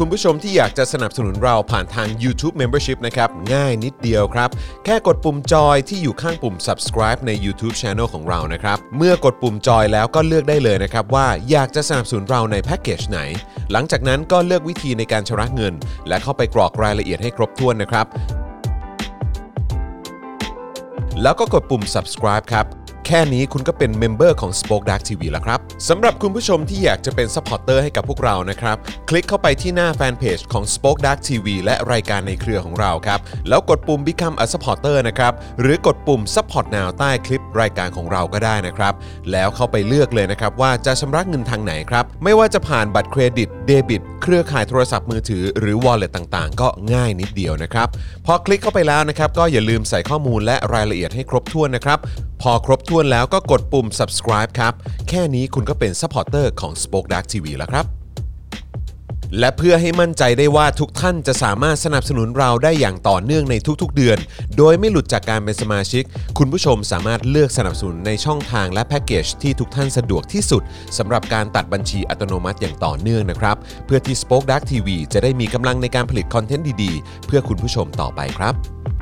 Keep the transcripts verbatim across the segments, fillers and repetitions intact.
คุณผู้ชมที่อยากจะสนับสนุนเราผ่านทาง YouTube Membership นะครับง่ายนิดเดียวครับแค่กดปุ่มจอยที่อยู่ข้างปุ่ม Subscribe ใน YouTube Channel ของเรานะครับเมื่อกดปุ่มจอยแล้วก็เลือกได้เลยนะครับว่าอยากจะสนับสนุนเราในแพ็กเกจไหนหลังจากนั้นก็เลือกวิธีในการชำระเงินและเข้าไปกรอกรายละเอียดให้ครบถ้วนนะครับแล้วก็กดปุ่ม Subscribe ครับแค่นี้คุณก็เป็นเมมเบอร์ของ Spoke Dark ที วี แล้วครับสำหรับคุณผู้ชมที่อยากจะเป็นซัพพอร์ตเตอร์ให้กับพวกเรานะครับคลิกเข้าไปที่หน้าแฟนเพจของ Spoke Dark ที วี และรายการในเครือของเราครับแล้วกดปุ่ม Become a Supporter นะครับหรือกดปุ่ม Support Now ใต้คลิปรายการของเราก็ได้นะครับแล้วเข้าไปเลือกเลยนะครับว่าจะชำระเงินทางไหนครับไม่ว่าจะผ่านบัตรเครดิตเดบิตเครือข่ายโทรศัพท์มือถือหรือ Wallet ต่างๆก็ง่ายนิดเดียวนะครับพอคลิกเข้าไปแล้วนะครับก็อย่าลืมใส่ข้อมูลและรายละเอียดให้ครบถ้วนนะครับพอครบถ้วนแล้วก็กดปุ่ม Subscribe ครับแค่นี้คุณก็เป็นซัพพอร์ตเตอร์ของ Spoke Dark ที วี แล้วครับและเพื่อให้มั่นใจได้ว่าทุกท่านจะสามารถสนับสนุนเราได้อย่างต่อเนื่องในทุกๆเดือนโดยไม่หลุดจากการเป็นสมาชิกคุณผู้ชมสามารถเลือกสนับสนุนในช่องทางและแพ็กเกจที่ทุกท่านสะดวกที่สุดสำหรับการตัดบัญชีอัตโนมัติอย่างต่อเนื่องนะครับเพื่อที่ Spoke Dark ที วี จะได้มีกำลังในการผลิตคอนเทนต์ดีๆเพื่อคุณผู้ชมต่อไปครับ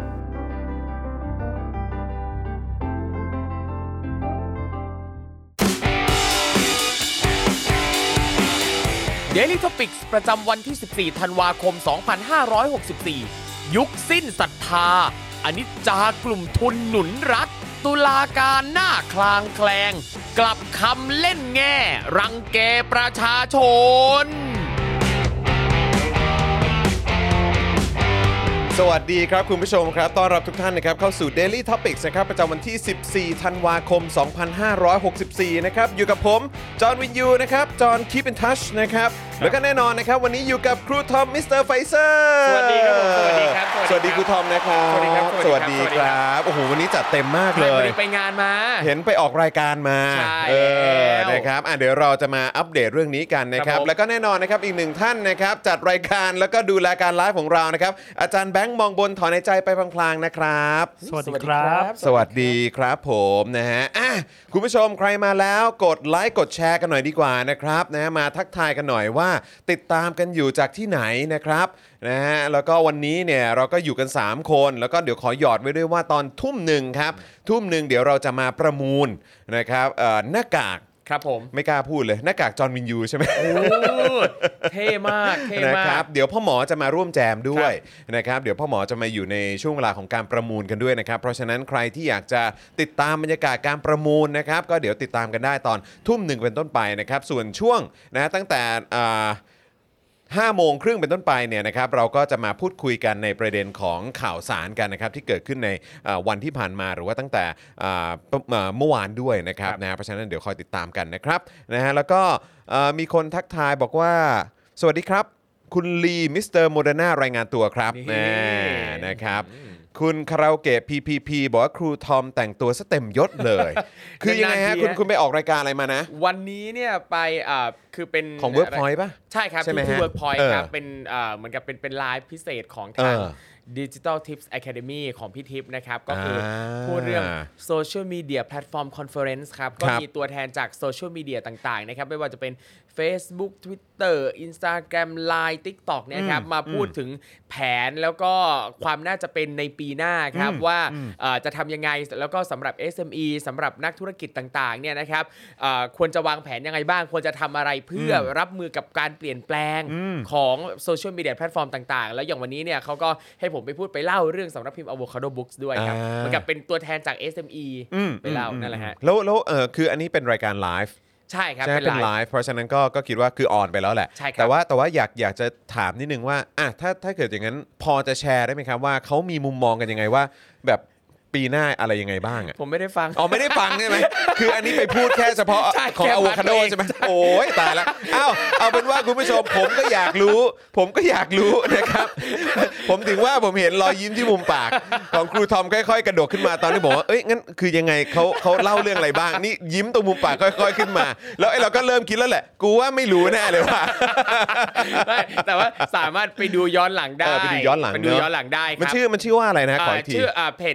Daily Topics ประจำวันที่สิบสี่ธันวาคมสองพันห้าร้อยหกสิบสี่ยุคสิ้นศรัทธาอนิจจากลุ่มทุนหนุนรัฐตุลาการหน้าคลางแคลงกลับคำเล่นแง่รังแกประชาชนสวัสดีครับคุณผู้ชมครับต้อนรับทุกท่านนะครับเข้าสู่ Daily Topics นะครับประจำวันที่สิบสี่ธันวาคมสองพันห้าร้อยหกสิบสี่นะครับอยู่กับผมจอห์นวินยูนะครับจอห์น Keep in Touch นะครับแล้วก็แน่นอนนะครับวันนี้อยู่กับครูทอมมิสเตอร์ไฟเซอร์สวัสดีครับสวัสดีครับสวัสดีครูทอมนะครับสวัสดีครับสวัสดีครับโอ้โหวันนี้จัดเต็มมากเลยไปงานมาเห็นไปออกรายการมาเออนะครับอ่ะเดี๋ยวเราจะมาอัปเดตเรื่องนี้กันนะครับแล้วก็แน่นอนนะครับอีกหนึ่งท่านนะครับจัดรายการแล้วก็ดูแลการไลฟ์ของเรานะครับอาจารย์แบงค์มองบนถอนในใจไปพลางๆนะครับสวัสดีครับสวัสดีครับผมนะฮะอ่ะคุณผู้ชมใครมาแล้วกดไลค์กดแชร์กันหน่อยดีกว่านะครับนะมาทักทายกันหน่อยว่าติดตามกันอยู่จากที่ไหนนะครับนะฮะแล้วก็วันนี้เนี่ยเราก็อยู่กันสามคนแล้วก็เดี๋ยวขอหยอดไว้ด้วยว่าตอนทุ่มหนึ่งครับทุ่มหนึ่งเดี๋ยวเราจะมาประมูลนะครับเอ่อหน้ากากครับผมไม่กล้าพูดเลยหน้ากากจอห์นวินยูใช่ไหมโอ้เท่มากเท่มากนะครับเดี๋ยวพ่อหมอจะมาร่วมแจมด้วยนะครับเดี๋ยวพ่อหมอจะมาอยู่ในช่วงเวลาของการประมูลกันด้วยนะครับเพราะฉะนั้นใครที่อยากจะติดตามบรรยากาศการประมูลนะครับก็เดี๋ยวติดตามกันได้ตอนทุ่มหนึ่งเป็นต้นไปนะครับส่วนช่วงนะตั้งแต่อ่าห้าโมงครึ่งเป็นต้นไปเนี่ยนะครับเราก็จะมาพูดคุยกันในประเด็นของข่าวสารกันนะครับที่เกิดขึ้นในวันที่ผ่านมาหรือว่าตั้งแต่เมื่อวานด้วยนะครับนะเพราะฉะนั้นเดี๋ยวคอยติดตามกันนะครับนะฮะแล้วก็มีคนทักทายบอกว่าสวัสดีครับคุณลีมิสเตอร์โมเดอร์นารายงานตัวครับนะครับคุณคาราโอเกะ พี พี พี บอกว่าครูทอมแต่งตัวซะเต็มยศเลยคือยังไงฮะคุณคุณไปออกรายการอะไรมานะวันนี้เนี่ยไปอ่าคือเป็นของ Workpoint ป่ะใช่ครับที่ Workpoint ครับเป็นอ่าเหมือนกับเป็นเป็นไลฟ์พิเศษของทาง Digital Tips Academy ของพี่ทิพย์นะครับก็คือพูดเรื่อง Social Media Platform Conference ครับก็มีตัวแทนจากโซเชียลมีเดียต่างๆนะครับไม่ว่าจะเป็น Facebook Twitter Instagram ไลน์ TikTok เนี่ยครับมาพูดถึงแผนแล้วก็ความน่าจะเป็นในปีหน้าครับว่าจะทำยังไงแล้วก็สำหรับ เอส เอ็ม อี สำหรับนักธุรกิจต่างๆเนี่ยนะครับควรจะวางแผนยังไงบ้างควรจะทำอะไรเพื่อรับมือกับการเปลี่ยนแปลงของโซเชียลมีเดียแพลตฟอร์มต่างๆแล้วอย่างวันนี้เนี่ยเขาก็ให้ผมไปพูดไปเล่าเรื่องสำนักพิมพ์ Avocado Books ด้วยครับเหมือนกับเป็นตัวแทนจาก เอส เอ็ม อี ไปเล่านั่นแหละฮะแล้วแล้วเออคืออันนี้เป็นรายการไลฟ์ใช่ครับเป็นไลฟ์เพราะฉะนั้นก็ก็คิดว่าคือออนไปแล้วแหละแต่ว่าแต่ว่าอยากอยากจะถามนิดนึงว่าอ่ะถ้าถ้าเกิดอย่างนั้นพอจะแชร์ได้ไหมครับว่าเขามีมุมมองกันยังไงว่าแบบปีหน้าอะไรยังไงบ้างอ่ะผมไม่ได้ฟังอ๋อไม่ได้ฟังใช่ไหมคืออันนี้ไปพูดแค่เฉพาะของอะโวคาโดใช่ไหมโอ้ยตายแล้วอ้าวเอาเป็นว่าคุณผู้ชมผมก็อยากรู้ผมก็อยากรู้นะครับผมถึงว่าผมเห็นรอยยิ้มที่มุมปากของครูทอมค่อยๆกระโดดขึ้นมาตอนที่บอกว่าเอ้ยงั้นคือยังไงเขาเขาเล่าเรื่องอะไรบ้างนี่ยิ้มตรงมุมปากค่อยๆขึ้นมาแล้วไอ้เราก็เริ่มคิดแล้วแหละกูว่าไม่รู้แน่เลยว่าแต่ว่าสามารถไปดูย้อนหลังได้ไปดูย้อนหลังไปดูย้อนหลังได้ครับมันชื่อมันชื่อว่าอะไรนะขออีกทีชื่อเพจ Digital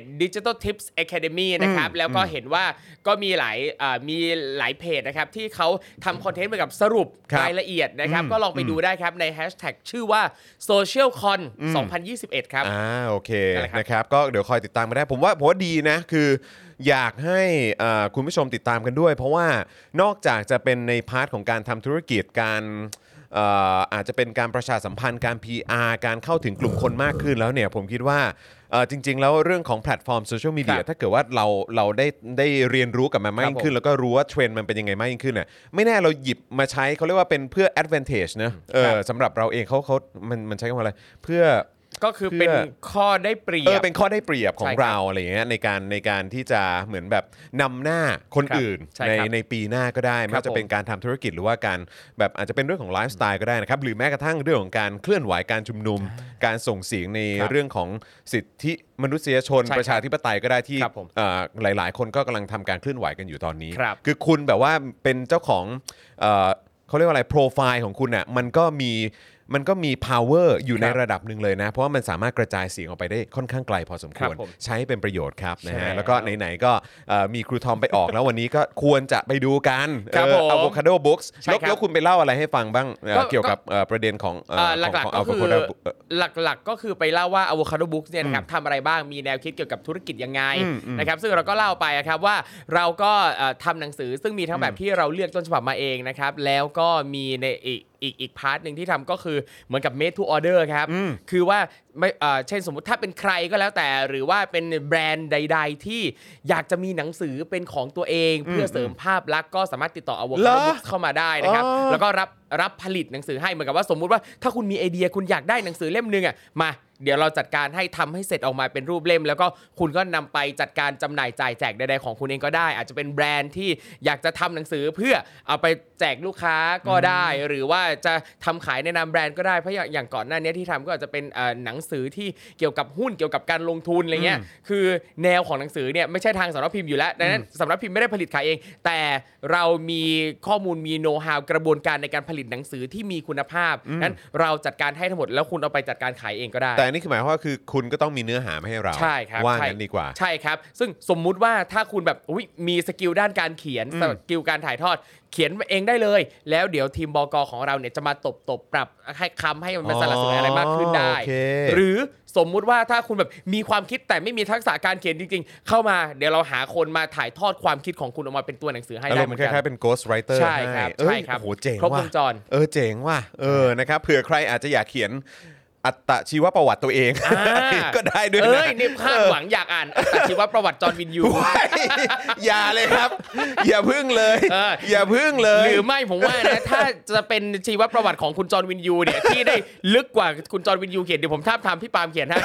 Digital Tips Academy นะครับแล้วก็เห็นว่าก็มีหลายมีหลายเพจนะครับที่เขาทำคอนเทนต์เหมือนกับสรุปรายละเอียดนะครับก็ลองไปดูได้ครับในแฮชแท็กชื่อว่า SocialCon สองพันยี่สิบเอ็ด ครับอ่าโอเคนะครับก็เดี๋ยวคอยติดตามกันได้ผมว่าผมว่าดีนะคืออยากให้คุณผู้ชมติดตามกันด้วยเพราะว่านอกจากจะเป็นในพาร์ทของการทำธุรกิจการอาจจะเป็นการประชาสัมพันธ์การ พี อาร์ การเข้าถึงกลุ่มคนมากขึ้นแล้วเนี่ยผมคิดว่าจริงๆแล้วเรื่องของแพลตฟอร์มโซเชียลมีเดียถ้าเกิดว่าเราเราได้ได้เรียนรู้กับมันมากยิ่งขึ้นแล้วก็รู้ว่าเทรนด์มันเป็นยังไงมากยิ่งขึ้นเนี่ยไม่แน่เราหยิบมาใช้เขาเรียกว่าเป็นเพื่อ advantage นะเออสำหรับเราเองเขาเขามันมันใช้คำว่าอะไรเพื่อก็คือเป็นข้อได้เปรียบเออเป็นข้อได้เปรียบของเราอะไรอย่างเงี้ยในการในการที่จะเหมือนแบบนำหน้าคนอื่นในในปีหน้าก็ได้ไม่ว่าจะเป็นการทำธุรกิจหรือว่าการแบบอาจจะเป็นเรื่องของไลฟ์สไตล์ก็ได้นะครับหรือแม้กระทั่งเรื่องของการเคลื่อนไหวการชุมนุมการส่งเสียงในเรื่องของสิทธิมนุษยชนประชาธิปไตยก็ได้ที่หลายๆคนก็กำลังทำการเคลื่อนไหวกันอยู่ตอนนี้คือคุณแบบว่าเป็นเจ้าของเขาเรียกว่าอะไรโปรไฟล์ของคุณอ่ะมันก็มีมันก็มี power อยู่ในระดับหนึ่งเลยนะเพราะว่ามันสามารถกระจายเสียงออกไปได้ค่อนข้างไกลพอสมควรใช้เป็นประโยชน์ครับนะฮะแล้วก็ไหนๆก็มีครูทอมไปออกแล้ววันนี้ก็ควรจะไปดูกันAvocado Books แล้วคุณไปเล่าอะไรให้ฟังบ้างเกี่ยวกับประเด็นของหลักๆก็คือหลักๆก็คือไปเล่าว่า Avocado Books เนี่ยนะครับทำอะไรบ้างมีแนวคิดเกี่ยวกับธุรกิจยังไงนะครับซึ่งเราก็เล่าไปครับว่าเราก็ทำหนังสือซึ่งมีทั้งแบบที่เราเลือกต้นฉบับมาเองนะครับแล้วก็มีในอีกอีกอีกพาร์ทนึงที่ทำก็คือเหมือนกับ made to order ครับคือว่าไม่เช่นสมมุติถ้าเป็นใครก็แล้วแต่หรือว่าเป็นแบรนด์ใดๆที่อยากจะมีหนังสือเป็นของตัวเองเพื่อเสริมภาพลักษณ์ก็สามารถติดต่อ Avocado Books เข้ามาได้นะครับแล้วก็รับรับผลิตหนังสือให้เหมือนกับว่าสมมุติว่าถ้าคุณมีไอเดียคุณอยากได้หนังสือเล่มนึงอ่ะมาเดี๋ยวเราจัดการให้ทำให้เสร็จออกมาเป็นรูปเล่มแล้วก็คุณก็นำไปจัดการจำหน่ายจ่ายแจกใดๆของคุณเองก็ได้อาจจะเป็นแบรนด์ที่อยากจะทำหนังสือเพื่อเอาไปแจกลูกค้าก็ได้หรือว่าจะทำขายในนามแบรนด์ก็ได้เพราะอย่างก่อนหน้านี้ที่ทำก็อาจจะเป็นหนังสือที่เกี่ยวกับหุ้นเกี่ยวกับการลงทุนอะไรเงี้ยคือแนวของหนังสือเนี่ยไม่ใช่ทางสำนักพิมพ์อยู่แล้วดังนั้นสำนักพิมพ์ไม่ได้ผลิตขายเองแต่เรามีข้อมูลมีโน้ตฮาวกระบวนการในการผลิตหนังสือที่มีคุณภาพนั้นเราจัดการให้ทั้งหมดแล้วคุณเอาไปจัดการขายเองก็ได้แต่นี่คือหมายความว่าคือคุณก็ต้องมีเนื้อหามาให้เราใช่ครับว่างั้นดีกว่าใช่ครับซึ่งสมมุติว่าถ้าคุณแบบมีสกิลด้านการเขียนสกิลการถ่ายทอดเขียนเองได้เลยแล้วเดี๋ยวทีมบก.ของเราเนี่ยจะมาตบตบปรับให้คำให้มันเป็นสารสนอะไรมากขึ้นได้หรือสมมุติว่าถ้าคุณแบบมีความคิดแต่ไม่มีทักษะการเขียนจริงๆเข้ามาเดี๋ยวเราหาคนมาถ่ายทอดความคิดของคุณออกมาเป็นตัวหนังสือให้ได้เหมือนกันมันคล้ายๆเป็น ghost writer ใช่ครับใช่ครับโอ้โหเจ๋งว่ะครบวงจรเออเจ๋งว่ะเออนะครับเผื่อใครอาจจะอยากเขียนอัตชีวประวัติตัวเองก็ได้ด้วยนะเอ้ยนี่คาดหวังอยากอ่านอัตชีวประวัติจอห์นวินยูอย่าเลยครับอย่าพึ่งเลยอย่าพึ่งเลยหรือไม่ผมว่านะถ้าจะเป็นชีวประวัติของคุณจอห์นวินยูเนี่ยที่ได้ลึกกว่าคุณจอห์นวินยูเขียนเดี๋ยวผมทาบทามพี่ปาล์มเขียนให้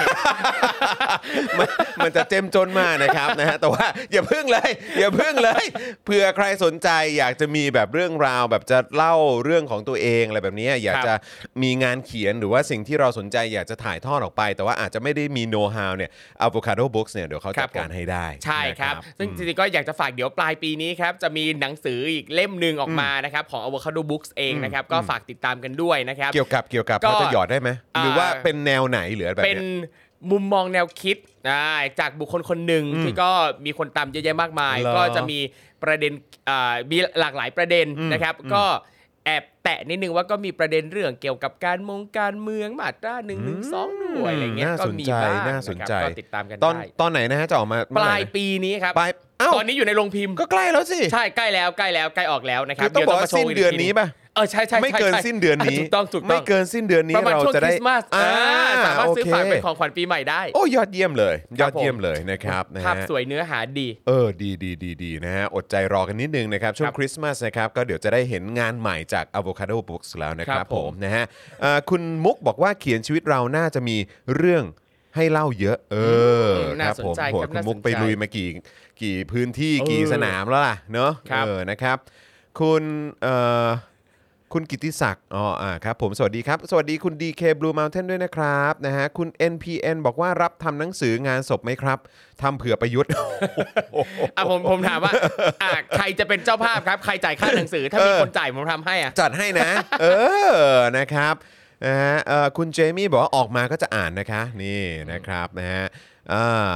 มันจะเจ้มจนมากนะครับนะฮะแต่ว่าอย่าพึ่งเลยอย่าพึ่งเลยเผื่อใครสนใจอยากจะมีแบบเรื่องราวแบบจะเล่าเรื่องของตัวเองอะไรแบบนี้อยากจะมีงานเขียนหรือว่าสิ่งที่เราสนใจอยากจะถ่ายทอดออกไปแต่ว่าอาจจะไม่ได้มีโน้ตฮาวเนี่ย Avocado Books เนี่ยเดี๋ยวเขาจัดการให้ได้ใช่ครับซึ่งจริงๆก็อยากจะฝากเดี๋ยวปลายปีนี้ครับจะมีหนังสืออีกเล่มนึงออกมานะครับของ Avocado Books เองนะครับก็ฝากติดตามกันด้วยนะครับเกี่ยวกับเกี่ยวกับพอจะหยอดได้ไหมหรือว่าเป็นแนวไหนหรือแบบเป็นมุมมองแนวคิดจากบุคคลคนหนึ่งที่ก็มีคนตามเยอะแยะมากมายก็จะมีประเด็นมีหลากหลายประเด็นนะครับก็แอบแตะนิดนึงว่าก็มีประเด็นเรื่องเกี่ยวกับการมงการเมืองมาตราหนึ่งหนึ่งสองด้วยอะไรเงี้ยก็มีบ้างน่าสนใจก็ติดตามกันได้ตอนตอนไหนนะฮะจะออกมาปลายปีนี้ครับตอนนี้อยู่ในโรงพิมพ์ก็ใกล้แล้วสิใช่ใกล้แล้วใกล้แล้วใกล้ออกแล้วนะครับเดี๋ยวต้องมาสิ้นเดือนนี้ป่ะเออใช่ใช่ไม่เกินสิ้นเดือนนี้ถูกต้องถูกต้องไม่เกินสิ้นเดือนนี้เราจะได้สามารถซื้อฝากเป็นของขวัญปีใหม่ได้โอ้ยอดเยี่ยมเลยยอดเยี่ยมเลยนะครับภาพสวยเนื้อหาดีเออดีดีดีดีนะฮะอดใจรอกันนิดนึงนะครับช่วงคริสต์มาสนะครับก็เดี๋ยวจะได้เห็นงานใหม่จาก Avocado Books แล้วนะครับผมนะฮะคุณมุกบอกว่าเขียนชีวิตเราน่าจะมีเรื่องให้เล่าเยอะเออครับผมคุณมุกไปลุยมากี่กี่พื้นที่กี่สนามแล้วล่ะเนอะเออนะครับคุณเอ่อคุณกิติศักดิ์อ๋ออ่าครับผมสวัสดีครับสวัสดีคุณ ดี เค Blue Mountain ด้วยนะครับนะฮะคุณ เอ็น พี เอ็น บอกว่ารับทำหนังสืองานศพไหมครับทำเผื่อประยุทธ์อ่ะผมผมถามว่าอ่ะใครจะเป็นเจ้าภาพครับใครจ่ายค่าหนังสือถ้ามีคนจ่ายผมทำให้อ่ะจัดให้นะเออนะครับนะฮะคุณเจมี่บอกว่าออกมาก็จะอ่านนะคะนี่นะครับนะฮะอ่า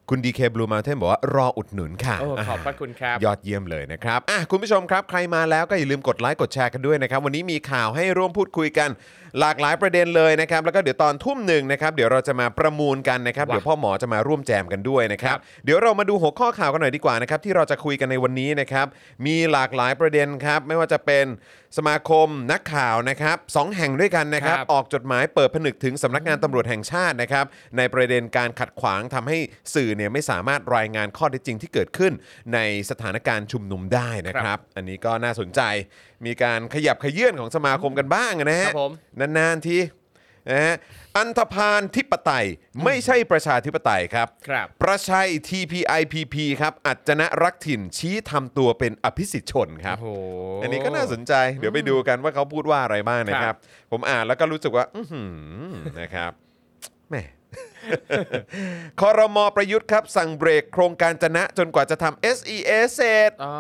คุณ ดี เค Blue Mountain บอกว่ารออุดหนุนค่ะโอ้ขอบพระคุณครับยอดเยี่ยมเลยนะครับอ่ะคุณผู้ชมครับใครมาแล้วก็อย่าลืมกดไลค์กดแชร์กันด้วยนะครับวันนี้มีข่าวให้ร่วมพูดคุยกันหลากหลายประเด็นเลยนะครับแล้วก็เดี๋ยวตอนทุ่มหนึ่งนะครับเดี๋ยวเราจะมาประมูลกันนะครับเดี๋ยวพ่อหมอจะมาร่วมแจมกันด้วยนะครับเดี๋ยวเรามาดูหัวข้อข่าวกันหน่อยดีกว่านะครับที่เราจะคุยกันในวันนี้นะครับมีหลากหลายประเด็นครับไม่ว่าจะเป็นสมาคมนักข่าวนะครับสองแห่งด้วยกันนะครับออกจดหมายเปิดผนึกถึงสำนักงานตำรวจแห่งชาตินะครับในประเด็นการขัดขวางทำให้สื่อเนี่ยไม่สามารถรายงานข้อเท็จจริงที่เกิดขึ้นในสถานการณ์ชุมนุมได้นะครับอันนี้ก็น่าสนใจมีการขยับขยื่นของสมาคมกันบ้างนะฮะนานๆทีนะฮะอันธพาลธิปไตยไม่ใช่ประชาธิปไตยครับประชัย ที พี ไอ พี พี ครับอัจฉนะรักถิ่นชี้ทำตัวเป็นอภิสิทธิชนครับอันนี้ก็น่าสนใจเดี๋ยวไปดูกันว่าเขาพูดว่าอะไรบ้างนะครับผมอ่านแล้วก็รู้สึกว่าอื้อหือนะครับแหม ครม.ประยุทธ์ครับสั่งเบรกโครงการจนะจนกว่าจะทำ เอส อี เอ เสร็จอ๋อ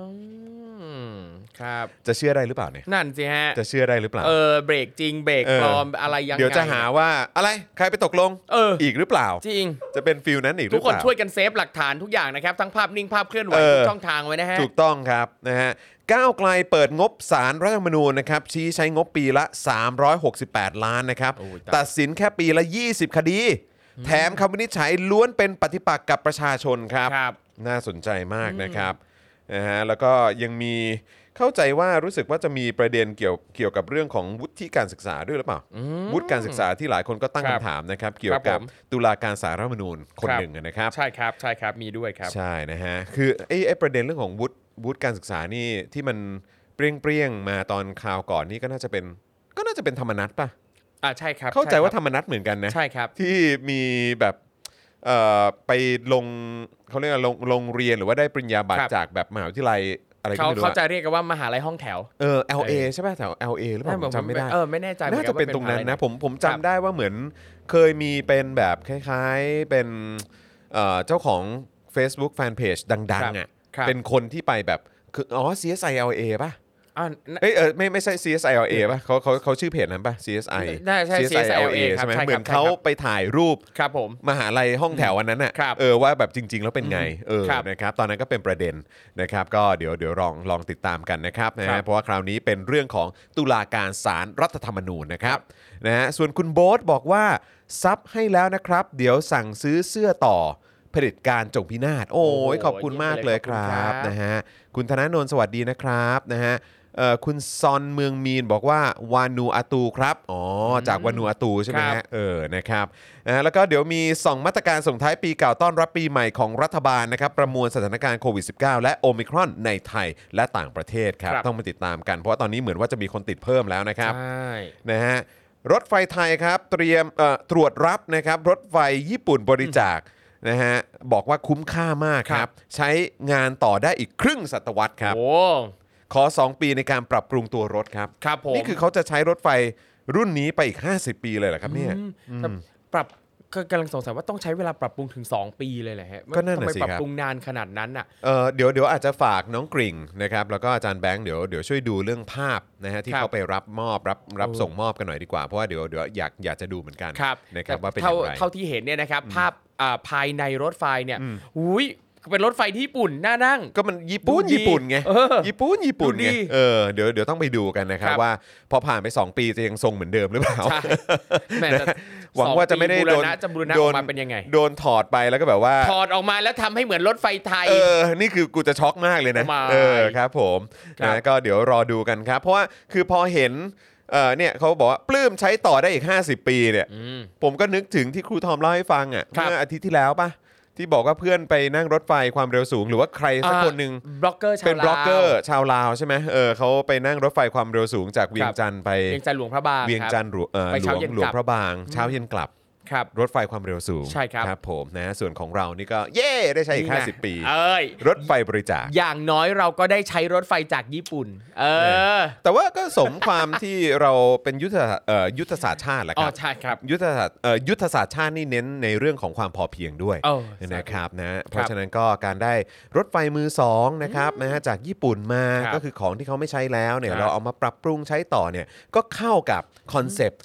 ครับจะเชื่อได้หรือเปล่าเนี่ยนั่นสิฮะจะเชื่อได้หรือเปล่าเออเบรกจริงเบรกปลอมอะไรยังไงเดี๋ยวจะหาว่าอะไรใครไปตกลงเอออีกหรือเปล่าจริงจะเป็นฟิลนั้นอีกหรือเปล่าทุกคนช่วยกันเซฟหลักฐานทุกอย่างนะครับทั้งภาพนิ่งภาพเคลื่อนไหวทุกช่องทางไว้นะฮะถูกต้องครับนะฮะก้าวไกลเปิดงบศาลรัฐธรรมนูญนะครับชี้ใช้งบปีละสามร้อยหกสิบแปดล้านนะครับตัดสินแค่ปีละยี่สิบคดีแถมคำวินิจฉัยล้วนเป็นปฏิปักษ์กับประชาชนครับน่าสนใจมากนะครับนะฮะแล้วก็ยังมีเข้าใจว่ารู้สึกว่าจะมีประเด็นเกี่ยวเกี่ยวกับเรื่องของวุฒิการศึกษาด้วยหรือเปล่าวุฒิการศึกษาที่หลายคนก็ตั้งคำถามนะครับเกี่ยวกับตุลาการศาลรัฐธรรมนูญคนหนึ่งนะครับใช่ครับใช่ครับมีด้วยครับใช่นะฮะคือไอ้ไอ้ประเด็นเรื่องของวุฒิวุฒิการศึกษานี่ที่มันเปรี้ยงๆมาตอนคราวก่อนนี่ก็น่าจะเป็นก็น่าจะเป็นธรรมนัสป่ะอ่าใช่ครับเข้าใจว่าธรรมนัสเหมือนกันนะใช่ครับที่มีแบบเอ่อไปลงเขาเรียกว่าลงลงเรียนหรือว่าได้ปริญญาบัตรจากแบบมหาวิทยาลัยเขาเขาจะเรียกกันว่ามหาลัยห้องแถวเออ แอล เอ ใช่ป่ะแถว แอล เอ หรือเปล่าผมจำไม่ได้เออไม่แน่ใจน่าจะเป็นตรงนั้นนะผมผมจำได้ว่าเหมือนเคยมีเป็นแบบคล้ายๆเป็นเอ่อเจ้าของ Facebook Fanpage ดังๆอ่ะเป็นคนที่ไปแบบคืออ๋อ ซี เอส ไอ แอล เอ ป่ะเอ้ยเออไม่ไม่ใช่ ซี เอส ไอ แอล เอ ป่ะเขาเขาเขาชื่อเพจนั้นป่ะ ซี เอส ไอได้ใช่ ซี เอส ไอ แอล เอใช่ไหมเหมือนเขาไปถ่ายรูปครับผมมหาลัยห้องแถววันนั้นน่ะเออว่าแบบจริงๆแล้วเป็นไงเออนะครับตอนนั้นก็เป็นประเด็นนะครับก็เดี๋ยวเดี๋ยวลองลองติดตามกันนะครับนะฮะเพราะว่าคราวนี้เป็นเรื่องของตุลาการศาลรัฐธรรมนูญนะครับนะฮะส่วนคุณโบ๊ทบอกว่าซับให้แล้วนะครับเดี๋ยวสั่งซื้อเสื้อต่อเผด็จการจงพินาศโอ้ยขอบคุณมากเลยครับนะฮะคุณธนาโนนสวัสดีนะครับนะฮะคุณซอนเมืองมีนบอกว่าวานูอาตูครับอ๋อจากวานูอาตูใช่ไหมฮะเออนะครับนะแล้วก็เดี๋ยวมีสองมาตรการส่งท้ายปีเก่าต้อนรับปีใหม่ของรัฐบาลนะครับประมวลสถานการณ์โควิด สิบเก้า และโอมิครอนในไทยและต่างประเทศครับต้องมาติดตามกันเพราะว่าตอนนี้เหมือนว่าจะมีคนติดเพิ่มแล้วนะครับใช่นะฮะรถไฟไทยครับเตรียมตรวจรับนะครับรถไฟญี่ปุ่นบริจาคนะฮะบอกว่าคุ้มค่ามากครับใช้งานต่อได้อีกครึ่งศตวรรษครับขอสองปีในการปรับปรุงตัวรถครับครับผมนี่คือเขาจะใช้รถไฟรุ่นนี้ไปอีกห้าสิบปีเลยเหรอครับเนี่ยปรับกำลังสงสัยว่าต้องใช้เวลาปรับปรุงถึงสองปีเลยแหละฮะก็นั่นน่ะสิครับปรับปรุงนานขนาดนั้นอ่ะเออเดี๋ยวเดี๋ยวอาจจะฝากน้องกริ่งนะครับแล้วก็อาจารย์แบงค์เดี๋ยวเดี๋ยวช่วยดูเรื่องภาพนะฮะที่เขาไปรับมอบรับรับส่งมอบกันหน่อยดีกว่าเพราะว่าเดี๋ยวเดี๋ยวอยากอยากจะดูเหมือนกันนะครับว่าเป็นอย่างไรเท่าที่เห็นเนี่ยนะครับภาพภายในรถไฟเนี่ยอุ้ยเป็นรถไฟที่ญี่ปุ่นน่านั่งก็มันญี่ปุ่นญี่ปุ่นไงญี่ปุ่นญี่ปุ่นไงเออเดี๋ยวเดี๋ยวต้องไปดูกันนะครับว่าพอผ่านไปสองปีจะยังทรงเหมือนเดิมหรือเปล่าหวังว่าจะไม่ได้โดนโดนเป็นยังไงโดนถอดไปแล้วก็แบบว่าถอดออกมาแล้วทำให้เหมือนรถไฟไทยเออนี่คือกูจะช็อกมากเลยนะเออครับผมนะก็เดี๋ยวรอดูกันครับเพราะว่าคือพอเห็นเออเนี่ยเขาบอกว่าปลื้มใช้ต่อได้อีกห้าสิบปีเนี่ยผมก็นึกถึงที่ครูทอมเล่าให้ฟังอ่ะเมื่ออาทิตย์ที่แล้วป่ะที่บอกว่าเพื่อนไปนั่งรถไฟความเร็วสูงหรือว่าใครสักคนหนึ่งบล็อกเกอร์ชาวลาวเป็นบล็อกเกอร์ชาวลาวใช่ไหมเออเขาไปนั่งรถไฟความเร็วสูงจากเวียงจันทร์ไปเวียงจันทร์หลวงพระบางเวียงจันทร์หลวงหลวงพระบางเช้าเย็นกลับรถไฟความเร็วสูงใช่ครับครับผมนะส่วนของเรานี่ก็เย่ได้ใช้อีกห้าสิบปีเอ้ยรถไฟบริจาคอย่างน้อยเราก็ได้ใช้รถไฟจากญี่ปุ่นเออแต่ว่าก็สมความที่เราเป็นยุทธเอ่อยุทธศาสตร์ชาติแหละครับอ๋อใช่ครับยุทธศาสตร์เอ่อยุทธศาสตร์ชาตินี่เน้นในเรื่องของความพอเพียงด้วยนะครับนะเพราะฉะนั้นก็การได้รถไฟมือสองนะครับนะฮะจากญี่ปุ่นมาก็คือของที่เขาไม่ใช้แล้วเนี่ยเราเอามาปรับปรุงใช้ต่อเนี่ยก็เข้ากับคอนเซปต์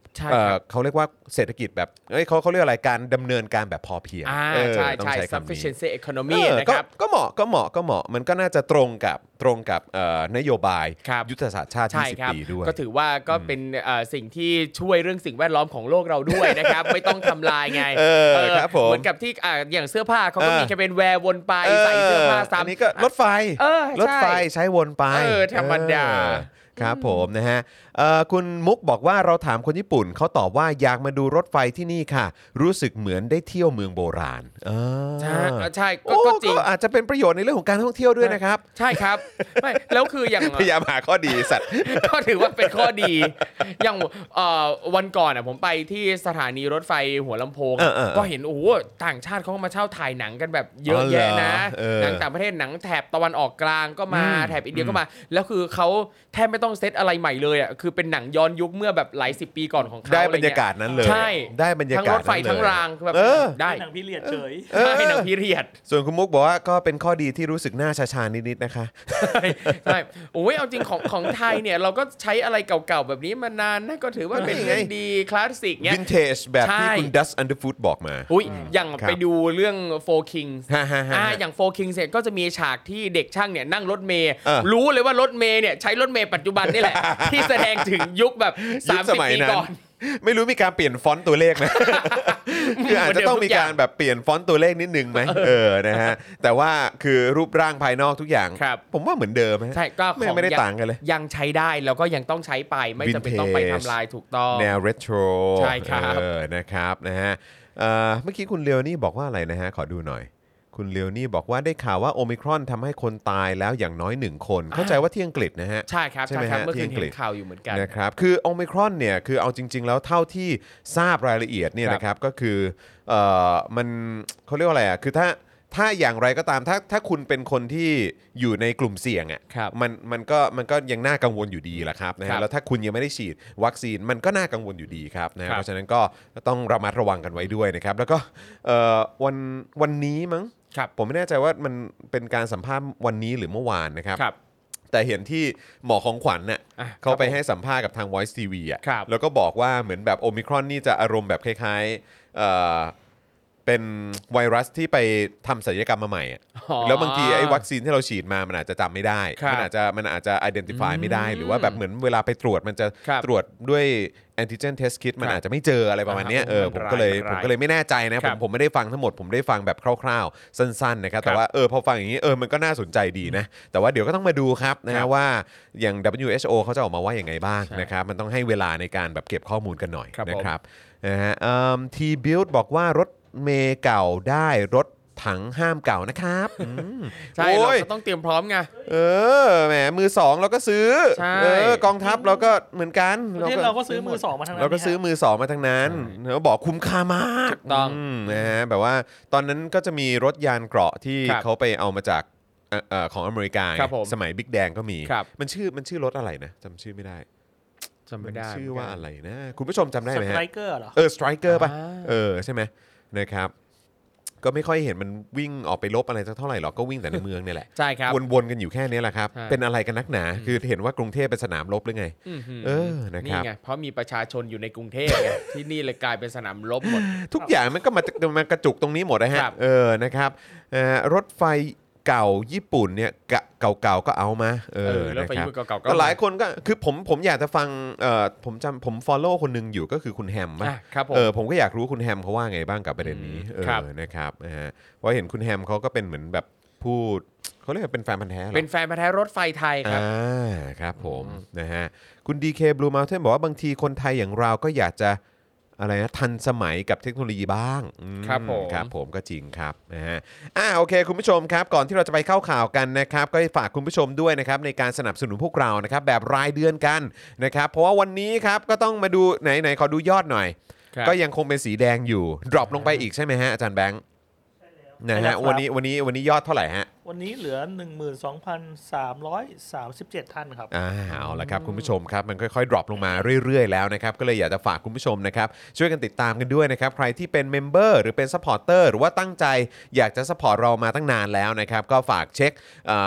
เอ่อเขาเรียกว่าเศรษฐกิจแบบเอ้ยเขาเขาเรียกอะไรการดำเนินการแบบพอเพียงอ่าเออใช่ต้องใช่ใช้คำนี้ sufficiency economy เออนะครับก็ก็เหมาะก็เหมาะก็เหมาะมันก็น่าจะตรงกับตรงกับเอ่อนโยบายครับยุทธศาสตร์ชาติใช่ยี่สิบครับปีด้วยก็ถือว่าก็เป็นเอ่อสิ่งที่ช่วยเรื่องสิ่งแวดล้อมของโลกเราด้วยนะครับ ไม่ต้องทำลายไงเออครับผมเหมือนกับที่อ่าอย่างเสื้อผ้าเขาก็เออมีแค่เป็นแวร์วนไปใส่เสื้อผ้าซ้ำอันนี้ก็รถไฟเออรถไฟใช่ใช้วนไปเออธรรมดาเออครับผมนะฮะเอ่อคุณมุกบอกว่าเราถามคนญี่ปุ่นเขาตอบว่าอยากมาดูรถไฟที่นี่ค่ะ รู้สึกเหมือนได้เที่ยวเมืองโบราณเออใช่ใช่ก็โอ้ก็จริงก็อาจจะเป็นประโยชน์ในเรื่องของการท่องเที่ยวด้วยนะครับใช่ครับไม่แล้วคืออย่างพยายามหาข้อดีสัตว์ก็ถือว่าเป็นข้อดี อย่างเอ่อวันก่อนอ่ะผมไปที่สถานีรถไฟหัวลำโพงเออเออเออก็เห็นโอ้โหต่างชาติเขาก็มาเช่าถ่ายหนังกันแบบเยอะแยะนะอ๋อเหรอเออหนังต่างประเทศหนังแถบตะวันออกกลางก็มาอืมแถบอินเดียก็มา แล้วคือเขาแทบไม่ต้องเซตอะไรใหม่เลยอ่ะคือเป็นหนังย้อนยุคเมื่อแบบหลายสิบปีก่อนของเขาได้อะบรรเงี้รยากาศนั้นเลยใช่ได้บรรยากาศทั้งรถไฟนั้นเลยทั้งรางแบบเออได้หนังพีเรียดเฉยใช่หนังพีเรียดส่วนคุณมุกบอกว่าก็เป็นข้อดีที่รู้สึกหน้าชาๆนิดๆนะคะใช่โอ้ยเอาจริงของของไทยเนี่ยเราก็ใช้อะไรเก่าๆแบบนี้มานานนะก็ถือว่าเป็นนี่ไงเรื่องดีคลาสสิกเนี้ยวินเทจแบบที่ใช่คุณดัสอันเดอร์ฟูดบอกมาอุ้ยอย่างครับไปดูเรื่อง Four Kings ฮ่าฮ่าฮ่าอ่าอย่าง Four Kings เนี่ยก็จะมีฉากที่เด็กช่างเนี่ยนั่งรถเมย์เออรู้เลยว่ารถเมย์เนี่ยใช้รถเมย์ปัจจุบันนี่แหละ ที่แสดงถึงยุคแบบยุคสสามสิบมัยปีนั้นก่อนไม่รู้มีการเปลี่ยนฟอนต์ตัวเลขไหม คืออาจจะต้องมีการแบบเปลี่ยนฟอนต์ตัวเลขนิดนึงไหมเออนะฮะแต่ว่าคือรูปร่างภายนอกทุกอย่างครับผมว่าเหมือนเดิมฮะใช่ก็ไม่ของไม่ได้ยังต่างกันเลยยังใช้ได้แล้วก็ยังต้องใช้ไปไม่จำเป็นต้องไปทำลายถูกต้องแนวเรโทรใช่ครับเออนะครับนะฮะเอ่อเมื่อกี้คุณเลวนี่บอกว่าอะไรนะฮะขอดูหน่อย คุณเลวนี่บอกว่าได้ข่าวว่าโอมิครอนทำให้คนตายแล้วอย่างน้อยหนึ่งคน เข้าใจว่าที่อังกฤษนะฮะใช่ครับใช่ไหมใช่ครับฮะเมื่อคืนที่อังกฤเห็ษนข่าวอยู่เหมือนกันนะครับคือโอมิครอนเนี่ยคือเอาจริง ๆ แล้วเท่าที่ทราบรายละเอียดเนี่ยครับนะครับก็คือเอ่อมันเขาเรียกว่าอะไรอ่ะคือถ้าถ้าอย่างไรก็ตามถ้าถ้าคุณเป็นคนที่อยู่ในกลุ่มเสี่ยงอ่ะครับมันมันก็มันก็ยังน่ากังวลอยู่ดีแหละครับนะครัฮะบแล้วถ้าคุณยังไม่ได้ฉีดวัคซีนมันก็น่ากังวลอยู่ดีครับนะฮะครับเพราะฉะนั้นก็ต้องระมัดระวังกันไว้ด้วยนะครับแล้วก็เอ่อวันวันนี้มั้งครับผมไม่แน่ใจว่ามันเป็นการสัมภาษณ์วันนี้หรือเมื่อวานนะครับครับแต่เห็นที่หมอของขวัญเนี่ยอ่ะเขาไปครับผมให้สัมภาษณ์กับทาง Voice ที วี อ่ะครับแล้วก็บอกว่าเหมือนแบบโอมิครอนนี่จะอารมณ์แบบคล้ายๆเอ่อเป็นไวรัสที่ไปทำศัลยกรรมมาใหม่อะอ๋อแล้วบางทีไอ้วัคซีนที่เราฉีดมามันอาจจะจำไม่ได้ครับมันอาจจะมันอาจจะ identify อืมไม่ได้ หรือว่าแบบเหมือนเวลาไปตรวจมันจะครับตรวจด้วย antigen test kit มันครับอาจจะไม่เจออะไรประมาณเนี้ยอ่าเออมัผมนก็เลยร้ายผมก็เลยไม่แน่ใจนะผครัมบผมไม่ได้ฟังทั้งหมดผมได้ฟังแบบคร่าวๆสั้นๆนะครับครัแต่บว่าเออพอฟังอย่างนี้เออมันก็น่าสนใจดีนะแต่ว่าเดี๋ยวก็ต้องมาดูครับนะครัฮะบว่าอย่าง ดับเบิลยู เอช โอ เขาจะออกมาว่าอย่างไงบ้างใช่นะครับมันต้องให้เวลาในการแบบเก็บข้อมูลกันหน่อยครับผมนะครับนะฮะทีบิลบอกว่ารถเมย์เก่าได้รถถังห้ามเก่านะครับอืมใช่โอ้เรายก็ต้องเตรียมพร้อมไงเออแหมมือสองเราก็ซื้อใช่เออกองทัพเราก็เหมือนกันประเทศเราก็ซื้อมือสองมาทางนั้นเราก็ซื้อนี่ฮะมือสองมาทั้งนั้นเราบอกคุ้มค่ามากถูกต้องมนะฮะแบบว่าตอนนั้นก็จะมีรถยานเกราะที่ครับเขาไปเอามาจากเอ่อเอ่อของอเมริกาไงครับผมสมัยบิ๊กแดงก็มีครับมันชื่อมันชื่อรถอะไรนะจำชื่อไม่ได้จำไม่ได้นชื่อว่าอะไรนะ คุณผู้ชมจำได้ไหมสฮะไตรเกอร์เหรอเออสไตรเกอร์ป่ะอ่าเออใช่ไหมนะครับก็ไม่ค่อยเห็นมันวิ่งออกไปลบอะไรสักเท่าไหร่หรอกก็วิ่งแต่ในเมืองเนี่ยแหละใช่ครับวนๆกันอยู่แค่นี้แหละครับใช่เป็นอะไรกันนักหนา คือเห็นว่ากรุงเทพเป็นสนามรบหรือไงอื้อหือเออนะครับนี่ไงเพราะมีประชาชนอยู่ในกรุงเทพไง ที่นี่เลยกลายเป็นสนามรบหมดทุกอย่างมันก็มามากระจุกตรงนี้หมดนะฮะครับเออนะครับเอ่อรถไฟเก่าญี่ปุ่นเนี่ยกะเก่าๆก็เอามาเอเอออแล้วนะไปครับญี่ปุ่นเก่าๆก็ก็หลายคนก็คือผมผมอยากจะฟังเอ่อผมจำผม follow คนหนึงอยู่ก็คือคุณแฮมป่ะอ่ะครับผมเออผมก็อยากรู้คุณแฮมเขาว่าไงบ้างกับประเด็นนี้เออครับนะครับนะฮะเพราะเห็นคุณแฮมเขาก็เป็นเหมือนแบบพูดเขาเรียกว่าเป็นแฟนพันธ์แท้เหรอเป็นแฟนพันธุ์แท้รถไฟไทยครับอ่าครับผมนะฮะคุณ ดี เค Blue Mountain บอกว่าบางทีคนไทยอย่างเราก็อยากจะอะไรนะทันสมัยกับเทคโนโลยีบ้างอืครับผมครับผมก็จริงครับนะฮะอ่าโอเคคุณผู้ชมครับก่อนที่เราจะไปเข้าข่าวกันนะครับก็ฝากคุณผู้ชมด้วยนะครับในการสนับสนุนพวกเรานะครับแบบรายเดือนกันนะครับเพราะว่าวันนี้ครับก็ต้องมาดูไหนไหนขอดูยอดหน่อยครับก็ยังคงเป็นสีแดงอยู่ ดรอปลงไปอีกใช่ไหมฮะอาจารย์แบงค์นะใช่แล้ฮะวครับวันนี้วันนี้วันนี้ยอดเท่าไหร่ฮะวันนี้เหลือ หนึ่งหมื่นสองพันสามร้อยสามสิบเจ็ด ท่านครับอ่าเอาละครับคุณผู้ชมครับมันค่อยๆ ดรอปลงมาเรื่อยๆแล้วนะครับก็เลยอยากจะฝากคุณผู้ชมนะครับช่วยกันติดตามกันด้วยนะครับใครที่เป็นเมมเบอร์หรือเป็นซัพพอร์เตอร์หรือว่าตั้งใจอยากจะซัพพอร์ตเรามาตั้งนานแล้วนะครับก็ฝากเช็คอ่า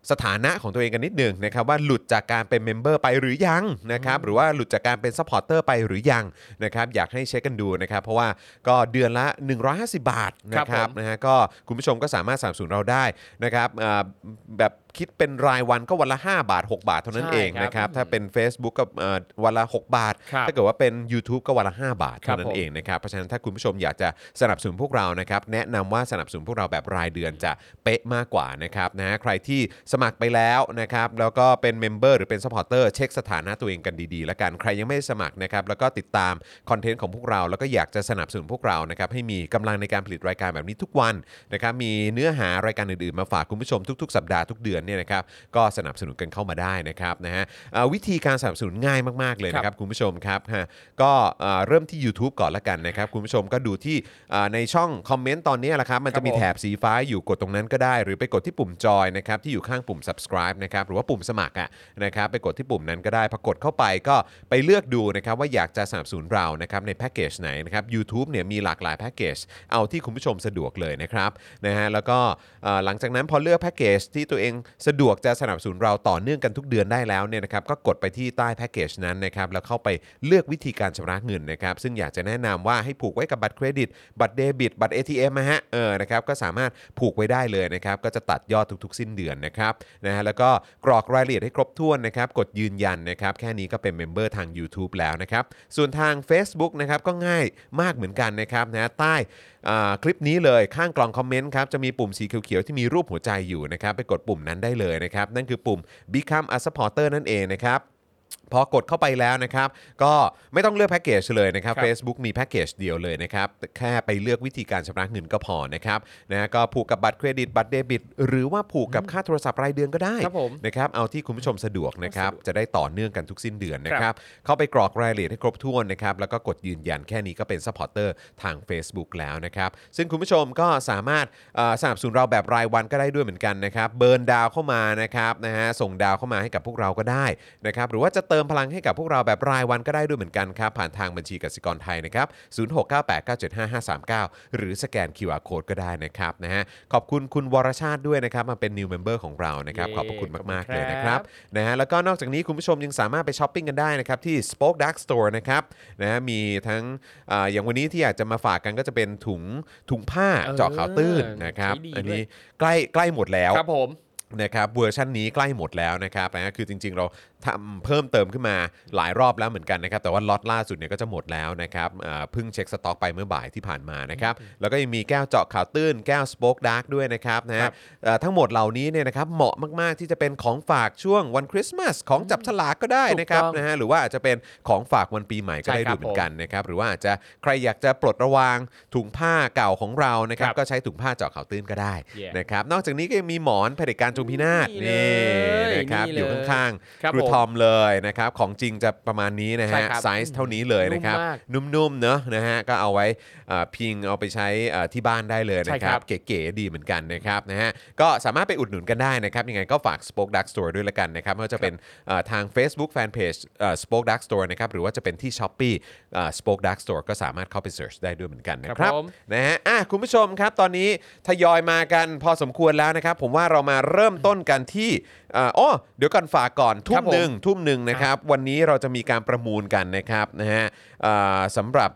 สถานะของตัวเองกันนิดนึงนะครับว่าหลุดจากการเป็นเมมเบอร์ไปหรือยังนะครับหรือว่าหลุดจากการเป็นซัพพอร์เตอร์ไปหรือยังนะครับอยากให้เช็คกันดูนะครับเพราะว่าก็เดือนละหนึ่งร้อยห้าสิบบาทนะครับนะฮะก็คุณผู้ชมก็สามารถสนับสนุนเราได้นะครับแบบคิดเป็นรายวันก็วันละห้าบาทหกบาทเท่านั้นเองนะครับถ้าเป็น Facebook ก็วันละหกบาทถ้าเกิดว่าเป็น YouTube ก็วันละห้าบาทเท่านั้นเองนะครับเพราะฉะนั้นถ้าคุณผู้ชมอยากจะสนับสนุนพวกเรานะครับแนะนำว่าสนับสนุนพวกเราแบบรายเดือนจะเป๊ะมากกว่านะครับนะฮะใครที่สมัครไปแล้วนะครับแล้วก็เป็นเมมเบอร์หรือเป็นซัพพอร์เตอร์เช็คสถานะตัวเองกันดีๆแล้วกันใครยังไม่ได้สมัครนะครับแล้วก็ติดตามคอนเทนต์ของพวกเราแล้วก็อยากจะสนับสนุนพวกเรานะครับให้มีกำลังในการผลิตรายการแบบนี้ทุกวันนะครับมีเนื้อหารายการอื่นๆมาฝากคุณผู้ชมทุกๆสัปดาห์ทุกเดือนเนี่ยนะครับก็สนับสนุนกันเข้ามาได้นะครับนะฮะวิธีการสนับสนุนง่ายมากๆเลยนะครับคุณผู้ชมครับก็เริ่มที่ YouTube ก่อนละกันนะครับคุณผู้ชมก็ดูที่ในช่องคอมเมนต์ตอนนี้แหละครับมันจะมีแถบสีฟ้าอยู่กดตรงนั้นก็ได้หรือไปกดที่ปุ่มจอยนะครับที่อยู่ข้างปุ่ม subscribe นะครับหรือว่าปุ่มสมัครอ่ะนะครับไปกดที่ปุ่มนั้นก็ได้พอกดเข้าไปก็ไปเลือกดูนะครับว่าอยากจะสนับสนุนเรานะครับในแพ็กเกจไหนนะครับ YouTube เนี่ยมีหลากหลายแพ็กเกจเอาที่คุณผู้ชมสะดวกเลยนะครับนะฮะแล้วก็หลังจากนั้นพอเลือกแพ็กเกจที่ตัวเองสะดวกจะสนับสนุนเราต่อเนื่องกันทุกเดือนได้แล้วเนี่ยนะครับก็กดไปที่ใต้แพ็กเกจนั้นนะครับแล้วเข้าไปเลือกวิธีการชำระเงินนะครับซึ่งอยากจะแนะนำว่าให้ผูกไว้กับบัตรเครดิตบัตรเดบิตบัตร เอ ที เอ็ม นะฮะเออนะครับก็สามารถผูกไว้ได้เลยนะครับก็จะตัดยอดทุกๆสิ้นเดือนนะครับนะฮะแล้วก็กรอกรายละเอียดให้ครบถ้วนนะครับกดยืนยันนะครับแค่นี้ก็เป็นเมมเบอร์ทาง YouTube แล้วนะครับส่วนทาง Facebook นะครับก็ง่ายมากเหมือนกันนะครับนะใต้คลิปนี้เลยข้างกล่องคอมเมนต์ครับจะมีปุ่มสีเขียวๆที่มีรูปหัวใจอยู่นะครับไปกดปุ่มนั้นได้เลยนะครับนั่นคือปุ่ม Become a supporter นั่นเองนะครับพอกดเข้าไปแล้วนะครับก็ไม่ต้องเลือกแพ็กเกจเลยนะครับ Facebook มีแพ็กเกจเดียวเลยนะครับแค่ไปเลือกวิธีการชำระเงินก็พอนะครับนะก็ผูกกับบัตรเครดิตบัตรเดบิตหรือว่าผูกกับค่าโทรศัพท์รายเดือนก็ได้นะครับเอาที่คุณผู้ชมสะดวกนะครับจะได้ต่อเนื่องกันทุกสิ้นเดือนนะครับเข้าไปกรอกรายละเอียดให้ครบถ้วนนะครับแล้วก็กดยืนยันแค่นี้ก็เป็นซัพพอร์เตอร์ทาง Facebook แล้วนะครับซึ่งคุณผู้ชมก็สามารถสนับสนุนเราแบบรายวันก็ได้ด้วยเหมือนกันนะครับเบิร์นดาวเข้ามานะครับนะฮะส่งดาวเข้ามาให้กับพวกเราก็ได้นะครับหรือว่าจะเติมพลังให้กับพวกเราแบบรายวันก็ได้ด้วยเหมือนกันครับผ่านทางบัญชีกสิกรไทยนะครับศูนย์หกเก้าแปด เก้าเจ็ดห้า ห้าสามเก้าหรือสแกน คิว อาร์ Code ก็ได้นะครับนะฮะขอบคุณคุณวรชาติด้วยนะครับมาเป็น New Member ของเรานะครับขอบพระคุณมากๆเลยนะครับนะฮะแล้วก็นอกจากนี้คุณผู้ชมยังสามารถไปช้อปปิ้งกันได้นะครับที่ Spoke Dark Store นะครับนะฮะมีทั้ง อ, อย่างวันนี้ที่อยากจะมาฝากกันก็จะเป็นถุงถุงผ้าเจาะข่าวตื้นนะครับอันนี้ใกล้ใกล้หมดแล้วครับผมนะครับเวอร์ชันนี้ใกล้หมดแล้วนะครับนะคือจริงๆเราทำเพิ่มเติมขึ้นมาหลายรอบแล้วเหมือนกันนะครับแต่ว่าล็อตล่าสุดเนี่ยก็จะหมดแล้วนะครับเพิ่งเช็คสต็อกไปเมื่อบ่ายที่ผ่านมานะครับแล้วก็ยังมีแก้วเจาะข่าวตื้นแก้ว Spoke Dark ด้วยนะครับนะฮะทั้งหมดเหล่านี้เนี่ยนะครับเหมาะมากๆที่จะเป็นของฝากช่วงวันคริสต์มาสของจับฉลากก็ได้นะครับนะฮะหรือว่าอาจจะเป็นของฝากวันปีใหม่ก็ได้ด้วยเหมือนกันนะครับหรือว่าอาจจะใครอยากจะปลดระวางถุงผ้าเก่าของเรานะครับก็ใช้ถุงผ้าเจาะข่าวตื้นก็ได้นะครับนอกจากนี้ก็ยังมีหมอนเผด็จการจงพินาศนี่นะครับอยู่ข้างๆครูทอมเลยนะครับของจริงจะประมาณนี้นะฮะไซส์เท่านี้เลยนะครับนุ่มๆเนอะนะฮะก็เอาไว้พิงเอาไปใช้ที่บ้านได้เลยนะครับเก๋ๆดีเหมือนกันนะครับนะฮะก็สามารถไปอุดหนุนกันได้นะครับยังไงก็ฝาก Spoke Dark Store ด้วยละกันนะครับไม่ว่าจะเป็นทาง Facebook Fanpage Spoke Dark Store นะครับหรือว่าจะเป็นที่ Shopee Spoke Dark Store ก็สามารถเข้าไปเสิร์ชได้ด้วยเหมือนกันนะครับนะฮะอ่ะคุณผู้ชมครับตอนนี้ทยอยมากันพอสมควรแล้วนะครับผมว่าเรามาเริ่มต้นกันที่อ๋อเดี๋ยวก่อนฝากก่อนทุ่มหนึ่งทุ่มหนึ่งนะครับวันนี้เราจะมีการประมูลกันนะครับนะฮะสำหรับ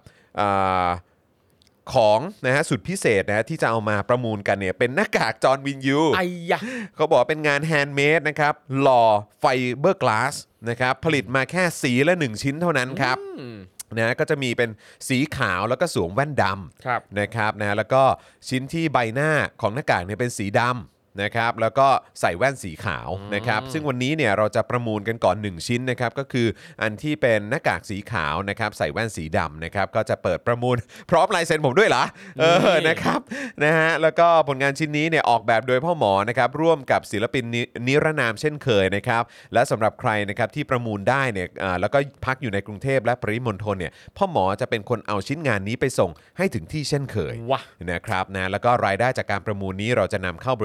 ของนะฮะสุดพิเศษนะฮะที่จะเอามาประมูลกันเนี่ยเป็นหน้ากากจอห์นวินยูไอ้ยะเขาบอกเป็นงานแฮนด์เมดนะครับหล่อไฟเบอร์กลาสนะครับผลิตมาแค่สีละหนึ่งชิ้นเท่านั้นครับนะก็จะมีเป็นสีขาวแล้วก็สวมแว่นดำนะครับนะแล้วก็ชิ้นที่ใบหน้าของหน้ากากเนี่ยเป็นสีดำนะครับแล้วก็ใส่แว่นสีขาวนะครับซึ่งวันนี้เนี่ยเราจะประมูลกันก่อนหนึ่งชิ้นนะครับก็คืออันที่เป็นหน้ากากสีขาวนะครับใส่แว่นสีดำนะครับก็จะเปิดประมูลพร้อมลายเซ็นผมด้วยเหรอเออนะครับนะฮะแล้วก็ผลงานชิ้นนี้เนี่ยออกแบบโดยพ่อหมอนะครับร่วมกับศิลปินนิรนามเช่นเคยนะครับและสำหรับใครนะครับที่ประมูลได้เนี่ยแล้วก็พักอยู่ในกรุงเทพและปริมณฑลเนี่ยพ่อหมอจะเป็นคนเอาชิ้นงานนี้ไปส่งให้ถึงที่เช่นเคยนะครับนะแล้วก็รายได้จากการประมูลนี้เราจะนำเข้าบริษัท Spoke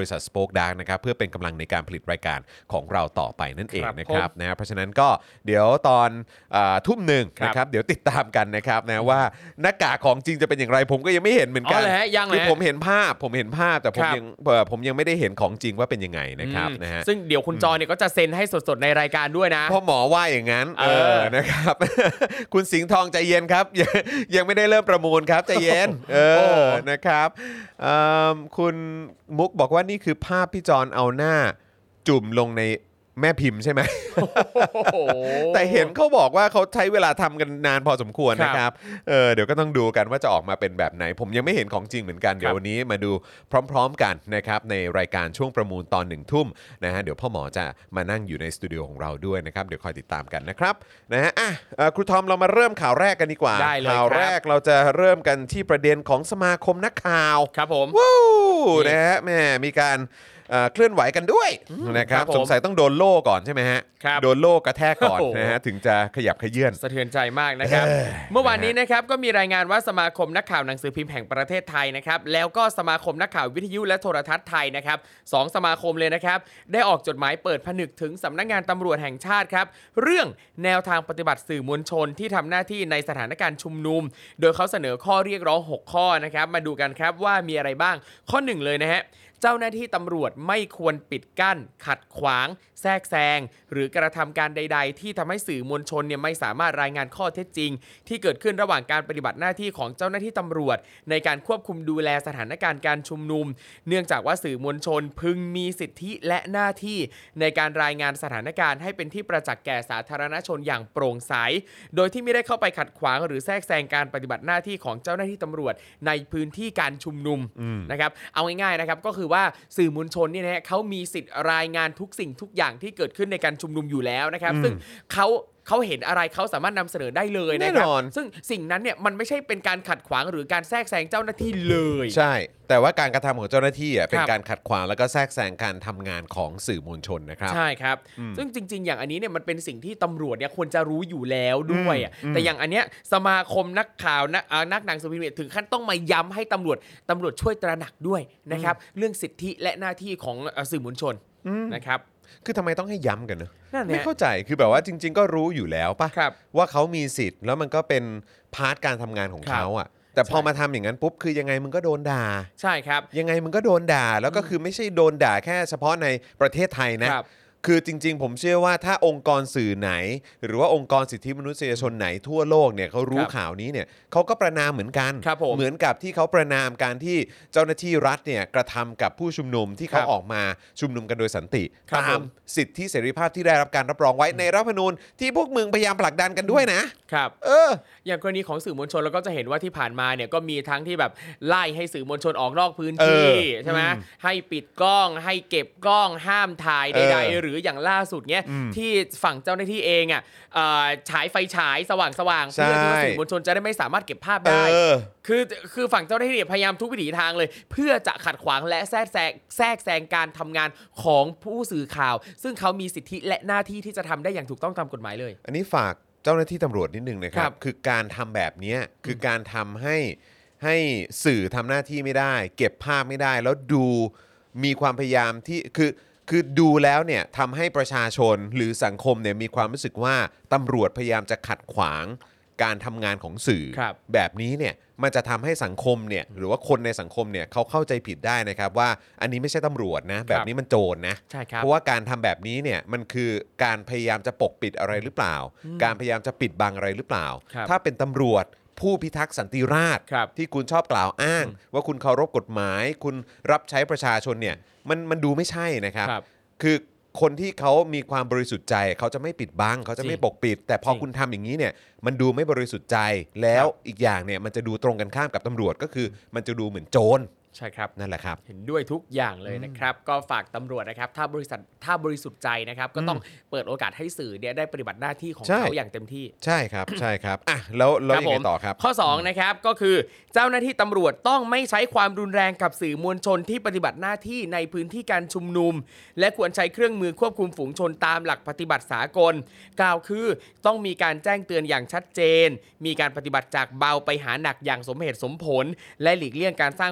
Spoke Dark นะครับเพื่อเป็นกำลังในการผลิตรายการของเราต่อไปนั่นเองนะครับนะเพราะฉะนั้นก็เดี๋ยวตอนทุ่มหนึ่งนะครับเดี๋ยวติดตามกันนะครับนะว่าหน้ากากของจริงจะเป็นอย่างไรผมก็ยังไม่เห็นเหมือนกันคือผมเห็นภาพผมเห็นภาพแต่ผมยังผมยังไม่ได้เห็นของจริงว่าเป็นยังไงนะครับนะฮะซึ่งเดี๋ยวคุณจอเนี่ยก็จะเซ็นให้สดๆในรายการด้วยนะพ่อหมอว่าอย่างนั้นเออนะครับคุณสิงห์ทองใจเย็นครับยังไม่ได้เริ่มประมูลครับใจเย็นเออนะครับคุณมุกบอกว่านี่คือภาพพี่จอนเอาหน้าจุ่มลงในแม่พิมพ์ใช่ไหม แต่เห็นเขาบอกว่าเขาใช้เวลาทำกันนานพอสมควรนะครับเออเดี๋ยวก็ต้องดูกันว่าจะออกมาเป็นแบบไหนผมยังไม่เห็นของจริงเหมือนกันเดี๋ยววันนี้มาดูพร้อมๆกันนะครับในรายการช่วงประมูลตอนหนึ่งทุ่มนะฮะเดี๋ยวพ่อหมอจะมานั่งอยู่ในสตูดิโอของเราด้วยนะครับเดี๋ยวคอยติดตามกันนะครับนะฮะอ่ะครูทอมเรามาเริ่มข่าวแรกกันดีกว่าข่าวแรกเราจะเริ่มกันที่ประเด็นของสมาคมนักข่าวครับผมวู้นะฮะแม่มีการเคลื่อนไหวกันด้วยนะครับสงสัยต้องโดนโล่ก่อนใช่ไหมฮะโดนโล่กระแทกก่อนนะฮะถึงจะขยับขยื่นสะเทือนใจมากนะครับเมื่อวานนี้นะครับก็มีรายงานว่าสมาคมนักข่าวหนังสือพิมพ์แห่งประเทศไทยนะครับแล้วก็สมาคมนักข่าววิทยุและโทรทัศน์ไทยนะครับสองสมาคมเลยนะครับได้ออกจดหมายเปิดผนึกถึงสำนักงานตำรวจแห่งชาติครับเรื่องแนวทางปฏิบัติสื่อมวลชนที่ทำหน้าที่ในสถานการณ์ชุมนุมโดยเขาเสนอข้อเรียกร้องหกข้อนะครับมาดูกันครับว่ามีอะไรบ้างข้อหนึ่งเลยนะฮะเจ้าหน้าที่ตำรวจไม่ควรปิดกั้นขัดขวางแทรกแซงหรือกระทำการใดๆที่ทำให้สื่อมวลชนเนี่ยไม่สามารถรายงานข้อเท็จจริงที่เกิดขึ้นระหว่างการปฏิบัติหน้าที่ของเจ้าหน้าที่ตำรวจในการควบคุมดูแลสถานการณ์การชุมนุมเนื่องจากว่าสื่อมวลชนพึงมีสิทธิและหน้าที่ในการรายงานสถานการณ์ให้เป็นที่ประจักษ์แก่สาธารณชนอย่างโปร่งใสโดยที่ไม่ได้เข้าไปขัดขวางหรือแทรกแซงการปฏิบัติหน้าที่ของเจ้าหน้าที่ตำรวจในพื้นที่การชุมนุมนะครับเอาง่ายๆนะครับก็คือว่าสื่อมวลชนเนี่ยนะเขามีสิทธิ์รายงานทุกสิ่งทุกอย่างที่เกิดขึ้นในการชุมนุมอยู่แล้วนะครับซึ่งเขาเขาเห็นอะไรเขาสามารถนำเสนอได้เลยนะครับซึ่งสิ่งนั้นเนี่ยมันไม่ใช่เป็นการขัดขวางหรือการแทรกแซงเจ้าหน้าที่เลยใช่แต่ว่าการกระทำของเจ้าหน้าที่อ่ะเป็นการขัดขวางแล้วก็แทรกแซงการทำงานของสื่อมวลชนนะครับใช่ครับซึ่งจริงๆอย่างอันนี้เนี่ยมันเป็นสิ่งที่ตำรวจเนี่ยควรจะรู้อยู่แล้วด้วยแต่อย่างอันเนี้ยสมาคมนักข่าวนักนักหนังสือพิมพ์ถึงขั้นต้องมาย้ำให้ตำรวจตำรวจช่วยตระหนักด้วยนะครับเรื่องสิทธิและหน้าที่ของสื่อมวลชนนะครับคือทำไมต้องให้ย้ำกันเนอะไม่เข้าใจคือแบบว่าจริงๆก็รู้อยู่แล้วป่ะว่าเขามีสิทธิ์แล้วมันก็เป็นพาร์ทการทำงานของเขาอ่ะแต่พอมาทำอย่างนั้นปุ๊บคือยังไงมึงก็โดนด่าใช่ครับยังไงมึงก็โดนด่าแล้วก็คือไม่ใช่โดนด่าแค่เฉพาะในประเทศไทยนะคือจริงๆผมเชื่อว่าถ้าองค์กรสื่อไหนหรือว่าองค์กรสิทธิมนุษยชนไหนทั่วโลกเนี่ยเขารู้ข่าวนี้เนี่ยเขาก็ประนามเหมือนกันเหมือนกับที่เขาประนามการที่เจ้าหน้าที่รัฐเนี่ยกระทำกับผู้ชุมนุมที่เขาออกมาชุมนุมกันโดยสันติตามสิทธิเสรีภาพที่ได้รับการรับรองไว้ในรัฐธรรมนูญที่พวกมึงพยายามผลักดันกันด้วยนะครับเอออย่างกรณีของสื่อมวลชนเราก็จะเห็นว่าที่ผ่านมาเนี่ยก็มีทั้งที่แบบไล่ให้สื่อมวลชนออกนอกพื้นที่ใช่ไหมให้ปิดกล้องให้เก็บกล้องห้ามถ่ายใดๆหรืออย่างล่าสุดเนี้ยที่ฝั่งเจ้าหน้าที่เองอ่ะฉายไฟฉายสว่างๆเพื่อที่สื่อมวลชนจะได้ไม่สามารถเก็บภาพได้คือคือฝั่งเจ้าหน้าที่พยายามทุกวิถีทางเลยเพื่อจะขัดขวางและแทรกแซงแทรกแซงการทำงานของผู้สื่อข่าวซึ่งเขามีสิทธิและหน้าที่ที่จะทำได้อย่างถูกต้องตามกฎหมายเลยอันนี้ฝากเจ้าหน้าที่ตำรวจนิดนึงนะครับคือการทำแบบนี้คือการทำให้ให้สื่อทำหน้าที่ไม่ได้เก็บภาพไม่ได้แล้วดูมีความพยายามที่คือคือดูแล้วเนี่ยทำให้ประชาชนหรือสังคมเนี่ยมีความรู้สึกว่าตำรวจพยายามจะขัดขวางการทำงานของสื่อบ, แบบนี้เนี่ยมันจะทำให้สังคมเนี่ยหรือว่าคนในสังคมเนี่ยเขาเข้าใจผิดได้นะครับว่าอันนี้ไม่ใช่ตำรวจนะแบบนี้มันโจรนะเพราะว่าการทำแบบนี้เนี่ยมันคือการพยายามจะปกปิดอะไรหรือเปล่าการพยายามจะปิดบังอะไรหรือเปล่าถ้าเป็นตำรวจผู้พิทักษ์สันติราษฎร์ที่คุณชอบกล่าวอ้างว่าคุณเคารพกฎหมายคุณรับใช้ประชาชนเนี่ยมันมันดูไม่ใช่นะครับคือคนที่เขามีความบริสุทธิ์ใจเขาจะไม่ปิดบังเขาจะไม่ปกปิดแต่พอคุณทำอย่างนี้เนี่ยมันดูไม่บริสุทธิ์ใจแล้วอีกอย่างเนี่ยมันจะดูตรงกันข้ามกับตำรวจก็คือมันจะดูเหมือนโจรใช่ครับนั่นแหละครับเห็นด้วยทุกอย่างเลยนะครับก็ฝากตำรวจนะครับถ้าบริษัทถ้าบริสุทธิ์ใจนะครับก็ต้องเปิดโอกาสให้สื่อเนี่ยได้ปฏิบัติหน้าที่ของเขาอย่างเต็มที่ใช่ครับใช่ครับอ่ะแล้วแล้วยังไงต่อครับข้อสองนะครับก็คือเจ้าหน้าที่ตำรวจต้องไม่ใช้ความรุนแรงกับสื่อมวลชนที่ปฏิบัติหน้าที่ในพื้นที่การชุมนุมและควรใช้เครื่องมือควบคุมฝูงชนตามหลักปฏิบัติสากลกล่าวคือต้องมีการแจ้งเตือนอย่างชัดเจนมีการปฏิบัติจากเบาไปหาหนักอย่างสมเหตุสมผลและหลีกเลี่ยงการสร้างความเสียห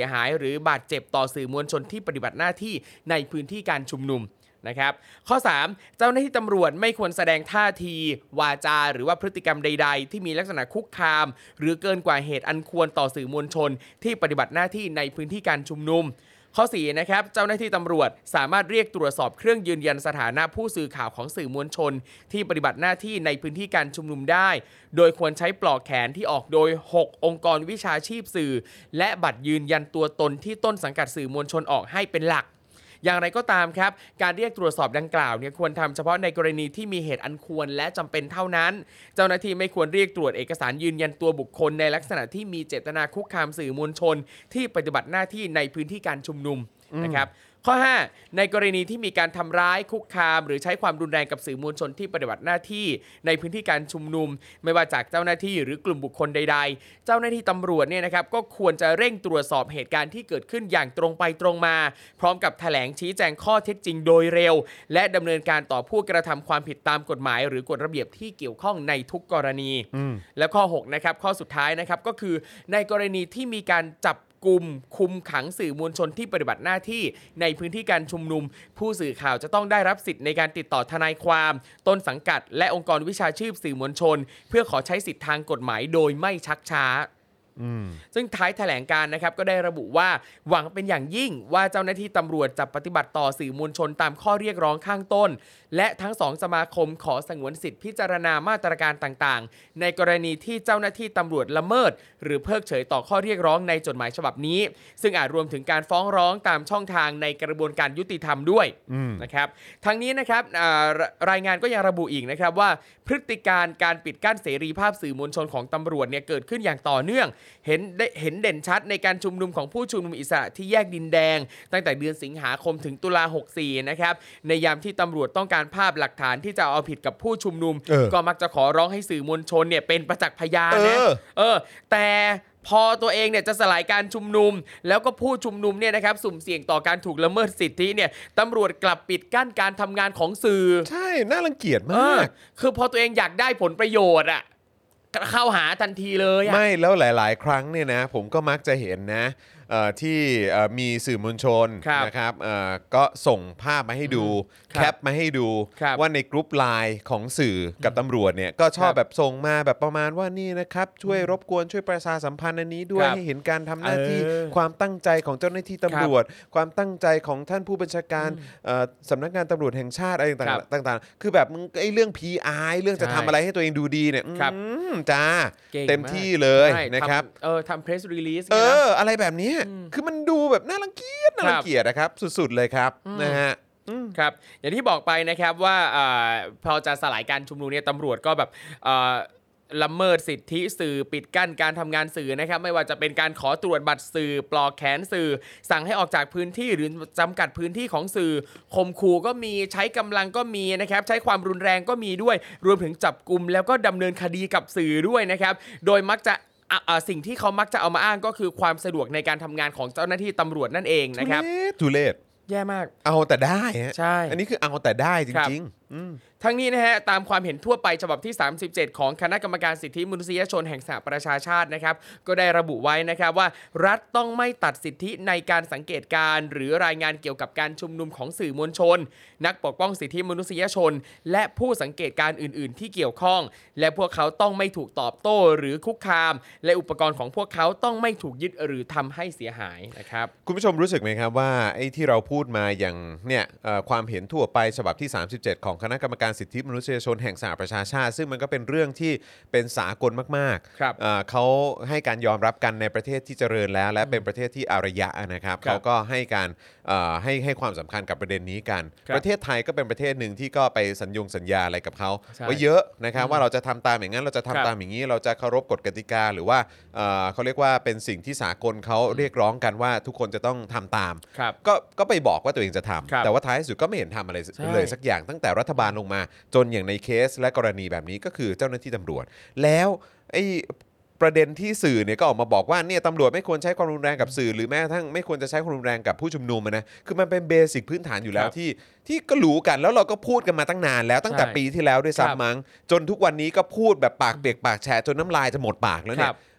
หายหรือบาดเจ็บต่อสื่อมวลชนที่ปฏิบัติหน้าที่ในพื้นที่การชุมนุมนะครับข้อสามเจ้าหน้าที่ตำรวจไม่ควรแสดงท่าทีวาจาหรือว่าพฤติกรรมใดๆที่มีลักษณะคุกคามหรือเกินกว่าเหตุอันควรต่อสื่อมวลชนที่ปฏิบัติหน้าที่ในพื้นที่การชุมนุมข้อสี่นะครับเจ้าหน้าที่ตำรวจสามารถเรียกตรวจสอบเครื่องยืนยันสถานะผู้สื่อข่าวของสื่อมวลชนที่ปฏิบัติหน้าที่ในพื้นที่การชุมนุมได้โดยควรใช้ปลอกแขนที่ออกโดยหกองค์กรวิชาชีพสื่อและบัตรยืนยันตัวตนที่ต้นสังกัดสื่อมวลชนออกให้เป็นหลักอย่างไรก็ตามครับการเรียกตรวจสอบดังกล่าวเนี่ยควรทำเฉพาะในกรณีที่มีเหตุอันควรและจำเป็นเท่านั้นเจ้าหน้าที่ไม่ควรเรียกตรวจเอกสารยืนยันตัวบุคคลในลักษณะที่มีเจตนาคุกคามสื่อมวลชนที่ปฏิบัติหน้าที่ในพื้นที่การชุมนุมนะครับข้อห้าในกรณีที่มีการทำร้ายคุกคามหรือใช้ความรุนแรงกับสื่อมวลชนที่ปฏิบัติหน้าที่ในพื้นที่การชุมนุมไม่ว่าจากเจ้าหน้าที่หรือกลุ่มบุคคลใดๆเจ้าหน้าที่ตำรวจเนี่ยนะครับก็ควรจะเร่งตรวจสอบเหตุการณ์ที่เกิดขึ้นอย่างตรงไปตรงมาพร้อมกับแถลงชี้แจงข้อเท็จจริงโดยเร็วและดำเนินการต่อผู้กระทำความผิดตามกฎหมายหรือกฎระเบียบที่เกี่ยวข้องในทุกกรณีและข้อหกนะครับข้อสุดท้ายนะครับก็คือในกรณีที่มีการจับกลุ่มคุมขังสื่อมวลชนที่ปฏิบัติหน้าที่ในพื้นที่การชุมนุมผู้สื่อข่าวจะต้องได้รับสิทธิ์ในการติดต่อทนายความต้นสังกัดและองค์กรวิชาชีพสื่อมวลชนเพื่อขอใช้สิทธิทางกฎหมายโดยไม่ชักช้าซึ่งท้ายแถลงการนะครับก็ได้ระบุว่าหวังเป็นอย่างยิ่งว่าเจ้าหน้าที่ตำรวจจะปฏิบัติต่อสื่อมวลชนตามข้อเรียกร้องข้างต้นและทั้งสองสมาคมขอสงวนสิทธิพิจารณามาตรการต่างๆในกรณีที่เจ้าหน้าที่ตำรวจละเมิดหรือเพิกเฉยต่อข้อเรียกร้องในจดหมายฉบับนี้ซึ่งอาจรวมถึงการฟ้องร้องตามช่องทางในกระบวนการยุติธรรมด้วยนะครับทั้งนี้นะครับรายงานก็ยังระบุอีกนะครับว่าพฤติการการปิดกั้นเสรีภาพสื่อมวลชนของตำรวจเนี่ยเกิดขึ้นอย่างต่อเนื่องเห็นเห็นเด่นชัดในการชุมนุมของผู้ชุมนุมอิสระที่แยกดินแดงตั้งแต่เดือนสิงหาคมถึงตุลาหกสี่นะครับในยามที่ตำรวจต้องการภาพหลักฐานที่จะเอาผิดกับผู้ชุมนุมก็มักจะขอร้องให้สื่อมวลชนเนี่ยเป็นประจักษ์พยานนะเออเออแต่พอตัวเองเนี่ยจะสลายการชุมนุมแล้วก็ผู้ชุมนุมเนี่ยนะครับสุ่มเสี่ยงต่อการถูกละเมิดสิทธิเนี่ยตำรวจกลับปิดกั้นการทำงานของสื่อใช่น่ารังเกียจมากคือพอตัวเองอยากได้ผลประโยชน์อ่ะเข้าหาทันทีเลยไม่แล้วหลายๆครั้งเนี่ยนะผมก็มักจะเห็นนะที่มีสื่อมวลชนนะครับก็ส่งภาพมาให้ดูแคปมาให้ดูว่าในกรุ๊ปไลน์ของสื่อกับตำรวจเนี่ยก็ชอบแบบส่งมาแบบประมาณว่านี่นะครับช่วยรบกวนช่วยประชาสัมพันธ์อันนี้ด้วยให้เห็นการทำหน้าที่ความตั้งใจของเจ้าหน้าที่ตำรวจความตั้งใจของท่านผู้บัญชาการสำนักงานตำรวจแห่งชาติอะไรต่างๆคือแบบมึงไอ้เรื่อง พี อาร์ เรื่องจะทำอะไรให้ตัวเองดูดีเนี่ยจ้าเต็มที่เลยนะครับเออทำ press release เอออะไรแบบนี้คือมันดูแบบน่ารังเกียจน่ารังเกียจนะครับสุดๆเลยครับนะฮะครับอย่างที่บอกไปนะครับว่าพอจะสลายการชุมนุมเนี่ยตำรวจก็แบบละเมิดสิทธิสื่อปิดกั้นการทำงานสื่อนะครับไม่ว่าจะเป็นการขอตรวจบัตรสื่อปลอกแขนสื่อสั่งให้ออกจากพื้นที่หรือจำกัดพื้นที่ของสื่อข่มขู่ก็มีใช้กำลังก็มีนะครับใช้ความรุนแรงก็มีด้วยรวมถึงจับกุมแล้วก็ดำเนินคดีกับสื่อด้วยนะครับโดยมักจะสิ่งที่เขามักจะเอามาอ้างก็คือความสะดวกในการทำงานของเจ้าหน้าที่ตำรวจนั่นเองนะครับทุเรศแย่มากเอาแต่ได้ฮะใช่อันนี้คือเอาแต่ได้จริงๆทั้งนี้นะฮะตามความเห็นทั่วไปฉบับที่สามสิบเจ็ดของคณะกรรมการสิทธิมนุษยชนแห่งสหประชาชาตินะครับก็ได้ระบุไว้นะครับว่ารัฐต้องไม่ตัดสิทธิในการสังเกตการหรือรายงานเกี่ยวกับการชุมนุมของสื่อมวลชนนักปกป้องสิทธิมนุษยชนและผู้สังเกตการอื่นๆที่เกี่ยวข้องและพวกเขาต้องไม่ถูกตอบโต้หรือคุกคามและอุปกรณ์ของพวกเขาต้องไม่ถูกยึดหรือทำให้เสียหายนะครับคุณผู้ชมรู้สึกไหมครับว่าไอ้ที่เราพูดมาอย่างเนี่ยความเห็นทั่วไปฉบับที่สามสิบเจ็ดของคณะกรรมการสิทธิมนุษยชนแห่งสหประชาชาติซึ่งมันก็เป็นเรื่องที่เป็นสากลมากๆเขาให้การยอมรับกันในประเทศที่เจริญแล้วและเป็นประเทศที่อารยะนะครับเขาก็ให้การให้ให้ความสำคัญกับประเด็นนี้กันประเทศไทยก็เป็นประเทศหนึ่งที่ก็ไปสัญญงสัญญาอะไรกับเขาไว้เยอะนะครับว่าเราจะทำตามอย่างนั้นเราจะทำตามอย่างนี้เราจะเคารพกฎกติกาหรือว่าเขาเรียกว่าเป็นสิ่งที่สากลเขาเรียกร้องกันว่าทุกคนจะต้องทำตามก็ก็ไปบอกว่าตัวเองจะทำแต่ว่าท้ายสุดก็ไม่เห็นทำอะไรเลยสักอย่างตั้งแต่รัฐบาลลงมาจนอย่างในเคสและกรณีแบบนี้ก็คือเจ้าหน้าที่ตำรวจแล้วไอ้ประเด็นที่สื่อเนี่ยก็ออกมาบอกว่าเนี่ยตำรวจไม่ควรใช้ความรุนแรงกับสื่อหรือแม้กระทั่งไม่ควรจะใช้ความรุนแรงกับผู้ชุมนุมนะคือมันเป็นเบสิกพื้นฐานอยู่แล้วที่ที่ก็รู้กันแล้วเราก็พูดกันมาตั้งนานแล้วตั้งแต่ปีที่แล้วด้วยซ้ำมั้งจนทุกวันนี้ก็พูดแบบปากเปียกปากแฉะจนน้ำลายจะหมดปากแล้วเนี่ย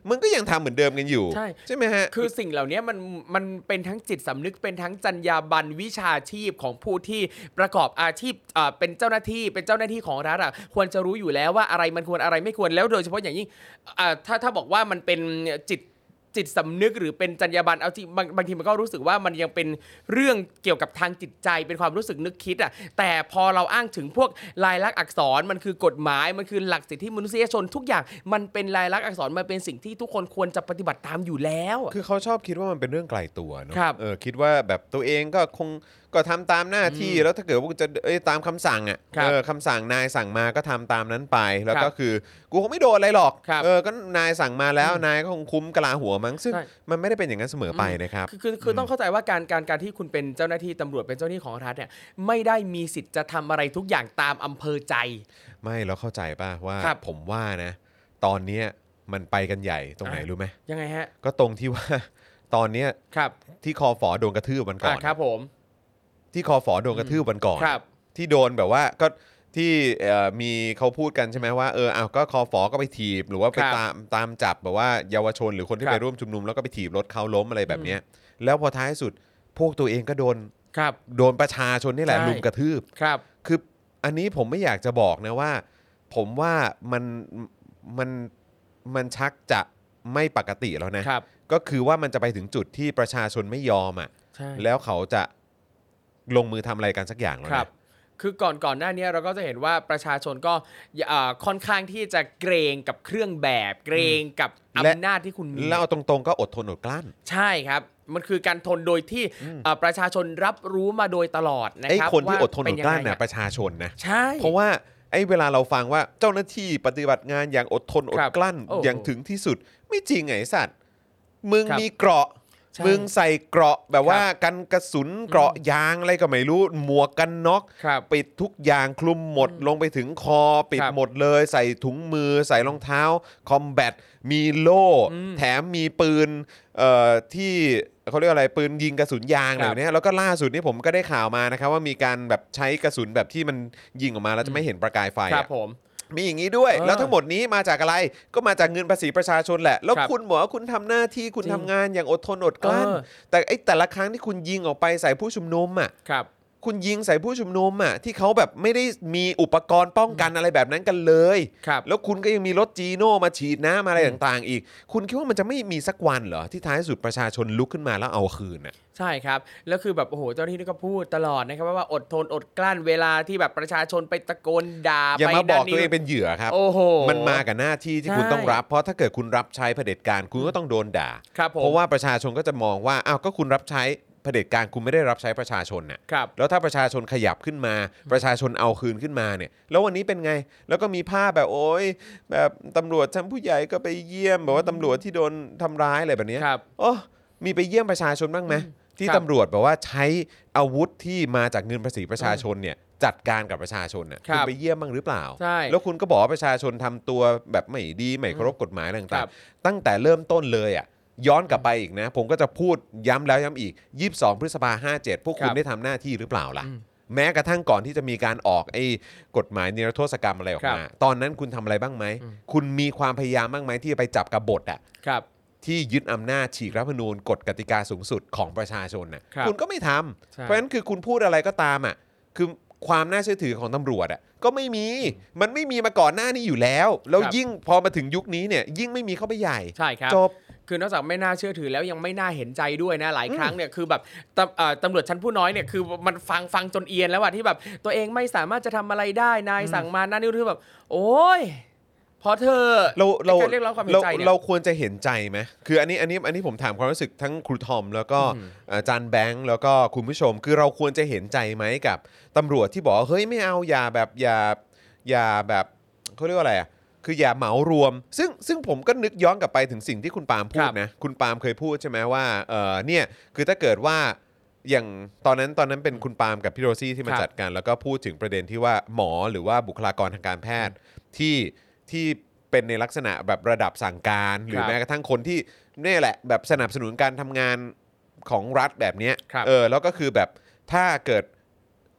มึงก็ยังทำเหมือนเดิมกันอยู่ใช่ใช่ไหมฮะคือสิ่งเหล่านี้มันมันเป็นทั้งจิตสำนึกเป็นทั้งจรรยาบรรณวิชาชีพของผู้ที่ประกอบอาชีพอ่าเป็นเจ้าหน้าที่เป็นเจ้าหน้าที่ของรัฐอ่ะควรจะรู้อยู่แล้วว่าอะไรมันควรอะไรไม่ควรแล้วโดยเฉพาะอย่างยิ่งอ่าถ้าถ้าบอกว่ามันเป็นจิตจิตสำนึกหรือเป็นจรรยาบรรณเอาจริงบางบางทีมันก็รู้สึกว่ามันยังเป็นเรื่องเกี่ยวกับทางจิตใจเป็นความรู้สึกนึกคิดอ่ะแต่พอเราอ้างถึงพวกลายลักษณ์อักษรมันคือกฎหมายมันคือหลักสิทธิมนุษยชนทุกอย่างมันเป็นลายลักษณ์อักษรมันเป็นสิ่งที่ทุกคนควรจะปฏิบัติตามอยู่แล้วคือเขาชอบคิดว่ามันเป็นเรื่องไกลตัวเนอะครับเออคิดว่าแบบตัวเองก็คงก็ทำตามหน้าที่แล้วถ้าเกิดว่าจะเอ้ยตามคำสั่งอ่ะครับเออคำสั่งนายสั่งมาก็ทำตามนั้นไปแล้วครัก็บคือกูคงไม่โดนอะไรหรอกครับเออก็นายสั่งมาแล้วนายก็คงคุ้มกะลาหัวมั้งซึ่งใช่มันไม่ได้เป็นอย่างนั้นเสมอไปนะครับคือคือคือต้องเข้าใจว่าการการการที่คุณเป็นเจ้าหน้าที่ตำรวจเป็นเจ้าหน้าที่ของรัฐเนี่ยไม่ได้มีสิทธิ์จะทำอะไรทุกอย่างตามอำเภอใจไม่แล้วเข้าใจป่ะว่าครับผมว่านะ ตอนเนี้ยมันไปกันใหญ่ตรงไหนอ่ะรู้ไหมยังไงฮะก็ตรงที่ว่า ตอนเนี้ยครับที่คอฝอโดนกระทืบวันก่อนอ่ะครับผมที่คอฝอโดนกระทืบวันก่อนครับที่โดนแบบว่าก็ที่เอ่อมีเขาพูดกันใช่ไหมว่าเออเอาก็คอฝอก็ไปถีบหรือว่าไปครับตามตามจับแบบว่าเยาวชนหรือคนที่ครับไปร่วมชุมนุมแล้วก็ไปถีบรถเขาล้มอะไรแบบเนี้ยแล้วพอท้ายสุดพวกตัวเองก็โดนครับโดนประชาชนนี่แหละใช่ลุมกระทืบครับคืออันนี้ผมไม่อยากจะบอกนะว่า ผมว่ามันมันมันชักจะไม่ปกติแล้วนะครับ ก็คือว่ามันจะไปถึงจุดที่ประชาชนไม่ยอมอ่ะใช่แล้วเขาจะลงมือทำอะไรกันสักอย่างแล้วครันะบ คือก่อนก่อนหน้านี้เราก็จะเห็นว่าประชาชนก็อ่าค่อนข้างที่จะเกรงกับเครื่องแบบเกรงกับอำนาจที่คุณมีแล้วเอาตรงๆก็อดทนอดกลั้นใช่ครับ มันคือการทนโดยที่อ่าประชาชนรับรู้มาโดยตลอดนะไอ้ครับคนที่ว่าอดทนอดกลั้นเป็ยังไงน่ะอะประชาชนนะใช่เพราะว่าไอ้เวลาเราฟังว่าเจ้าหน้าที่ปฏิบัติงานอย่างอดทนอคดรับกลั้นโอ้โหอย่างถึงที่สุดไม่จริงไงไอ้สัตว์มึงครับมีเกราะใช่มึงใส่เกราะแบบว่าครับกันกระสุนเกราะยางอะไรก็ไม่รู้หมวกกันน็อกครับปิดทุกอย่างคลุมหมดลงไปถึงคอปิดครับหมดเลย ใส่ถุงมือใส่รองเท้าคอมแบทมีโล่อืมแถมมีปืนเอ่อที่เขาเรียกอะไรปืนยิงกระสุนยางคอะไรรับแบบเนี้ยแล้วก็ล่าสุดนี่ผมก็ได้ข่าวมานะครับว่ามีการแบบใช้กระสุนแบบที่มันยิงออกมาแล้วจะไม่เห็นประกายไฟครับอะผมมีอย่างนี้ด้วยเออแล้วทั้งหมดนี้มาจากอะไรก็มาจากเงินภาษีประชาชนแหละ แล้วครับคุณบอกว่าคุณทำหน้าที่คุณจริงทำงานอย่างอดทนอดกลั้นเออแต่ไอ้แต่ละครั้งที่คุณยิงออกไปใส่ผู้ชุมนุมอ่ะครับคุณยิงใส่ผู้ชุมนุมอ่ะที่เขาแบบไม่ได้มีอุปกรณ์ป้องกันอะไรแบบนั้นกันเลยครับแล้วคุณก็ยังมีรถจีโน่มาฉีดน้ำอะไรต่างๆ อีก คุณคิดว่ามันจะไม่มีสักวันเหรอที่ท้ายสุดประชาชนลุกขึ้นมาแล้วเอาคืนอ่ะใช่ครับ แล้วคือแบบโอ้โหเจ้าหน้าที่นี่ก็พูดตลอดนะครับว่าอดทนอดกลั้นเวลาที่แบบประชาชนไปตะโกนด่าอย่าไปมาบอกนั่นตัวเองนี่เป็นเหยื่อครับโอ้โหมันมากับหน้าที่ที่ใช่คุณต้องรับ เพราะถ้าเกิดคุณรับใช้เผด็จการคุณก็ต้องโดนด่าครับผมเพราะว่าประชาชนก็จะมองว่าอ้าวก็คุณรับใช้เผด็จการคุณไม่ได้รับใช้ประชาชนน่ะครับแล้วถ้าประชาชนขยับขึ้นมา ประชาชนเอาคืนขึ้นมาเนี่ยแล้ววันนี้เป็นไง แล้วก็มีภาพแบบโอ๊ยแบบตำรวจชั้นผู้ใหญ่ก็ไปเยี่ยมแบบว่าตำรวจที่โดนทำร้ายอะไรแบบเนี้ยครับโอ้มีไปเยี่ยมประชาชนบ้างไหมที่ครับตำรวจแบบว่าใช้อาวุธที่มาจากเงินภาษีประชาชนเนี่ยจัดการกับประชาชนน่ะครับณไปเยี่ยมบ้างหรือเปล่าใช่แล้วคุณก็บอกว่าประชาชนทำตัวแบบไม่ดีไม่เคารพกฎหมายอะไรครัต่างบๆตั้งแต่เริ่มต้นเลยอ่ะย้อนกลับไปอีกนะ ผมก็จะพูดย้ำแล้วย้ำอีกยี่สิบสองพฤษภาห้าเจ็ดพวกคุณครับได้ทำหน้าที่หรือเปล่าล่ะอืมแม้กระทั่งก่อนที่จะมีการออกไอ้กฎหมายนิรโทษกรรมอะไรออกมา ตอนนั้นคุณทำอะไรบ้างไหมอืมคุณมีความพยายามบ้างไหมที่จะไปจับกบฏอ่ะครับที่ยึดอำนาจฉีกรัฐธรรมนูญกฎกติกาสูงสุดของประชาชนน่ะครับคุณก็ไม่ทำใช่เพราะฉะนั้นคือคุณพูดอะไรก็ตามอ่ะคือความน่าเชื่อถือของตำรวจอ่ะก็ไม่มีมันไม่มีมาก่อนหน้านี้อยู่แล้วแล้วครับยิ่งพอมาถึงยุคนี้เนี่ยยิ่งไม่มีเข้าไปใหญ่ใช่ครับจบคือนอกจากไม่น่าเชื่อถือแล้วยังไม่น่าเห็นใจด้วยนะหลายครั้งเนี่ยคือแบบตำเอ่อตำรวจชั้นผู้น้อยเนี่ยคือมันฟังฟังจนเอียนแล้วอะที่แบบตัวเองไม่สามารถจะทำอะไรได้นายสั่งมานั่นนี่คือแบบโอ้ยพอเธอเราเราการเรียกร้องความเห็นเราใจเนี่ยเราควรจะเห็นใจไหมคืออันนี้อันนี้อันนี้ผมถามความรู้สึกทั้งครูทอมแล้วก็อาจารย์แบงค์แล้วก็คุณผู้ชม คือเราควรจะเห็นใจไหมกับตำรวจที่บอกว่าเฮ้ยไม่เอาอย่าแบบอย่าอย่าแบบเขาเรียกว่าอะไรอ่ะคืออย่าเหมารวม ซึ่งซึ่งผมก็นึกย้อนกลับไปถึงสิ่งที่คุณปาล์มพูดครับนะคุณปาล์มเคยพูดใช่ไหมว่าเออเนี่ยคือถ้าเกิดว่าอย่างตอนนั้นตอนนั้นเป็นคุณปาล์มกับพี่โรซี่ที่มาครับจัดกันแล้วก็พูดถึงประเด็นที่ว่าหมอหรือว่าบุคลากรทางการแพทย์ที่ที่เป็นในลักษณะแบบระดับสั่งการ หรือครับแม้กระทั่งคนที่เนี่ยแหละแบบสนับสนุนการทำงานของรัฐแบบเนี้ยครับเออแล้วก็คือแบบถ้าเกิด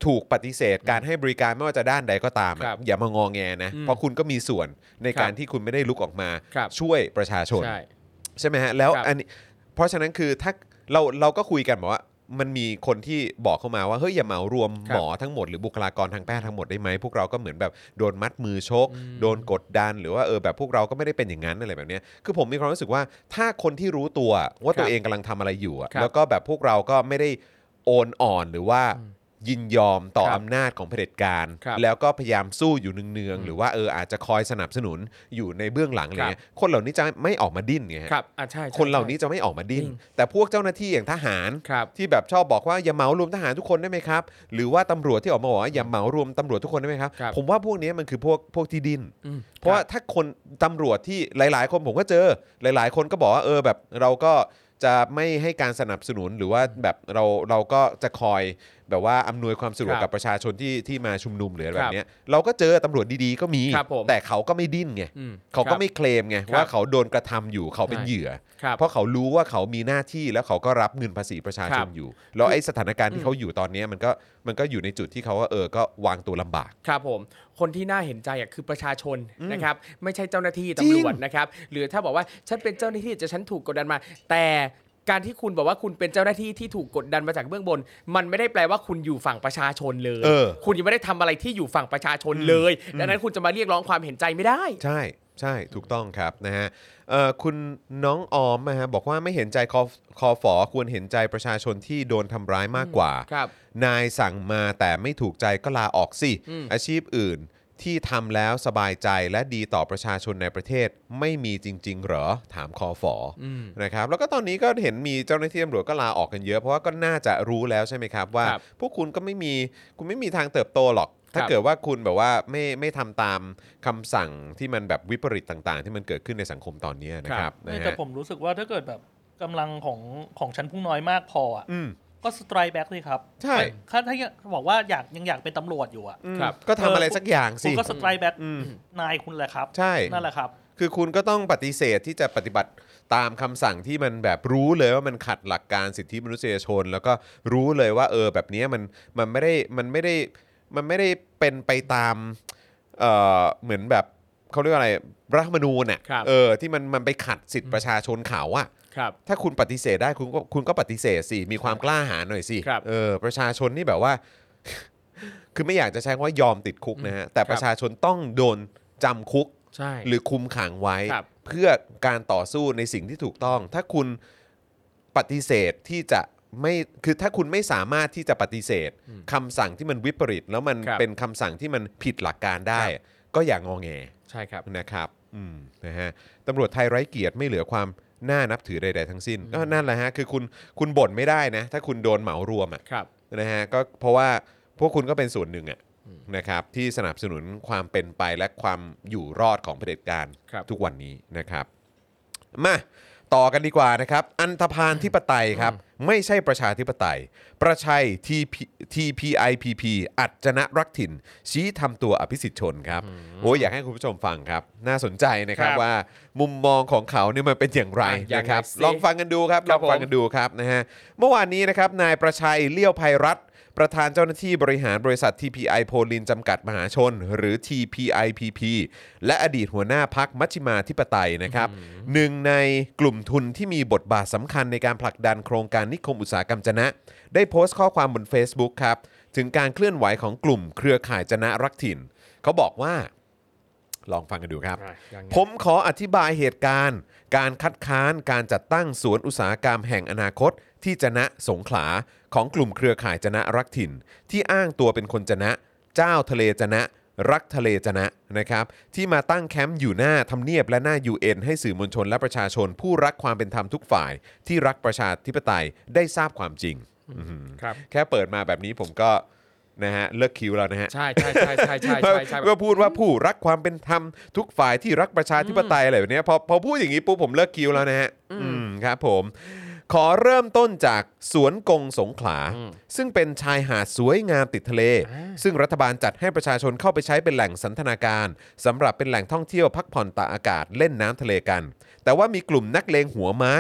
ถูกปฏิเสธการให้บริการไม่ว่าจะด้านใดก็ตามอะครับอย่ามางอแงนะอืมเพราะคุณก็มีส่วนในการครับที่คุณไม่ได้ลุกออกมาครับช่วยประชาชนใช่ใช่ไหมฮะแล้วครับอันนี้เพราะฉะนั้นคือถ้าเราเราก็คุยกันบอกว่ามันมีคนที่บอกเข้ามาว่าเฮ้ยอย่าเหมารวมครับหมอทั้งหมดหรือบุคลากรทางแพทย์ทั้งหมดได้ไหมพวกเราก็เหมือนแบบโดนมัดมือชกอืมโดนกดดันหรือว่าเออแบบพวกเราก็ไม่ได้เป็นอย่างนั้นอะไรแบบเนี้ยคือผมมีความรู้สึกว่าถ้าคนที่รู้ตัวว่าตัวเองกำลังทำอะไรอยู่อะครับแล้วก็แบบพวกเราก็ไม่ได้โอนอ่อนหรือว่ายินยอมต่อครับอำนาจของเผด็จการครับแล้วก็พยายามสู้อยู่เนืองๆหรือว่าเอออาจจะคอยสนับสนุนอยู่ในเบื้องหลังอะไรเงี้ยคนเหล่านี้จะไม่ออกมาดิ้นไงฮะครับอ่ะใช่ใช่คนเหล่านี้จะไม่ออกมาดิ้นอืมแต่พวกเจ้าหน้าที่อย่างทหารครับที่แบบชอบบอกว่าอย่าเหมารวมทหารทุกคนได้ไหมครับ หรือว่าตำรวจที่ออกมาบอกว่าอย่าเหมารวมตำรวจทุกคนได้ไหมครับครับผมว่าพวกนี้มันคือพวกพวกที่ดิ้นอืมเพราะว่าถ้าคนตำรวจที่หลาย ๆ คนผมก็เจอหลาย ๆ คนก็บอกว่าเออแบบเราก็จะไม่ให้การสนับสนุนหรือว่าแบบเราเราก็จะคอยแบบว่าอำนวยความสะดวกครับกับประชาชนที่ที่มาชุมนุมหรืออะไรคแบรับบเนี้ยเราก็เจอตำรวจดี ๆ ก็มีครับผมแต่เขาก็ไม่ดิ้นไงอืมเขาก็ครับไม่เคลมไงครับว่าเขาโดนกระทำอยู่เขาเป็นใช่เหยื่อครับเพราะเขารู้ว่าเขามีหน้าที่แล้วเขาก็รับเงินภาษีประชาชนครับอยู่ แล้วไอ้สถานการณ์อืที่มเขาอยู่ตอนนี้มันก็มันก็อยู่ในจุดที่เขาว่าเออก็วางตัวลำบากครับผมคนที่น่าเห็นใจอ่ะคือประชาชนนะครับไม่ใช่เจ้าหน้าที่จริงตำรวจนะครับหรือถ้าบอกว่าฉันเป็นเจ้าหน้าที่จะฉันถูกกดดันมา แต่การที่คุณบอกว่าคุณเป็นเจ้าหน้าที่ที่ถูกกดดันมาจากเบื้องบน มันไม่ได้แปลว่าคุณอยู่ฝั่งประชาชนเลยเออคุณยังไม่ได้ทำอะไรที่อยู่ฝั่งประชาชนเลยดังนั้นคุณจะมาเรียกร้องความเห็นใจไม่ได้ใช่ใช่ถูกต้องครับนะฮะเอ่อคุณน้องออมนะฮะบอกว่าไม่เห็นใจคอคอฝอควรเห็นใจประชาชนที่โดนทำร้ายมากกว่าครับนายสั่งมาแต่ไม่ถูกใจก็ลาออกสิอืมอาชีพอื่นที่ทำแล้วสบายใจและดีต่อประชาชนในประเทศไม่มีจริง ๆ เหรอถามคอฝออมนะครับแล้วก็ตอนนี้ก็เห็นมีเจ้าหน้าที่ตำรวจก็ลาออกกันเยอะเพราะว่าก็น่าจะรู้แล้วใช่ไหมครับว่าครับพวกคุณก็ไม่มีคุณไม่มีทางเติบโตหรอก ถ้าครับเกิดว่าคุณแบบว่าไม่ไม่ทำตามคำสั่งที่มันแบบวิปริตต่างๆ ที่มันเกิดขึ้นในสังคมตอนนี้นะครับนะแต่ฮะผมรู้สึกว่าถ้าเกิดแบบกำลังของของชั้นผู้น้อยมากพออ่ะอืมก็สไตรแบ็กเลยครับใช่ถ้าถ้าบอกว่าอยากยังอยากเป็นตำรวจอยู่อ่ะครับก็ทำอะไรสักอย่างคุสิณก็สไตรแบ็กอืมนายคุณแหละครับใช่นั่นแหละครับคือคุณก็ต้องปฏิเสธที่จะปฏิบัติตามคำสั่งที่มันแบบรู้เลยว่ามันขัดหลักการสิทธิมนุษยชน แล้วก็รู้เลยว่าเออแบบนี้มันมันไม่ได้มันไม่ได้มันไม่ได้เป็นไปตามเอ่อเหมือนแบบเขาเรียกว่าอะไรรัฐธรรมนูญน่ะครับเออที่มันมันไปขัดสิทธิประชาชนเขาอะครับถ้าคุณปฏิเสธได้คุณก็คุณก็ปฏิเสธสิมีความกล้าหาญหน่อยสิครับเออประชาชนนี่แบบว่า คือไม่อยากจะใช้คำว่ายอมติดคุกนะฮะแต่ประชาชนต้องโดนจำคุกใช่หรือคุมขังไว้ครับเพื่อการต่อสู้ในสิ่งที่ถูกต้อง ถ้าคุณปฏิเสธที่จะไม่คือถ้าคุณไม่สามารถที่จะปฏิเสธคำสั่งที่มันวิปริตแล้วมันครับเป็นคำสั่งที่มันผิดหลักการได้ครับก็อย่างงอแงใช่ครับนะครับอืมนะฮะตำรวจไทยไร้เกียรติไม่เหลือความน่านับถือใดๆทั้งสิ้นก็นั่นแหละฮะคือคุณคุณบ่นไม่ได้นะถ้าคุณโดนเหมารวมอ่ะครับนะฮะก็เพราะว่าพวกคุณก็เป็นส่วนหนึ่งอะนะครับที่สนับสนุนความเป็นไปและความอยู่รอดของเผด็จการครับทุกวันนี้นะครับมาต่อกันดีกว่านะครับอันธพาลธิปไตยครับไม่ใช่ประชาธิปไตย ประชัย ที พี ไอ พี พี อัจฉนะรักถิ่น ชี้ทำตัวอภิสิทธิ์ชนครับโอ้ยอยากให้คุณผู้ชมฟังครับ น่าสนใจนะครับครับว่ามุมมองของเขาเนี่ยมันเป็นอย่างไรอ่ะยังไงนะครับสิลองฟังกันดูครับคลรัอบ งฟังกันดูครับนะฮะเมื่อวานนี้นะครับนายประชัยเลี้ยวภัยรัตน์ประธานเจ้าหน้าที่บริหารบริษัท ที พี ไอ โพลินจำกัดมหาชน หรือ ที พี ไอ พี พี และอดีตหัวหน้าพักมัชฌิมาธิปไตยนะครับหนึ่งในกลุ่มทุนที่มีบทบาทสำคัญในการผลักดันโครงการนิคมอุตสาหกรรมจะนะ ได้โพสต์ข้อความบน Facebook ครับถึงการเคลื่อนไหวของกลุ่มเครือข่ายจะนะรักถิ่นเขาบอกว่าลองฟังกันดูครับอ่ะยังไงผมขออธิบายเหตุการณ์ การคัดค้านการจัดตั้งสวนอุตสาหกรรมแห่งอนาคตที่จะนะสงขลาของกลุ่มเครือข่ายจะนะรักถิ่น ที่อ้างตัวเป็นคนจะนะเจ้าทะเลจะนะรักทะเลจะนะนะครับที่มาตั้งแคมป์อยู่หน้าทำเนียบและหน้า ยู เอ็น ให้สื่อมวลชนและประชาชนผู้รักความเป็นธรรมทุกฝ่าย ที่รักประชาธิปไตยได้ทราบความจริงครับแค่เปิดมาแบบนี้ผมก็นะฮะเลิกคิวแล้วนะฮะใช่ใช่ใช่ใช่ใช่ใช่ใช่ก็พูดว่าผู้รักความเป็นธรรมทุกฝ่ายที่รักประชาธิปไตยอะไรแบบเนี้ยพอพอพูดอย่างนี้ปุ๊บผมเลิกคิวแล้วนะฮะอืมครับผมขอเริ่มต้นจากสวนกงสงขลา ซึ่งเป็นชายหาดสวยงามติดทะเล ซึ่งรัฐบาลจัดให้ประชาชนเข้าไปใช้เป็นแหล่งสันทนาการสำหรับเป็นแหล่งท่องเที่ยวพักผ่อนตากอากาศเล่นน้ำทะเลกัน แต่ว่ามีกลุ่มนักเลงหัวไม้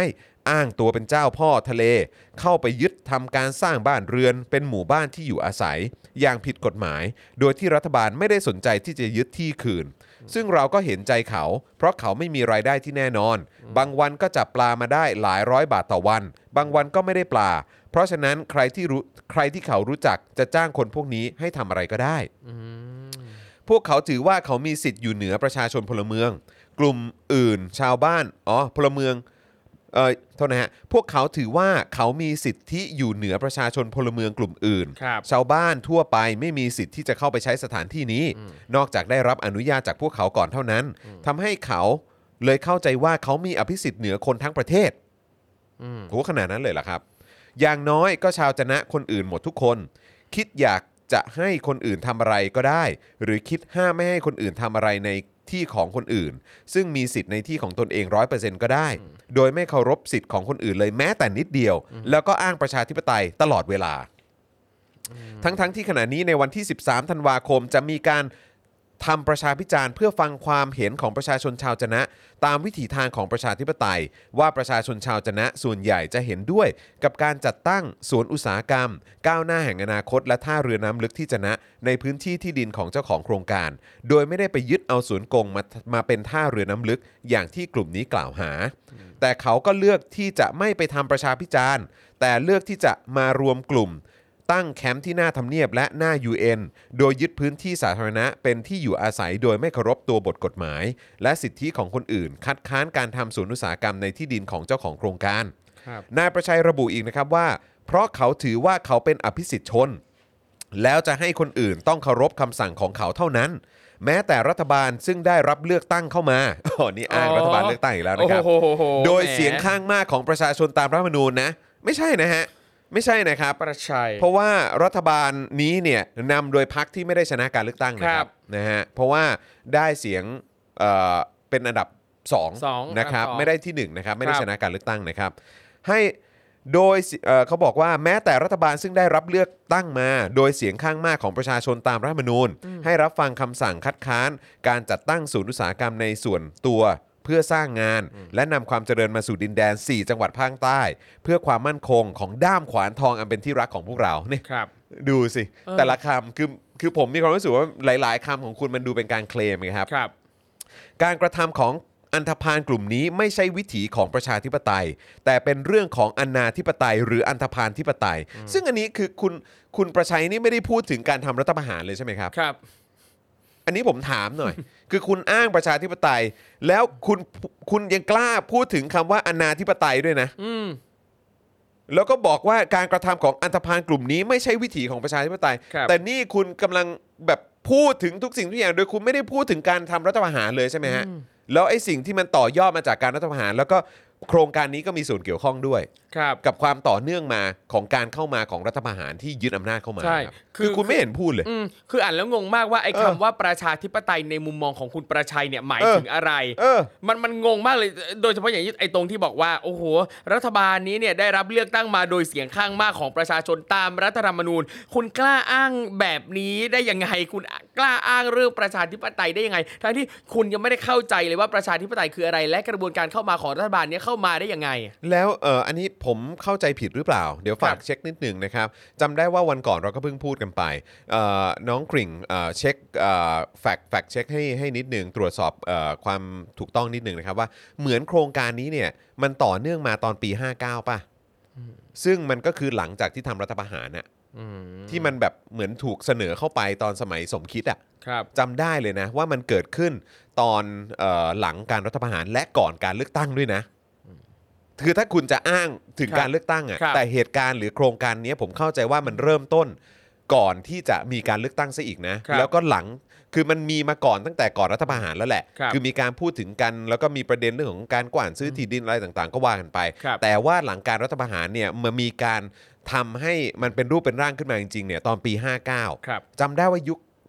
อ้างตัวเป็นเจ้าพ่อทะเลเข้าไปยึดทำการสร้างบ้านเรือนเป็นหมู่บ้านที่อยู่อาศัยอย่างผิดกฎหมายโดยที่รัฐบาลไม่ได้สนใจที่จะยึดที่คืนซึ่งเราก็เห็นใจเขาเพราะเขาไม่มีรายได้ที่แน่นอนบางวันก็จับปลามาได้หลายร้อยบาทต่อวันบางวันก็ไม่ได้ปลาเพราะฉะนั้นใครที่รู้ใครที่เขารู้จักจะจ้างคนพวกนี้ให้ทำอะไรก็ได้พวกเขาถือว่าเขามีสิทธิ์อยู่เหนือประชาชนพลเมืองกลุ่มอื่นชาวบ้านอ๋อพลเมืองเอ่อโทษนะฮะพวกเขาถือว่าเขามีสิทธิอยู่เหนือประชาชนพลเมืองกลุ่มอื่นชาวบ้านทั่วไปไม่มีสิทธิ์ที่จะเข้าไปใช้สถานที่นี้นอกจากได้รับอนุญาตจากพวกเขาก่อนเท่านั้นทำให้เขาเลยเข้าใจว่าเขามีอภิสิทธิ์เหนือคนทั้งประเทศโหขนาดนั้นเลยเหรอครับอย่างน้อยก็ชาวจะนะคนอื่นหมดทุกคนคิดอยากจะให้คนอื่นทำอะไรก็ได้หรือคิดห้ามไม่ให้คนอื่นทำอะไรในที่ของคนอื่นซึ่งมีสิทธิ์ในที่ของตนเอง ร้อยเปอร์เซ็นต์ ก็ได้โดยไม่เคารพสิทธิ์ของคนอื่นเลยแม้แต่นิดเดียวแล้วก็อ้างประชาธิปไตยตลอดเวลาทั้งๆ ท, ที่ขณะนี้ในวันที่สิบสามธันวาคมจะมีการทำประชาพิจารณ์เพื่อฟังความเห็นของประชาชนชาวจะนะตามวิถีทางของประชาธิปไตยว่าประชาชนชาวจะนะส่วนใหญ่จะเห็นด้วยกับการจัดตั้งสวนอุตสาหกรรมก้าวหน้าแห่งอนาคตและท่าเรือน้ำลึกที่จะนะในพื้นที่ที่ดินของเจ้าของโครงการโดยไม่ได้ไปยึดเอาสวนกงมามาเป็นท่าเรือน้ำลึกอย่างที่กลุ่มนี้กล่าวหาแต่เขาก็เลือกที่จะไม่ไปทำประชาพิจารณ์แต่เลือกที่จะมารวมกลุ่มตั้งแคมป์ที่หน้าทำเนียบและหน้า ยู เอ็น โดยยึดพื้นที่สาธารณะเป็นที่อยู่อาศัยโดยไม่เคารพตัวบทกฎหมายและสิทธิของคนอื่นคัดค้านการทำสวนอุตสาหกรรมในที่ดินของเจ้าของโครงการนายประชัยระบุอีกนะครับว่าเพราะเขาถือว่าเขาเป็นอภิสิทธิชนแล้วจะให้คนอื่นต้องเคารพคำสั่งของเขาเท่านั้นแม้แต่รัฐบาลซึ่งได้รับเลือกตั้งเข้ามาอ๋อนี่อ้างรัฐบาลเลือกตั้งอีกแล้วนะครับโดยเสียงข้างมากของประชาชนตามรัฐธรรมนูญนะไม่ใช่นะฮะไม่ใช่นะครับประชัยเพราะว่ารัฐบาลนี้เนี่ยนำโดยพรรคที่ไม่ได้ชนะการเลือกตั้งนะครับนะฮะเพราะว่าได้เสียงเอ่อเป็นอันดับสองนะครับไม่ได้ที่หนึ่งนะครับไม่ได้ชนะการเลือกตั้งนะครับให้โดยเอ่อเขาบอกว่าแม้แต่รัฐบาลซึ่งได้รับเลือกตั้งมาโดยเสียงข้างมากของประชาชนตามรัฐธรรมนูญให้รับฟังคำสั่งคัดค้านการจัดตั้งศูนย์อุตสาหกรรมในส่วนตัวเพื่อสร้างงานและนำความเจริญมาสู่ดินแดนสี่จังหวัดภาคใต้เพื่อความมั่นคงของด้ามขวานทองอันเป็นที่รักของพวกเราเนี่ยดูสิแต่ละคำคือคือผมมีความรู้สึกว่าหลายๆคำของคุณมันดูเป็นการเคลมครับการกระทำของอันธพาลกลุ่มนี้ไม่ใช่วิถีของประชาธิปไตยแต่เป็นเรื่องของอนาธิปไตยหรืออันธพาลธิปไตยซึ่งอันนี้คือคุณคุณประชัยนี่ไม่ได้พูดถึงการทำรัฐประหารเลยใช่ไหมครับครับอันนี้ผมถามหน่อย คือคุณอ้างประชาธิปไตยแล้วคุณคุณยังกล้าพูดถึงคำว่าอนาธิปไตยด้วยนะแล้วก็บอกว่าการกระทำของอันธพาลกลุ่มนี้ไม่ใช่วิถีของประชาธิปไตยแต่นี่คุณกำลังแบบพูดถึงทุกสิ่งทุกอย่างโดยคุณไม่ได้พูดถึงการทำรัฐประหารเลยใช่ไหมฮะแล้วไอ้สิ่งที่มันต่อยอดมาจากการรัฐประหารแล้วก็โครงการนี้ก็มีส่วนเกี่ยวข้องด้วยกับความต่อเนื่องมาของการเข้ามาของรัฐประหารที่ยึดอำนาจเข้ามาใช่คือคุณไม่เห็นพูดเลยคืออ่านแล้วงงมากว่าไอ้คำว่าประชาธิปไตยในมุมมองของคุณประชัยเนี่ยหมายถึงอะไรมันมันงงมากเลยโดยเฉพาะอย่างยิ่งไอ้ตรงที่บอกว่าโอ้โหรัฐบาลนี้เนี่ยได้รับเลือกตั้งมาโดยเสียงข้างมากของประชาชนตามรัฐธรรมนูญคุณกล้าอ้างแบบนี้ได้ยังไงคุณกล้าอ้างเรื่องประชาธิปไตยได้ยังไงทั้งที่คุณยังไม่ได้เข้าใจเลยว่าประชาธิปไตยคืออะไรและกระบวนการเข้ามาของรัฐบาลนี้เข้ามาได้ยังไงแล้วเอออันนี้ผมเข้าใจผิดหรือเปล่าเดี๋ยวฝากเช็คนิดหนึ่งนะครับจำได้ว่าวันก่อนเราก็เพิ่งพูดกันไปน้องกริ่งเช็คแฟกแฟกเช็คให้ให้นิดหนึ่งตรวจสอบความถูกต้องนิดหนึ่งนะครับว่าเหมือนโครงการนี้เนี่ยมันต่อเนื่องมาตอนปีห้าเก้าป่ะซึ่งมันก็คือหลังจากที่ทำรัฐประหารน่ะที่มันแบบเหมือนถูกเสนอเข้าไปตอนสมัยสมคิดอ่ะจำได้เลยนะว่ามันเกิดขึ้นตอนหลังการรัฐประหารและก่อนการเลือกตั้งด้วยนะคือถ้าคุณจะอ้างถึงการเลือกตั้งอ่ะแต่เหตุการณ์หรือโครงการนี้ผมเข้าใจว่ามันเริ่มต้นก่อนที่จะมีการเลือกตั้งซะอีกนะแล้วก็หลังคือมันมีมาก่อนตั้งแต่ก่อนรัฐประหารแล้วแหละคือมีการพูดถึงกันแล้วก็มีประเด็นเรื่องของการกว้านซื้อที่ดินอะไรต่างๆก็ว่ากันไปแต่ว่าหลังการรัฐประหารเนี่ยมันมีการทำให้มันเป็นรูปเป็นร่างขึ้นมาจริงๆเนี่ยตอนปีห้าเก้าจำได้ว่ายุค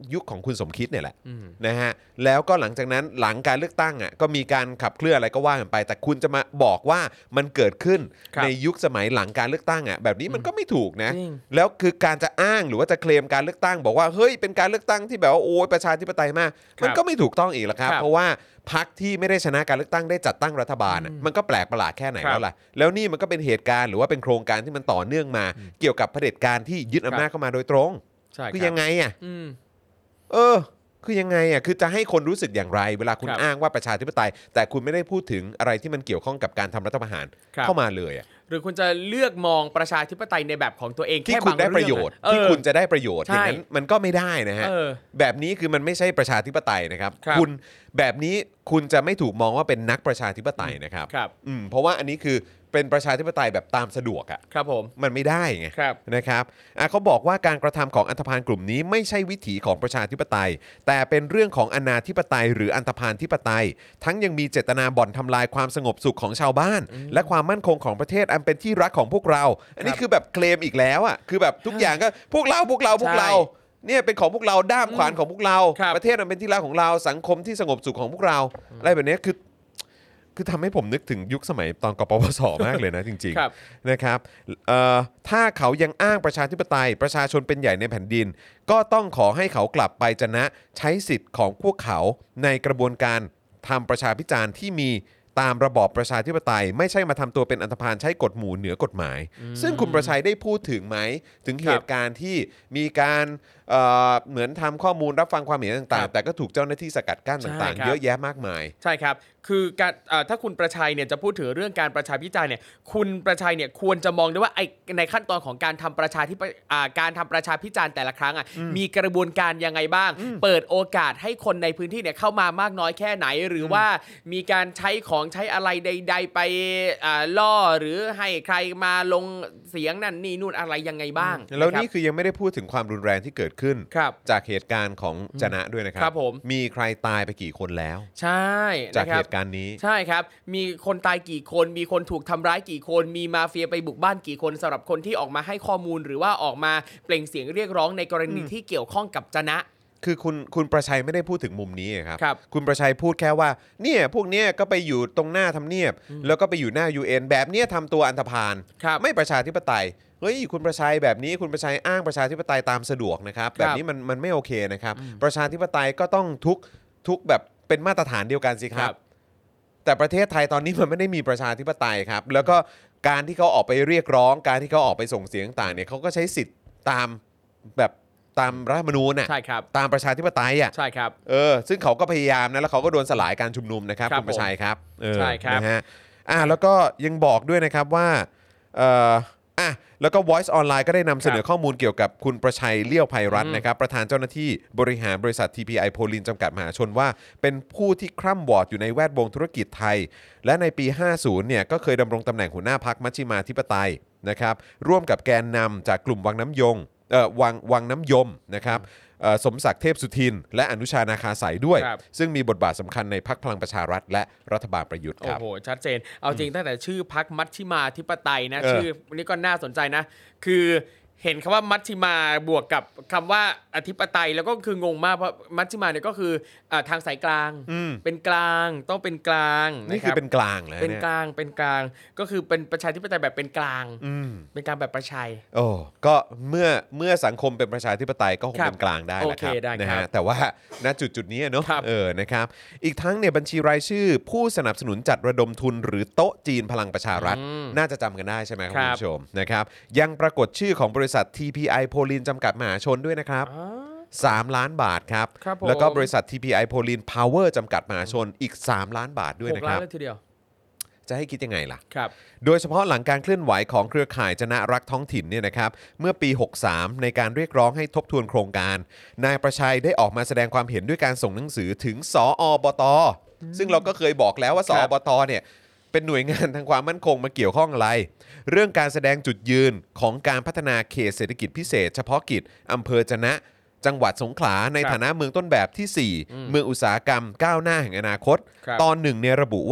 ยุคของคุณสมคิดเนี่ยแหละนะฮะแล้วก็หลังจากนั้นหลังการเลือกตั้งอ่ะก็มีการขับเคลื่อนอะไรก็ว่ากันไปแต่คุณจะมาบอกว่ามันเกิดขึ้นในยุคสมัยหลังการเลือกตั้งอ่ะแบบนี้มันก็ไม่ถูกนะแล้วคือการจะอ้างหรือว่าจะเคลมการเลือกตั้งบอกว่าเฮ้ยเป็นการเลือกตั้งที่แบบว่าโอ้ยประชาธิปไตยมากมันก็ไม่ถูกต้องอีกแล้วครับเพราะว่าพรรคที่ไม่ได้ชนะการเลือกตั้งได้จัดตั้งรัฐบาลมันก็แปลกประหลาดแค่ไหนแล้วล่ะแล้วนี่มันก็เป็นเหตุการณ์หรือว่าเป็นโครงการที่มันต่อเนื่องมาเกี่ยวกับเผด็จการที่ยึดอำนาจเข้ามาโดยตรงคือยังไงอ่ะเออคือยังไงอ่ะคือจะให้คนรู้สึกอย่างไรเวลาคุณอ้างว่าประชาธิปไตยแต่คุณไม่ได้พูดถึงอะไรที่มันเกี่ยวข้องกับการทำรัฐประหารเข้ามาเลยอ่ะหรือคุณจะเลือกมองประชาธิปไตยในแบบของตัวเองที่คุณได้ประโยชน์ที่คุณจะได้ประโยชน์อย่างนั้นมันก็ไม่ได้นะฮะแบบนี้คือมันไม่ใช่ประชาธิปไตยนะครับคุณแบบนี้คุณจะไม่ถูกมองว่าเป็นนักประชาธิปไตยนะครับอืมเพราะว่าอันนี้คือเป็นประชาธิปไตยแบบตามสะดวกอ่ะครับผมมันไม่ได้ไงนะครับอ่ะเขาบอกว่าการกระทำของอันธพาลกลุ่มนี้ไม่ใช่วิถีของประชาธิปไตยแต่เป็นเรื่องของอนาธิปไตยหรืออันธพาลธิปไตยทั้งยังมีเจตนาบ่อนทำลายความสงบสุขของชาวบ้านและความมั่นคงของประเทศอันเป็นที่รักของพวกเราอันนี้คือแบบเคลมอีกแล้วอ่ะคือแบบทุกอย่างก็พวกเราพวกเราพวกเราเนี่ยเป็นของพวกเราด้ามขวานของพวกเราประเทศมันเป็นที่รักของเราสังคมที่สงบสุขของพวกเราอะไรแบบนี้คือคือทำให้ผมนึกถึงยุคสมัยตอนกปปสมากเลยนะจริงๆนะครับถ้าเขายังอ้างประชาธิปไตยประชาชนเป็นใหญ่ในแผ่นดินก็ต้องขอให้เขากลับไปชนะใช้สิทธิ์ของพวกเขาในกระบวนการทำประชาพิจารณ์ที่มีตามระบอบประชาธิปไตยไม่ใช่มาทำตัวเป็นอันธพาลใช้กฎหมู่เหนือกฎหมายซึ่งคุณประชัยได้พูดถึงไหมถึงเหตุการณ์ที่มีการเอ่อเหมือนทำข้อมูลรับฟังความเห็นต่างๆแต่ก็ถูกเจ้าหน้าที่สกัดกั้นต่างๆเยอะแยะมากมายใช่ครับคือการถ้าคุณประชัยเนี่ยจะพูดถึงเรื่องการประชาพิจารณ์เนี่ยคุณประชัยเนี่ยควรจะมองด้วยว่าไอ้ในขั้นตอนของการทำประชาธิการทำประชาพิจารณ์แต่ละครั้งอ่ะมีกระบวนการยังไงบ้างเปิดโอกาสให้คนในพื้นที่เนี่ยเข้ามามากน้อยแค่ไหนหรือว่ามีการใช้ของใช้อะไรใดๆไปล่อหรือให้ใครมาลงเสียงนั่นนี่นู่นอะไรยังไงบ้างแล้วนี่คือยังไม่ได้พูดถึงความรุนแรงที่เกิดขึ้นจากเหตุการณ์ของจนะด้วยนะครับครับผมมีใครตายไปกี่คนแล้วใช่จากเหตุการณ์นี้ใช่ครับมีคนตายกี่คนมีคนถูกทำร้ายกี่คนมีมาเฟียไปบุกบ้านกี่คนสำหรับคนที่ออกมาให้ข้อมูลหรือว่าออกมาเปล่งเสียงเรียกร้องในกรณีที่เกี่ยวข้องกับจนะคือคุณคุณประชัยไม่ได้พูดถึงมุมนี้ครับครับคุณประชัยพูดแค่ว่าเนี่ยพวกเนี้ยก็ไปอยู่ตรงหน้าทำเนียบแล้วก็ไปอยู่หน้า ยู เอ็น แบบเนี้ยทำตัวอันธพาลไม่ประชาธิปไตยเฮ้ยคุณประชัยแบบนี้คุณประชัยอ้างประชาธิปไตยตามสะดวกนะครับแบบนี้มันมันไม่โอเคนะครับประชาธิปไตยก็ต้องทุกทุกแบบเป็นมาตรฐานเดียวกันสิครับแต่ประเทศไทยตอนนี้มันไม่ได้มีประชาธิปไตยครับแล้วก็การที่เขาออกไปเรียกร้องการที่เขาออกไปส่งเสียงต่างเนี่ยเขาก็ใช้สิทธิ์ตามแบบตามรัฐธรรมนูญน่ะใช่ครับตามประชาธิปไตยอ่ะใช่ครับเออซึ่งเขาก็พยายามนะแล้วเขาก็โดนสลายการชุมนุมนะครับคุณประชัยครับเออใช่ครับนะฮะอ่ะแล้วก็ยังบอกด้วยนะครับว่าเอ่ออ่ะแล้วก็ Voice Online ก็ได้นำเสนอข้อมูลเกี่ยวกับคุณประชัยเลี้ยวไพรัตน์นะครับประธานเจ้าหน้าที่บริหารบริษัท ที พี ไอ โพลินจำกัดมหาชนว่าเป็นผู้ที่คร่ำวอร์ดอยู่ในแวดวงธุรกิจไทยและในปี ห้าสิบ เนี่ยก็เคยดำรงตำแหน่งหัวหน้าพรรคมัชฌิมาธิปไตยนะครับร่วมกับแกนนำจากกลุ่มวังน้ำยงเอ่อวังวังน้ำยมนะครับสมศักดิ์เทพสุทินและอนุชานาคาสายด้วยซึ่งมีบทบาทสำคัญในพรรคพลังประชารัฐและรัฐบาลประยุทธ์ครับโอ้โหชัดเจนเอาจริงตั้งแต่ชื่อพรรคมัชฌิมาธิปไตยนะชื่อนี้ก็น่าสนใจนะคือเห็นคำว่ามัชฌิมาบวกกับคำว่าอธิปไตยแล้วก็คืองงมากเพราะมัชฌิมาเนี่ยก็คือทางสายกลางเป็นกลางต้องเป็นกลางนี่คือเป็นกลางเลยเป็นกลางเป็นกลางก็คือเป็นประชาธิปไตยแบบเป็นกลางเป็นกลางแบบประชัยโอ้ก็เมื่อเมื่อสังคมเป็นประชาธิปไตยก็คงเป็นกลางได้แหละครับนะฮะแต่ว่าณจุดจุดนี้เนาะเออนะครับอีกทั้งเนี่ยบัญชีรายชื่อผู้สนับสนุนจัดระดมทุนหรือโต๊ะจีนพลังประชารัฐน่าจะจำกันได้ใช่ไหมครับคุณผู้ชมนะครับยังปรากฏชื่อของบริษัท ที พี ไอ โพลินจำกัดมหาชนด้วยนะครับสามล้านบาทครับแล้วก็บริษัท ที พี ไอ โพลินพาวเวอร์จำกัดมหาชนอีกสามล้านบาทด้วยนะครับหกล้านเลยทีเดียวจะให้คิดยังไงล่ะครับโดยเฉพาะหลังการเคลื่อนไหวของเครือข่ายจนะรักท้องถิ่นเนี่ยนะครับเมื่อปีหกสิบสามในการเรียกร้องให้ทบทวนโครงการนายประชัยได้ออกมาแสดงความเห็นด้วยการส่งหนังสือถึงสอบต.ซึ่งเราก็เคยบอกแล้วว่าสอบต.เนี่ยเป็นหน่วยงานทางความมั่นคงมาเกี่ยวข้องอะไรเรื่องการแสดงจุดยืนของการพัฒนาเขตเศรษฐกิจพิเศษเฉพาะกิจอำเภอจะนะจังหวัดสงขลาในฐานะเมืองต้นแบบที่สี่เมืองอุตสาหกรรมก้าวหน้าแห่งอนาคตตอนหนึ่งเนี่ยระบุว่า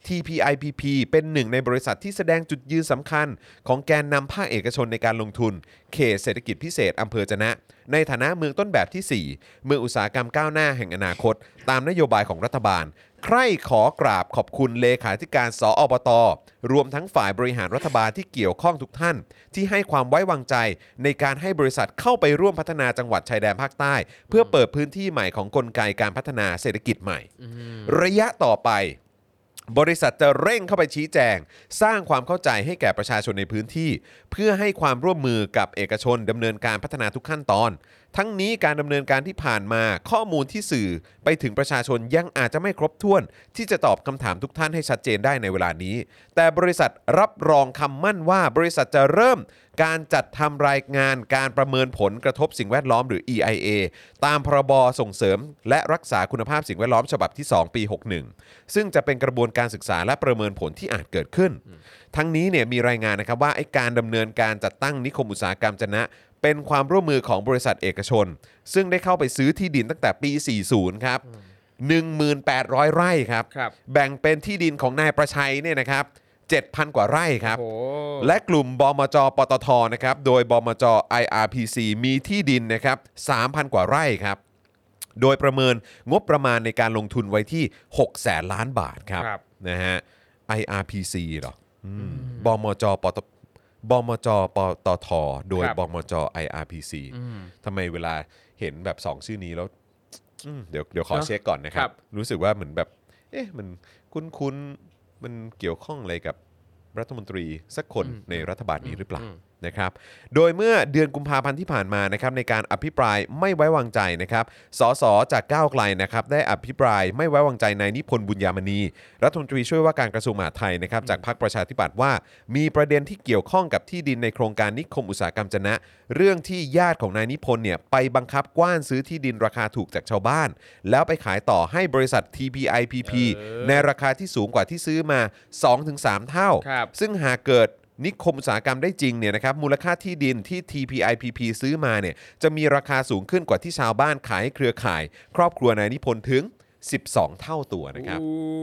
ที พี ไอ พี พี เป็นหนึ่งในบริษัทที่แสดงจุดยืนสำคัญของแกนนำภาคเอกชนในการลงทุนเขตเศรษฐกิจพิเศษอำเภอจะนะในฐานะเมืองต้นแบบที่ สี่ เมืองอุตสาหกรรมก้าวหน้าแห่งอนาคตตามนโยบายของรัฐบาลใคร่ขอกราบขอบคุณเลขาธิการสอบต.รวมทั้งฝ่ายบริหารรัฐบาลที่เกี่ยวข้องทุกท่านที่ให้ความไว้วางใจในการให้บริษัทเข้าไปร่วมพัฒนาจังหวัดชายแดนภาคใต้เพื่อเปิดพื้นที่ใหม่ของกลไกการพัฒนาเศรษฐกิจใหม่ระยะต่อไปบริษัทจะเร่งเข้าไปชี้แจงสร้างความเข้าใจให้แก่ประชาชนในพื้นที่เพื่อให้ความร่วมมือกับเอกชนดำเนินการพัฒนาทุกขั้นตอนทั้งนี้การดำเนินการที่ผ่านมาข้อมูลที่สื่อไปถึงประชาชนยังอาจจะไม่ครบถ้วนที่จะตอบคำถามทุกท่านให้ชัดเจนได้ในเวลานี้แต่บริษัทรับรองคำมั่นว่าบริษัทจะเริ่มการจัดทำรายงานการประเมินผลกระทบสิ่งแวดล้อมหรือ อี ไอ เอ ตามพรบส่งเสริมและรักษาคุณภาพสิ่งแวดล้อมฉบับที่สองปีหกสิบเอ็ดซึ่งจะเป็นกระบวนการศึกษาและประเมินผลที่อาจเกิดขึ้นทั้งนี้เนี่ยมีรายงานนะครับว่าไอ้การดำเนินการจัดตั้งนิคมอุตสาหกรรมจะนะเป็นความร่วมมือของบริษัทเอกชนซึ่งได้เข้าไปซื้อที่ดินตั้งแต่ปีสี่สิบครับ หนึ่งพันแปดร้อย ไร่ครับแบ่งเป็นที่ดินของนายประชัยเนี่ยนะครับเจ็ดพัน กว่าไร่ครับและกลุ่มบมจ.ปตท.นะครับโดยบมจ. ไอ อาร์ พี ซี มีที่ดินนะครับ สามพัน กว่าไร่ครับโดยประเมินงบประมาณในการลงทุนไว้ที่หกแสนล้านบาทครับนะฮะ ไอ อาร์ พี ซี เหรอบมจ.ปตบมจ.ปตท.โดยบมจ. ไอ อาร์ พี ซี ทำไมเวลาเห็นแบบสองชื่อนี้แล้วเดี๋ยวเดี๋ยวขอเช็คก่อนนะครับรู้สึกว่าเหมือนแบบเอ๊ะมันคุ้นๆมันเกี่ยวข้องอะไรกับรัฐมนตรีสักคนในรัฐบาลนี้หรือเปล่านะครับโดยเมื่อเดือนกุมภาพันธ์ที่ผ่านมานะครับในการอภิปรายไม่ไว้วางใจนะครับสสจากก้าวไกลนะครับได้อภิปรายไม่ไว้วางใจนายนิพนธ์บุญญามณีรัฐมนตรีช่วยว่าการกระทรวงมหาดไทยนะครับจากพรรคประชาธิปัตย์ว่ามีประเด็นที่เกี่ยวข้องกับที่ดินในโครงการนิคมอุตสาหกรรมจะนะเรื่องที่ญาติของนายนิพนธ์เนี่ยไปบังคับกว้านซื้อที่ดินราคาถูกจากชาวบ้านแล้วไปขายต่อให้บริษัท ที พี ไอ พี พี ในราคาที่สูงกว่าที่ซื้อมา สองถึงสาม เท่าซึ่งหากเกิดนิคมอุตสาหกรรมได้จริงเนี่ยนะครับมูลค่าที่ดินที่ ที พี ไอ พี พี ซื้อมาเนี่ยจะมีราคาสูงขึ้นกว่าที่ชาวบ้านขายให้เครือข่ายครอบครัวนายนิพนธ์ถึงสิบสองเท่าตัวนะครับ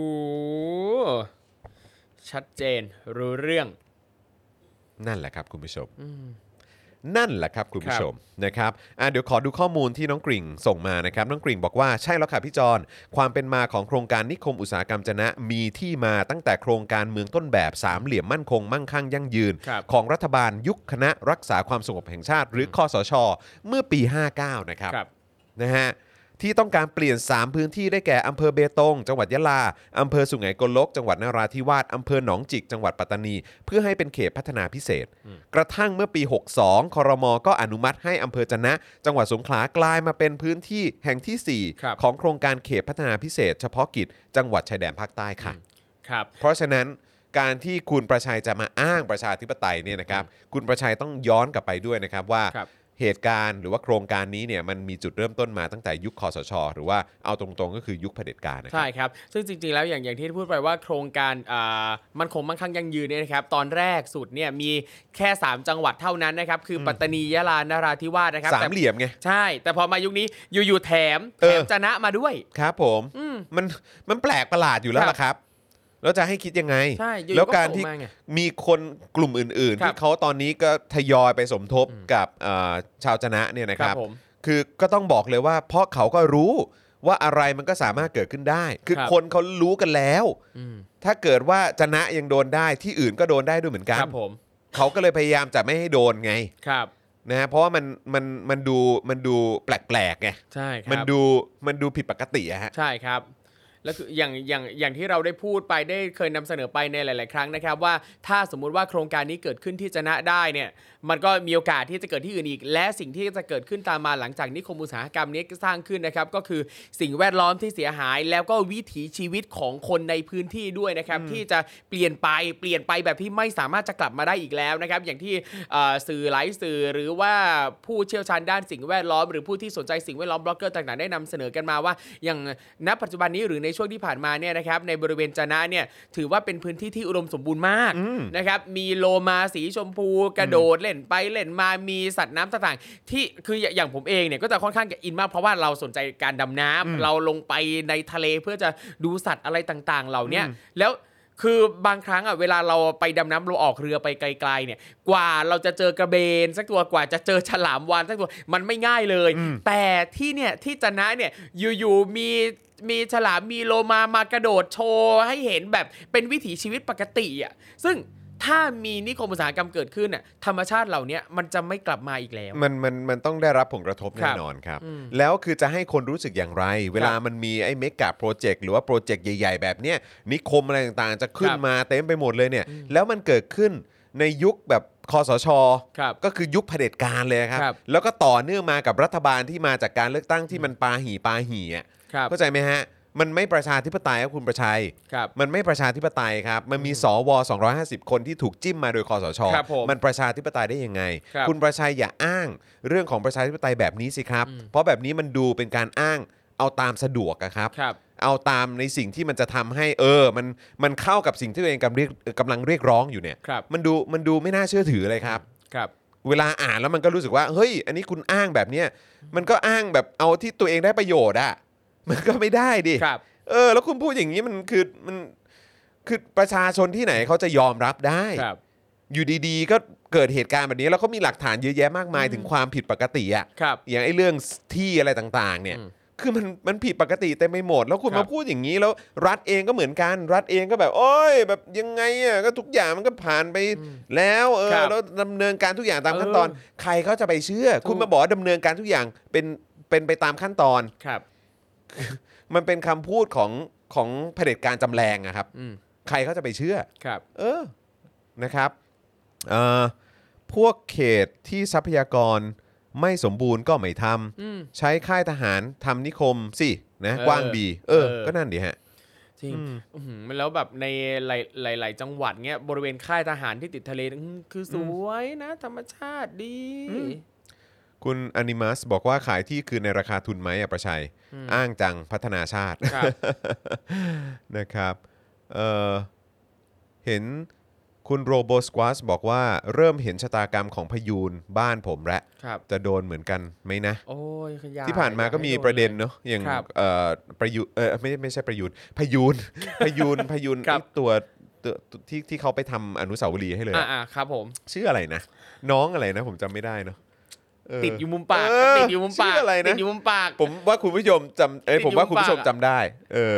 ชัดเจนรู้เรื่องนั่นแหละครับคุณผู้ชมนั่นแหละครับคุณผู้ชมนะครับอ่ะเดี๋ยวขอดูข้อมูลที่น้องกริ่งส่งมานะครับน้องกริ่งบอกว่าใช่แล้วค่ะพี่จอนความเป็นมาของโครงการนิคมอุตสาหกรรมจะนะมีที่มาตั้งแต่โครงการเมืองต้นแบบสามเหลี่ยมมั่นคงมั่งคั่งยั่งยืนของรัฐบาลยุคคณะรักษาความสงบแห่งชาติหรือคสช.เมื่อปีห้าเก้านะครับนะฮะที่ต้องการเปลี่ยนสามพื้นที่ได้แก่อำเภอเบตงจังหวัดยะลาอำเภอสุไหงโกลกจังหวัดนราธิวาสอำเภอหนองจิกจังหวัดปัตตานีเพื่อให้เป็นเขตพัฒนาพิเศษกระทั่งเมื่อปีหกสิบสองครม.ก็อนุมัติให้อำเภอจะนะจังหวัดสงขลากลายมาเป็นพื้นที่แห่งที่สี่ของโครงการเขตพัฒนาพิเศษเฉพาะกิจจังหวัดชายแดนภาคใต้ค่ะครับเพราะฉะนั้นการที่คุณประชัยจะมาอ้างประชาธิปไตยเนี่ยนะครับคุณประชัยต้องย้อนกลับไปด้วยนะครับว่าเหตุการณ์หรือว่าโครงการนี้เนี่ยมันมีจุดเริ่มต้นมาตั้งแต่ยุคคสช.หรือว่าเอาตรงๆก็คือยุคเผด็จการนะครับใช่ครับซึ่งจริงๆแล้วอย่างอย่างที่พูดไปว่าโครงการอ่ามันคงมั่งคั่งยั่งยืนเนี่ยนะครับตอนแรกสุดเนี่ยมีแค่สามจังหวัดเท่านั้นนะครับคือปัตตานียะลานราธิวาสนะครับสามเหลี่ยมไงใช่แต่พอมายุคนี้อยู่ๆแถมแถมจะนะมาด้วยครับผมมันมันแปลกประหลาดอยู่แล้วล่ะครับแล้วจะให้คิดยังไงแล้วการที่มีคนกลุ่มอื่นๆที่เขาตอนนี้ก็ทยอยไปสมทบกับชาวจะนะเนี่ยนะครับคือก็ต้องบอกเลยว่าเพราะเขาก็รู้ว่าอะไรมันก็สามารถเกิดขึ้นได้คือคนเขารู้กันแล้วถ้าเกิดว่าจะนะยังโดนได้ที่อื่นก็โดนได้ด้วยเหมือนกันเขาก็เลยพยายามจะไม่ให้โดนไงนะฮะเพราะว่ามันมันมันดูมันดูแปลกๆไงใช่ครับมันดูมันดูผิดปกติอะฮะใช่ครับแล้วคืออย่างอย่างอย่างที่เราได้พูดไปได้เคยนำเสนอไปในหลายๆครั้งนะครับว่าถ้าสมมุติว่าโครงการนี้เกิดขึ้นที่จะนะได้เนี่ยมันก็มีโอกาสที่จะเกิดที่อื่นอีกและสิ่งที่จะเกิดขึ้นตามมาหลังจากนิคมอุตสาหกรรมนี้สร้างขึ้นนะครับก็คือสิ่งแวดล้อมที่เสียหายแล้วก็วิถีชีวิตของคนในพื้นที่ด้วยนะครับที่จะเปลี่ยนไปเปลี่ยนไปแบบที่ไม่สามารถจะกลับมาได้อีกแล้วนะครับอย่างที่สื่อหลายสื่อหรือว่าผู้เชี่ยวชาญด้านสิ่งแวดล้อมหรือผู้ที่สนใจสิ่งแวดล้อมบล็อกเกอร์ต่างๆได้นำเสนอกันมาว่าอย่างณปัจจุบันนี้หรือในช่วงที่ผ่านมาเนี่ยนะครับในบริเวณจะนะเนี่ยถือว่าเป็นพื้นที่ที่อุดมสมบูรณ์มากนะครับมีโลมาสีชมพูกระโดดเล่นไปเล่นมามีสัตว์น้ำต่างๆที่คืออย่างผมเองเนี่ยก็จะค่อนข้างจะอินมากเพราะว่าเราสนใจการดำน้ำเราลงไปในทะเลเพื่อจะดูสัตว์อะไรต่างๆเหล่านี้แล้วคือบางครั้งอ่ะเวลาเราไปดำน้ำเราออกเรือไปไกลๆเนี่ยกว่าเราจะเจอกระเบนสักตัวกว่าจะเจอฉลามวาฬสักตัวมันไม่ง่ายเลยแต่ที่เนี่ยที่จะนะเนี่ยอยู่ๆมีมีฉลามมีโลมามากระโดดโชว์ให้เห็นแบบเป็นวิถีชีวิตปกติอ่ะซึ่งถ้ามีนิคมอุตสาหกรรมเกิดขึ้นน่ะธรรมชาติเหล่านี้มันจะไม่กลับมาอีกแล้วมันมันมันต้องได้รับผลกระทบแน่นอนครับแล้วคือจะให้คนรู้สึกอย่างไรเวลามันมีไอ้เมกะโปรเจกต์หรือว่าโปรเจกต์ใหญ่ๆแบบเนี้ยนิคมอะไรต่างๆจะขึ้นมาเต็มไปหมดเลยเนี่ยแล้วมันเกิดขึ้นในยุคแบบคสช.ก็คือยุคเผด็จการเลยครับแล้วก็ต่อเนื่องมากับรัฐบาลที่มาจากการเลือกตั้งที่มันปาหี่ปาหี่อ่ะเข้าใจไหมฮะมันไม่ประชาธิปไตยครับคุณประชัยมันไม่ประชาธิปไตยครับมันมีสวสองร้อยห้าสิบคนที่ถูกจิ้มมาโดยคสช.มันประชาธิปไตยได้ยังไง ค, คุณประชัยอย่าอ้างเรื่องของประชาธิปไตยแบบนี้สิครับเพราะแบบนี้มันดูเป็นการอ้างเอาตามสะดวกอะครับเอาตามในสิ่งที่มันจะทำให้เออมันมันเข้ากับสิ่งที่ตัวเองกำลังเรียกกำลังเรียกร้องอยู่เนี่ยมันดูมันดูไม่น่าเชื่อถือเลยครับเวลาอ่านแล้วมันก็รู้สึกว่าเฮ้ยอันนี้คุณอ้างแบบเนี้ยมันก็อ้างแบบเอาที่ตัวเองได้ประโยชน์อะมันก็ไม่ได้ดิเออแล้วคุณพูดอย่างนี้มันคือมันคือประชาชนที่ไหนเขาจะยอมรับได้อยู่ดีๆก็เกิดเหตุการณ์แบบนี้แล้วเขามีหลักฐานเยอะแยะมากมายถึงความผิดปกติอ่ะอย่างไอ้เรื่องที่อะไรต่างๆเนี่ยคือมันมันผิดปกติเต็มไปหมดแล้วคุณมาพูดอย่างนี้แล้วรัฐเองก็เหมือนกันรัฐเองก็แบบโอ้ยแบบยังไงอ่ะก็ทุกอย่างมันก็ผ่านไปแล้วเออแล้วดำเนินการทุกอย่างตามขั้นตอนใครเขาจะไปเชื่อคุณมาบอกดำเนินการทุกอย่างเป็นเป็นไปตามขั้นตอนครับมันเป็นคำพูดของของเผด็จการจำแรงอะครับใครเขาจะไปเชื่อครับเออนะครับเอ่อพวกเขตที่ทรัพยากรไม่สมบูรณ์ก็ไม่ทำใช้ค่ายทหารทำนิคมสินะกว้างดีเออก็นั่นดีฮะจริงมันแล้วแบบในหลายๆจังหวัดเงี้ยบริเวณค่ายทหารที่ติดทะเลคือสวยนะธรรมชาติดีคุณอนิมัสบอกว่าขายที่คืนในราคาทุนไหมอ่ะประชัยอ้างจังพัฒนาชาตินะครับเอ่อเห็นคุณโรโบสควาสบอกว่าเริ่มเห็นชะตากรรมของพยูนบ้านผมแล้วจะโดนเหมือนกันไหมนะที่ผ่านมาก็มีประเด็นเนาะอย่างเอ่อประยุเออไม่ไม่ใช่ประยุนพยูนพยูนพยูนตัวที่ที่เขาไปทำอนุสาวรีย์ให้เลยอ่าครับผมชื่ออะไรนะน้องอะไรนะผมจำไม่ได้เนาะติดอยู่มุมปากติดอยู่มุมปากติดอยู่มุมปากผมว่าคุณผู้ชมจำเอ้ยผมว่าคุณผู้ชมจำได้เออ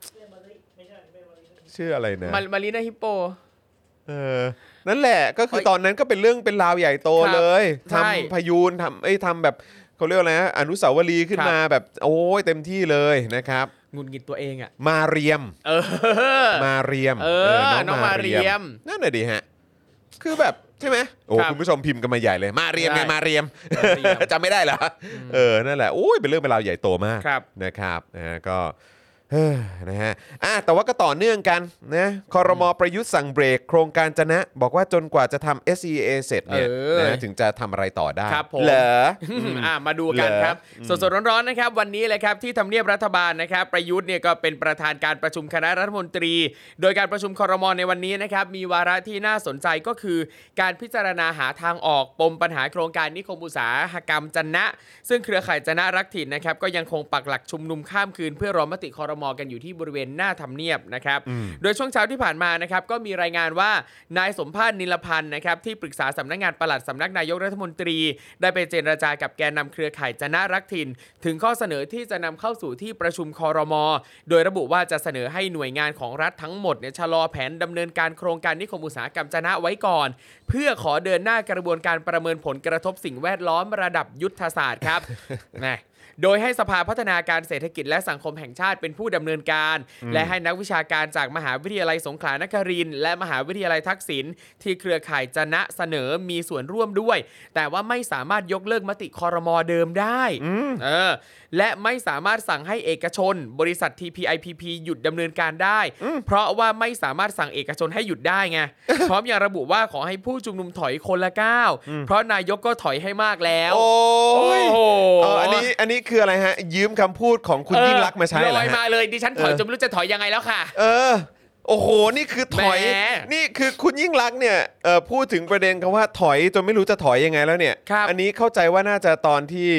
ชื่ออะไรนะมารีนาฮิปโปเออนั่นแหละก็คือตอนนั้นก็เป็นเรื่องเป็นราวใหญ่โตเลยทำพยูนทำไอ้ทำแบบเขาเรียกอะไรนะอนุสาวรีย์ขึ้นมาแบบโอ้ยเต็มที่เลยนะครับงุนงิดตัวเองอ่ะมาเรียมเออมาเรียมเออน้องมาเรียมนั่นแหละดิฮะคือแบบใช่ไหมโอ้คุณผู้ชมพิมพ์กันมาใหญ่เลยมาเรียมไงมาเรียมจำไม่ได้เหรอเออนั่นแหละโอ้ยเป็นเรื่องเป็นราวใหญ่โตมากนะครับนะฮะก็นะฮะอ่ะแต่ว่าก็ต่อเนื่องกันนะครม.ประยุทธ์สั่งเบรกโครงการจะนะบอกว่าจนกว่าจะทำ เอส อี เอ เสร็จเนี่ยนะถึงจะทำอะไรต่อได้เหรออ่ะมาดูกันครับสดๆร้อนๆนะครับวันนี้เลยครับที่ทำเนียบรัฐบาลนะครับประยุทธ์เนี่ยก็เป็นประธานการประชุมคณะรัฐมนตรีโดยการประชุมครม.ในวันนี้นะครับมีวาระที่น่าสนใจก็คือการพิจารณาหาทางออกปมปัญหาโครงการนิคมอุตสาหกรรมจะนะซึ่งเครือข่ายจะนะรักถิ่นนะครับก็ยังคงปักหลักชุมนุมข้ามคืนเพื่อรอมติครม.กันอยู่ที่บริเวณหน้าทำเนียบนะครับโดยช่วงเช้าที่ผ่านมานะครับก็มีรายงานว่านายสมภาสนิลพันธ์นะครับที่ปรึกษาสำนักงานปลัดสำนักนายกรัฐมนตรีได้ไปเจรจากับแกนนำเครือข่ายจะนะรักถิ่นถึงข้อเสนอที่จะนำเข้าสู่ที่ประชุมครม.โดยระบุว่าจะเสนอให้หน่วยงานของรัฐทั้งหมดเนี่ยชะลอแผนดำเนินการโครงการนิคมอุตสาหกรรมจะนะไว้ก่อนเพื่อขอเดินหน้ากระบวนการประเมินผลกระทบสิ่งแวดล้อมระดับยุทธศาสตร์ครับ นะโดยให้สภาพัฒนาการเศรษฐกิจและสังคมแห่งชาติเป็นผู้ดำเนินการและให้นักวิชาการจากมหาวิทยาลัยสงขลานครินทร์และมหาวิทยาลัยทักษิณที่เครือข่ายจะนะเสนอมีส่วนร่วมด้วยแต่ว่าไม่สามารถยกเลิกมติครม.เดิมได้เออและไม่สามารถสั่งให้เอกชนบริษัท ที พี ไอ พี พี หยุดดำเนินการได้เพราะว่าไม่สามารถสั่งเอกชนให้หยุดได้ไง พร้อมอย่างระบุว่าขอให้ผู้ชุมนุมถอยคนละก้าวเพราะนายกก็ถอยให้มากแล้วโอ้ยเอออันนี้อันนี้คืออะไรฮะยืมคำพูดของคุณยิ่งลักษณ์มาใช้เหรอฮะลอยมาเลยดิฉันถอยจนไม่รู้จะถอยยังไงแล้วค่ะเออโอ้โหนี่คือถอยนี่คือคุณยิ่งลักษณ์เนี่ยเอ่อพูดถึงประเด็นคำว่าถอยจนไม่รู้จะถอยยังไงแล้วเนี่ยอันนี้เข้าใจว่าน่าจะตอนที่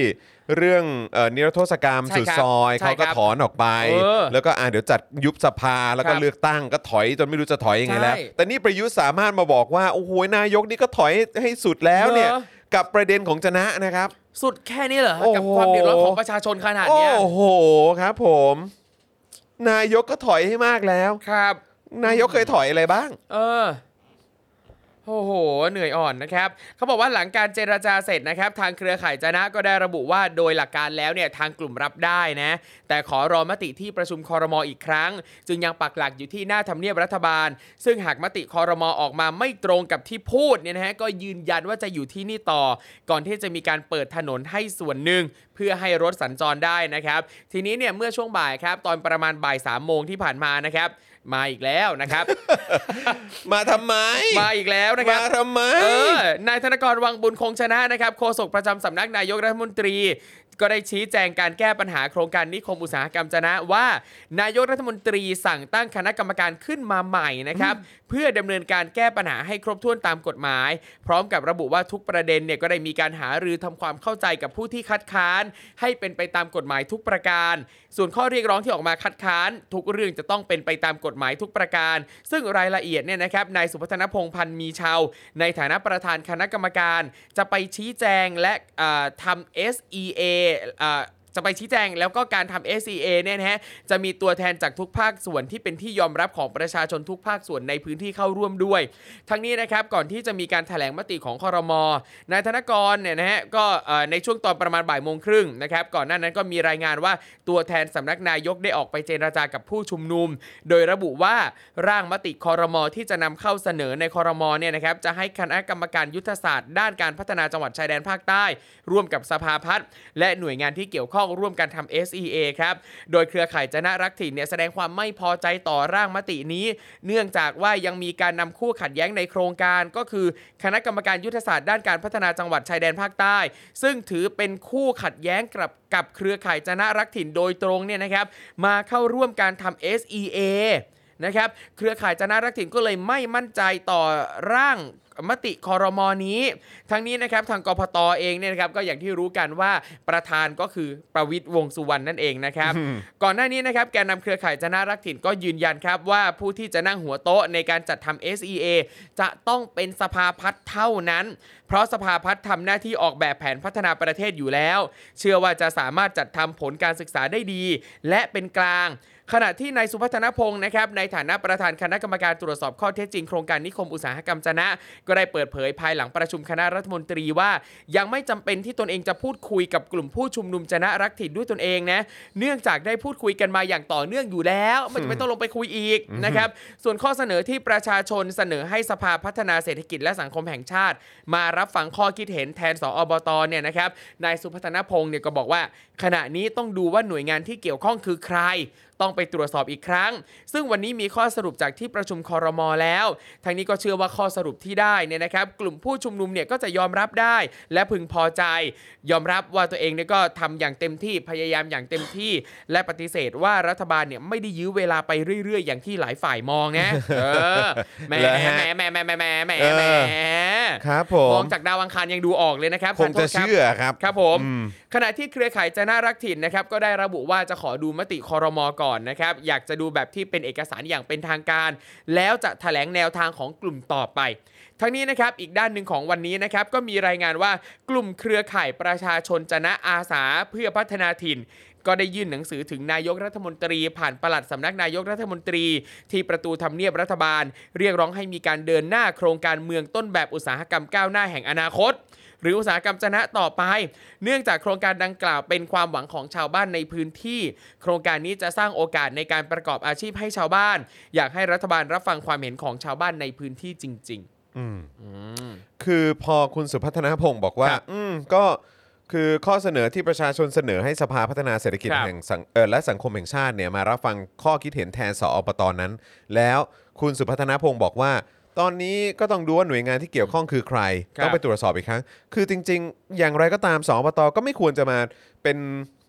เรื่องเอ่อนิรโทษกรรมใช่สุดครับซอยใช่เขาก็ครับถอนออกไปเออแล้วก็อ่ะเดี๋ยวจัดยุบสภาแล้วก็ครับเลือกตั้งก็ถอยจนไม่รู้จะถอยยังไงแล้วใช่แต่นี่ประยุทธ์สามารถมาบอกว่าโอ้โหนายกนี่ก็ถอยให้สุดแล้วเนี่ยเหรอกับประเด็นของจะนะนะครับสุดแค่นี้เหรอโอ้โหกับความเดือดร้อนของประชาชนขนาดโอ้เนี้ยโหครับผม นายกก็ถอยให้มากแล้วครับนายกเคยถอยอะไรบ้างเออโอ้โหเหนื่อยอ่อนนะครับเขาบอกว่าหลังการเจรจาเสร็จนะครับทางเครือข่ายจะนะก็ได้ระบุว่าโดยหลักการแล้วเนี่ยทางกลุ่มรับได้นะแต่ขอรอมติที่ประชุมครม.อีกครั้งจึงยังปักหลักอยู่ที่หน้าทำเนียบรัฐบาลซึ่งหากมติครม.ออกมาไม่ตรงกับที่พูดเนี่ยนะฮะก็ยืนยันว่าจะอยู่ที่นี่ต่อก่อนที่จะมีการเปิดถนนให้ส่วนหนึ่งเพื่อให้รถสัญจรได้นะครับทีนี้เนี่ยเมื่อช่วงบ่ายครับตอนประมาณบ่ายสามโมงที่ผ่านมานะครับมาอีกแล้วนะครับมาทำไมมาอีกแล้วนะครับมาทำไมเออนายธนกรวังบุญคงชนะนะครับโฆษกประจำสำนักนายกรัฐมนตรีก็ได้ชี้แจงการแก้ปัญหาโครงการนิคมอุตสาหกรรมจะนะว่านายกรัฐมนตรีสั่งตั้งคณะกรรมการขึ้นมาใหม่นะครับเพื่อดำเนินการแก้ปัญหาให้ครบถ้วนตามกฎหมายพร้อมกับระบุว่าทุกประเด็นเนี่ยก็ได้มีการหารือทำความเข้าใจกับผู้ที่คัดค้านให้เป็นไปตามกฎหมายทุกประการส่วนข้อเรียกร้องที่ออกมาคัดค้านทุกเรื่องจะต้องเป็นไปตามกฎหมายทุกประการซึ่งรายละเอียดเนี่ยนะครับนายสุพัฒนพงษ์พันธ์มีชาวในฐานะประธานคณะกรรมการจะไปชี้แจงและทำ เอส อี เอ อ่าจะไปชี้แจงแล้วก็การทำ เอส อี เอ เนี่ยนะฮะจะมีตัวแทนจากทุกภาคส่วนที่เป็นที่ยอมรับของประชาชนทุกภาคส่วนในพื้นที่เข้าร่วมด้วยทั้งนี้นะครับก่อนที่จะมีการแถลงมติของครม.นายธนกรเนี่ยนะฮะก็ในช่วงตอนประมาณบ่ายโมงครึ่งนะครับก่อนหน้านั้นก็มีรายงานว่าตัวแทนสำนักนายกได้ออกไปเจรจากับผู้ชุมนุมโดยระบุว่าร่างมติครม.ที่จะนำเข้าเสนอในครม.เนี่ยนะครับจะให้คณะกรรมการยุทธศาสตร์ด้านการพัฒนาจังหวัดชายแดนภาคใต้ร่วมกับสภาพัฒน์และหน่วยงานที่เกี่ยวข้องร่วมกันทำ เอส อี เอ ครับโดยเครือข่ายจะนะรักถิ่นเนี่ยแสดงความไม่พอใจต่อร่างมตินี้เนื่องจากว่ายังมีการนำคู่ขัดแย้งในโครงการก็คือคณะกรรมการยุทธศาสตร์ด้านการพัฒนาจังหวัดชายแดนภาคใต้ซึ่งถือเป็นคู่ขัดแย้งกับกับเครือข่ายจะนะรักถิ่นโดยตรงเนี่ยนะครับมาเข้าร่วมการทำ เอส อี เอ นะครับเครือข่ายจะนะรักถิ่นก็เลยไม่มั่นใจต่อร่างมติครม.นี้ทั้งนี้นะครับทางกพต.เองเนี่ยนะครับก็อย่างที่รู้กันว่าประธานก็คือประวิตรวงษ์สุวรรณนั่นเองนะครับก่อนหน้านี้นะครับแกนนำเครือข่ายจะนะรักถิ่นก็ยืนยันครับว่าผู้ที่จะนั่งหัวโต๊ะในการจัดทำ เอส อี เอ จะต้องเป็นสภาพัฒน์เท่านั้นเพราะสภาพัฒน์ทำหน้าที่ออกแบบแผนพัฒนาประเทศอยู่แล้วเชื่อว่าจะสามารถจัดทำผลการศึกษาได้ดีและเป็นกลางขณะที่นายสุพัฒนพงศ์นะครับในฐานะประธานคณะกรรมการตรวจสอบข้อเท็จจริงโครงการนิคมอุตสาหกรรมจะนะก็ได้เปิดเผยภายหลังประชุมคณะรัฐมนตรีว่ายังไม่จำเป็นที่ตนเองจะพูดคุยกับกลุ่มผู้ชุมนุมจะนะรักถิ่นด้วยตนเองนะเนื่องจากได้พูดคุยกันมาอย่างต่อเนื่องอยู่แล้วไม่จำเป็นต้องลงไปคุยอีกนะครับส่วนข้อเสนอที่ประชาชนเสนอให้สภาพัฒนาเศรษฐกิจและสังคมแห่งชาติมารับฟังข้อคิดเห็นแทนสอบต.เนี่ยนะครับนายสุพัฒนพงศ์เนี่ยก็บอกว่าขณะนี้ต้องดูว่าหน่วยงานที่เกี่ยวข้องคือใครต้องไปตรวจสอบอีกครั้งซึ่งวันนี้มีข้อสรุปจากที่ประชุมครม.แล้วทางนี้ก็เชื่อว่าข้อสรุปที่ได้เนี่ยนะครับกลุ่มผู้ชุมนุมเนี่ยก็จะยอมรับได้และพึงพอใจยอมรับว่าตัวเองเนี่ยก็ทำอย่างเต็มที่พยายามอย่างเต็มที่และปฏิเสธว่ารัฐบาลเนี่ยไม่ได้ยื้อเวลาไปเรื่อยๆอย่างที่หลายฝ่ายมองนะเออแหมแหมแหมแหมแหมแหมแหมแหมครับผมมองจากดาวอังคารยังดูออกเลยนะครับคงจะเชื่อครับครับผมขณะที่เครือข่ายจะน่ารักถิ่นนะครับก็ได้ระบุว่าจะขอดูมติครม.ก่อนนะครับอยากจะดูแบบที่เป็นเอกสารอย่างเป็นทางการแล้วจะแถลงแนวทางของกลุ่มต่อไปทั้งนี้นะครับอีกด้านหนึ่งของวันนี้นะครับก็มีรายงานว่ากลุ่มเครือข่ายประชาชนจะนะอาสาเพื่อพัฒนาถิ่นก็ได้ยื่นหนังสือถึงนายกรัฐมนตรีผ่านปลัดสำนักนายกรัฐมนตรีที่ประตูทำเนียบรัฐบาลเรียกร้องให้มีการเดินหน้าโครงการเมืองต้นแบบอุตสาหกรรมก้าวหน้าแห่งอนาคตหรืออุตสาหกรรมจะนะต่อไปเนื่องจากโครงการดังกล่าวเป็นความหวังของชาวบ้านในพื้นที่โครงการนี้จะสร้างโอกาสในการประกอบอาชีพให้ชาวบ้านอยากให้รัฐบาลรับฟังความเห็นของชาวบ้านในพื้นที่จริงๆอืมอืมคือพอคุณสุพัฒนพงศ์บอกว่าอืมก็คือข้อเสนอที่ประชาชนเสนอให้สภาพัฒนาเศรษฐกิจแห่งเอ่อและสังคมแห่งชาติเนี่ยมารับฟังข้อคิดเห็นแทนสอปตนั้นแล้วคุณสุพัฒนพงศ์บอกว่าตอนนี้ก็ต้องดูว่าหน่วยงานที่เกี่ยวข้องคือใครต้องไปตรวจสอบอีกครั้งคือจริงๆอย่างไรก็ตามสอปตก็ไม่ควรจะมาเป็น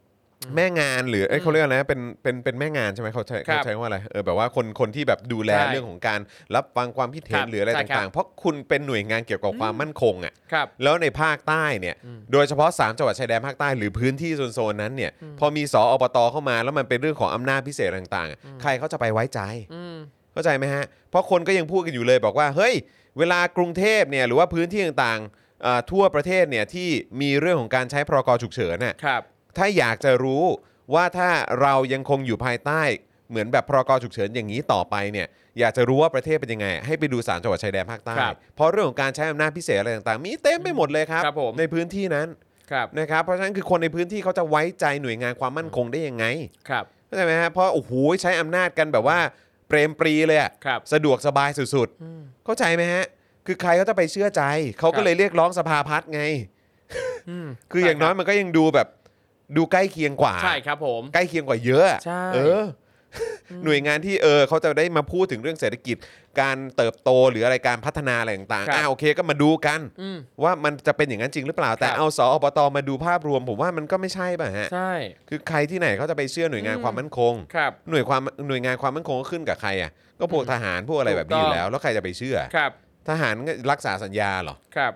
แม่งานหรือเอ้ยเขาเรียกอะไรนะเป็นเป็นเป็นแม่งานใช่ไหมเขาใช้เขาใช้ว่าอะไรเออแบบว่าคนคนที่แบบดูแลเรื่องของการรับฟังความคิดเห็นหรืออะไรต่างๆเพราะคุณเป็นหน่วยงานเกี่ยวกับความมั่นคงอ่ะแล้วในภาคใต้เนี่ยโดยเฉพาะสามจังหวัดชายแดนภาคใต้หรือพื้นที่โซนๆนั้นเนี่ยพอมีสอปตเข้ามาแล้วมันเป็นเรื่องของอำนาจพิเศษต่างๆใครเขาจะไปไว้ใจเข้าใจไหมฮะเพราะคนก็ยังพูดกันอยู่เลยบอกว่าเฮ้ยเวลากรุงเทพเนี่ยหรือว่าพื้นที่ต่างๆทั่วประเทศเนี่ยที่มีเรื่องของการใช้พรกฉุกเฉินเนี่ยถ้าอยากจะรู้ว่าถ้าเรายังคงอยู่ภายใต้เหมือนแบบพรกฉุกเฉินอย่างนี้ต่อไปเนี่ยอยากจะรู้ว่าประเทศเป็นยังไงให้ไปดูสามจังหวัดชายแดนภาคใต้เพราะเรื่องของการใช้อำนาจพิเศษอะไรต่างๆมีเต็มไปหมดเลยครับในพื้นที่นั้นนะครับเพราะฉะนั้นคือคนในพื้นที่เขาจะไว้ใจหน่วยงานความมั่นคงได้ยังไงเข้าใจไหมฮะเพราะโอ้โหใช้อำนาจกันแบบว่าเปรมปรีเลยอะสะดวกสบายสุดๆเข้าใจไหมฮะคือใครเขาจะไปเชื่อใจเขาก็เลยเรียกร้องสภาพัฒน์ไงคืออย่างน้อยมันก็ยังดูแบบดูใกล้เคียงกว่าใช่ครับผมใกล้เคียงกว่าเยอะเออหน่วยงานที่เออเขาจะได้มาพูดถึงเรื่องเศรษฐกิจการเติบโตหรืออะไรการพัฒนาอะไรต่างๆอ่าโอเคก็มาดูกันว่ามันจะเป็นอย่างนั้นจริงหรือเปล่าแต่เอาสอปตมาดูภาพรวมผมว่ามันก็ไม่ใช่ป่ะฮะใช่คือใครที่ไหนเขาจะไปเชื่อหน่วยงานความมั่นคงหน่วยความหน่วยงานความมั่นคงก็ขึ้นกับใครอ่ะก็พวกทหารพวกอะไรแบบนี้อยู่แล้วแล้วใครจะไปเชื่อทหารรักษาสัญญาเหรอครับ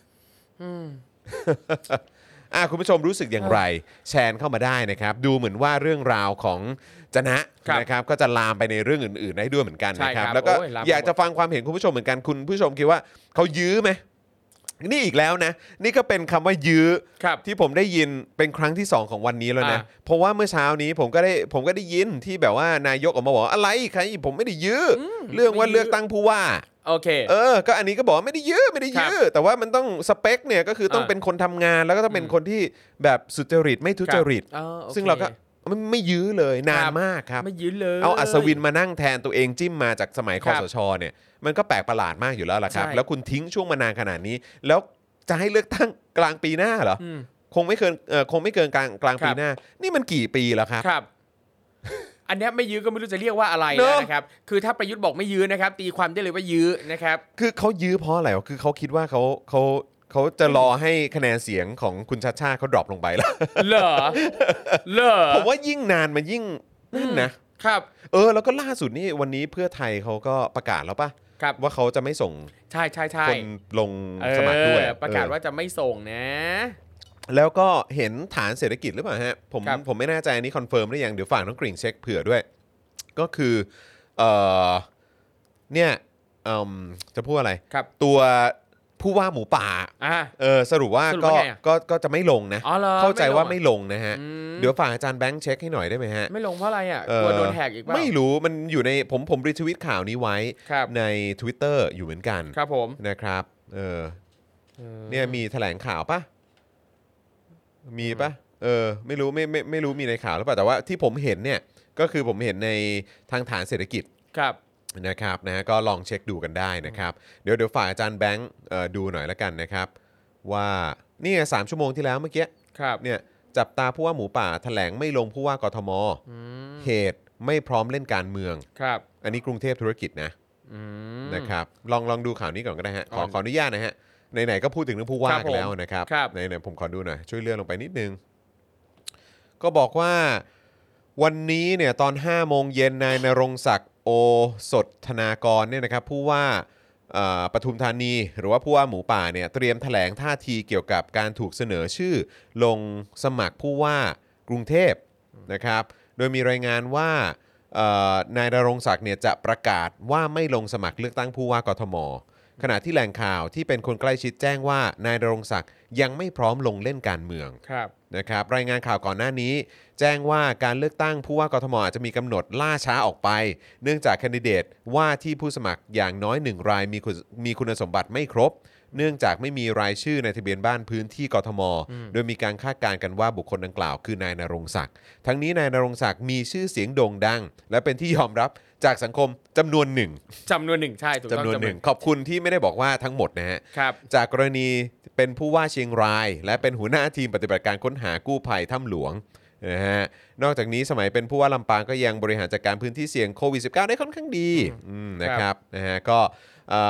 อ่ะคุณผู้ชมรู้สึกอย่างไรแชร์เข้ามาได้นะครับดูเหมือนว่าเรื่องราวของจนะนะครับก็จะลามไปในเรื่องอื่นๆได้ด้วยเหมือนกันนะครับแล้วก็อยากจะฟังความเห็นคุณผู้ชมเหมือนกันคุณผู้ชมคิดว่าเขายื้อไหมนี่อีกแล้วนะนี่ก็เป็นคำว่ายื้อที่ผมได้ยินเป็นครั้งที่สองของวันนี้แล้วนะเพราะว่าเมื่อเช้านี้ผมก็ได้ผมก็ได้ยินที่แบบว่านายกออกมาบอกอะไรใครผมไม่ได้ยื้อเรื่องว่าเลือกตั้งผู้ว่าโอเคเออก็อันนี้ก็บอกไม่ได้ยื้อไม่ได้ยื้อแต่ว่ามันต้องสเปคเนี่ยก็คือต้องเป็นคนทำงานแล้วก็ต้องเป็นคนที่แบบสุจริตไม่ทุจริตซึ่งเราก็ไม่ไม่ยื้อเลยนานมากครับไม่ยื้อเลยเอาอัศวินมานั่งแทนตัวเองจิ้มมาจากสมัยคสชเนี่ยมันก็แปลกประหลาดมากอยู่แล้วล่ะครับแล้วคุณทิ้งช่วงมานานขนาดนี้แล้วจะให้เลือกตั้งกลางปีหน้าเหรอคงไม่เกินเออคงไม่เกินกลางกลางปีหน้านี่มันกี่ปีแล้วครับครับอันนี้ไม่ยื้อก็ไม่รู้จะเรียกว่าอะไรนะครับคือถ้าประยุทธ์บอกไม่ยื้อนะครับตีความได้เลยว่ายื้อนะครับคือเขายื้อเพราะอะไรวะคือเขาคิดว่าเขาเขาเขาจะรอให้คะแนนเสียงของคุณชัชชาติเขาดรอปลงไปแล้วเหรอเหรอผมว่ายิ่งนานมันยิ่งนั่นนะครับเออแล้วก็ล่าสุดนี่วันนี้เพื่อไทยเขาก็ประกาศแล้วป่ะว่าเขาจะไม่ส่งใช่ใช่ใช่คนลงสมัครด้วยประกาศว่าจะไม่ส่งนะแล้วก็เห็นฐานเศรษฐกิจหรือเปล่าฮะผมผมไม่แน่ใจอันนี้คอนเฟิร์มหรือยังเดี๋ยวฝากน้องกริ่งเช็คเผื่อด้วยก็คือเอ่อเนี่ยเอ่อจะพูดอะไรตัวผู้ว่าหมูป่าเออสรุปว่าก็ก็ก็จะไม่ลงนะเข้าใจว่าไม่ลงนะฮะเดี๋ยวฝากอาจารย์แบงค์เช็คให้หน่อยได้ไหมฮะไม่ลงเพราะอะไรอ่ะกลัวโดนแหกอีกป่ะไม่รู้มันอยู่ในผมผมรีทวิตข่าวนี้ไว้ใน Twitter อยู่เหมือนกันครับผมนะครับเออเนี่ยมีแถลงข่าวป่ะมีป่ะเออไม่รู้ไม่ไม่ไม่รู้มีในข่าวหรือเปล่าแต่ว่าที่ผมเห็นเนี่ยก็คือผมเห็นในทางฐานเศรษฐกิจครับนะครับนะก็ลองเช็คดูกันได้นะครับเดี๋ยวเดี๋ยวฝากอาจารย์แบงค์ดูหน่อยละกันนะครับว่านี่สามชั่วโมงที่แล้วเมื่อกี้เนี่ยจับตาผู้ว่าหมูป่าแถลงไม่ลงผู้ว่ากทมเหตุไม่พร้อมเล่นการเมืองครับอันนี้กรุงเทพธุรกิจนะนะครับลองลองดูข่าวนี้ก่อนก็ได้ฮะขอขออนุญาตนะฮะไหนๆก็พูดถึงเรื่องผู้ว่ากันแล้วนะครับไหนๆผมขอดูหน่อยช่วยเลื่อนลงไปนิดนึงก็บอกว่าวันนี้เนี่ยตอนห้าโมงเย็นนายณรงค์ศักดิ์โอสถธนากรเนี่ยนะครับผู้ว่าปทุมธานีหรือว่าผู้ว่าหมูป่าเนี่ยเตรียมแถลงท่าทีเกี่ยวกับการถูกเสนอชื่อลงสมัครผู้ว่ากรุงเทพนะครับโดยมีรายงานว่านายณรงค์ศักดิ์เนี่ยจะประกาศว่าไม่ลงสมัครเลือกตั้งผู้ว่ากทมขณะที่แหล่งข่าวที่เป็นคนใกล้ชิดแจ้งว่านายณรงค์ศักดิ์ยังไม่พร้อมลงเล่นการเมืองนะครับรายงานข่าวก่อนหน้านี้แจ้งว่าการเลือกตั้งผู้ว่ากทมอาจจะมีกำหนดล่าช้าออกไปเนื่องจากแคนดิเดตว่าที่ผู้สมัครอย่างน้อยหนึ่งรายมีมีคุณสมบัติไม่ครบเนื่องจากไม่มีรายชื่อในทะเบียนบ้านพื้นที่กทมโดยมีการคาดการณ์กันว่าบุคคลดังกล่าวคือนายณรงค์ศักดิ์ทั้งนี้นายณรงค์ศักดิ์มีชื่อเสียงโด่งดังและเป็นที่ยอมรับจากสังคมจำนวนหนึ่งจำนวนหนึ่งใช่ถูกต้องจำนวนหนึ่งขอบคุณที่ไม่ได้บอกว่าทั้งหมดนะฮะจากกรณีเป็นผู้ว่าเชียงรายและเป็นหัวหน้าทีมปฏิบัติการค้นหากู้ภัยถ้ำหลวงนะฮะนอกจากนี้สมัยเป็นผู้ว่าลำปางก็ยังบริหารจัดการพื้นที่เสี่ยงโควิด สิบเก้า ได้ค่อนข้างดีนะครับนะฮะก็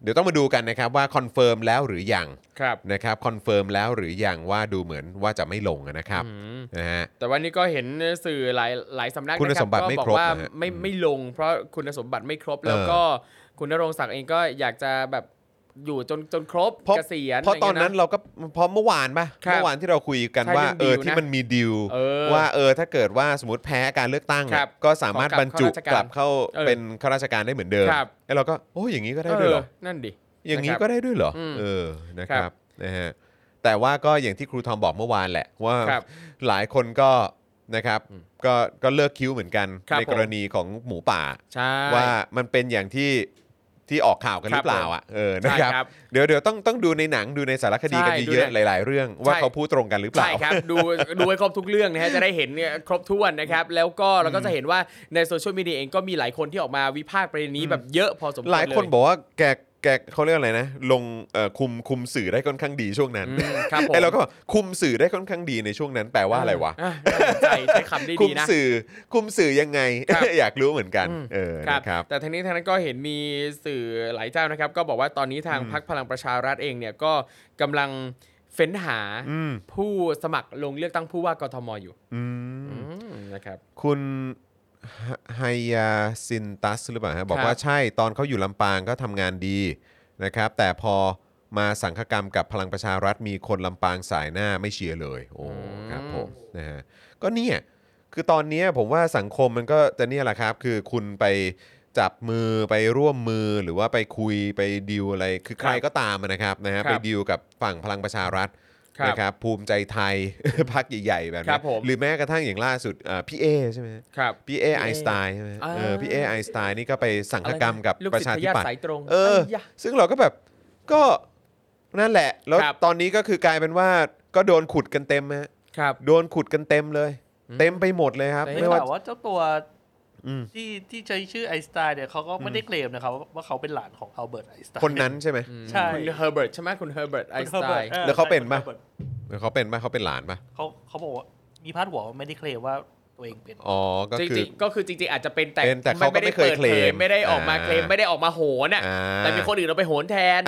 เดี๋ยวต้องมาดูกันนะครับว่าคอนเฟิร์มแล้วหรือยังครับนะครับคอนเฟิร์มแล้วหรือยังว่าดูเหมือนว่าจะไม่ลงนะครับนะฮะแต่วันนี้ก็เห็นสื่อหลายหลายสำนักคุณนะคสรับมบัติก็ไม่บอกครบว่านะฮะไม่ไม่ลง เพราะคุณสมบัติไม่ครบแล้วเออก็คุณณรงค์ศักดิ์เองก็อยากจะแบบอยู่จนจนครบเพราะเกษียณเพราะตอนนั้นย่งงี้ยเราก็เพราะเมื่อวานป่ะครับเมื่อวานที่เราคุยกันใช่ว่าเรื่องเออดีลที่นะมันมีดีลเออว่าเออถ้าเกิดว่าสมมติแพ้การเลือกตั้งครัอะบก็สามารถขอกลับบ รรจุเข้าราชการกลับเข้าเออเป็นข้าราชการได้เหมือนเดิมครับไอ้เราก็โอ้อย่างนี้ก็ได้ด้วยเหรอเออนั่นดิอย่างนี้นะครับก็ได้ด้วยเหรออืมเออนะคครัรับบ นะฮะแต่ว่าก็อย่างที่ครูทอมบอกเมื่อวานแหละว่าครับหลายคนก็นะครับก็ก็เลิกคิ้วเหมือนกันครับในกรณีของหมูป่าใช่ว่ามันเป็นอย่างที่ที่ออกข่าวกันหรือเปล่าอ่ะเออนะใช่ครับครับเดี๋ยวเดี๋ยวต้องต้องดูในหนังดูในสารคดีกันใช่เยอะดูๆในหลาย ๆ เรื่องว่าใช่เขาพูดตรงกันหรือเปล่าใช่ครับ ดูดูให้ครบทุกเรื่องนะฮะจะได้เห็นเนี่ยครบถ้วนนะครับแล้วก็เราก็จะเห็นว่าในโซเชียลมีเดียเองก็มีหลายคนที่ออกมาวิพากษ์ประเด็นนี้แบบเยอะพอสมควรหลายคนเบอกว่าแกแกเขาเรียกอะไรนะลงเอ่อคุมคุมสื่อได้ค่อนข้างดีช่วงนั้นอืมครับผมไอ้เราก็บอกคุมสื่อได้ค่อนข้างดีในช่วงนั้นแปลว่าอะไรวะอ่น่าสนใจใช้คำได้คุดีมนะสื่อคุมสื่อยังไงครับอยากรู้เหมือนกันอืมเออครับนะครับแต่ทั้งนี้ทั้งนั้นก็เห็นมีสื่อหลายเจ้านะครับ ก็บอกว่าตอนนี้ทางพรรคพลังประชารัฐเองเนี่ยก็กำลังเฟ้นหาอืมผู้สมัครลงเลือกตั้งผู้ว่ากทมอยู่อืมอืมนะครับคุณไฮยาซินตัสหรือเปล่าฮะบอกครับว่าใช่ตอนเขาอยู่ลำปางก็ทำงานดีนะครับ แต่พอมาสังฆกรรมกับพลังประชารัฐมีคนลำปางสายหน้าไม่เชียร์เลย โอ้ครับผมนะฮะก็เนี่ยคือตอนนี้ผมว่าสังคมมันก็จะเนี่ยแหละครับ คือคุณไปจับมือไปร่วมมือหรือว่าไปคุยไปดีลอะไร คือใครก็ตามนะครับนะฮะครับไปดีลกับฝั่งพลังประชารัฐครับนะครับภูมิใจไทย พรรคใหญ่ๆแบบครันี้บผมหรือแม้กระทั่งอย่างล่าสุดอ่าพี่เอใช่ไหมครับพี่เอไอน์สไตน์ใช่ไหมอ่าเออพี่เอไอน์สไตน์นี่ก็ไปสังฆกรรมกับลูกประศิษชาย์ธิญาปัติตย์สายตรงเออยยะซึ่งเราก็แบบก็นั่นแหละ แล้วครับตอนนี้ก็คือกลายเป็นว่าก็โดนขุดกันเต็มฮะครับโดนขุดกันเต็มเลย เต็มไปหมดเลยครับแต่ไม่ว่าแต่ว่าเจ้าตัวอืมที่ที่ใช้ชื่อไอน์สไตน์เนี่ยเขาก็ไม่ได้เคลมนะครับว่าเขาเป็นหลานของอัลเบิร์ตไอน์สไตน์คนนั้นใช่ไหมใช่คุณเฮอร์เบิร์ตใช่ไหมคุณเฮอร์เบิร์ตไอน์สไตน์ออแล้วเขาเป็นปะใช่แล้วเขาเป็นป่ะเขาเป็นหลานป่ะเขาเขาบอกว่ามีพาดหัวว่าไม่ได้เคลมว่าตัวเองเป็นอ๋อก็จคือริงๆก็คือจริงๆอาจจะเป็นแต่เป็นแต่เขาก็ไม่เคยปิดเคลมไม่ได้ออกมาอ่าเคลมไม่ได้ออกมาโหนอ่ะอ่าแต่มีคนอื่นเอาไปโหนแทน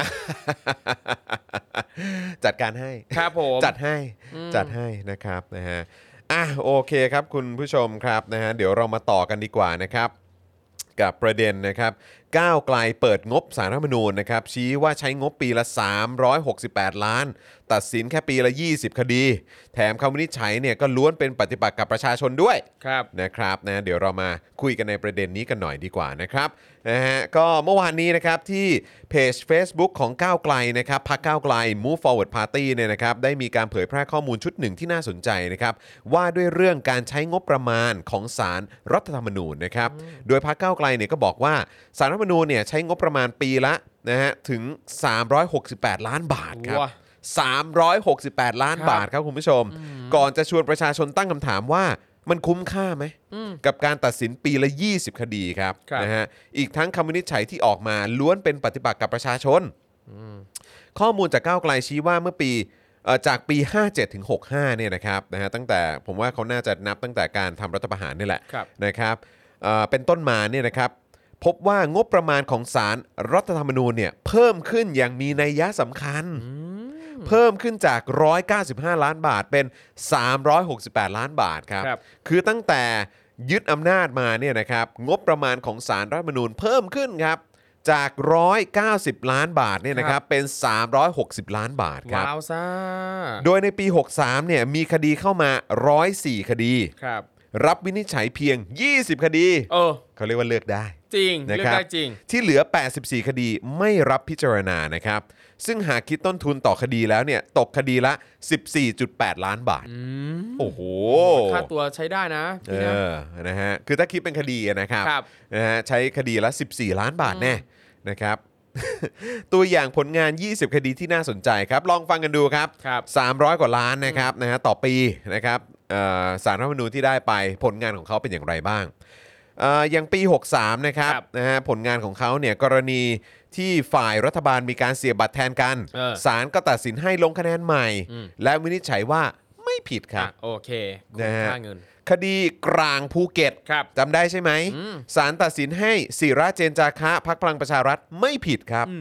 จัดการให้ครับผมจัดให้อืมจัดให้นะครับนะฮะอ่ะโอเคครับคุณผู้ชมครับนะฮะเดี๋ยวเรามาต่อกันดีกว่านะครับ กับประเด็นนะครับก้าวไกลเปิดงบสารรัฐธรรมนูญนะครับชี้ว่าใช้งบปีละสามร้อยหกสิบแปดล้าน ตัดสินแค่ปีละยี่สิบคดี แถมคำวินิจฉัยเนี่ยก็ล้วนเป็นปฏิปักษ์กับประชาชนด้วยครับนะครับนะเดี๋ยวเรามาคุยกันในประเด็นนี้กันหน่อยดีกว่านะครับนะฮะก็เมื่อวานนี้นะครับที่เพจ Facebook ของก้าวไกลนะครับพรรคก้าวไกล Move Forward Party เนี่ยนะครับได้มีการเผยแพร่ข้อมูลชุดหนึ่งที่น่าสนใจนะครับว่าด้วยเรื่องการใช้งบประมาณของศาลรัฐธรรมนูญนะครับโดยพรรคก้าวไกลเนี่ยก็บอกว่าศาลรัฐธรรมนูญเนี่ยใช้งบประมาณปีละนะฮะถึงสามร้อยหกสิบแปดล้านบาทครับว้าสามร้อยหกสิบแปดล้านครับบาทครับคุณผู้ชม ก่อนจะชวนประชาชนตั้งคำถามว่ามันคุ้มค่าไหมอืมกับการตัดสินปีละยี่สิบคดีครับครับนะฮะอีกทั้งคำวินิจฉัยที่ออกมาล้วนเป็นปฏิปักษ์กับประชาชน ข้อมูลจากก้าวไกลชี้ว่าเมื่อปีเอ่อจากปี ห้าเจ็ด ถึง หกสิบห้า เนี่ยนะครับนะฮะตั้งแต่ผมว่าเขาน่าจะนับตั้งแต่การทำรัฐประหารนี่แหละครับนะครับเอ่อเป็นต้นมาเนี่ยนะครับพบว่างบประมาณของศาลรัฐธรรมนูญเนี่ยเพิ่มขึ้นอย่างมีนัยยะสำคัญ เพิ่มขึ้นจากหนึ่งร้อยเก้าสิบห้าล้านบาทเป็นสามร้อยหกสิบแปดล้านบาทครับครับคือตั้งแต่ยึดอำนาจมาเนี่ยนะครับงบประมาณของศาลรัฐธรรมนูญเพิ่มขึ้นครับจากหนึ่งร้อยเก้าสิบล้านบาทเนี่ยนะครับเป็นสามร้อยหกสิบล้านบาทครับว้าวซ่าโดยในปีหกสิบสามเนี่ยมีคดีเข้ามาหนึ่งร้อยสี่คดีครับรับวินิจฉัยเพียงยี่สิบคดีเออเขาเรียกว่าเลือกได้จริงนะเลือคกรับได้จริงที่เหลือแปดสิบสี่คดีไม่รับพิจารณานะครับซึ่งหากคิดต้นทุนต่อคดีแล้วเนี่ยตกคดีละ สิบสี่จุดแปด ล้านบาทอืมโอ้โหค่าตัวใช้ได้นะเอพี่นะอนะฮะคือถ้าคิดเป็นคดีอะนะครับครับนะฮะใช้คดีละ สิบสี่ ล้านบาทแน่นะครับ ตัวอย่างผลงาน ยี่สิบ คดีที่น่าสนใจครับ ลองฟังกันดูครับครับสามร้อยกว่าล้านนะครับนะฮะต่อปีนะครับเอ่อสารรัฐธรรมนูญที่ได้ไปผลงานของเขาเป็นอย่างไรบ้างเอ่ออย่างปี หกสิบสาม นะครับครับนะฮะผลงานของเขาเนี่ยกรณีที่ฝ่ายรัฐบาลมีการเสียบบัตรแทนกันเออศาลก็ตัดสินให้ลงคะแนนใหม่อืมและวินิจฉัยว่าไม่ผิดครัอ่ะบโอเคคุ้นะมฮะค่าเงินคดีกลางภูเก็ตครับจำได้ใช่ไหมอืมศาลตัดสินให้ศิระเจนจาคะพรรคพลังประชารัฐไม่ผิดครับอืม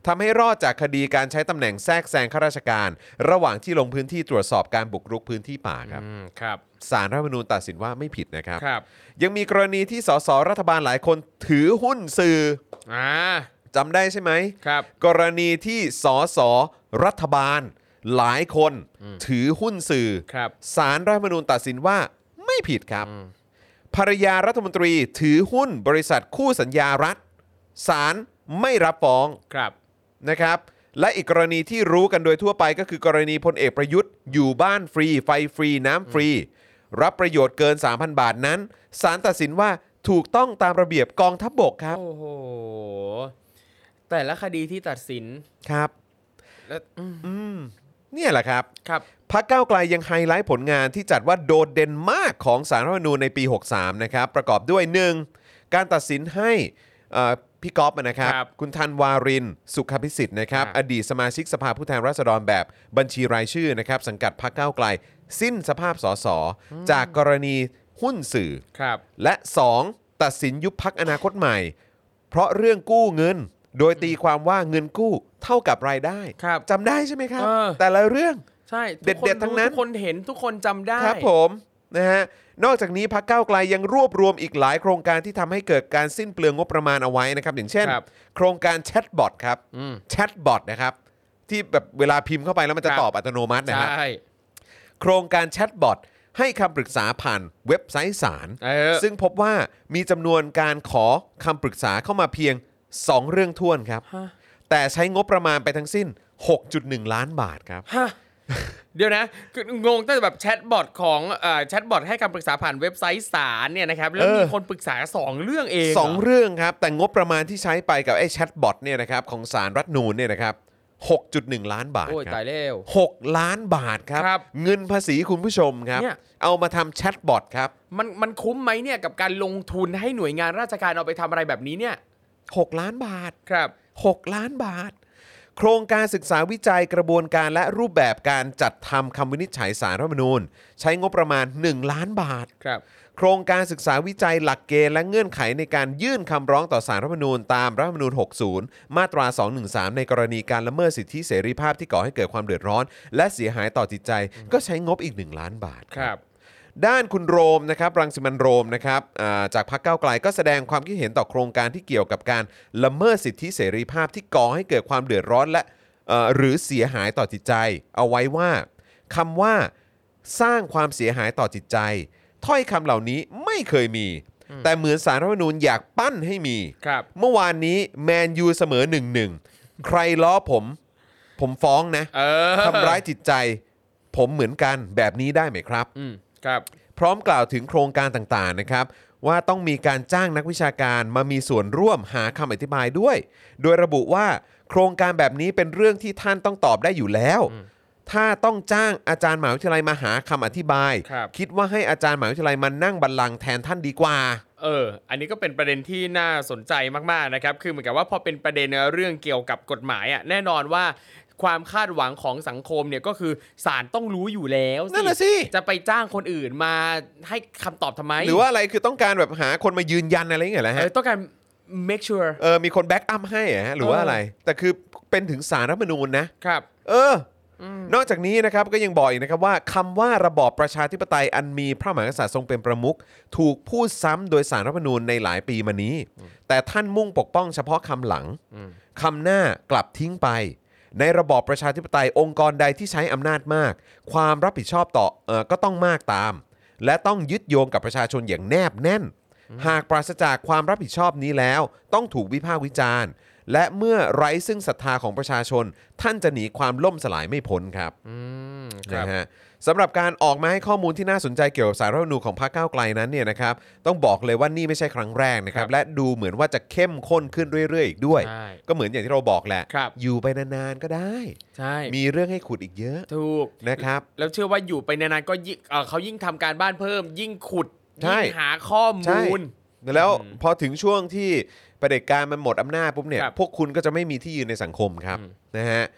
ทำให้รอดจากคดีการใช้ตำแหน่งแทรกแซงข้าราชการระหว่างที่ลงพื้นที่ตรวจสอบการบุกรุกพื้นที่ป่าครับอืมครับศาลรัฐธรรมนูญตัดสินว่าไม่ผิดนะครับครับยังมีกรณีที่สสรัฐบาลหลายคนถือหุ้นสื่ออ่าจำได้ใช่ไหมครับกรณีที่สสรัฐบาลหลายคนถือหุ้นสื่อครับศาลรัฐธรรมนูญตัดสินว่าไม่ผิดครับภรรยารัฐมนตรีถือหุ้นบริษัทคู่สัญญารัฐศาลไม่รับฟ้องครับนะครับและอีกกรณีที่รู้กันโดยทั่วไปก็คือกรณีพลเอกประยุทธ์อยู่บ้านฟรีไฟฟรีน้ำฟรีรับประโยชน์เกิน สามพัน บาทนั้นศาลตัดสินว่าถูกต้องตามระเบียบกองทัพบกครับโอ้โหแต่ละคดีที่ตัดสินครับแล้วอืมอืมเนี่ยแหละครับครับพรรคก้าวไกลยังไฮไลท์ผลงานที่จัดว่าโดดเด่นมากของศาลรัฐธรรมนูญในปี หกสิบสาม นะครับประกอบด้วย หนึ่ง การตัดสินให้เอ่อพี่ก๊อฟนะครับครับคุณธันวารินทร์สุขพิสิทธิ์นะครับครับอดีตสมาชิกสภาผู้แทนราษฎรแบบบัญชีรายชื่อนะครับสังกัดพรรคก้าวไกล สิ้นสภาพสสจากกรณีหุ้นสื่อครับและ สอง ตัดสินยุบพรรคอนาคตใหม่ เพราะเรื่องกู้เงิน โดยตีความว่าเงินกู้เท่ากับรายได้ครับจำได้ใช่ไหมครับเออแต่ละเรื่องใช่ทุกคนเด็ดๆทั้งนั้นทุกคนเห็นทุกคนจำได้ครับผมนะฮะนอกจากนี้พรรคก้าวไกลยังรวบรวมอีกหลายโครงการที่ทำให้เกิดการสิ้นเปลืองงบประมาณเอาไว้นะครับอย่างเช่นครับโครงการแชทบอทครับอืมแชทบอทนะครับที่แบบเวลาพิมพ์เข้าไปแล้วมันจะครับตอบอัตโนมัตินะครับใช่โครงการแชทบอทให้คำปรึกษาผ่านเว็บไซต์ศาลเออซึ่งพบว่ามีจำนวนการขอคำปรึกษาเข้ามาเพียง สอง เรื่องท้วนครับฮะแต่ใช้งบประมาณไปทั้งสิ้น หกจุดหนึ่ง ล้านบาทครับฮะเดี๋ยวนะคืองงตั้งแต่แบบแชทบอทของเอ่อแชทบอทให้คำปรึกษาผ่านเว็บไซต์ศาลเนี่ยนะครับแล้วเออมีคนปรึกษาสองเรื่องเองสองเหรอเรื่องครับ แต่งบประมาณที่ใช้ไปกับไอ้แชทบอทเนี่ยนะครับของสารรัฐธรรมนูญเนี่ยนะครับ หกจุดหนึ่ง ล้านบาทโอ้ยครับตายแล้วหกล้านบาทครับครับเงินภาษีคุณผู้ชมครับเนี่ยเอามาทำแชทบอทครับมันมันคุ้มไหมเนี่ยกับการลงทุนให้หน่วยงานราชการเอาไปทำอะไรแบบนี้เนี่ยหก ล้านบาทครับหก ล้านบาท โครงการศึกษาวิจัยกระบวนการและรูปแบบการจัดทำคำวินิจฉัยศาลรัฐธรรมนูญใช้งบประมาณ หนึ่ง ล้านบาทครับโครงการศึกษาวิจัยหลักเกณฑ์และเงื่อนไขในการยื่นคำร้องต่อศาลรัฐธรรมนูญตามรัฐธรรมนูญ หกสิบ มาตรา สองหนึ่งสาม ในกรณีการละเมิดสิทธิเสรีภาพที่ก่อให้เกิดความเดือดร้อน และเสียหายต่อจิตใจ ก็ใช้งบอีก หนึ่ง ล้านบาทครับด้านคุณโรมนะครับรังสิมันต์โรมนะครับอ่าจากพรรคก้าวไกลก็แสดงความคิดเห็นต่อโครงการที่เกี่ยวกับการละเมิดสิทธิเสรีภาพที่ก่อให้เกิดความเดือดร้อนและเอ่อหรือเสียหายต่อจิตใจ เอาไว้ว่าคำว่าสร้างความเสียหายต่อจิตใจถ้อยคำเหล่านี้ไม่เคยมี แต่เหมือนศาลรัฐธรรมนูญอยากปั้นให้มีครับเมื่อวานนี้แมนยูเสมอ หนึ่งหนึ่ง ใครล้อผมผมฟ้องนะเออทำร้ายจิตใจ ผมเหมือนกันแบบนี้ได้ไหมครับอืมครับพร้อมกล่าวถึงโครงการต่างๆนะครับว่าต้องมีการจ้างนักวิชาการมามีส่วนร่วมหาคำอธิบายด้วย โดยระบุว่าโครงการแบบนี้เป็นเรื่องที่ท่านต้องตอบได้อยู่แล้ว ถ้าต้องจ้างอาจารย์มหาวิทยาลัยมาหาคำอธิบายครับคิดว่าให้อาจารย์มหาวิทยาลัยมานั่งบัลลังก์แทนท่านดีกว่าเออ อันนี้ก็เป็นประเด็นที่น่าสนใจมากๆนะครับ คือเหมือนกับว่าพอเป็นประเด็นเรื่องเกี่ยวกับกฎหมายอ่ะ แน่นอนว่าความคาดหวังของสังคมเนี่ยก็คือศาลต้องรู้อยู่แล้วนั่นแหละสิจะไปจ้างคนอื่นมาให้คำตอบทำไมหรือว่าอะไรคือต้องการแบบหาคนมายืนยันอะไรอย่างเงี้ยเหรอเอฮะอต้องการ make sure เออมีคนแบ็กอัพให้เหรอฮะหรือว่าเออออะไร แต่คือเป็นถึงศาลรัฐธรรมนูญนะครับเอออนอกจากนี้นะครับก็ยังบอกอีกนะครับว่าคำว่าระบอบประชาธิปไตยอันมีพระมหากษัตริย์ทรงเป็นประมุขถูกพูดซ้ำโดยศาลรัฐธรรมนูญในหลายปีมานี้ แต่ท่านมุ่งปกป้องเฉพาะคำหลังคำหน้ากลับทิ้งไป ในระบอบประชาธิปไตยองค์กรใดที่ใช้อำนาจมาก ความรับผิดชอบต่อเอ่อก็ต้องมากตาม และต้องยึดโยงกับประชาชนอย่างแนบแน่น หากปราศจากความรับผิดชอบนี้แล้วต้องถูกวิพากษ์วิจารณ์ และเมื่อไร้ซึ่งศรัทธาของประชาชน ท่านจะหนีความล่มสลายไม่พ้นครับอืมครับนะฮะสำหรับการออกมาให้ข้อมูลที่น่าสนใจเกี่ยวกับสารรัฐธรรมนูญของพรรคก้าวไกลนั้นเนี่ยนะครับต้องบอกเลยว่านี่ไม่ใช่ครั้งแรกนะครับครับและดูเหมือนว่าจะเข้มข้นขึ้นเรื่อยๆอีกด้วยใช่ก็เหมือนอย่างที่เราบอกแหละครับอยู่ไปนานๆก็ได้ใช่มีเรื่องให้ขุดอีกเยอะถูกนะครับแล้วเชื่อว่าอยู่ไปนานๆก็ยิ่งเอ่อเขายิ่งทำการบ้านเพิ่ม ยิ่งขุดใช่ยิ่งหาข้อใช่มูลแล้วพอถึงช่วงที่เผด็จการมันหมดอำนาจปุ๊บเนี่ยครับพวกคุณก็จะไม่มีที่ยืนในสังคมครับอืมนะฮะ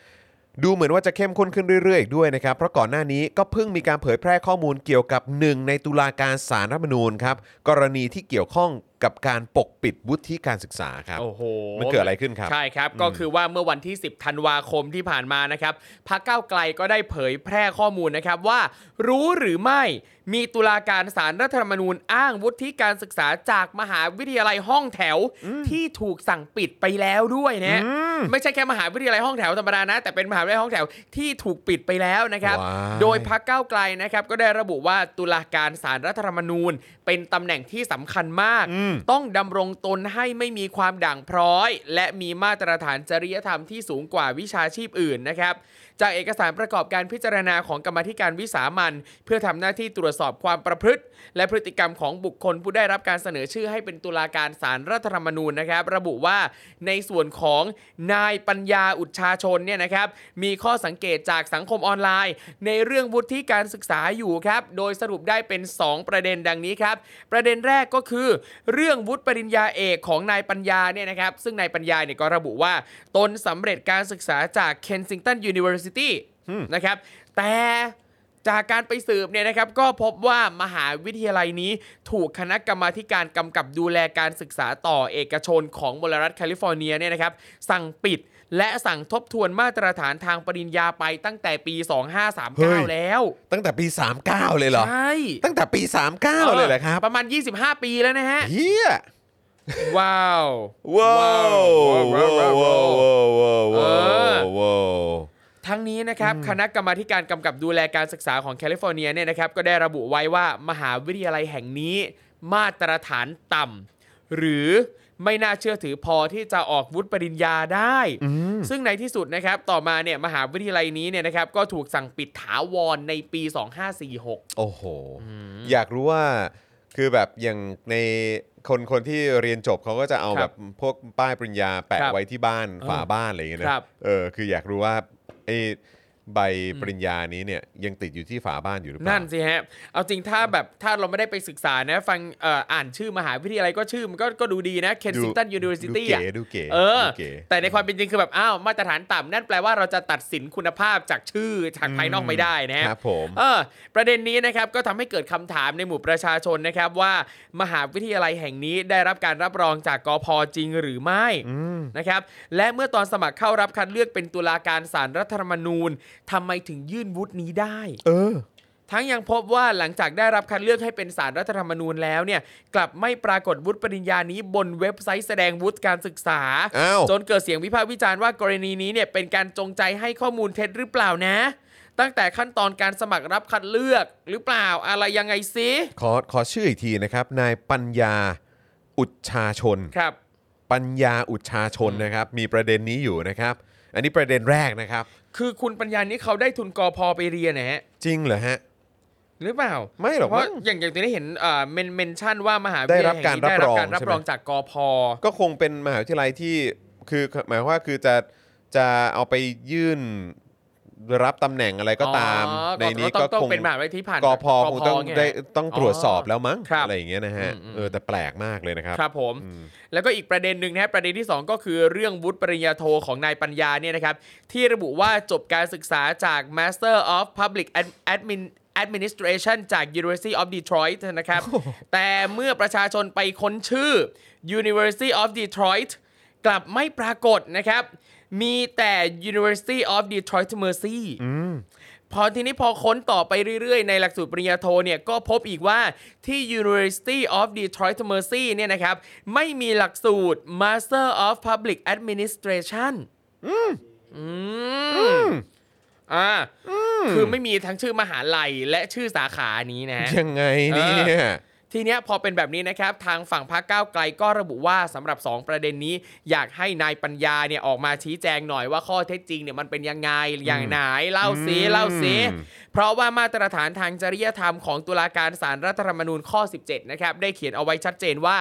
ดูเหมือนว่าจะเข้มข้นขึ้นเรื่อยๆอีกด้วยนะครับเพราะก่อนหน้านี้ก็เพิ่งมีการเผยแพร่ข้อมูลเกี่ยวกับหนึ่งในตุลาการศาลรัฐธรรมนูญครับกรณีที่เกี่ยวข้องกับการปกปิดวุฒิการศึกษาครับโอ้โหมันเกิดอะไรขึ้นครับใช่ครับก็คือว่าเมื่อวันที่สิบธันวาคมที่ผ่านมานะครับพรรคก้าวไกลก็ได้เผยแพร่ข้อมูลนะครับว่ารู้หรือไม่มีตุลาการศาลรัฐธรรมนูญอ้างวุฒิการศึกษาจากมหาวิทยาลัยห้องแถวที่ถูกสั่งปิดไปแล้วด้วยนะไม่ใช่แค่มหาวิทยาลัยห้องแถวธรรมดานะแต่เป็นมหาวิทยาลัยห้องแถวที่ถูกปิดไปแล้วนะครับโดยพรรคก้าวไกลนะครับก็ได้ระบุว่าตุลาการศาลรัฐธรรมนูญเป็นตำแหน่งที่สำคัญมากต้องดำรงตนให้ไม่มีความด่างพร้อยและมีมาตรฐานจริยธรรมที่สูงกว่าวิชาชีพอื่นนะครับจากเอกสารประกอบการพิจารณาของกรรมาธิการวิสามัญเพื่อทำหน้าที่ตรวจสอบความประพฤติและพฤติกรรมของบุคคลผู้ได้รับการเสนอชื่อให้เป็นตุลาการศาลรัฐธรรมนูญนะครับระบุว่าในส่วนของนายปัญญาอุชชาชนเนี่ยนะครับมีข้อสังเกตจากสังคมออนไลน์ในเรื่องวุฒิการศึกษาอยู่ครับโดยสรุปได้เป็นสองประเด็นดังนี้ครับประเด็นแรกก็คือเรื่องวุฒิปริญญาเอกของนายปัญญาเนี่ยนะครับซึ่งนายปัญญาเนี่ยก็ระบุว่าตนสำเร็จการศึกษาจาก Kensington University นะครับแต่จากการไปสืบเนี่ยนะครับก็พบว่ามหาวิทยาลัยนี้ถูกคณะกรรมาการกำกับดูแลการศึกษาต่อเอกชนของมลรัฐแคลิฟอร์เนียเนี่ยนะครับสั่งปิดและสั่งทบทวนมาตรฐานทางปริญญาไปตั้งแต่ปีสองพันห้าร้อยสามสิบเก้าแล้วตั้งแต่ปีสามสิบเก้าเลยเหรอใช่ตั้งแต่ปีสามสิบเก้าเลยเหรอครับประมาณยี่สิบห้าปีแล้วนะฮะเฮียว้าวว้าวว้าวว้าวว้าวว้าวทั้งนี้นะครับคณะกรรมาการกำกับดูแลการศึกษาของแคลิฟอร์เนียเนี่ยนะครับก็ได้ระบุไว้ว่ามหาวิทยาลัยแห่งนี้มาตรฐานต่ำหรือไม่น่าเชื่อถือพอที่จะออกวุฒิปริญญาได้ซึ่งในที่สุดนะครับต่อมาเนี่ยมหาวิทยาลัยนี้เนี่ยนะครับก็ถูกสั่งปิดถาวรในปีสองพันห้าร้อยสี่สิบหกโอ้โหอยากรู้ว่าคือแบบอย่างในคนคนที่เรียนจบเขาก็จะเอาแบบพวกป้ายปริญญาแปะไว้ที่บ้านฝาบ้านอะไรอย่างเงี้ยนะเออคืออยากรู้ว่าไอ้ใบปริญญานี้เนี่ยยังติดอยู่ที่ฝาบ้านอยู่หรือเปล่านั่นสิฮะเอาจริงถ้าแบบถ้าเราไม่ได้ไปศึกษานะฟังเอ่ออ่านชื่อมหาวิทยาลัยก็ชื่อมันก็ก็ดูดีนะ Kensington University อ่ะดูเก๋เออแต่ในความเป็นจริงคือแบบอ้าวมาตรฐานต่ำนั่นแปลว่าเราจะตัดสินคุณภาพจากชื่อจากภายนอกไม่ได้นะครับผมเออประเด็นนี้นะครับก็ทำให้เกิดคำถามในหมู่ประชาชนนะครับว่ามหาวิทยาลัยแห่งนี้ได้รับการรับรองจากกพ.จริงหรือไม่นะครับและเมื่อตอนสมัครเข้ารับคัดเลือกเป็นตุลาการศาลรัฐธรรมนูญทำไมถึงยื่นวุฒินี้ได้เออทั้งยังพบว่าหลังจากได้รับคัดเลือกให้เป็นศาลรัฐธรรมนูญแล้วเนี่ยกลับไม่ปรากฏวุฒิปริญญานี้บนเว็บไซต์แสดงวุฒิการศึกษาจนเกิดเสียงวิพากษ์วิจารณ์ว่ากรณีนี้เนี่ยเป็นการจงใจให้ข้อมูลเท็จหรือเปล่านะตั้งแต่ขั้นตอนการสมัครรับคัดเลือกหรือเปล่าอะไรยังไงซิขอขอชื่ออีกทีนะครับนายปัญญาอุชชาชนครับปัญญาอุชชาชนนะครับมีประเด็นนี้อยู่นะครับอันนี้ประเด็นแรกนะครับคือคุณปัญญานี้เขาได้ทุนกพ.ไปเรียนนะฮะจริงเหรอฮะหรือเปล่าไม่หรอกเพราะอย่างอย่างที่ได้เห็นเอ่อเมนเมนชั่นว่ามหาวิทยาลัยได้รับการรับรองรับรองจากกพ. ก็คงเป็นมหาวิทยาลัยที่คือหมายว่าคือจะจะเอาไปยื่นรับตำแหน่งอะไรก็ตามในนี้ก็คงเป็นมหาวิทยาลัยที่ผ่านกพ.คงต้องได้ต้องตรวจสอบแล้วมั้งอะไรอย่างเงี้ยนะฮะเออแต่แปลกมากเลยนะครับครับผมแล้วก็อีกประเด็นหนึ่งนะประเด็นที่สองก็คือเรื่องวุฒิปริญญาโทของนายปัญญาเนี่ยนะครับที่ระบุว่าจบการศึกษาจาก Master of Public Admin Administration จาก University of Detroit นะครับแต่เมื่อประชาชนไปค้นชื่อ University of Detroit กลับไม่ปรากฏนะครับมีแต่ University of Detroit Mercy พอทีนี้พอค้นต่อไปเรื่อยๆในหลักสูตรปริญญาโทเนี่ยก็พบอีกว่าที่ University of Detroit Mercy เนี่ยนะครับไม่มีหลักสูตร Master of Public Administration อืมอืมอ่าคือไม่มีทั้งชื่อมหาลัยและชื่อสาขานี้นะยังไงเนี่ยทีเนี้ยพอเป็นแบบนี้นะครับทางฝั่งพรรคก้าวไกลก็ระบุว่าสำหรับสองประเด็นนี้อยากให้นายปัญญาเนี่ยออกมาชี้แจงหน่อยว่าข้อเท็จจริงเนี่ยมันเป็นยังไงอย่างไหนเล่าซิเล่าซิเพราะว่ามาตรฐานทางจริยธรรมของตุลาการศาลรัฐธรรมนูญข้อสิบเจ็ดนะครับได้เขียนเอาไว้ชัดเจนว่า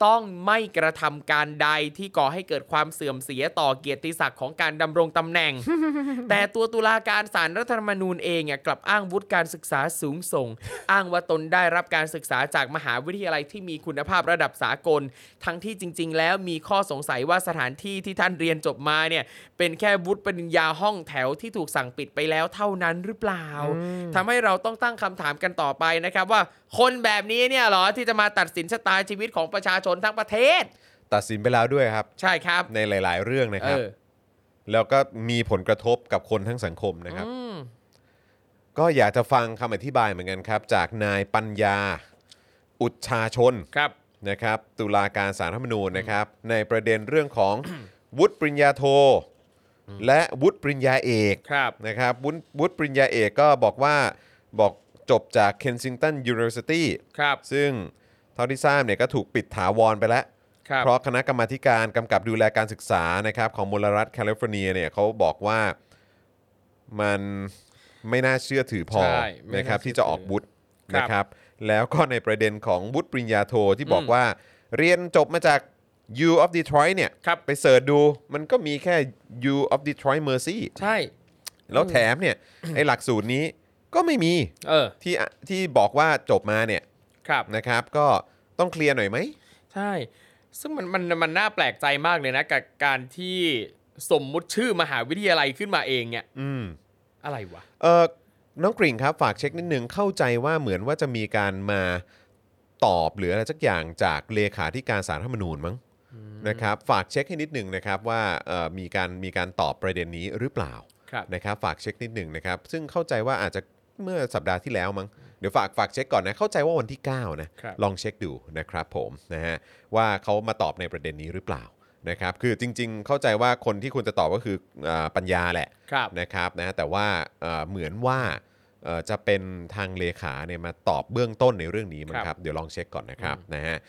ต้องไม่กระทำการใดที่ก่อให้เกิดความเสื่อมเสียต่อเกียรติศักดิ์ของการดำรงตำแหน่ง แต่ตัวตุลาการศาลรัฐธรรมนูญเองกลับอ้างวุฒิการศึกษาสูงส่ง อ้างว่าตนได้รับการศึกษาจากมหาวิทยาลัยที่มีคุณภาพระดับสากลทั้งที่จริงๆแล้วมีข้อสงสัยว่าสถานที่ที่ท่านเรียนจบมาเนี่ยเป็นแค่วุฒิปริญญาห้องแถวที่ถูกสั่งปิดไปแล้วเท่านั้นหรือเปล่าทำให้เราต้องตั้งคำถามกันต่อไปนะครับว่าคนแบบนี้เนี่ยเหรอที่จะมาตัดสินชะตาชีวิตของประชาชนทั้งประเทศตัดสินไปแล้วด้วยครับใช่ครับในหลายๆเรื่องนะครับแล้วก็มีผลกระทบกับคนทั้งสังคมนะครับก็อยากจะฟังคำอธิบายเหมือนกันครับจากนายปัญญาอุชาชนนะครับตุลาการศาลรัฐธรรมนูญนะครับในประเด็นเรื่องของ วุฒิปริญญาโทและวุฒิปริญญาเอกนะครับวุฒิวุฒิปริญญาเอกก็บอกว่าบอกจบจาก Kensington University ซึ่งเท่าที่ทราบเนี่ยก็ถูกปิดถาวรไปแล้วเพราะคณะกรรมาธิการกำกับดูแลการศึกษานะครับของมลรัฐแคลิฟอร์เนียเนี่ยเขาบอกว่ามันไม่น่าเชื่อถือพอนะครับที่จะออกวุฒินะครับแล้วก็ในประเด็นของวุฒิปริญญาโทที่บอกว่าเรียนจบมาจาก U of Detroit เนี่ยไปเสิร์ชดูมันก็มีแค่ U of Detroit Mercy ใช่แล้วแถมเนี่ยไอหลักสูตรนี้ก็ไม่มีที่ที่บอกว่าจบมาเนี่ยนะครับก็ต้องเคลียร์หน่อยไหมใช่ซึ่งมันมันมันน่าแปลกใจมากเลยนะกับการที่สมมุติชื่อมหาวิทยาลัยขึ้นมาเองเนี่ยอืมอะไรวะเออน้องกริ่งครับฝากเช็คนิดนึงเข้าใจว่าเหมือนว่าจะมีการมาตอบหรืออะไรสักอย่างจากเลขาธิการศาลรัฐธรรมนูญมั้งนะครับฝากเช็คให้นิดนึงนะครับว่าเอ่อมีการมีการตอบประเด็นนี้หรือเปล่านะครับฝากเช็คนิดนึงนะครับซึ่งเข้าใจว่าอาจจะเมื่อสัปดาห์ที่แล้วมั้งเดี๋ยวฝากฝากเช็คก่อนนะเข้าใจว่าวันที่เก้านะลองเช็คดูนะครับผมนะฮะว่าเขามาตอบในประเด็นนี้หรือเปล่านะครับคือจริงๆเข้าใจว่าคนที่ควรจะตอบก็คือปัญญาแหละนะครับนะแต่ว่าเหมือนว่าจะเป็นทางเลขาเนี่ยมาตอบเบื้องต้นในเรื่องนี้มั้งครับเดี๋ยวลองเช็คก่อนนะครับนะฮะ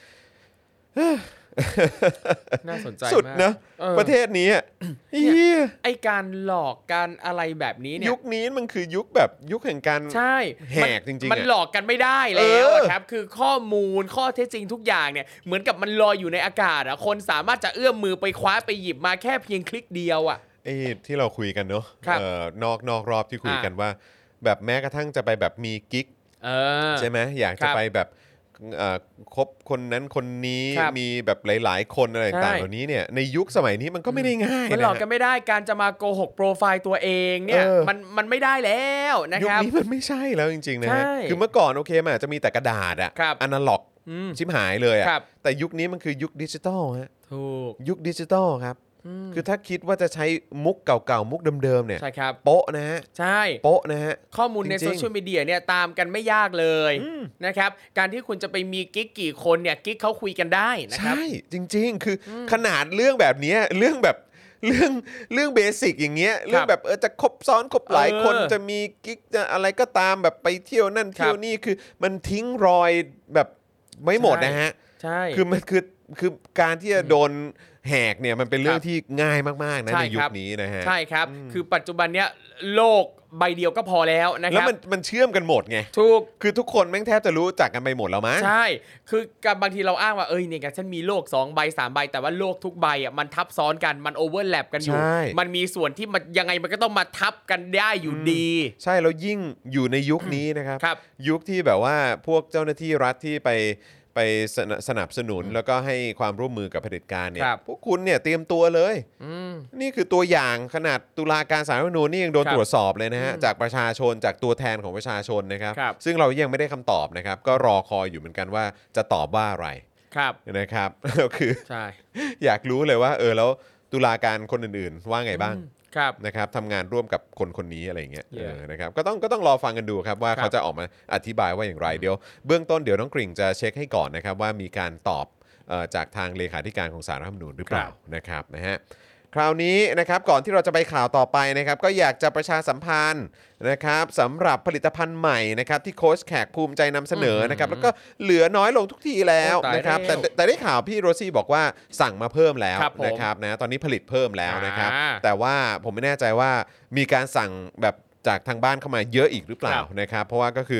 น่าสนใจสุดนะประเทศนี้ไอการหลอกการอะไรแบบนี้เนี่ยยุคนี้มันคือยุคแบบยุคแห่งการใช่แหกจริงๆมันหลอกกันไม่ได้แล้วครับคือข้อมูลข้อเท็จจริงทุกอย่างเนี่ยเหมือนกับมันลอยอยู่ในอากาศอ่ะคนสามารถจะเอื้อมมือไปคว้าไปหยิบมาแค่เพียงคลิกเดียวอ่ะไอ้ที่เราคุยกันเนาะนอกนอกรอบที่คุยกันว่าแบบแม้กระทั่งจะไปแบบมีกิ๊กใช่ไหมอยากจะไปแบบคบคนนั้นคนนี้มีแบบหลายๆคนอะไรต่างๆเหล่านี้เนี่ยในยุคสมัยนี้มันก็ไม่ได้ง่ายมันหลอกกันไม่ได้การจะมาโกหกโปรไฟล์ตัวเองเนี่ยมันมันไม่ได้แล้วนะครับยุคนี้มันไม่ใช่แล้วจริงๆนะฮะคือเมื่อก่อนโอเคมันอาจจะมีแต่กระดาษอะอนาล็อกชิบหายเลยอะแต่ยุคนี้มันคือยุคดิจิตอลฮะถูกยุคดิจิตอลครับคือถ้าคิดว่าจะใช้มุกเก่าๆมุกเดิมๆเนี่ยใช่ครับโป๊ะนะฮะใช่โป๊ะนะฮะข้อมูลในโซเชียลมีเดียเนี่ยตามกันไม่ยากเลยนะครับการที่คุณจะไปมีกิ๊กกี่คนเนี่ยกิ๊กเขาคุยกันได้นะครับใช่จริงๆคือขนาดเรื่องแบบนี้เรื่องแบบเรื่องเรื่องเบสิกอย่างเงี้ยเรื่องแบบเออจะคบซ้อนคบหลายคนจะมีกิ๊กจะอะไรก็ตามแบบไปเที่ยวนั่นเที่ยวนี่คือมันทิ้งรอยแบบไม่หมดนะฮะใช่คือมันคือคือการที่จะโดนแหกเนี่ยมันเป็นเรื่องที่ง่ายมากๆนะในยุคนี้นะฮะใช่ครับคือปัจจุบันเนี้ยโลกใบเดียวก็พอแล้วนะครับแล้วมันมันเชื่อมกันหมดไงถูกคือทุกคนแม่งแทบจะรู้จักกันไปหมดแล้วมั้งใช่คือกับบางทีเราอ้างว่าเอ้ยเนี่ยฉันมีโลกสองใบสามใบแต่ว่าโลกทุกใบอ่ะมันทับซ้อนกันมันโอเวอร์แลปกันอยู่มันมีส่วนที่มันยังไงมันก็ต้องมาทับกันได้อยู่ดีใช่แล้วยิ่งอยู่ในยุคนี้นะครับยุคที่แบบว่าพวกเจ้าหน้าที่รัฐที่ไปไปสนับสนุนแล้วก็ให้ความร่วมมือกับเผด็จการเนี่ยพวกคุณเนี่ยเตรียมตัวเลยนี่คือตัวอย่างขนาดตุลาการศาลรัฐธรรมนูญนี่ยังโดนตรวจสอบเลยนะฮะจากประชาชนจากตัวแทนของประชาชนนะครับซึ่งเรายังไม่ได้คำตอบนะครับก็รอคอยอยู่เหมือนกันว่าจะตอบว่าอะไรนะครับก็คืออยากรู้เลยว่าเออแล้วตุลาการคนอื่นๆว่าไงบ้างนะครับทำงานร่วมกับคนคนนี้อะไรอย่างเงี้ยนะครับก็ต้องก็ต้องรอฟังกันดูครับว่าเขาจะออกมาอธิบายว่าอย่างไรเดี๋ยวเบื้องต้นเดี๋ยวน้องกริ่งจะเช็คให้ก่อนนะครับว่ามีการตอบจากทางเลขาธิการของศาลรัฐธรรมนูญหรือเปล่านะครับนะฮะคราวนี้นะครับก่อนที่เราจะไปข่าวต่อไปนะครับก็อยากจะประชาสัมพันธ์นะครับสำหรับผลิตภัณฑ์ใหม่นะครับที่โค้ชแขกภูมิใจนำเสนอนะครับแล้วก็เหลือน้อยลงทุกทีแล้วนะครับแต่แต่ได้ข่าวพี่โรซี่บอกว่าสั่งมาเพิ่มแล้วนะครับนะตอนนี้ผลิตเพิ่มแล้วนะครับแต่ว่าผมไม่แน่ใจว่ามีการสั่งแบบจากทางบ้านเข้ามาเยอะอีกหรือเปล่านะครับเพราะว่าก็คือ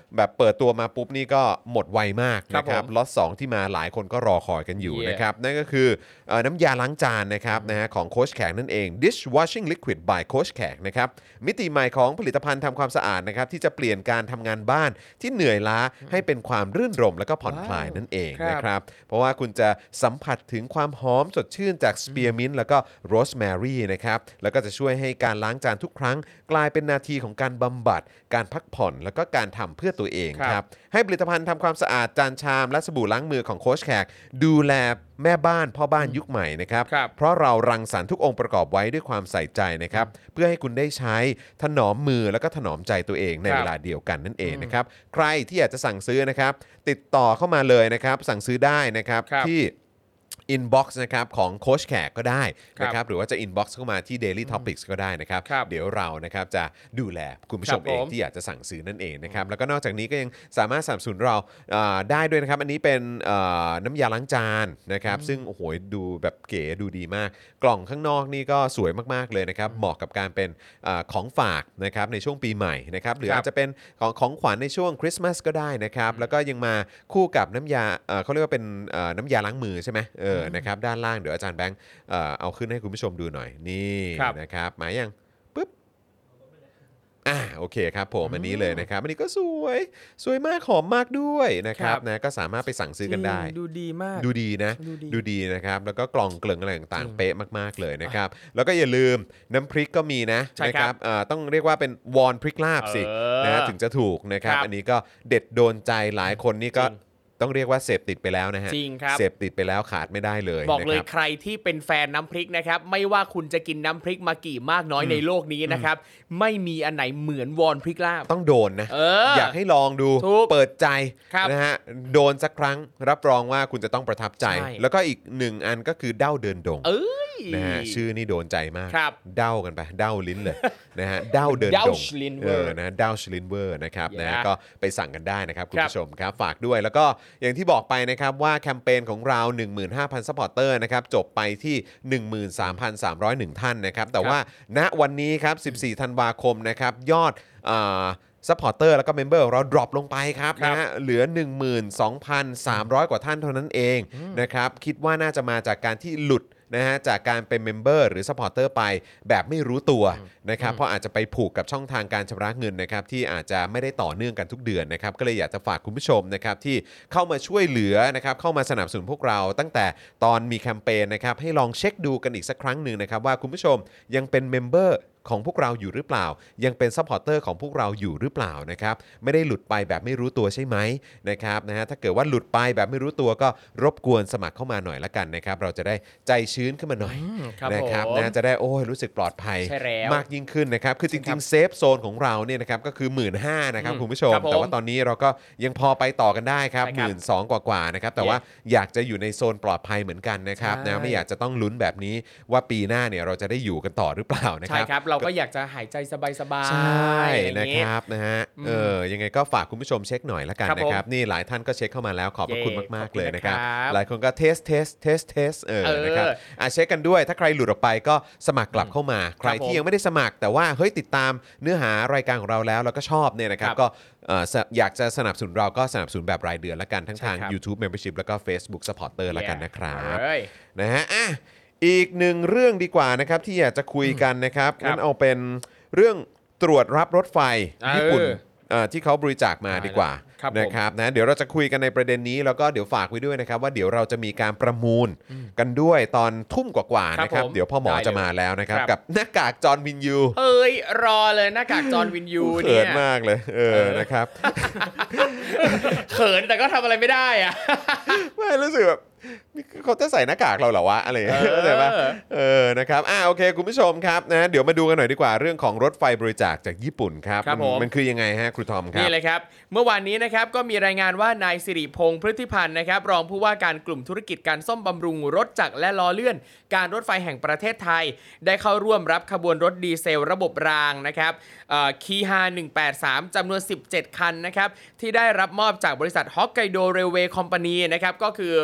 แบบเปิดตัวมาปุ๊บนี่ก็หมดไวมากครับนะครับผมล็อตสองที่มาหลายคนก็รอคอยกันอยู่ Yeah นะครับนั่นก็คือเอ่อน้ำยาล้างจานนะครับนะฮะของโค้ชแขกนั่นเอง dishwashing liquid by โค้ชแขกนะครับมิติใหม่ของผลิตภัณฑ์ทำความสะอาดนะครับที่จะเปลี่ยนการทำงานบ้านที่เหนื่อยล้าให้เป็นความรื่นรมและก็ผ่อนคลายนั่นเองครับนะครับเพราะว่าคุณจะสัมผัสถึงความหอมสดชื่นจากสเปียร์มินต์แล้วก็โรสแมรี่นะครับแล้วก็จะช่วยให้การล้างจานทุกครั้งกลายเป็นนาทีของการบำบัดการพักผ่อนแล้วก็การทำเพื่อตัวเองครับให้ผลิตภัณฑ์ทำความสะอาดจานชามและสบู่ล้างมือของโค้ชแขกดูแลแม่บ้านพ่อบ้านยุคใหม่นะครับครับเพราะเรารังสรรค์ทุกองค์ประกอบไว้ด้วยความใส่ใจนะครับเพื่อให้คุณได้ใช้ถนอมมือแล้วก็ถนอมใจตัวเองในครับเวลาเดียวกันนั่นเองนะครับใครที่อยากจะสั่งซื้อนะครับติดต่อเข้ามาเลยนะครับสั่งซื้อได้นะครับครับที่ inbox นะครับของโค้ชแขกก็ได้ครับนะครับหรือว่าจะ inbox เข้ามาที่ Daily Topics ก็ได้นะครับครับเดี๋ยวเรานะครับจะดูแลคุณผู้ชมครับเองผมที่อยากจะสั่งซื้อนั่นเองนะครับแล้วก็นอกจากนี้ก็ยังสามารถสนับสนุนเราเอ่อได้ด้วยนะครับอันนี้เป็นเอ่อน้ำยาล้างจานนะครับซึ่งโอ้โหดูแบบเก๋ดูดีมาก กล่องข้างนอกนี่ก็สวยมากๆเลยนะครับเหมาะกับการเป็นเอ่อของฝากนะครับในช่วงปีใหม่นะครับหรือครับอาจจะเป็นของของขวัญในช่วงคริสต์มาสก็ได้นะครับแล้วก็ยังมาคู่กับน้ำยาเอ่อเขาเรียกว่าเป็นเอ่อน้ำยาล้างมือใช่ไหมเออนะครับด้านล่างเดี๋ยวอาจารย์แบงค์เอ่อเอาขึ้นให้คุณผู้ชมดูหน่อยนี่ครับนะครับหมายยังปึ๊บอ่าโอเคครับผมอันนี้เลยนะครับอันนี้ก็สวยสวยมากหอมมากด้วยนะครับครับนะก็สามารถไปสั่งซื้อกันได้จริงดูดีมากดูดีนะดูดีดูดีนะครับแล้วก็กล่องเกลึงอะไรต่างๆเป๊ะมากๆเลยนะครับแล้วก็อย่าลืมน้ำพริกก็มีนะใช่นะครับ เอ่อต้องเรียกว่าเป็นวอนพริกลาบสิเออนะถึงจะถูกนะครับครับอันนี้ก็เด็ดโดนใจหลายคนนี่ก็จริงต้องเรียกว่าเสพติดไปแล้วนะฮะจริงครับเสพติดไปแล้วขาดไม่ได้เลยบอกเลยนะครับใครที่เป็นแฟนน้ำพริกนะครับไม่ว่าคุณจะกินน้ำพริกมากี่มากน้อยในโลกนี้นะครับไม่มีอันไหนเหมือนวอนพริกลาบต้องโดนนะเออออยากให้ลองดูถูกเปิดใจครับนะฮะโดนสักครั้งรับรองว่าคุณจะต้องประทับใจใช่แล้วก็อีกหนึ่งอันก็คือเด้าเดินดงเอ้ยนะฮะชื่อนี่โดนใจมากครับเด้ากันไปเด้าลิ้นเลย นะฮะเด้าเดินดง Douchlinwer เออนะเด้าชลินเวอร์นะครับ Yeah นะฮะก็ไปสั่งกันได้นะครับคุณครับผู้ชมครับฝากด้วยแล้วก็อย่างที่บอกไปนะครับว่าแคมเปญของเรา หนึ่งหมื่นห้าพัน ซัพพอร์เตอร์นะครับจบไปที่ หนึ่งหมื่นสามพันสามร้อยเอ็ด ท่านนะครับแต่ว่าณวันนี้ครับสิบสี่ธันวาคมนะครับยอดอ่าซัพพอร์เตอร์แล้วก็เมมเบอร์ของเราดรอปลงไปครับครับนะฮะเหลือ หนึ่งหมื่นสองพันสามร้อย กว่าท่านเท่านั้นเองนะครับคิดว่าน่าจะมาจากการที่หลุดนะฮะจากการเป็นเมมเบอร์หรือซัพพอร์เตอร์ไปแบบไม่รู้ตัวนะครับเพราะอาจจะไปผูกกับช่องทางการชำระเงินนะครับที่อาจจะไม่ได้ต่อเนื่องกันทุกเดือนนะครับก็เลยอยากจะฝากคุณผู้ชมนะครับที่เข้ามาช่วยเหลือนะครับเข้ามาสนับสนุนพวกเราตั้งแต่ตอนมีแคมเปญนะครับให้ลองเช็คดูกันอีกสักครั้งหนึ่งนะครับว่าคุณผู้ชมยังเป็นเมมเบอร์ของพวกเราอยู่หรือเปล่ายังเป็นซัพพอร์เตอร์ของพวกเราอยู่หรือเปล่านะครับไม่ได้หลุดไปแบบไม่รู้ตัวใช่ไหมนะครับนะฮะถ้าเกิดว่าหลุดไปแบบไม่รู้ตัวก็รบกวนสมัครเข้ามาหน่อยละกันนะครับเราจะได้ใจชื้นขึ้นมาหน่อยครับนะครับผมนะจะได้โอ้ยรู้สึกปลอดภัยใช่แล้วมากยิ่งขึ้นนะครับคือจริงๆเซฟโซนของเราเนี่ยนะครับก็คือ หนึ่งหมื่นห้าพัน นะครับอืมคุณผู้ชมครับผมแต่ว่าตอนนี้เราก็ยังพอไปต่อกันได้ครับใช่หครับมื่นสองกว่าๆนะครับแต่ว่าอยากจะอยู่ในโซนปลอดภัยเหมือนกันนะครับใช่นะไม่อยากจะต้องลุ้นแบบนี้ว่าปีหน้าเนี่ยเราจะได้อยู่กันต่อหรือเปล่านะคใช่รับครับเราก็อยากจะหายใจสบายๆใช่อะไรนะอย่างคงี้รับนะฮะเออยังไงก็ฝากคุณผู้ชมเช็คหน่อยละกันครับนะครับนี่หลายท่านก็เช็คเข้ามาแล้วขอบพระคุณเย้มากขอบๆคุณเลยนะครับนะครับหลายคนก็เทสเทสเทสเทสเออเออนะครับอ่ะเช็คกันด้วยถ้าใครหลุดออกไปก็สมัครกลับเข้ามา ใครผมที่ยังไม่ได้สมัคร แต่ว่าเฮ้ยติดตามเนื้อหารายการของเราแล้วแล้วก็ชอบเนี่ยนะครับครับก็เอ่อสอยากจะสนับสนุนเราก็สนับสนุนแบบรายเดือนละกันทั้งทางใช่ครับ YouTube Membership แล้วก็ Facebook Supporter ละกันนะครับเอ้ยนะฮะอ่ะอีกหนึ่งเรื่องดีกว่านะครับที่อยากจะคุยกันนะครับครับงั้นเอาเป็นเรื่องตรวจรับรถไฟเออญี่ปุ่นเอ่อที่เขาบริจาคมาดีกว่าครับผมนะครับนะเดี๋ยวเราจะคุยกันในประเด็นนี้แล้วก็เดี๋ยวฝากไว้ด้วยนะครับว่าเดี๋ยวเราจะมีการประมูลกันด้วยตอนทุ่มกว่าๆครับนะครับผมเดี๋ยวพ่อหมอได้เลยจะมาแล้วนะครับครับกับหน้ากากจอห์นวินยูเฮ้ย รอเลยหน้ากากจอห์นวินยูเขิเนี่ยนมากเลยเออนะครับเขินแต่ก็ทำอะไรไม่ได้อะไม่รู้สึกแบบนี่เขาจะใส่หน้ากากเราเหรอวะอะไรอย่างเงี้ยเออเข้าใจปะเออนะครับอ่าโอเคคุณผู้ชมครับนะเดี๋ยวมาดูกันหน่อยดีกว่าเรื่องของรถไฟบริจาคจากญี่ปุ่นครับครับมันผมมันคือยังไงฮะครูทอมครับนี่เลยครับ เมื่อวานนี้นะครับก็มีรายงานว่านายสิริพงษ์พฤติพันธ์นะครับรองผู้ว่าการกลุ่มธุรกิจการซ่อมบำรุงรถจักรและล้อเลื่อน การรถไฟแห่งประเทศไทย ได้เข้าร่วมรับขบวนรถดีเซลระบบรางนะครับคีฮาหนึ่งแปดสามจำนวนสิบเจ็ดคันนะครับที่ได้รับมอบจากบริษัทฮอกไกโดเรลเวย์คอมพานีนะครับก็คือรถไฟ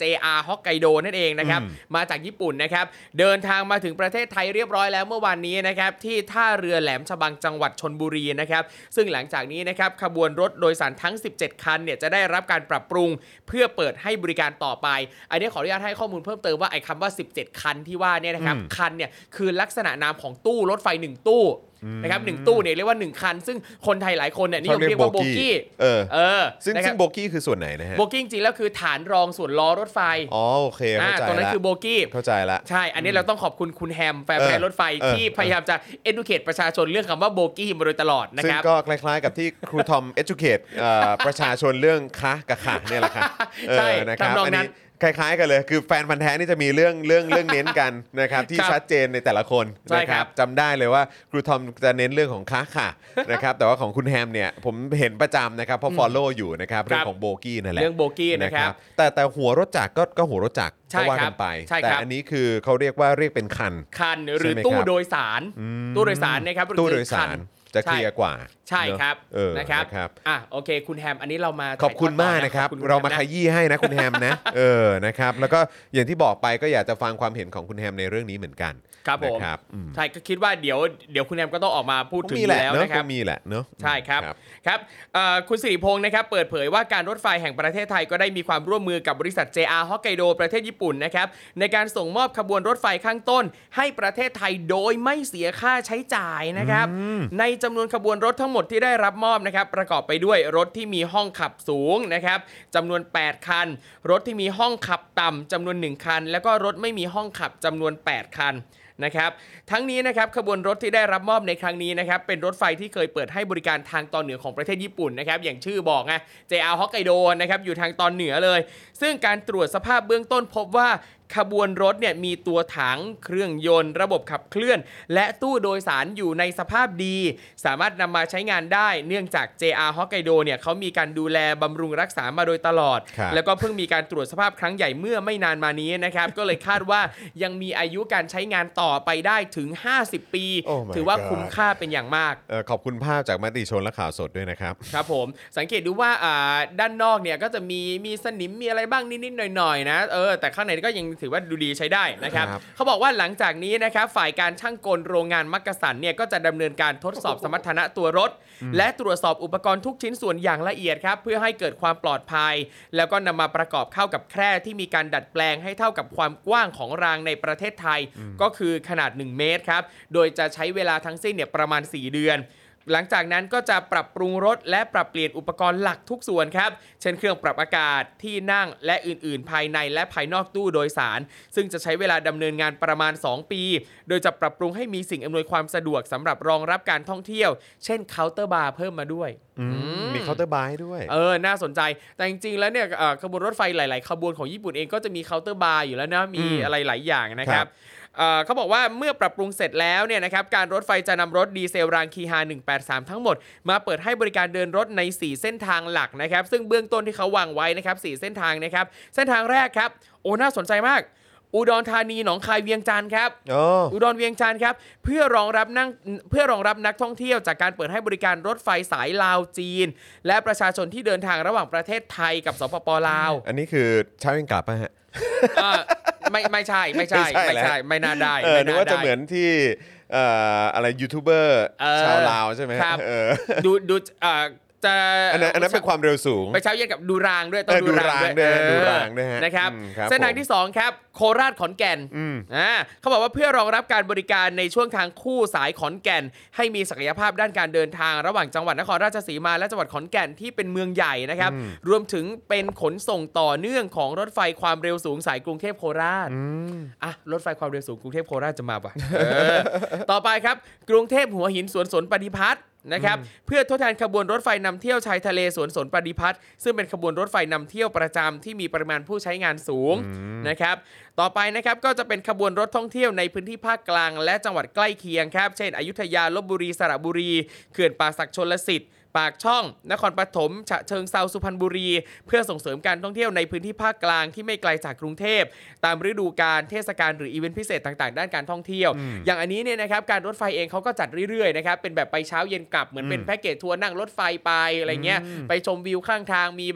เจ อาร์ Hokkaido นั่นเองนะครับมาจากญี่ปุ่นนะครับเดินทางมาถึงประเทศไทยเรียบร้อยแล้วเมื่อวานนี้นะครับที่ท่าเรือแหลมฉบังจังหวัดชลบุรีนะครับซึ่งหลังจากนี้นะครับขบวนรถโดยสารทั้งสิบเจ็ดคันเนี่ยจะได้รับการปรับปรุงเพื่อเปิดให้บริการต่อไปอันนี้ขออนุญาตให้ข้อมูลเพิ่มเติมว่าไอ้คำว่าสิบเจ็ดคันที่ว่าเนี่ยนะครับคันเนี่ยคือลักษณะนามของตู้รถไฟหนึ่งตู้นะครับหนึ่งตู้เนี่ยเรียกว่าหนึ่งคันซึ่งคนไทยหลายคนเนี่ยนิยมเรียกว่าโบกี้เออเออซึ่งซึ่งโบกี้คือส่วนไหนนะฮะโบกี้จริงๆแล้วคือฐานรองส่วนล้อรถไฟอ๋อโอเคเข้าใจแล้วตรงนั้นคือโบกี้เข้าใจละใช่อันนี้เราต้องขอบคุณคุณแฮมแฟร์แพร์รถไฟที่พยายามจะ educate ประชาชนเรื่องคำว่าโบกี้มาโดยตลอดนะครับซึ่งก็คล้ายๆกับที่ครูทอม educate ประชาชนเรื่องคะกับค่ะเนี่ยแหละค่ะใช่นะครับอันนี้คล้ายๆกันเลยคือแฟนพันธุ์แท้นี่จะมีเรื่องเรื่องเรื่องเน้นกันนะครับที่ชัดเจนในแต่ละคนนะครับจำได้เลยว่าครูทอมจะเน้นเรื่องของค้าค่ะนะครับแต่ว่าของคุณแฮมเนี่ยผมเห็นประจำนะครับเพราะ follow อยู่นะครับเรื่องของโบกี้นั่นแหละเรื่องโบกี้นะครับแต่แต่หัวรถจักรก็ก็หัวรถจักรก็ว่ากันไปแต่อันนี้คือเขาเรียกว่าเรียกเป็นคันคันหรือตู้โดยสารตู้โดยสารนะครับตู้โดยสารจะเคลียร์กว่าใช่ครับนะครับอ่ะโอเคคุณแฮมอันนี้เรามาขอบคุณมากนะครับเรามาขยี้ให้นะคุณแฮมนะเออนะครับแล้วก็อย่างที่บอกไปก็อยากจะฟังความเห็นของคุณแฮมในเรื่องนี้เหมือนกันครับผมใช่ก็คิดว่าเดี๋ยวเดี๋ยวคุณแฮมก็ต้องออกมาพูดถึงแล้วนะครับมีแหละเนาะใช่ครับครับคุณสิริพงศ์นะครับเปิดเผยว่าการรถไฟแห่งประเทศไทยก็ได้มีความร่วมมือกับบริษัท เจ อาร์ Hokkaido ประเทศญี่ปุ่นนะครับในการส่งมอบขบวนรถไฟข้างต้นให้ประเทศไทยโดยไม่เสียค่าใช้จ่ายนะครับในจำนวนขบวนรถทั้งหมดที่ได้รับมอบนะครับประกอบไปด้วยรถที่มีห้องขับสูงนะครับจำนวนแปดคันรถที่มีห้องขับต่ำจำนวนหนึ่งคันแล้วก็รถไม่มีห้องขับจำนวนแปดคันนะครับทั้งนี้นะครับขบวนรถที่ได้รับมอบในครั้งนี้นะครับเป็นรถไฟที่เคยเปิดให้บริการทางตอนเหนือของประเทศญี่ปุ่นนะครับอย่างชื่อบอกไง เจ อาร์ Hokkaido นะครับอยู่ทางตอนเหนือเลยซึ่งการตรวจสภาพเบื้องต้นพบว่าขบวนรถเนี่ยมีตัวถังเครื่องยนต์ระบบขับเคลื่อนและตู้โดยสารอยู่ในสภาพดีสามารถนำมาใช้งานได้เนื่องจาก เจ อาร์ Hokkaido เนี่ยเขามีการดูแลบำรุงรักษามาโดยตลอดแล้วก็เพิ่งมีการตรวจสภาพครั้งใหญ่เมื่อไม่นานมานี้นะครับก็เลยคาดว่ายังมีอายุการใช้งานต่อไปได้ถึงห้าสิบปี oh ถือว่าคุ้มค่าเป็นอย่างมากเออขอบคุณภาพจากมติชนและข่าวสดด้วยนะครับครับผมสังเกตดูว่าอ่าด้านนอกเนี่ยก็จะมีมีสนิมมีอะไรบ้างนิดๆหน่อยๆนะเออแต่ข้างในก็ยังถือว่าดูดีใช้ได้นะครับเขาบอกว่าหลังจากนี้นะครับฝ่ายการช่างกลโรงงานมักกะสันเนี่ยก็จะดำเนินการทดสอบสมรรถนะตัวรถและตรวจสอบอุปกรณ์ทุกชิ้นส่วนอย่างละเอียดครับเพื่อให้เกิดความปลอดภัยแล้วก็นำมาประกอบเข้ากับแคร่ที่มีการดัดแปลงให้เท่ากับความกว้างของรางในประเทศไทยก็คือขนาดหนึ่งเมตรครับโดยจะใช้เวลาทั้งสิ้นเนี่ยประมาณสี่เดือนหลังจากนั้นก็จะปรับปรุงรถและปรับเปลี่ยนอุปกรณ์หลักทุกส่วนครับเช่นเครื่องปรับอากาศที่นั่งและอื่นๆภายในและภายนอกตู้โดยสารซึ่งจะใช้เวลาดำเนินงานประมาณสองปีโดยจะปรับปรุงให้มีสิ่งอำนวยความสะดวกสำหรับรองรับการท่องเที่ยวเช่นเคาน์เตอร์บาร์เพิ่มมาด้วยมีเคาน์เตอร์บาร์ด้วยเออน่าสนใจแต่จริงๆแล้วเนี่ยขบวนรถไฟหลายๆขบวนของญี่ปุ่นเองก็จะมีเคาน์เตอร์บาร์อยู่แล้วนะมีอะไรหลายอย่างนะครับเขาบอกว่าเมื่อปรับปรุงเสร็จแล้วเนี่ยนะครับการรถไฟจะนำรถดีเซลรางคีฮาหนึ่งแปดสามทั้งหมดมาเปิดให้บริการเดินรถในสี่เส้นทางหลักนะครับซึ่งเบื้องต้นที่เขาวางไว้นะครับสี่เส้นทางนะครับเส้นทางแรกครับโอ้น่าสนใจมากอุดรธานีหนองคายเวียงจันทร์ครับ oh. อุดรเวียงจันทร์ครับเพื่อรองรับนั่งเพื่อรองรับนักท่องเที่ยวจากการเปิดให้บริการรถไฟสายลาวจีนและประชาชนที่เดินทางระหว่างประเทศไทยกับสปปลาวอันนี้คือเช้าเย็นกลับป่ะฮะไม่ไม่ใช่ไม่ใช่ไม่ใช่ไม่น่าได้เออนึกว่าจะเหมือนที่อะไรยูทูบเบอร์ชาวลาวใช่ไหมครับดูดูจะอันนั้นอันนั้นเป็นความเร็วสูงไปเช้าเย็นกับดูรางด้วยต้องดูรางด้วยดูรางด้วยนะครับเส้นทางที่สองครับโคราชขอนแก่นอ่าเขาบอกว่าเพื่อรองรับการบริการในช่วงทางคู่สายขอนแก่นให้มีศักยภาพด้านการเดินทางระหว่างจังหวัดนครราชสีมาและจังหวัดขอนแก่นที่เป็นเมืองใหญ่นะครับรวมถึงเป็นขนส่งต่อเนื่องของรถไฟความเร็วสูงสายกรุงเทพโคราชอ่ะรถไฟความเร็วสูงกรุงเทพโคราชจะมาป่ะต่อไปครับกรุงเทพหัวหินสวนสนปฏิพัฒน์นะครับเพื่อทดแทนขบวนรถไฟนำเที่ยวชายทะเลสวนสนปฏิพัฒน์ซึ่งเป็นขบวนรถไฟนำเที่ยวประจำที่มีปริมาณผู้ใช้งานสูงนะครับต่อไปนะครับก็จะเป็นขบวนรถท่องเที่ยวในพื้นที่ภาคกลางและจังหวัดใกล้เคียงครับเช่นอยุธยาลพบุรีสระบุรีเขื่อนป่าสักชลสิทธิ์ปากช่องนครปฐมฉะเชิงเทราสุพรรณบุรีเพื่อส่งเสริมการท่องเที่ยวในพื้นที่ภาคกลางที่ไม่ไกลจากกรุงเทพตามฤดูกาลเทศกาลหรืออีเวนต์พิเศษต่างๆด้านการท่องเที่ยวอย่างอันนี้เนี่ยนะครับการรถไฟเองเขาก็จัดเรื่อยๆนะครับเป็นแบบไปเช้าเย็นกลับเหมือนเป็นแพ็กเกจทัวร์นั่งรถไฟไปอะไรเงี้ยไปชมวิวข้างทางมีแบบ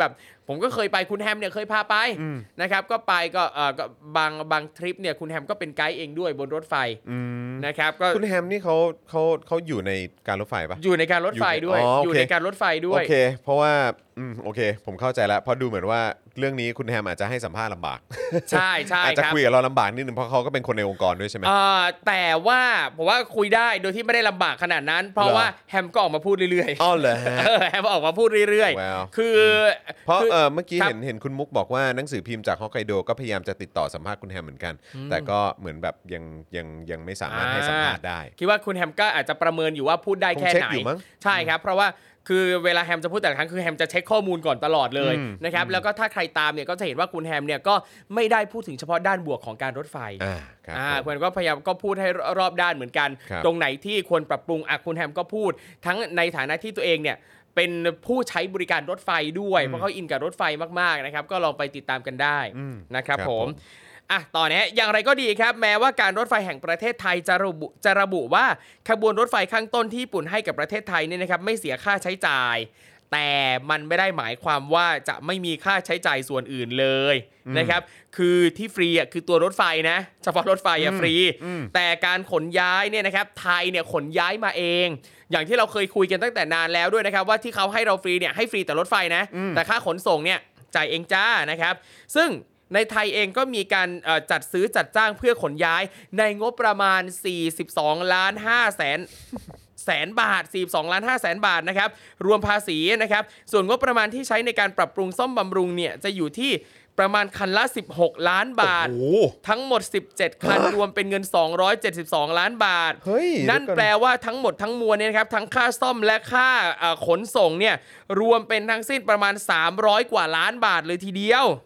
ผมก็เคยไปคุณแฮมเนี่ยเคยพาไปนะครับก็ไปก็เออก็บางบางทริปเนี่ยคุณแฮมก็เป็นไกด์เองด้วยบนรถไฟนะครับก็คุณแฮมนี่เขาเขาเขาอยู่ในการรถไฟปะอยู่ในการรถไฟด้วยอยู่ในการรถไฟด้วยโอเคเพราะว่าอืมโอเคผมเข้าใจแล้วเพราะดูเหมือนว่าเรื่องนี้คุณแฮมอาจจะให้สัมภาษณ์ลำบากใช่ใช่อาจจะคุยกับเราลำบากนิดนึงเพราะเขาก็เป็นคนในองค์กรด้วยใช่ไหมอ่าแต่ว่าผมว่าคุยได้โดยที่ไม่ได้ลำบากขนาดนั้นเพราะว่าแฮมก็ออกมาพูดเรื่อยๆอ๋อเหรอฮะแฮมออกมาพูดเรื่อยๆคือเพราะเออเมื่อกี้เห็นเห็นคุณมุกบอกว่าหนังสือพิมพ์จากฮอกไกโดก็พยายามจะติดต่อสัมภาษณ์คุณแฮมเหมือนกันแต่ก็เหมือนแบบยังยังยังไม่สามารถให้สัมภาษณ์ได้คิดว่าคุณแฮมก็อาจจะประเมินอยู่ว่าพูดได้แค่ไหนใช่ครับเพราะว่าคือเวลาแฮมจะพูดแต่ละครั้งคือแฮมจะเช็คข้อมูลก่อนตลอดเลยนะครับแล้วก็ถ้าใครตามเนี่ยก็จะเห็นว่าคุณแฮมเนี่ยก็ไม่ได้พูดถึงเฉพาะด้านบวกของการรถไฟอ่าครับอ่าคุณแฮมก็พยายามก็พูดให้รอบด้านเหมือนกันตรงไหนที่ควรปรับปรุงอ่ะคุณแฮมก็พูดทั้งในฐานะที่ตัวเองเนี่ยเป็นผู้ใช้บริการรถไฟด้วยเพราะเขาอินกับรถไฟมากๆนะครับก็ลองไปติดตามกันได้นะครับผมอ่ะตอนนี้อย่างไรก็ดีครับแม้ว่าการรถไฟแห่งประเทศไทยจะระบุจะระบุว่าขบวนรถไฟข้างต้นที่ญี่ปุ่นให้กับประเทศไทยเนี่ยนะครับไม่เสียค่าใช้จ่ายแต่มันไม่ได้หมายความว่าจะไม่มีค่าใช้จ่ายส่วนอื่นเลยนะครับคือที่ฟรีอ่ะคือตัวรถไฟนะเฉพาะรถไฟอ่ะฟรีแต่การขนย้ายเนี่ยนะครับไทยเนี่ยขนย้ายมาเองอย่างที่เราเคยคุยกันตั้งแต่นานแล้วด้วยนะครับว่าที่เขาให้เราฟรีเนี่ยให้ฟรีแต่รถไฟนะแต่ค่าขนส่งเนี่ยจ่ายเองจ้านะครับซึ่งในไทยเองก็มีการจัดซื้อจัดจ้างเพื่อขนย้ายในงบประมาณสี่สิบสองล้านห้าแสนแสนบาทสี่สิบสองล้านห้าแสนบาทนะครับรวมภาษีนะครับส่วนงบประมาณที่ใช้ในการปรับปรุงซ่อมบำรุงเนี่ยจะอยู่ที่ประมาณคันละสิบหกล้านบาททั้งหมดสิบเจ็ดคันรวมเป็นเงินสองร้อยเจ็ดสิบสองล้านบาทนั่นแปลว่าทั้งหมดทั้งมวลเนี่ยนะครับทั้งค่าซ่อมและค่าขนส่งเนี่ยรวมเป็นทั้งสิ้นประมาณสามร้อยกว่าล้านบาทเลยทีเดียว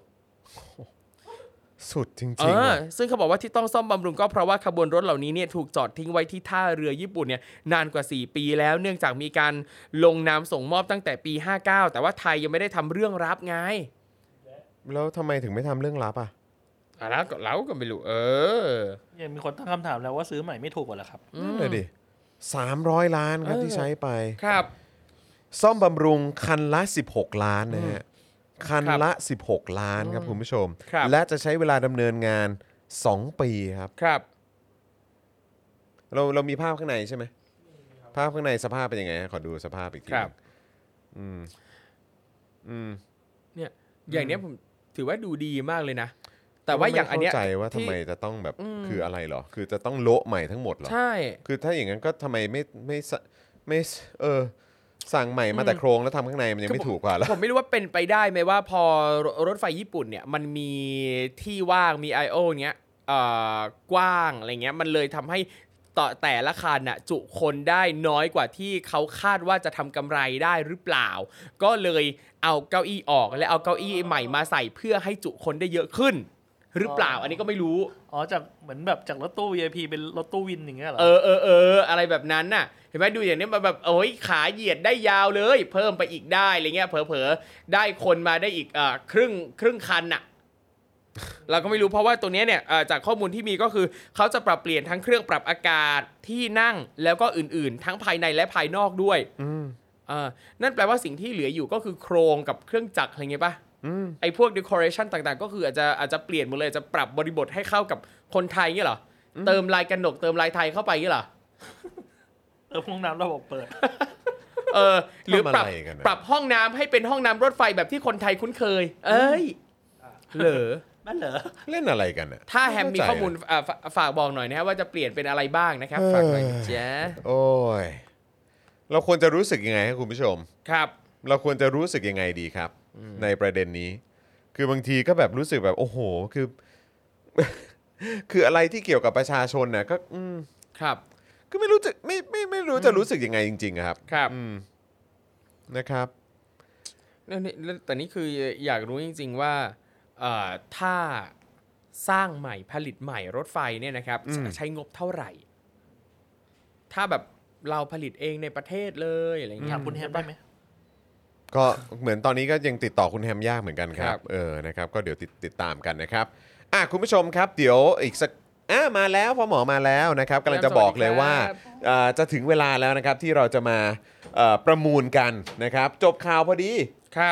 สุดจริงๆเออซึ่งเขาบอกว่าที่ต้องซ่อมบำรุงก็เพราะว่าขบวนรถเหล่านี้เนี่ยถูกจอดทิ้งไว้ที่ท่าเรือญี่ปุ่นเนี่ยนานกว่าสี่ปีแล้วเนื่องจากมีการลงนามส่งมอบตั้งแต่ปีห้าเก้าแต่ว่าไทยยังไม่ได้ทำเรื่องรับไงแล้วทำไมถึงไม่ทำเรื่องลับอ่ะอ่ะแล้วก็เราก็ไม่รู้เออยังมีคนตั้งคำถามแล้วว่าซื้อใหม่ไม่ถูกกว่าเหรอครับนั่นเลยดิสามร้อยล้านครับที่ใช้ไปครับซ่อมบำรุงคันละสิบหกล้านนะฮะคันละสิบหกล้านครับคุณผู้ชมและจะใช้เวลาดำเนินงานสองปีครับครับเราเรามีภาพข้างในใช่ไหมภาพข้างในสภาพเป็นยังไงขอดูสภาพอีกทีครับอืมอืมเนี่ยอย่างเนี้ยผมถือว่าดูดีมากเลยนะแต่ว่าอย่างอันเนี้ยเข้าใจว่าทำไมจะต้องแบบคืออะไรเหรอคือจะต้องโละใหม่ทั้งหมดเหรอใช่คือถ้าอย่างนั้นก็ทำไมไม่ไม่ไม่เออสั่งใหม่มาแต่โครงแล้วทำข้างในมันยังไม่ถูกกว่าแล้วผมไม่รู้ว่าเป็นไปได้ไหมว่าพอรถไฟญี่ปุ่นเนี่ยมันมีที่ว่างมี ไอ โอ เงี้ยเอ่อกว้างอะไรเงี้ยมันเลยทำให้ต่อแต่ละคันน่ะจุคนได้น้อยกว่าที่เขาคาดว่าจะทำกำไรได้หรือเปล่าก็เลยเอาเก้าอี้ออกและเอาเก้าอี้ใหม่มาใส่เพื่อให้จุคนได้เยอะขึ้นหรือเปล่าอันนี้ก็ไม่รู้อ๋อจากเหมือนแบบจากรถตู้ วี ไอ พี เป็นรถตู้วินอย่างเงี้ยเหรอเออเออเอออะไรแบบนั้นน่ะเห็นไหมดูอย่างนี้มาแบบโอ้ยขาเหยียดได้ยาวเลยเพิ่มไปอีกได้อะไรเงี้ยเผลอๆได้คนมาได้อีกอ่าครึ่งครึ่งคันน่ะเราก็ไม่รู้เพราะว่าตัวนี้เนี่ยจากข้อมูลที่มีก็คือเขาจะปรับเปลี่ยนทั้งเครื่องปรับอากาศที่นั่งแล้วก็อื่นๆทั้งภายในและภายนอกด้วยอ่านั่นแปลว่าสิ่งที่เหลืออยู่ก็คือโครงกับเครื่องจักรอะไรเงี้ยป่ะไอ้พวก decoration ต่างๆก็คืออาจจะอาจจะเปลี่ยนหมดเลยจะปรับบริบทให้เข้ากับคนไทยเงี้ยเหรอเติมลายกระหนกเติมลายไทยเข้าไปเงี้ยเหรอเออห้องน้ำระบบเปิดเออหรือปรับปรับห้องน้ำให้เป็นห้องน้ำรถไฟแบบที่คนไทยคุ้นเคยเอ้ยเหรอนั่นเหรอเล่นอะไรกันเนี่ยถ้าแฮมมีข้อมูลฝากบอกหน่อยนะครับว่าจะเปลี่ยนเป็นอะไรบ้างนะครับฝากหน่อยจ้ะโอ้ยเราควรจะรู้สึกยังไงครับคุณผู้ชมครับเราควรจะรู้สึกยังไงดีครับในประเด็นนี้คือบางทีก็แบบรู้สึกแบบโอ้โหคือคืออะไรที่เกี่ยวกับประชาชนเนี่ยก็อืมครับก็ไม่รู้จะไม่ไม่ไม่รู้จะรู้สึกยังไงจริงๆครับครับนะครับแต่นี่คืออยากรู้จริงๆว่าถ้าสร้างใหม่ผลิตใหม่รถไฟเนี่ยนะครับใช้งบเท่าไหร่ถ้าแบบเราผลิตเองในประเทศเลยอะไรอย่างเงี้ยคุณแฮมได้ไหมก็เหมือนตอนนี้ก็ยังติดต่อคุณแฮมยากเหมือนกันครับเออนะครับก็เดี๋ยวติดติดตามกันนะครับอ่ะคุณผู้ชมครับเดี๋ยวอีกสักอ่ะมาแล้วพอหมอมาแล้วนะครับกำลังจะบอกเลยว่าจะถึงเวลาแล้วนะครับที่เราจะมาประมูลกันนะครับจบข่าวพอดีครับเ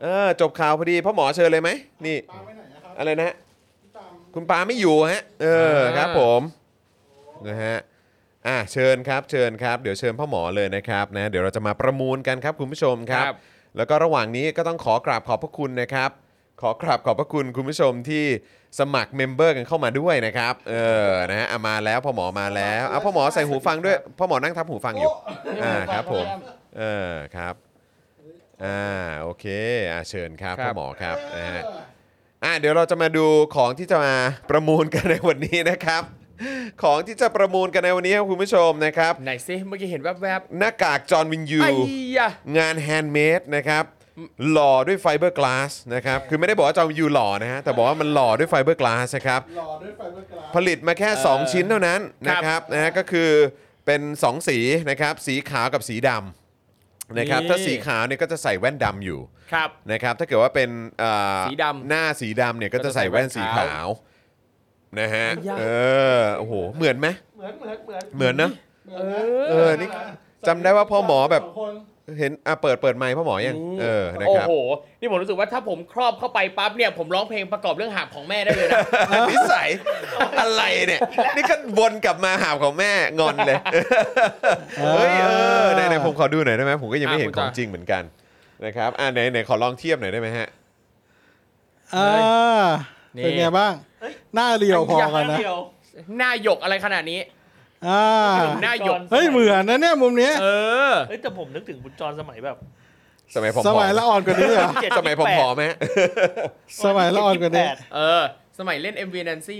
เออจบข่าวพอดีพ่อหมอเชิญเลยไหมนี่อะไรนะฮะคุณปาไม่อยู่ฮะเออครับผมนะฮะอ่ะเชิญครับเชิญครับเดี๋ยวเชิญพ่อหมอเลยนะครับนะเดี๋ยวเราจะมาประมูลกันครับคุณผู้ชมครับแล้วก็ระหว่างนี้ก็ต้องขอกราบขอบพระคุณนะครับขอกราบขอบพระคุณคุณผู้ชมที่สมัครเมมเบอร์กันเข้ามาด้วยนะครับเออนะฮะมาแล้วพ่อหมอมาแล้วอ่ะพ่อหมอใส่หูฟังด้วยพ่อหมอนั่งทับหูฟังอยู่อ่าครับผมเออครับอ่าโอเคอ่ะเชิญครับพ่อหมอครับนะฮะอ่ะเดี๋ยวเราจะมาดูของที่จะมาประมูลกันในวันนี้นะครับของที่จะประมูลกันในวันนี้ครับคุณผู้ชมนะครับไหนซิเมื่อกี้เห็นแวบๆหน้ากากจอห์นวินยูงานแฮนด์เมดนะครับหล่อด้วยไฟเบอร์กลาสนะครับคือไม่ได้บอกว่าจอห์นวินยูหล่อนะฮะแต่บอกว่ามันหล่อด้วยไฟเบอร์กลาสนะครับหล่อด้วยไฟเบอร์กลาสผลิตมาแค่สองชิ้นเท่านั้นนะครับนะฮะก็คือเป็นสองสีนะครับสีขาวกับสีดำนะครับถ้าสีขาวเนี่ยก็จะใส่แว่นดำอยู่นะครับถ้าเกิดว่าเป็นสีดำหน้าสีดำเนี่ยก็จะใส่แว่นสีขาวนะฮะเออโอ้โหเหมือนไหมเหมือนเหมือนเหมือนเหมือนนะเออนี่จำได้ว่าพ่อหมอแบบเห็นอ่ะเปิดเปิดไมค์พ่อหมอยังเออนะครับโอ้โหนี่ผมรู้สึกว่าถ้าผมครอบเข้าไปปั๊บเนี่ยผมร้องเพลงประกอบเรื่องหาบของแม่ได้เลยนะนิสัยอะไรเนี่ยนี่ก็วนกลับมาหาบของแม่งอนเลยเฮ้ยเออไหนไหนผมขอดูหน่อยได้ไหมผมก็ยังไม่เห็นของจริงเหมือนกันนะครับอ่ะไหนไหนขอลองเทียบหน่อยได้ไหมฮะอ่าเป็นไงบ้างหน้าเรียวพอกันนะหน้าหยกอะไรขนาดนี้อ่าหน้าหยกเฮ้ยเหมือนนะเนี่ยมุมนี้เออเฮ้ยแต่ผมนึกถึงคุณจรสมัยแบบสมัยผมสมัยละอ่อนกว่านี้เหรอสมัยผมผอมไหมสมัยละอ่อนกว่านี้เออสมัยเล่น เอ็ม วี Nancy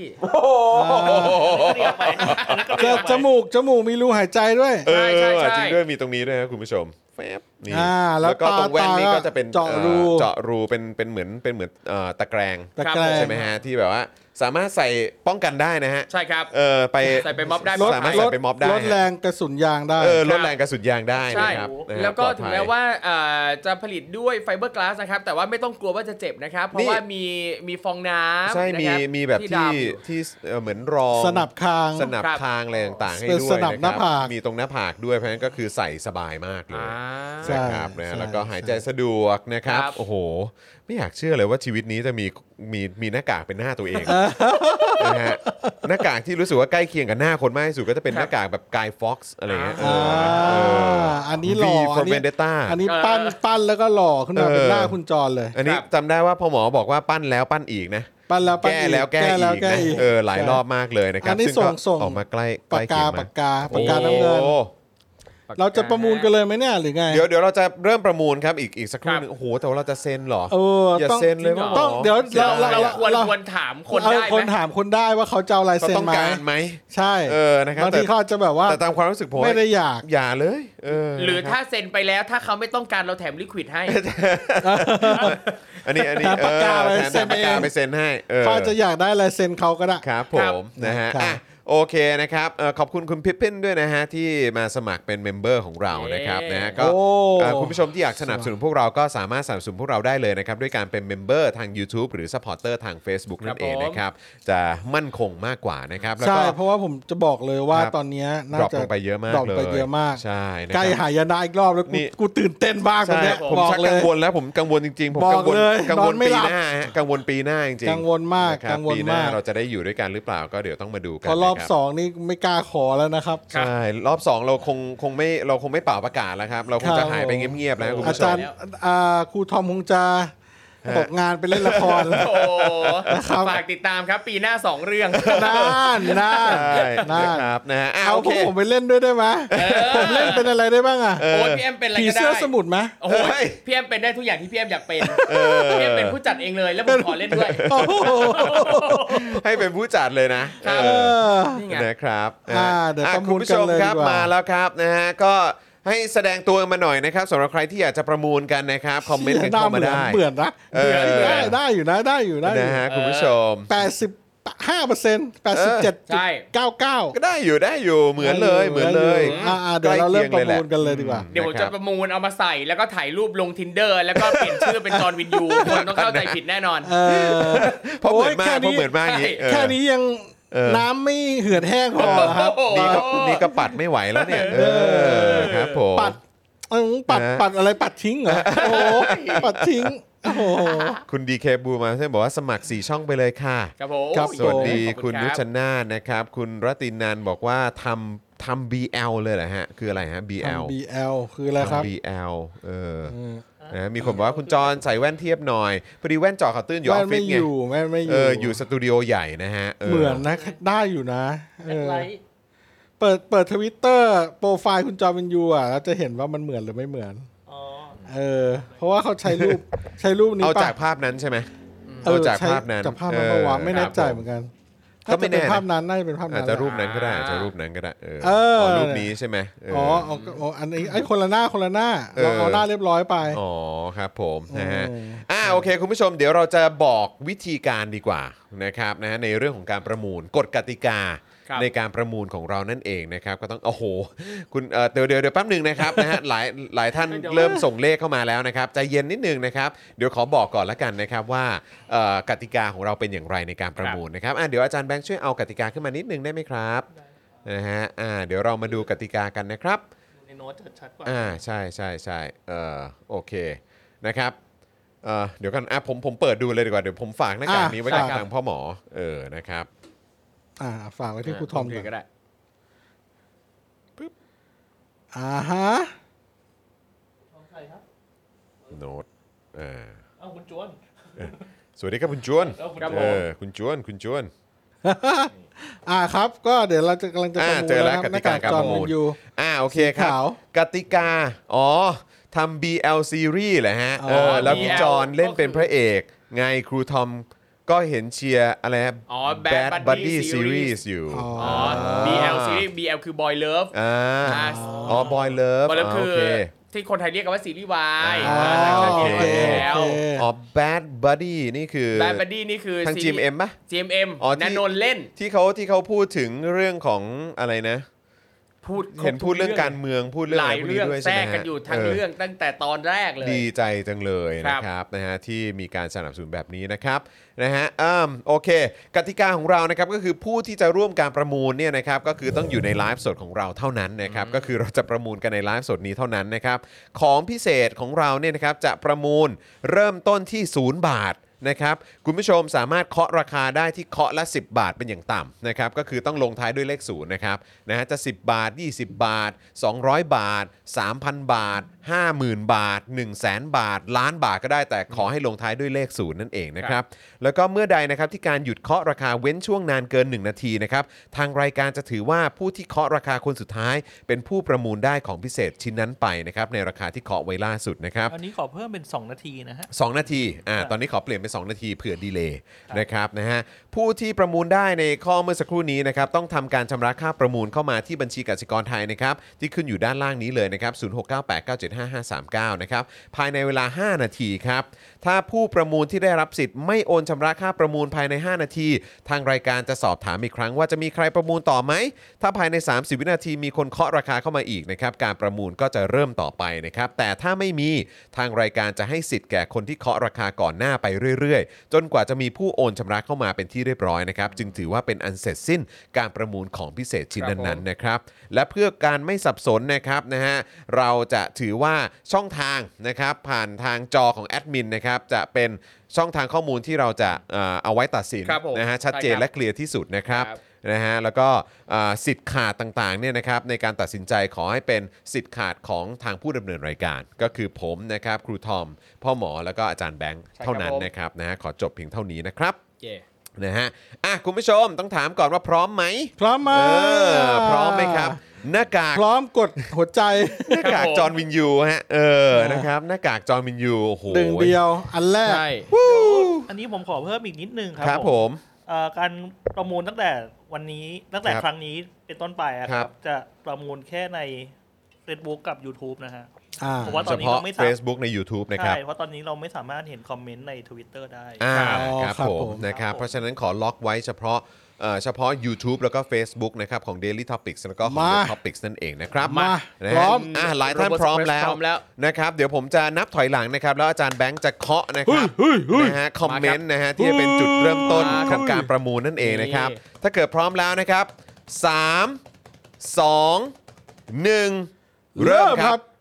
จมูกจมูกมีรูหายใจด้วยใช่ใช่จริงด้วยมีตรงนี้ด้วยครับคุณผู้ชมแฟบนี่แล้วก็ตรงแว่นนี้ก็จะเป็นเจาะรูเจาะรูเป็นเป็นเหมือนเป็นเหมือนตะแกรงใช่ไหมฮะที่แบบว่าสามารถใส่ป้องกันได้นะฮะใช่ครับเออไปใส่ไปม็อบได้สามารถใส่ไปม็อบได้ลดแรงกระสุนยางได้เออลดแรงกระสุนยางได้นะครับแล้วก็ถึงแม้ว่าจะผลิตด้วยไฟเบอร์กลาสนะครับแต่ว่าไม่ต้องกลัวว่าจะเจ็บนะครับเพราะว่ามีมีฟองน้ำใช่มีมีแบบที่ที่เหมือนรองสนับคางสนับคางอะไรต่างๆให้ด้วยนะครับมีตรงหน้าผากด้วยเพราะฉะนั้นก็คือใส่สบายมากเลยนะครับนะแล้วก็หายใจสะดวกนะครับโอ้โหไม่อยากเชื่อเลยว่าชีวิตนี้จะมีมีมีหน้ากากเป็นหน้าตัวเองนะฮะหน้ากากที่รู้สึกว่าใกล้เคียงกับหน้าคนมากที่สุดก็จะเป็นหน้ากากแบบกายฟ็อกซ์อะไรเงี้ยอันนี้หล่ออันนี้อันนี้ปั้นปั้นแล้วก็หล่อขึ้นมาเป็นหน้าคุณจรเลยอันนี้จำได้ว่าพ่อหมอบอกว่าปั้นแล้วปั้นอีกนะปั้นแล้วแก้แล้วแก้อีกนะเออหลายรอบมากเลยนะครับซึ่งก็ออกมาใกล้ปากกาปากกาปากกาน้ำเงินเราจะประมูลกันเลยไหมเนี่ยหรือไงเดี๋ยวเดี๋ยวเราจะเริ่มประมูลครับอีกอีกสักครู่นึงโอ้โหแต่ว่าเราจะเซ็นหรอเอออย่าเซ็นเลยต้องเดี๋ยวเราเราควรควรถามคนได้ไหมคนถามคนได้ว่าเขาจะเอาลายเซ็นไหมไหมใช่เออนะครับบางทีเขาจะแบบว่าแต่ตามความรู้สึกผมไม่ได้อยากอย่าเลยเออหรือถ้าเซ็นไปแล้วถ้าเขาไม่ต้องการเราแถมลิควิดให้อันนี้อันนี้ปากกาไปเซ็นปากกาไปเซ็นให้เขาจะอยากได้ลายเซ็นเขาก็ได้ครับผมนะฮะโอเคนะครับขอบคุณคุณพิพพินด้วยนะฮะที่มาสมัครเป็นเมมเบอร์ของเรานะครับนะฮะก็คุณผู้ชมที่อยากสนับสนุนพวกเราก็สามารถสนับสนุนพวกเราได้เลยนะครับด้วยการเป็นเมมเบอร์ทาง YouTube หรือซัพพอร์เตอร์ทาง Facebook นั่นเองนะครับจะมั่นคงมากกว่านะครับใช่เพราะว่าผมจะบอกเลยว่าตอนนี้น่าจะดรอปลงไปเยอะมากเลยดรอปไปเยอะมากใช่ใกล้หายนะอีกรอบแล้วกูตื่นเต้นบ้างตอนนี้ผมชักกังวลแล้วผมกังวลจริงๆผมกังวลกังวลปีหน้ากังวลปีหน้าจริงๆกังวลมากกังวลมากเราจะได้อยู่ด้วยกันหรือเปล่าก็เดี๋ยวต้องมาดูกันพอรอบสองนี่ไม่กล้าขอแล้วนะครับใช่รอบสองเราคงคงไม่เราคงไม่เป่าประกาศแล้วครับเราคงจะหายไปเงียบๆแล้วคุณผู้ชมอาจารย์ครูทอมคงจะตกงานไปเล่นละครโอ้ฝากติดตามครับปีหน้าสองเรื่องน่านน่านน่านครับนะฮะเอาพวกผมไปเล่นด้วยได้ไหมผมเล่นเป็นอะไรได้บ้างอ่ะโอ้พี่แอมเป็นอะไรก็ได้ผีเสื้อสมุทรไหมโอ้ยพี่แอมเป็นได้ทุกอย่างที่พี่แอมอยากเป็นพี่แอมเป็นผู้จัดเองเลยแล้วผมขอเล่นด้วยให้เป็นผู้จัดเลยนะนะครับคุณผู้ชมครับมาแล้วครับนะฮะก็ให้แสดงตัวมาหน่อยนะครับสำหรับใครที่อยากจะประมูลกันนะครับคอมเมนต์กันเข้ามาได้เบื่อนะได้ได้อยู่นะได้อยู่นะนะฮะคุณผู้ชมแปดสิบห้าเปอร์เซ็นต์แปดสิบเจ็ดจุดเก้าเก้าก็ได้อยู่ได้อยู่เหมือนเลยเหมือนเลยเดี๋ยวเราเริ่มประมูลกันเลยดีกว่าเดี๋ยวผมจะประมูลเอามาใส่แล้วก็ถ่ายรูปลง Tinder แล้วก็เปลี่ยนชื่อเป็นจอห์นวินยูคนต้องเข้าใจผิดแน่นอนเพราะเหมือนมากเพราะเหมือนมากอย่างนี้แค่นี้ยังน้ำไม่เหือดแห้งพอครับนี่ก็นี่ก็ปัดไม่ไหวแล้วเนี่ยเออครับผมปัดปัดปัดอะไรปัดทิ้งเหรอโอ้ปัดทิ้งโอ้โหคุณดีเคบูมาเช่นบอกว่าสมัครสี่ช่องไปเลยค่ะครับผมครับสวัสดีขอบคุณรับนุชนาธนะครับ คุณรัตินันบอกว่าทำทำ บี แอล เลยเหรอฮะ คืออะไรฮะ บี แอลทำ บี แอล คืออะไรครับทำ บี แอล เอออืมนะมีคนบอกว่าคุณจรใส่แว่นเทียบหน่อยพอดีแว่นเจอขาวตื้นอยู่อแม่อฟนฟิไม่ศอไงยู่แม่นไม่อเอยู่ ออยู่สตูดิโอใหญ่นะฮะเหมือนนะได้อยู่นะเอแอดอไลท์เปิดเปิดทวิตเตอร์โปรไฟล์คุณจอมินยูอ่ะแล้วจะเห็นว่ามันเหมือนหรือไม่เหมือนอ๋อเออ เพราะว่าเขาใช้รูป ใช้รูปนี้เอาปะจากภาพนั้นใช่ไหมเออเอาจากใช้ภาพนั้นจากภาพนั้นปะวะไม่แน่ใจเหมือนกันก็ไม่แน่าจะเป็นนะภาพนั้นน่าจะเป็นภาพอานั้จนจะแหละรูปนั้นก็ได้อาจจะรูปนั้นก็ได้เออเอออ๋อรูปนี้ใช่ไหมเอ๋อเอาเอาอันนี้ไอ้คนละหน้าคนละหน้าเออเราเอาหน้าเรียบร้อยไปอ๋อครับผมนะฮะอืมอ่าโอเคคุณผู้ชมเดี๋ยวเราจะบอกวิธีการดีกว่านะครับนะฮะในเรื่องของการประมูลกฎกติกาครับในการประมูลของเรานั่นเองนะครับก็ต้องโอ้โหคุณเอ่อเดี๋ยวเดี๋ยวเดี๋ยวแป๊บหนึ่งนะครับ นะฮะหลายหลายท่านเริ่มส่งเลขเข้ามาแล้วนะครับใจเย็นนิดนึงนะครับเดี๋ยวขอบอกก่อนละกันนะครับว่าเอ่อกติกาของเราเป็นอย่างไรในการประมูลนะครับอ่ะเดี๋ยวอาจารย์แบงค์ช่วยเอากติกาขึ้นมานิดนึงได้ไหมครับนะฮะอ่าเดี๋ยวเรามาดูกติกากันนะครับในโน้ตชัดกว่าอ่าใช่ใช่ใช่เออโอเคนะครับเอ่อเดี๋ยวกันอ่ะผมผมเปิดดูเลยดีกว่าเดี๋ยวผมฝากหน้ากากอ่ะนี้ไว้กับฝากทางพ่อหมอเออนะครับอ่าฝากไว้ที่ครูทอมถืก่อก็นได้อ่าฮะของใครครับโน้ตอ่าเอ้าคุณจวนสวัสดีครับคุณจวนเอ้าคุณครับจผวเอน อคุณจวนคุณจวนอ่าครับ ก็เดี๋ยวเราจะกำลังจะประอ่ามูลเจอแล้วนะครับกติกาการจอประมูมิลนยูอ่าโอเคครับขาวกติกาอ๋อทำ บี แอล series เหรอฮะอ๋อเออแล้วพี่บี แอลจอนเล่นเป็นพระเอก ไงครูทอมก็เห็นเชียร์อะไรนะอ๋อ Bad Buddy series Series อยู่อ๋ออ๋อ บี แอล ซีรีส์ บี แอล คือ Boy Love อ่าอ่าอ๋อบอยเลิฟ Boy Love คือโอเคที่คนไทยเรียกกันว่าซีรีส์วายอ๋อทางช่องโอจีเคเอ็มแล้วโอเคอ๋อ Bad Buddy นี่คือ Bad Buddy นี่คือทางซีจี เอ็ม เอ็ม ป่ะจี เอ็ม เอ็มอ๋อที่นันนนท์เล่นที่เขาที่เขาพูดถึงเรื่องของอะไรนะพูดเห็นพูดเรื่องการเมืองพูดเรื่องหอะลาไรยพวกเรื่นี้องด้วยแทรใช่ไหมกฮะกันอยู่ทั้งเเรื่องตั้งแต่ตอนแรกเลยดีใจจังเลยครับนะครับนะฮะที่มีการสนับสนุนแบบนี้นะครับนะฮะอืมโอเค กติกาของเรานะครับก็คือผู้ที่จะร่วมการประมูลเนี่ยนะครับก็คือต้องอยู่ในไลฟ์สดของเราเท่านั้นนะครับก็คือเราจะประมูลกันในไลฟ์สดนี้เท่านั้นนะครับของพิเศษของเราเนี่ยนะครับจะประมูลเริ่มต้นที่ศูนย์บาทนะครับคุณผู้ชมสามารถเคาะราคาได้ที่เคาะละสิบบาทเป็นอย่างต่ำนะครับก็คือต้องลงท้ายด้วยเลขศูนย์นะครับนะฮะจะสิบบาทยี่สิบบาทสองร้อยบาท สามพัน บาท ห้าหมื่น บาท หนึ่งแสน บาทล้านบาทก็ได้แต่ขอให้ลงท้ายด้วยเลขศูนย์นั่นเองนะครับแล้วก็เมื่อใดนะครับที่การหยุดเคาะราคาเว้นช่วงนานเกินหนึ่งนาทีนะครับทางรายการจะถือว่าผู้ที่เคาะราคาคนสุดท้าย เป็นผู้ประมูลได้ของพิเศษชิ้นนั้นไปนะครับในราคาที่เคาะไว้ล่าสุดนะครับอันนี้ขอเพิ่มเป็นสองนาทีนะฮะสองนาทีอ่าตอนนี้ขอเปลี่ยนเป็นสองนาทีเผื่อดีเลย์นะครับนะฮะผู้ที่ประมูลได้ในข้อเมื่อสักครู่นี้นะครับต้องทำการชำระค่าประมูลเข้ามาที่บัญชีกสิกรไทยนะครับที่ขึ้นอยู่ด้านล่างนี้เลยนะครับศูนย์ หก เก้า แปด เก้า เจ็ด ห้า ห้า สาม เก้านะครับภายในเวลาห้านาทีครับถ้าผู้ประมูลที่ได้รับสิทธิ์ไม่โอนชำระค่าประมูลภายในห้านาทีทางรายการจะสอบถามอีกครั้งว่าจะมีใครประมูลต่อไหมถ้าภายในสามสิบวินาทีมีคนเคาะราคาเข้ามาอีกนะครับการประมูลก็จะเริ่มต่อไปนะครับแต่ถ้าไม่มีทางรายการจะให้สิทธิ์แก่คนที่เคาะราคาก่อนหน้าไปเรื่อยๆจนกว่าจะมีผู้โอนชำระเข้ามาเป็นที่เรียบร้อยนะครับจึงถือว่าเป็นอันเสร็จสิ้นการประมูลของพิเศษชิ้นนั้นๆนะครับและเพื่อการไม่สับสนนะครับนะฮะเราจะถือว่าช่องทางนะครับผ่านทางจอของแอดมินนะครับจะเป็นช่องทางข้อมูลที่เราจะเอ่อเอาไว้ตัดสินครับผมนะฮะชัดเจนใช่ครับและเคลียร์ที่สุดนะครับครับนะฮะแล้วก็อ่าสิทธิ์ขาดต่างๆเนี่ยนะครับในการตัดสินใจขอให้เป็นสิทธิ์ขาดของทางผู้ดำเนินรายการ ก็คือผมนะครับครูทอมพ่อหมอแล้วก็อาจารย์แบงค์เท่านั้นนะครับนะฮะขอจบเพียงเท่านี้นะครับเย่นะฮะอ่ะคุณผู้ชมต้องถามก่อนว่าพร้อมไหมพร้อมมาเออพร้อมไหมครับหน้ากากพร้อมกดหัวใจหน้ากากจอห์นวินยูฮะเออนะครับหน้ากากจอห์นวินยูโอ้โหหนึ่งเดียวอันแรกใช่อันนี้ผมขอเพิ่มอีกนิดนึงครัครับผมเอ่อการประมูลตั้งแต่วันนี้ตั้งแต่ครับครั้งนี้เป็นต้นไปอะคครัรับ บจะประมูลแค่ใน Facebook กับ YouTube นะฮะอ่าเพราะว่าตอเฉนนี้พาะเราไม่สามารถ Facebook ใน YouTube นะครับใช่ เพราะตอนนี้เราไม่สามารถเห็นคอมเมนต์ใน Twitter ได้อ่าอ๋อครับครับผผม มนะครับครับผมเพราะฉะนั้นขอล็อกไว้เฉพาะเอ่อเฉพาะ YouTube แล้วก็ Facebook นะครับของ Daily Topics แล้วก็ของมา The Topics นั่นเองนะครับมานะพร้ฮะอมอ่ะหลายท่านพร้อมแล้วพร้อมแล้วนะครับเดี๋ยวผมจะนับถอยหลังนะครับแล้วอาจารย์แบงค์จะเคาะนะครับเฮ้ยเฮ้ยนะฮะคอมเมนต์นะฮะที่จะเป็นจุดเริ่มต้นมาขครัอบ งการประมูลนั่นเองนะครับนี่ถ้าเกิดพร้อมแล้วนะครับสาม สอง หนึ่งเริ่มครับ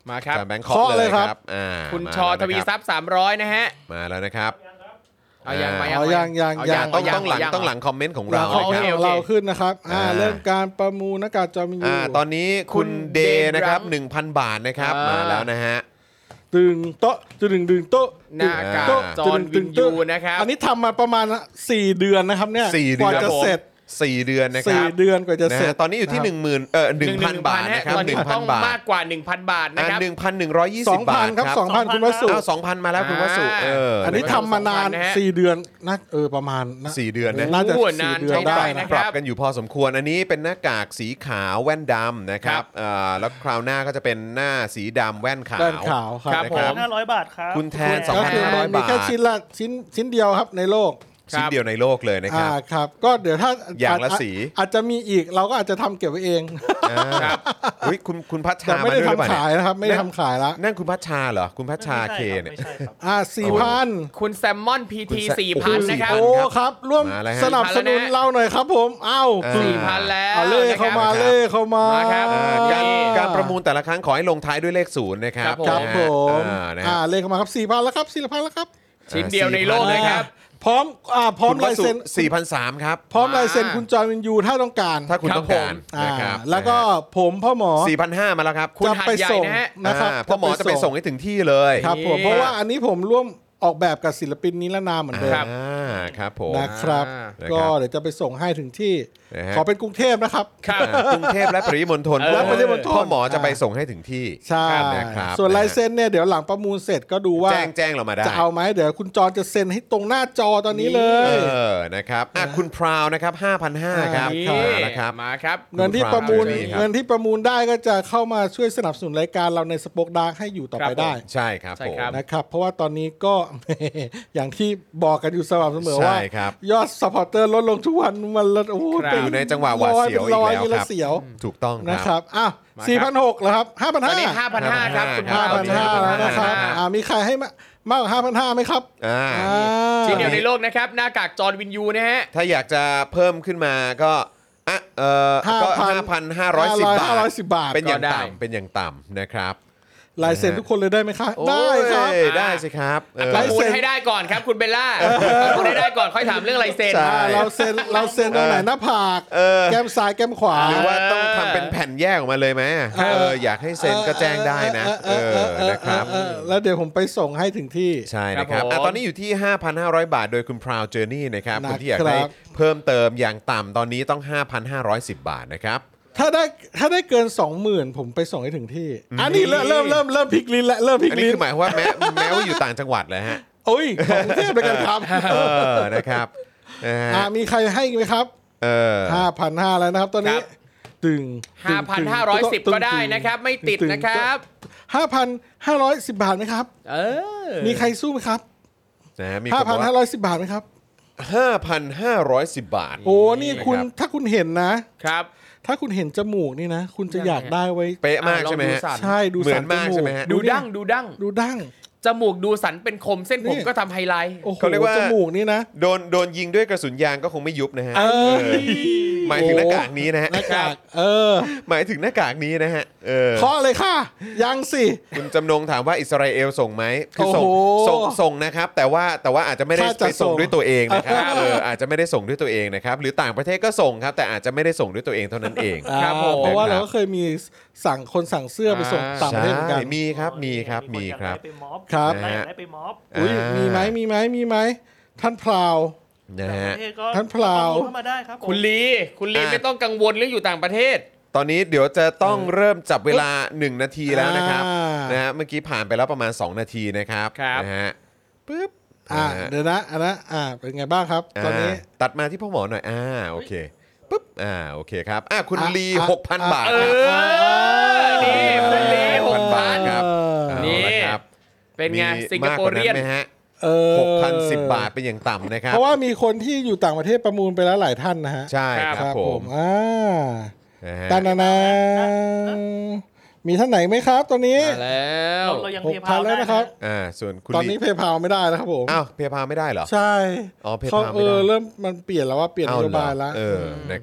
มาครับแบงค์เคาะเลยครับอ่าคุณชอทวีทรัพย์สามร้อยนะฮะมาแล้วนะครับเอายังมายังยังยังต้องต้องหลังต้องหลังคอมเมนต์ของเราเราขึ้นนะครับอ่าเริ่มการประมูลหน้ากากจอมินยูอ่าตอนนี้คุณเดนะครับ หนึ่งพัน บาทนะครับมาแล้วนะฮะตึงโต๊ะตึงดึงโต๊ะหน้ากากจอมินยูนะครับอันนี้ทำมาประมาณสี่เดือนนะครับเนี่ยกว่าจะเสร็จสี่เดือนนะครับสี่เดือนกว่าจะเสร็จตอนนี้อยู่ที่ หนึ่งหมื่น เอ่อ หนึ่งพัน บาทนะครับหนึ่งพัน บาทมากกว่า หนึ่งพัน บาทนะครับหนึ่งพันหนึ่งร้อยยี่สิบบาทครับสองพัน คุณวสุอ้าว สองพัน มาแล้วคุณวสุเอออันนี้ทำมานานสี่เดือนนะเออประมาณสี่เดือนนะน่าจะสี่เดือนได้นะปรับกันอยู่พอสมควรอันนี้เป็นหน้ากากสีขาวแว่นดำนะครับเอ่อแล้วคราวหน้าก็จะเป็นหน้าสีดำแว่นขาวแว่นขาวครับผมห้าร้อยบาทครับคุณแทนสองพันห้าร้อยบาทมีแค่ชิ้นละชิ้นชิ้นเดียวครับในโลกชิ้นเดียวในโลกเลยนะครับอ่าครับก็เดี๋ยวถ้าอย่างละสีอาจจะมีอีกเราก็อาจจะทำเก็บไว้เองครับอุ้ยคุณคุณพัชชาไม่ได้ทำขายนะครับไม่ได้ทำขายแล้วนั่นคุณพัชชาเหรอคุณพัชชาเคเนี่ยอ่าสี่พันคุณแซมมอนพีทีสี่พันนะครับโอ้ครับร่วมสนับสนุนเราหน่อยครับผมเอ้าสี่พันแล้วเอาเล่เข้ามาเล่เข้ามาการการประมูลแต่ละครั้งขอให้ลงท้ายด้วยเลขศูนย์นะครับครับผมอ่าเล่เข้ามาครับสี่พันแล้วครับสี่พันแล้วครับชิ้นเดียวในโลกเลยครับพร้อมอ่าพร้อมลายเซ็นสี่พันสามร้อย ครับพร้อมลายเซ็นคุณจอมินยูถ้าต้องการถ้าคุณต้องการนะครับแล้วก็ผมพ่อหมอสี่พันห้าร้อย มาแล้วครับจะไปส่งนะครับพ่อหมอจะไปส่งให้ถึงที่เลยครับผมเพราะว่าอันนี้ผมร่วมออกแบบกับศิลปินนิรนามเหมือนเดิมครับผมนะครับก็เดี๋ยวจะไปส่งให้ถึงที่ขอเป็นกรุงเทพนะครับกรุงเทพและปริมณฑลและปริมณฑลพ่อหมอจะไปส่งให้ถึงที่ใช่นะครับส่วนลายเซ็นเนี่ยเดี๋ยวหลังประมูลเสร็จก็ดูว่าแจ้งแจ้งเรามาได้จะเอาไหมเดี๋ยวคุณจอนจะเซ็นให้ตรงหน้าจอตอนนี้เลยเออนะครับอ่ะคุณพราวนะครับ ห้าพันห้าร้อย ครับนะครับมาครับเงินที่ประมูลเงินที่ประมูลได้ก็จะเข้ามาช่วยสนับสนุนรายการเราในสป็อคดาร์กให้อยู่ต่อไปได้ใช่ครับผมนะครับเพราะว่าตอนนี้ก็อย่างที่บอกกันอยู่สม่ำเสมอว่ายอดซัพพอร์เตอร์ลดลงทุกวันมันโอ้โหอยู่ในจังหวะหวาดเสียวอีกแล้วครับถูกต้องนะครับอ้าว สี่พันหกร้อย แล้วครับ ห้าพันห้าร้อยตอนนี้ ห้าพันห้าร้อย ครับคุณห้าพันห้าร้อย แล้วนะครับอ่ามีใครให้มากกว่า ห้าพันห้าร้อย มั้ยครับอ่าชิ้นเดียวในโลกนะครับหน้ากากจอห์นวินยูนะฮะถ้าอยากจะเพิ่มขึ้นมาก็อ่ะเอ่อก็ ห้าพันห้าร้อยสิบบาทเป็นอย่างต่ำเป็นอย่างต่ำนะครับลายเซ็นทุกคนเลยได้ไหมคะได้ครับได้สิครับประมูลให้ได้ก่อนครับคุณเบลล่าประมูลให้ได้ก่อนค่อยถามเรื่องลายเซ็นเราเซ็นเราเซ็นตรงไหนหน้าผากแก้มซ้ายแก้มขวาหรือว่าต้องทำเป็นแผ่นแยกออกมาเลยไหมเอออยากให้เซ็นก็แจ้งได้นะเออนะครับแล้วเดี๋ยวผมไปส่งให้ถึงที่ใช่นะครับตอนนี้อยู่ที่ ห้าพันห้าร้อย บาทโดยคุณ Proud Journey นะครับคนที่อยากได้เพิ่มเติมอย่างต่ำตอนนี้ต้อง ห้าพันห้าร้อยสิบ บาทนะครับถ้าได้ถ้าได้เกิน สองหมื่น ผมไปส่งให้ถึงที่อันนี้เริ่มเริ่มเริ่มเริ่มพลิกลิ้นแล้วเริ่มพลิกลิ้นอันนี้คือหมายว่าแม้แม้ว่าอยู่ต่างจังหวัดเลยฮะโอ้ยของกรุงเทพด้วยกันครับเออนะครับอ่ามีใครให้ไหมครับเออห้าพันห้าร้อย แล้วนะครับตอนนี้ตึงห้าพันห้าร้อยสิบ ก็ได้นะครับไม่ติดนะครับห้าพันห้าร้อยสิบ บาทมั้ยครับเออมีใครสู้มั้ยครับนะมีห้าพันห้าร้อยสิบ บาทมั้ยครับห้าพันห้าร้อยสิบ บาทโอ้นี่คุณถ้าคุณเห็นนะครับถ้าคุณเห็นจมูกนี่นะคุณจะอยากได้ไว้เป๊ะมากใช่ไหมใช่ดูสันมากใช่ไหมดูดั้งดูดั้งดูดั้งจมูกดูสันเป็นคมเส้นผมก็ทำไฮไลท์เขาเรียกว่าจมูกนี่นะโดนโดนยิงด้วยกระสุนยางก็คงไม่ยุบนะฮะหมายถึงหน้ากากนี้นะฮะหน้ากากเออหมายถึงหน้ากากนี้นะฮะเออเคาะเลยค่ะยังสิคุณจำนงถามว่าอิสราเอลส่งไหมคือส่งส่งส่งนะครับแต่ว่าแต่ว่าอาจจะไม่ได้ไปส่งด้วยตัวเองนะครับเอออาจจะไม่ได้ส่งด้วยตัวเองนะครับหรือต่างประเทศก็ส่งครับแต่อาจจะไม่ได้ส่งด้วยตัวเองเท่านั้นเองครับเพราะว่าเราก็เคยมีสั่งคนสั่งเสื้อไปส่งต่างประเทศเหมือนกันมีครับมีครับมีครับครับได้ไปม็อบอุ้ยมีไหมมีไหมมีไหมท่านพราวนะฮะท่านพราวคุณลีคุณลีไม่ต้องกังวลเรื่องอยู่ต่างประเทศตอนนี้เดี๋ยวจะต้องเริ่มจับเวลาหนึ่งนาทีแล้วนะครับนะฮะเมื่อกี้ผ่านไปแล้วประมาณสองนาทีนะครับนะฮะปึ๊บอ่าเดี๋ยวนะอันนะอ่าเป็นไงบ้างครับตอนนี้ตัดมาที่พ่อหมอหน่อยอ่าโอเคปึ๊บอ่าโอเคครับอ่าคุณลี หกพัน บาทครับนี่คุณลี หกพันครับนี่เป็นไงสิงคโปร์เรียนหกพันสิบ บาทเป็นอย่างต่ำนะครับเพราะว่ามีคนที่อยู่ต่างประเทศประมูลไปแล้วหลายท่านนะฮะใช่ครับผมอ่าตานานามีท่านไหนไหมครับตอนนี้แล้วเรายังเพย์พาแล้วนะครับอ่าส่วนตอนนี้เพย์พาไม่ได้แล้วครับผมอ้าวเพย์พาไม่ได้เหรอใช่อ๋อเพย์พาไม่ได้เออเริ่มมันเปลี่ยนแล้วว่าเปลี่ยนนโยบายแล้วเออนะครับ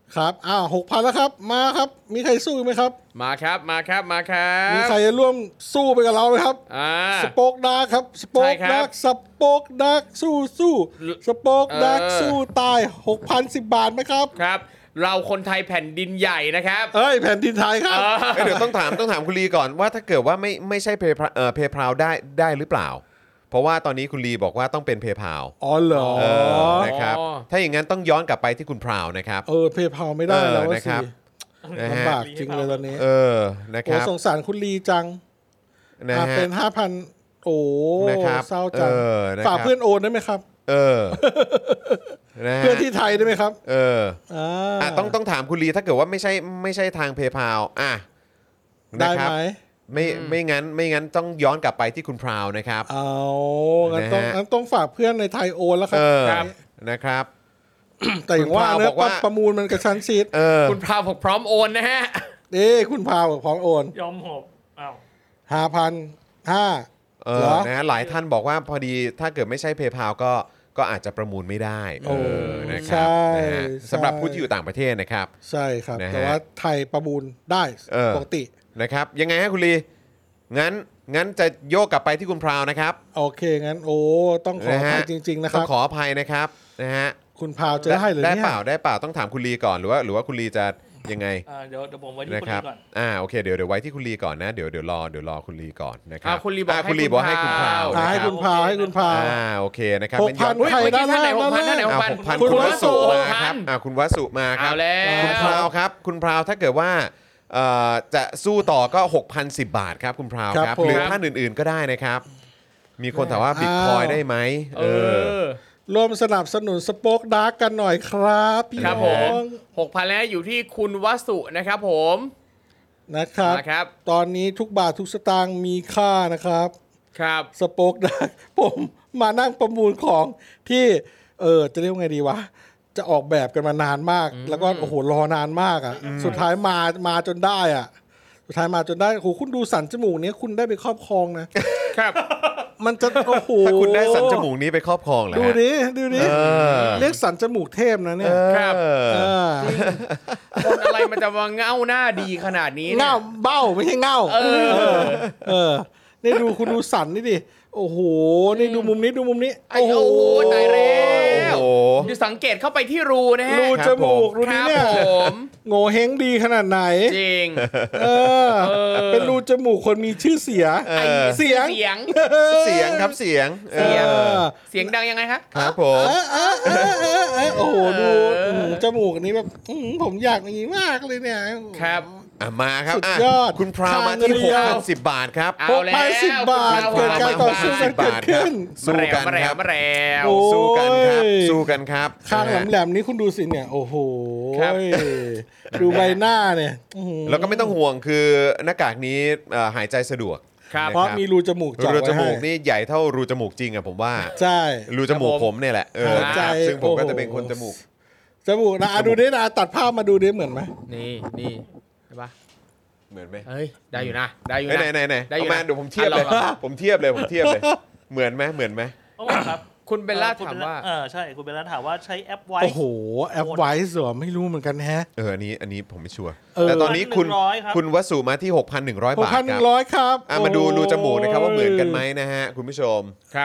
ครับอ้าวหกพันแล้วครับมาครับมีใครสู้ไหมครับมาครับมาครับมาครับมีใครจะร่วมสู้ไปกับเราไหมครับอ่าสป็อกดาร์กครับสป็อใช่กครับดาร์กสป็อกดาร์กสู้สู้สป็อกดาร์กเออสู้ตาย หกพันสิบ บาทไหมครับครับ เราคนไทยแผ่นดินใหญ่นะครับเอ้ยแผ่นดินไทยครับเออเอ้ยเดี๋ยวต้องถามต้องถามคุณลีก่อนว่าถ้าเกิดว่าไม่ไม่ใช่เพย์เอ่อเพย์พาวได้ได้หรือเปล่า เพราะว่าตอนนี้คุณลีบอกว่าต้องเป็นเพย์พาวอ๋อเหรอเออนะครับถ้าอย่างนั้นต้องย้อนกลับไปที่คุณพราวนะครับเออเพย์พาไม่ได้แล้วเออว่านะคสิรับ นะฮะลำบากจริงเลยตอนนี้เออนะคโอ้รับสงสารคุณลีจังนะอ่ะฮะเป็นห้าพันโอ้นะครับเศร้าจังเออนะครับฝากเพื่อนโอนได้ไหมครับเออนะฮะเพื่อนที่ไทยได้ไหมครับเอออ่าอ่ะต้องต้องถามคุณลีถ้าเกิดว่าไม่ใช่ไม่ใช่ทางเพย์พาวอ่ะได้นะครับไหมไม่ไม่งั้นไม่งั้นต้องย้อนกลับไปที่คุณพราวนะครับเอางั้นต้องนะฮะงั้นต้องฝากเพื่อนในไทยโอนแล้วครัเอบ อครับนะครับแต่อย่างว่าคุณพาวเนื้บอกว่าประมูลมันกระชั้นชิดเออคุณพราวผมพร้อมโอนนะฮะเอ้คุณพาวบอกพร้อมโอนยอมหอบอ้าวห้าพันห้าเอเหรออนะฮะหลายท่านบอกว่าพอดีถ้าเกิดไม่ใช่เพย์พาวก็ก็อาจจะประมูลไม่ได้โอ้เออนะครับใช่นะฮะใช่สำหรับผู้ที่อยู่ต่างประเทศนะครับใช่ครับนะฮะแต่ว่าไทยประมูลได้เออปกตินะครับยังไงฮะคุณลีงั้นงั้นจะโยกกลับไปที่คุณพราวนะครับโอเค งั้นโอ้ต้องขออนะฮะภัยจริง ๆ นะคต้อรับงขออภัยนะครับนะฮะคุณพาวจะได้หรือได้เนี่ยเปล่าได้เปล่าต้องถามคุณลีก่อนหรือว่าหรือว่าคุณลีจะยังไงอ่าเดี๋ยวเดี๋ยวผมไว้ที่นะคนครันี้บก่อนอ่าโอเคเดี๋ยวเดี๋ยวไว้ที่คุณลีก่อนนะเดี๋ยวเดี๋ยวรอเดี๋ยวรอคุณลีก่อนนะครัอ่าบคุณลีบอกาให้คุณลีบอกให้คุคุณณพพราราว วให้คุณพาวให้คุณพาวอ่าโอเคนะครับหกพันงั้ย้อใครด้านล่างหกพันด้านท่านไหนล่างหกพันเอาหกพันคุคุณณววสุสุมาหกพันครับอ่าคุณวสุมาครัเอาบแล้วคุณพราวครับคุณพราวถ้าเกิดว่าเอ่อจะสู้ต่อก็ หกพันสิบ บาทครับคุณพราวครับครับผมหรือท่านอื่นๆก็ได้นะครับ มีคนถามว่าบิตคอยได้ไหมเอเอออร่วมสนับสนุนสป็อกดาร์กกันหน่อยครับพี่ครับน้ผอมงหกพันแล้วอยู่ที่คุณวสุนะครับผมนะครับนะครับตอนนี้ทุกบาททุกสตางค์มีค่านะครับครับสป็อกดาร์กผมมานั่งประมูลของที่ เออจะเรียกว่าไงดีวะ จะออกแบบกันมานานมาก แล้วก็โอ้โหรอนานมากอ่ะ สุดท้ายมามาจนได้อ่ะ สุดท้ายมาจนได้โอ้โหคุณดูสันจมูกเนี้ยคุณได้ไปครอบครองนะครับมันจะโอ้โหถ้าคุณได้สันจมูกนี้ไปครอบครองเหรอดูฮะดิดูดิเออเรียกสันจมูกเทพนะเนี่ยครับเอเอออคนอะไรมันจะมาเง่าหน้าดีขนาดนี้เนี่ยเง่าเบ้าไม่ใช่เง่าเออเออนี่ดูคุณดูสันนี่ดิโอ้โหนี่ดูมุมนี้ดูมุมนี้ไอ้โอ้โหตายแล้วโอ้โหดูสังเกตเข้าไปที่รูนะฮะรูจมูกดูคดิรับเนี่ยผมโง่เฮงดีขนาดไหนจริงเออ เป็นรูจมูกคนมีชื่อเสียงเออเสียงเสียงเสียงครับเสียงเอเสียงอเสียงดังยังไงคะครับผมเออเออเออเออเออโอ้โหดูอื้อหือจมูกอันนี้แบบอื้อหือผมอยากอย่างนี้มากเลยเนี่ยครับอ่ะมาครับสุดอ่ะยอดคุณพราวมาที่ทางเรียวหกพันสิบ บาทครับเอาหกแล้วพันสิบบาทคุณเกิดพรวการต่อสู้กันเกิดขึ้นสู้กันมาแรคว รับมาแรวโอ้สู้กันครับสู้กันครับข้างนะฮะแหลมๆนี้คุณดูสิเนี่ย โอ้โหครับดูใบหน้าเนี่ยอื้อหือแล้วก็ไม่ต้องห่วงคือหน้ากากนี้เอ่อหายใจสะดวกครับเพราะมีรูจมูกเจาะรูไว้จมูให้กนี่ใหญ่เท่ารูจมูกจริงอะผมว่าใช่รูจมูกครับผผม มเนี่ยแหละเออหายใจซึ่งผมก็โอ้โหจะเป็นคนจมูกจมูกนะอ่ะดูดินะตัดภาพมาดูดิเหมือนไหมนี่นี่ใช่ปะเหมือนไหมเฮ้ย ได้อยู่นะ ได้อยู่เอ้ยนะไหนไหนไหนได้อยู่เอามานะเดี๋ยวผมเทียบเลยอ่ะลองๆผมเทียบเลยผมเทียบเลย เหมือนไหมเหมือนไหมโอ้ครับคุณเบลล่าอ่อคุณถามเบลว่าเออใช่คุณเบลล่าถามว่าใช้แอปไว้โอ้โห แอปไวซ์เหรอไม่รู้เหมือนกันแฮะเอออันนี้อันนี้ผมไม่ชัวร์เออแต่ตอนนี้คุณหนึ่งร้อยครับคุณวสุมาที่ หกพันหนึ่งร้อยหกบาทพันหคนึ่รังบร้อยครับอ่ะมาดูรูจมูกนะครับว่าเหมือนกันไหมโนะฮะคุณผู้ชมครับ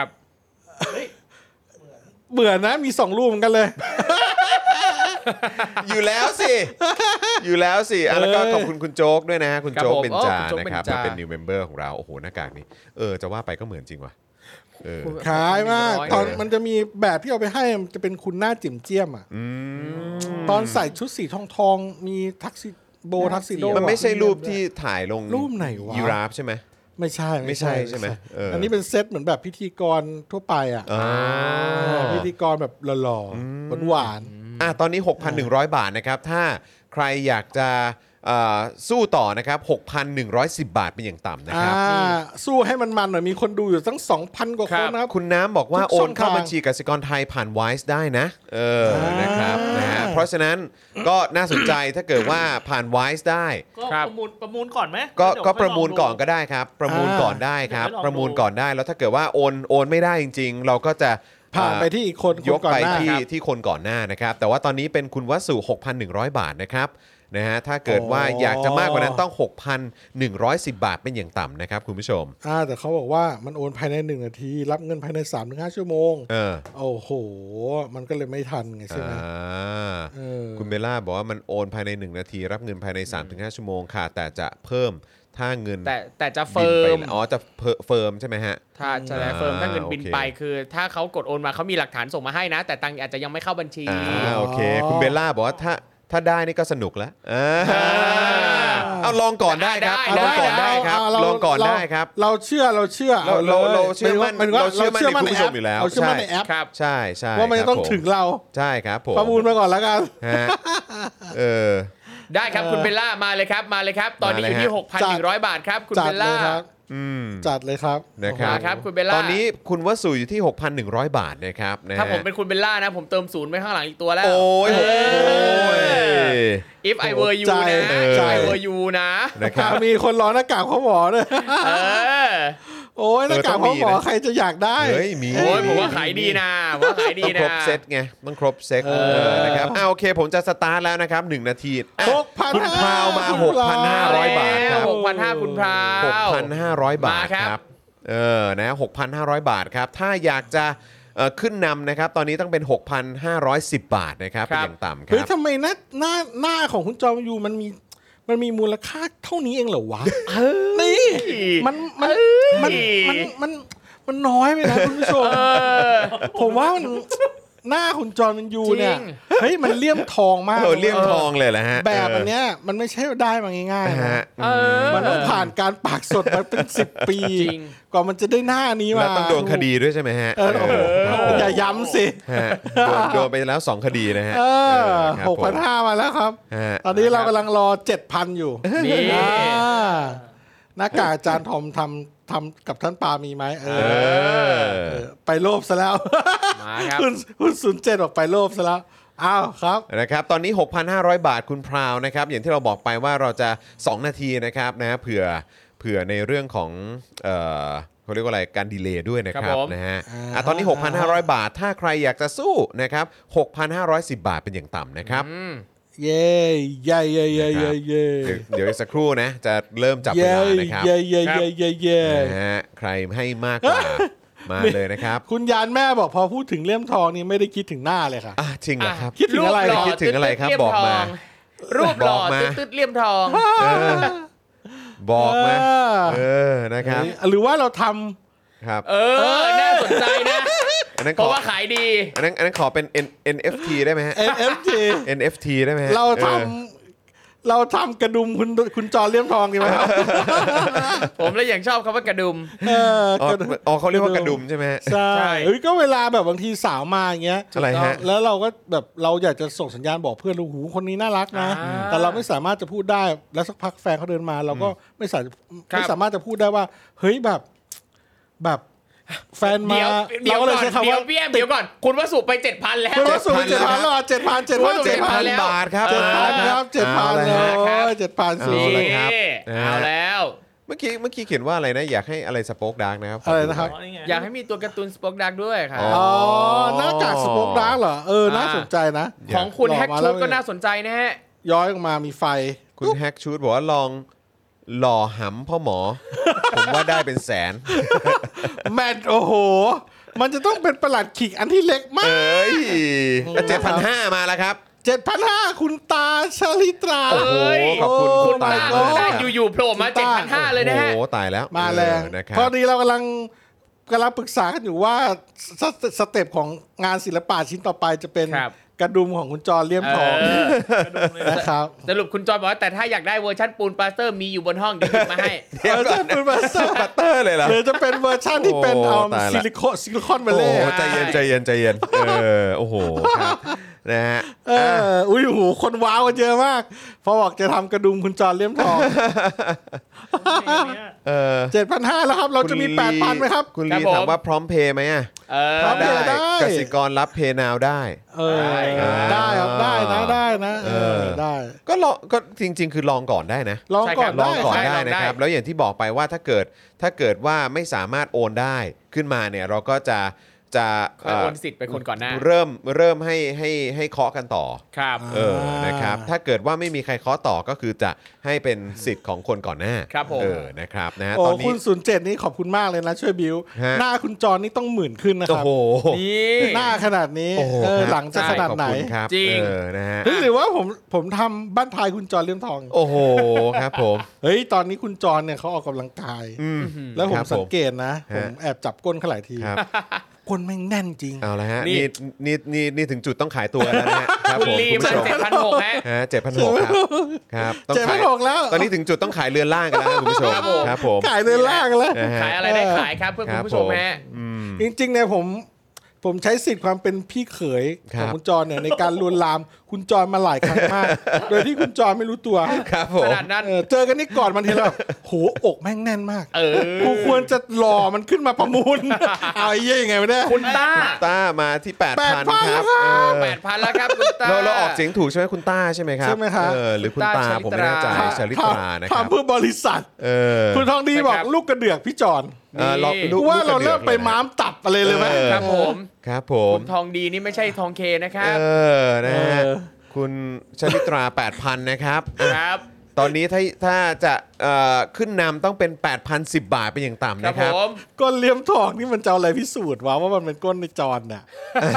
เหมือนนะมีสองรูปเหมือนกันเลยอยู่แล้วสิ อยู่แล้วสิอ่ะแล้วก็เอ้ยขอบคุณคุณโจ๊กด้วยนะฮะคุณครับโจ๊กผมเป็นจาโอ้คุณโจ๊กนะครับเบญจามาเป็น new member ของเราโอ้โหหน้ากากนี้เออจะว่าไปก็เหมือนจริงว่ะเออขายมากร้อยตอนเลยมันจะมีแบบที่เอาไปให้มันจะเป็นคุณหน้าจิ๋มเจี้ยมอ่ะอืมตอนใส่ชุดสีทองทองๆมีทักซิโบทักซิโดมันไม่ใช่รูปที่ถ่ายลงรูปไหนวะยีราฟใช่ไหมไม่ใช่ไม่ใช่ใช่ไหมเอออัอันนี้เป็นเซตเหมือนแบบพิธีกรทั่วไปอ่ะอ่าเออพิธีกรแบบหล่อๆหวานอ่ะตอนนี้ หกพันหนึ่งร้อย บาทนะครับถ้าใครอยากจะเอ่อสู้ต่อนะครับ หกพันหนึ่งร้อยสิบ บาทเป็นอย่างต่ำๆนะอ่าครับสู้ให้มันมันหน่อยมีคนดูอยู่ตั้ง สองพัน กว่าคนนะครับคุณน้ำบอกว่าทุกโอช่นองเข้าทางบัญชีกสิกรไทยผ่าน Wise ได้นะเอออ่านนะครับนะฮะเพราะฉะนั้นก็น่าสนใจถ้าเกิดว่าผ่าน Wise ได้ก็ครับประมูลประมูลก่อนไหมก็เดี๋ยวก็ค่อยประมูลลงดูก่อนก็ได้ครับ ประมูลอ่าก่อนได้ครับเดี๋ยวไปลองประมูลก่อนได้แล้วถ้าเกิดว่าโอนโอนไม่ได้จริง ๆ เราก็จะผ่านไปที่อีกคนยกก่อนไปหน้าที่ครับที่คนก่อนหน้านะครับแต่ว่าตอนนี้เป็นคุณวสุ หกพันหนึ่งร้อย บาทนะครับนะฮะถ้าเกิดว่าอ๋อออยากจะมากกว่านั้นต้อง หกพันหนึ่งร้อยสิบ บาทเป็นอย่างต่ำนะครับคุณผู้ชมอ่าแต่เขาบอกว่ามันโอนภายในหนึ่งนาที รับเงินภายใน สามถึงห้า ชั่วโมงเออโอ้โห มันก็เลยไม่ทันไงใช่ไหมอ่าเออคุณเบลล่าบอกว่ามันโอนภายในหนึ่งนาทีรับเงินภายใน สามถึงห้า ชั่วโมงค่ะแต่จะเพิ่มถ้าเงินแต่แต่จะบิเฟินไปร์มอ๋อจะเพิ่มเฟิร์มใช่ไหมฮะถ้าจะได้เฟิร์มถ้าเงินบินโอเคไปคือ ถ้าเขากดโอนมาเขามีหลักฐานส่งมาให้นะ แต่ตังค์อาจจะยังไม่เข้าบัญชีอ่าโอเค คุณเบลล่าบอกว่าถ้าถ้าได้นี่ก็สนุกแล้วอ่าเอาลองก่อนได้ครับได้ลองก่อนได้ครับเาเาลองก่อนเาได้ครับเราเชื่อเราเชื่อเราเราเราเชื่อมั่นหยถึงว่เราเชื่อมั่นในคุณผู้ชมอยู่แล้วเราเชื่อมั่นใช่ในแอปครับใช่ใช่ว่ามันคจะรับต้องผมถึงเราใช่ครับผมประมูลมาก่อนแล้วกันฮะเออได้ครับคุณเบลล่ามาเลยครับมาเลยครับ ตอนนี้อยู่ที่มาเลยฮะหกพันหนึ่งร้อย บาทครับคุณจัเบดลเลล่ายครับอืมจัดเลยครับนะครับมาครับคุณเบลล่าตอนนี้คุณวสุอยู่ที่ หกพันหนึ่งร้อย บาทนะครับนะฮะถ้าผมเป็นคุณเบลล่านะ ผมเติมศูนย์ไปข้างหลังอีกตัวแล้วโอ้ยเอโอ้อย if I were you ใจนะเออ if I were you นะนะครับมีคนรอหน้ากากพ่อหมอด้วยเออโอ้ยหน้ากากพ่อหมอใครจะอยากได้เฮ้ยมีโอ้ยผมว่าขายดีนะผมว่าขายดีต้องนะครบเซตไงต้องครบเซตเออเออนะครับอ่าโอเคผมจะสตาร์ทแล้วนะครับหนึ่งนาทีอ่ะหกพันคุณพราวมา หกพันห้าร้อย บาทครับหกพันห้าคุณพราวหกพันห้าร้อย บาทมาครับครับเออนะ หกพันห้าร้อย บาทครับถ้าอยากจะเอ่อขึ้นนำนะครับตอนนี้ต้องเป็น หกพันห้าร้อยสิบ บาทนะครับเป็นอย่างต่ำคเฮ้ยรับทำไมหน้าหน้าหน้าของคุณจอมยูมันมีมันมีมูลค่าเท่านี้เองเหรอวะนี่มันมันมันมันมันมันน้อยไปนะคุณผู้ชมผมว่ามันหน้าคุณจอมยูเนี่ยจริงเฮ้ยมันเลี่ยมทองมากเออเลี่ยมทองเลยแหละฮะแบบอันเนี้ยมันไม่ใช่ได้มาง่ายๆเออนะฮะเออมันต้องผ่านการปากสดมาเป็นสิบปีจริงกว่ามันจะได้หน้านี้มาแล้วต้องโดนคดีด้วยใช่ไหมฮะเออโอ้โหครับผมอย่าย้ำสิฮะโดนโดนไปแล้วสองคดีนะฮะเออครับหกพันห้ามาแล้วครับฮะตอนนี้เรากำลังรอเจ็ดพันอยู่นี่อ่าหน้ากากอาจารย์ทอมทำทำกับท่านปามีไหมเอเอออเออไปโลภซะแล้วมาครับคุณคุณศูนย์เจ็ดบอกไปโลภซะแล้วอ้าวครับนะครับตอนนี้ หกพันห้าร้อย บาทคุณพราวนะครับอย่างที่เราบอกไปว่าเราจะสองนาทีนะครับนะเผื่อเผื่อในเรื่องของเอ่อเขาเรียกว่าอะไรการดีเลย์ด้วยนะคครัรับบผมนะฮะอ่าอ่ะตอนนี้ หกพันห้าร้อย บาท ถ้าใครอยากจะสู้นะครับ หกพันห้าร้อยสิบ บาทเป็นอย่างต่ำนะครับอืมเย้เย้เย้เย้เย้เย้เดี๋ยวเดี๋ยวอีกสักครู่นะจะเริ่มจับเวเย้ลานะครับเย้เย้เย้เย้เย้นะฮะใครให้มากกว่ามาเลยนะครับคุณยานแม่บอกพอพูดถึงเลี่ยมทองนี่ไม่ได้คิดถึงหน้าเลยค่ะอ่ะจริงเหรอครับคิดถึงอะไรรูปหล่คิดถึงอะไรครับตึ๊ดๆบอกมารูปหล่อบอกมาตึ๊ดๆเลี่ยมทองบอกมาเออเออนะครับหรือว่าเราทครับเออ น่าสนใจนะอันนั้นเพขอราะว่าขายดีอันนั้นอันนั้นขอเป็น N เอ็น เอฟ ที ได้ไหมฮะำ เอ็น เอฟ ทีเอ็น เอฟ ที ได้ไหมฮะเราทออำเราทำกระดุมคุณคุณจอเลี่ยมทองดีไหมครับผมเลยอย่างชอบคำว่ากระดุมเอออ๋อกระดุมอ๋อเขาเรียกว่ากระดุมใช่ไหมฮะใช่ใช่เฮ้ยก็เวลาแบบบางทีสาวมาอย่างเงี้ยอะไรฮะแล้วเราก็แบบเราอยากจะส่งสัญญาณบอกเพื่อนเราหูคนนี้น่ารักนะอ่าแต่เราไม่สามารถจะพูดได้แล้วสักพักแฟนเขาเดินมา เราก็ไม่สามารถครับไม่สามารถจะพูดได้ว่า เฮ้ยแบบแบบแฟนมาเดี๋ยวเดี๋ยวเราก็เลยก่อนใช้คำเดี๋ยว่าวพี่แอมเดี๋ยวก่อน คุณวสุไปเจ็ดพันแล้วคุณว่าสูงเจ็ดพันแล้วเจ็ดพันเจ็ดพันคุณเจ็ดว่าพันสูงบาทครับเจ็ดพันครับเจ็ดพันเอาเลละฮะยเจ็ดพันสูเอางละนี่ครับเอาแล้วเมื่อกี้เมื่อกี้เขียนว่าอะไรนะ อยากให้อะไรสป็อกดาร์กนะครับอะไรนะครับอ๋อนี่ไงอยากให้มีตัวการ์ตูนสป็อกดักด้วยครับอ๋อ๋อหน้ากากสป็อกดาร์กเหรอเออน่าสนใจนะของคุณหล่อแฮกมาชูแล้วดก็น่าสนใจนะฮะย้อยออกมามีไฟคุณแฮกชูดบอกว่าลองหล่อหำพ่อหมอ ผมว่าได้เป็นแสนแมทโอ้โห มันจะต้องเป็นประหลัดขิกอันที่เล็กมาเอก ้ยอืมเจ็ดพันห้ามาแล้วครับเจ็ดพันห้าคุณตาชลิตราโอ้โห ขอบคุณโคุณตาตาโอ้ได้ my god อยู่ๆโผล่มาคุณเจ็ดตาพันห้าเลยนะฮะโอ้โหตายแล้วมาแรงเออนะครับพอดีเรากำลังกำลังปรึกษากันอยู่ว่าสเตสเต็ปของงานศิลปะชิ้นต่อไปจะเป็นครับกระดุมของคุณจอเลี่ยมทองเออนะครับสรุปคุณจอยบอกว่าแต่ถ้าอยากได้เวอร์ชันปูนปลาสเตอร์มีอยู่บนห้องเดี๋ยวหยิบมาให้เดี๋ยวเออก่อจะนเป็นเวอร์ชันบัตเตอร์เลยเหรอหรือจะเป็นเวอร์ชันที่เป็นโอ้เอาตายละซิลิโคนซิลิคอนเบลโอ้เล่โหใจเย็นใจเย็นใจเย็นเออโอ้โหครับนะฮะเอออุ้ยโอ้โหคนว้าวกันเยอะมากพอบอกจะทำกระดุมคุณจอเลี่ยมทองเพลงเนี้ยเออเจ็ดพันห้าแล้วครับ เราจะมีคุณลีแปดพันไหมครับคุณครัลีบผมถามว่าพร้อมเพย์ไหมอ่ะเออพร้อมเพได้ย์ ได้กสิกรรับเพย์นาวได้เออได้ได้ครับได้นะได้นะเออได้ก็ลองก็จริง ๆ คือลองก่อนได้นะลองก่อนลได้องก่อนใช่ได้ลองได้นะครับ แล้วอย่างที่บอกไปว่าถ้าเกิดถ้าเกิดว่าไม่สามารถโอนได้ขึ้นมาเนี่ยเราก็จะจะค่อยโอนสิทธิ์ไปคนก่อนหน้าเริ่มเริ่มให้ให้ให้เคาะกันต่อครับเออนะครับถ้าเกิดว่าไม่มีใครเคาะต่อก็คือจะให้เป็นสิทธิ์ของคนก่อนหน้าครับผมเออนะครับนะฮะโอ้ตอนนี้คุณศูนย์เจ็ดนี่ขอบคุณมากเลยนะช่วยบิวฮะหน้าคุณจรนี่ต้องหมื่นขึ้นนะคโอ้รับโหนี่หน้าขนาดนี้โอ้โหเออครับหลังจะขนาดไหนขอบคุณครับจริงเออนะฮะเฮ้ยหรือว่าผมผมทำบ้านทายคุณจรเลี่ยมทองโอ้โหครับผมเฮ้ยตอนนี้คุณจรเนี่ยเขาออกกำลังกายอืมแล้วผคมรับผมสังเกตนะฮะผมแอบจับก้นเขาหลายทีครับก้นแม่งแน่นจริงเอาละฮะนี่นี่นี่นี่นี่ถึงจุดต้องขายตัวแล้วนะฮะครับคุณผมลีคุณมาผู้ชมเจ็ดพันหกฮะฮะเจ็ดพันหกครับครับต้องเจ็ดพัขายนหกแล้วตอนนี้ถึงจุดต้องขายเรือนล่างกันแล้วนะคุณผู้ชมครับผมครับผมขายเดินล่างแล้วนะฮะขายอะไรได้ขายครับเพื่อคุณผู้ชมฮะอืมจริงๆเนี่ยผมผมใช้สิทธิ์ความเป็นพี่เขยครัขบองคุณจรเนี่ยในการลวนลามคุณจรมาหลายครั้งมาก โดยที่คุณจรไม่รู้ตัวครับผขมนาดนั้นเออเจอกันนี่ก่อนมันทีแล้วโหอกแม่งแน่นมากเออกูควรจะหล่อมันขึ้นมาประมูล เอาไอ้เหี้ยยังไงวะเนี่ยคุณต้าต้ามาที่ แปดพันแปดพันครับแล้วครับเออแปดพันแล้วครับคุณต้าเราเราออกเสียงถูกใช่ไหมคุณต้าใช่ไหมครับใช่ไหมครับเออหรือคุณต้าตาชลิตราผมไม่แน่ใจชลิตรานะครัทำบเพื่อบริษัทเออคุณทองดีใช่บอกครับลูกกระเดือกพี่จอนเออเรานี่ลูกว่าเราลูกกะดืเริ่อกมไปลยนะม้ามตับอะไรเลยไหมเออครับผมครับผมคุณทองดีนี่ไม่ใช่ทองเคนะครับเออนะฮะเออคุณชลิตรา แปดพัน นะครับครับตอนนี้ถ้าถ้าจะเอ่อขึ้นนำต้องเป็น แปดพันสิบ บาทเป็นอย่างต่ำครับนะคผรับมก้นเลี้ยมทองนี่มันจะเอาอะไรพิสูจน์วะว่ามันเป็นก้นในจอนน่ะ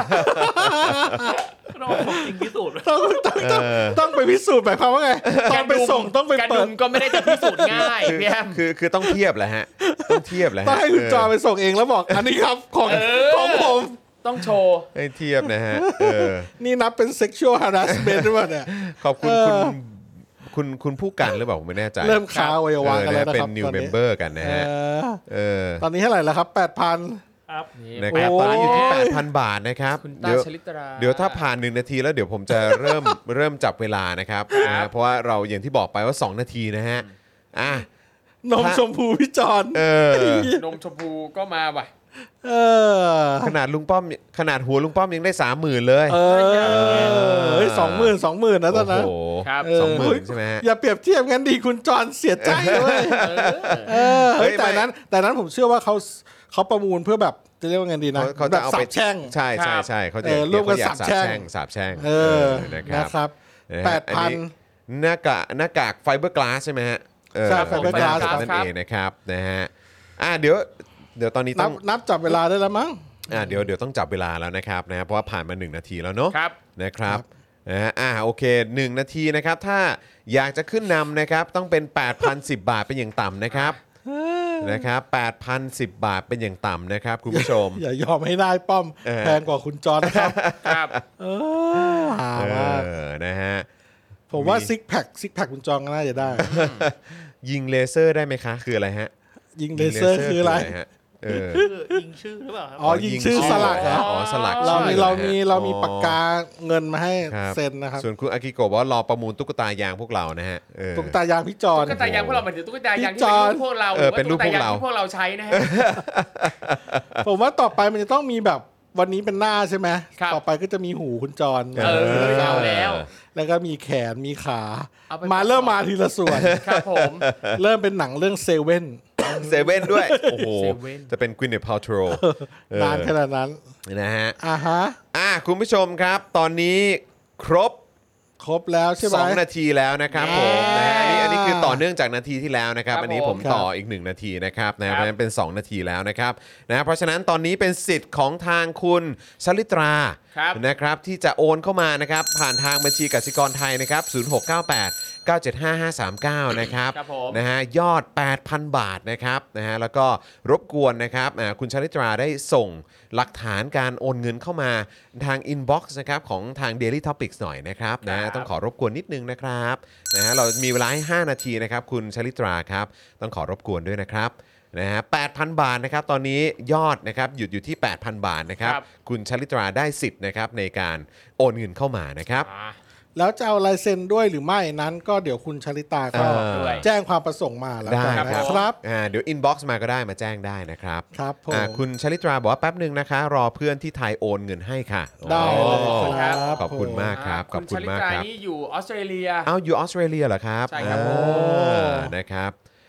เราของจริงพิสูจน์ต้องต้องต้องต้องไปพิสูจน์หมายความว่าไงตอนไปส่งต้องไปกระเปิดุดมก็ไม่ได้จะพิสูจน์ง่ายคือพี่แอมคือคือต้องเทียบแหละฮะต้องเทียบแหละฮะต้องให้คุณจอนไปส่งเองแล้วบอก อันนี้ครับของเออของผมต้องโชว์ให้เทียบนะฮะเออนี่นับเป็น sexual harassment หรือเปล่าเนี่ยขอบคุณเออคุณคุณคุณผู้กันหรือเปล่าผมไม่แน่ใจเริ่มค้าอวัยวะกันแล้วเออนะเป็นครับ new ตอนนี้ member กันนะเอฮะอเออตอนนี้เท่าไหร่แล้วครับแปดพันครับนี่นะครับโอ้ตอนนี้อยู่ที่ยแปดพัน บาทนะครับคุณต้าเดี๋ยวชลิตราเดี๋ยวถ้าผ่านหนึ่งนาทีแล้วเดี๋ยวผมจะเริ่ม เริ่มจับเวลานะครับนะฮะเพราะว่าเราอย่างที่บอกไปว่า สอง นาทีนะฮะอ่ะนมชมพูพี่จอนเออนมชมพูก็มาว่ะเออขนาดลุงป้อมขนาดหัวลุงป้อมยังได้สามหมื่นเลยเออเฮ้ยสองหมื่นสองหมื่นนะตอนนั้นโอ้โหครับสองหมื่นใช่ไหมฮะอย่าเปรียบเทียบกันดีคุณจอนเสียใจเลยเออเออเฮ้ยเฮ้ยแต่ไม่นั้น แต่นั้นผมเชื่อว่าเขาเขาประมูลเพื่อแบบจะเรียกว่าไงดีนะเขาเขาแบจะบเอาสาไปบแช่งใช่ใช่ใช่เขาจะเออร่วมกันเขาอยาสาบแช่งสาบแช่งเออนะครับนะครับนะฮะแปดพันอัหน้ากากหน้ากากไฟเบอร์กลาสใช่ไหมฮะเออใช่ fiber glass นั่นเองนะครับนะฮะอ่ะเดี๋ยวเดี๋ยวตอนนี้นัต้บองนับจับเวลาได้แล้วมั้งอ่ะเดี๋ยวเดี๋ยวต้องจับเวลาแล้วนะครับนะฮะเพราะว่าผ่านมาหนึ่งนาทีแล้วเนาะครับนะครับนะฮะอ่าโอเคหนึ่งนาทีนะครับถ้าอยากจะขึ้นนำนะครับต้องเป็น แปดพันสิบ บาทเป็นอย่างต่ำนะครับนะครับแปดพันสิบ บาทเป็นอย่างต่ำนะครับคุณผู้ชมอย่ายอมให้นายป้อมเออแพงกว่าคุณจอนนะครับครับเออหาเอมากอนะฮะผมว่าซิกแพคซิกแพคคุณจอนก็น่าจะได้ยิงเลเซอร์ได้ไหมคะ คืออะไรฮะยิงเลเซอร์คืออะไรฮะเออชื่อยิงชื่อหรือเปล่าครับอ๋อ ยิงชื่อสลักเหรออ๋อสลักเรามีชื่อเรามีนะฮะเรามีอ๋อปากกาเงินมาให้ครับเซ็นนะครับส่วนคุณอากิโกะบอกว่ารอประมูลตุ๊กตายางพวกเรานะฮะเออตุ๊กตายางพี่จอนตุ๊กตายางพวกเราหมายถึงตุ๊กตายางที่พี่จเป็นอนรูปพวกเราหเอรือ อเป็นรูปว่าตุ๊กตายางพวกเราที่พวกเราใช้นะฮะผมว่าต่อไปมันจะต้องมีแบบวันนี้เป็นหน้าใช่ไหมครับต่อไปก็จะมีหูคุณจรเออเอาแล้วแล้วก็มีแขนมีขาเอาไปมาเริ่มมาทีละส่วนครับผมเริ่มเป็นหนังเรื่องเซเว่นเซเว่นด้วย โอ้โหเซเว่นจะเป็นกวินเนตพาวโทรนานขนาดนั้นนะฮะอ่าฮะอ่ะคุณผู้ชมครับ ตอนนี้ครบครบแล้วใช่ไหมสองนาทีแล้วนะครับผมนะฮะอันนี้อันนี้คือต่อเนื่องจากนาทีที่แล้วนะครับครับอันนี้ผมผมต่ออีกหนึ่งนาทีนะครับนะคเพรับราะฉะนั้นเป็นสองนาทีแล้วนะครับนะเพราะฉะนั้นตอนนี้เป็นสิทธิ์ของทางคุณชลิตราครับนะครับที่จะโอนเข้ามานะครับผ่านทางบัญชีกสิกรไทยนะครับศูนย์หกเก้าแปด เก้าเจ็ดห้า ห้าสามเก้านะครับครับผมนะฮะยอด แปดพัน บาทนะครับนะฮะแล้วก็รบกวนนะครับอ่าคุณชลิตราได้ส่งหลักฐานการโอนเงินเข้ามาทาง inbox นะครับของทาง Daily Topics หน่อยนะครับนะฮะต้องขอรบกวนนิดนึงนะครับนะฮะเรามีเวลาให้ห้านาทีนะครับคุณชลิตราครับต้องขอรบกวนด้วยนะครับนะฮะ แปดพัน บาทนะครับตอนนี้ยอดนะครับหยุดอยู่ที่ แปดพัน บาทนะครับครับคุณชลิตราได้สิทธิ์นะครับในการโอนเงินเข้ามานะครับอ่าแล้วจะเอาลายเซ็นด้วยหรือไม่นั้นก็เดี๋ยวคุณชลิตาก็เออด้วยแจ้งความประสงค์มาแล้วได้กันครับนะครับอ่าเดี๋ยว inbox มาก็ได้มาแจ้งได้นะครับครับผมอ่าคุณชลิตราบอกว่าแป๊บหนึ่งนะคะ รอเพื่อนที่ไทยโอนเงินให้ค่ะได้เลยโอ้ครับขอบคุณมากครับขอบคุณมากณชลิคตรับนี่อยู่ออสเตรเลียเอาอยู่ออสเตรเลียเหรอครับใช่ครับอ่าโอ้นะครับ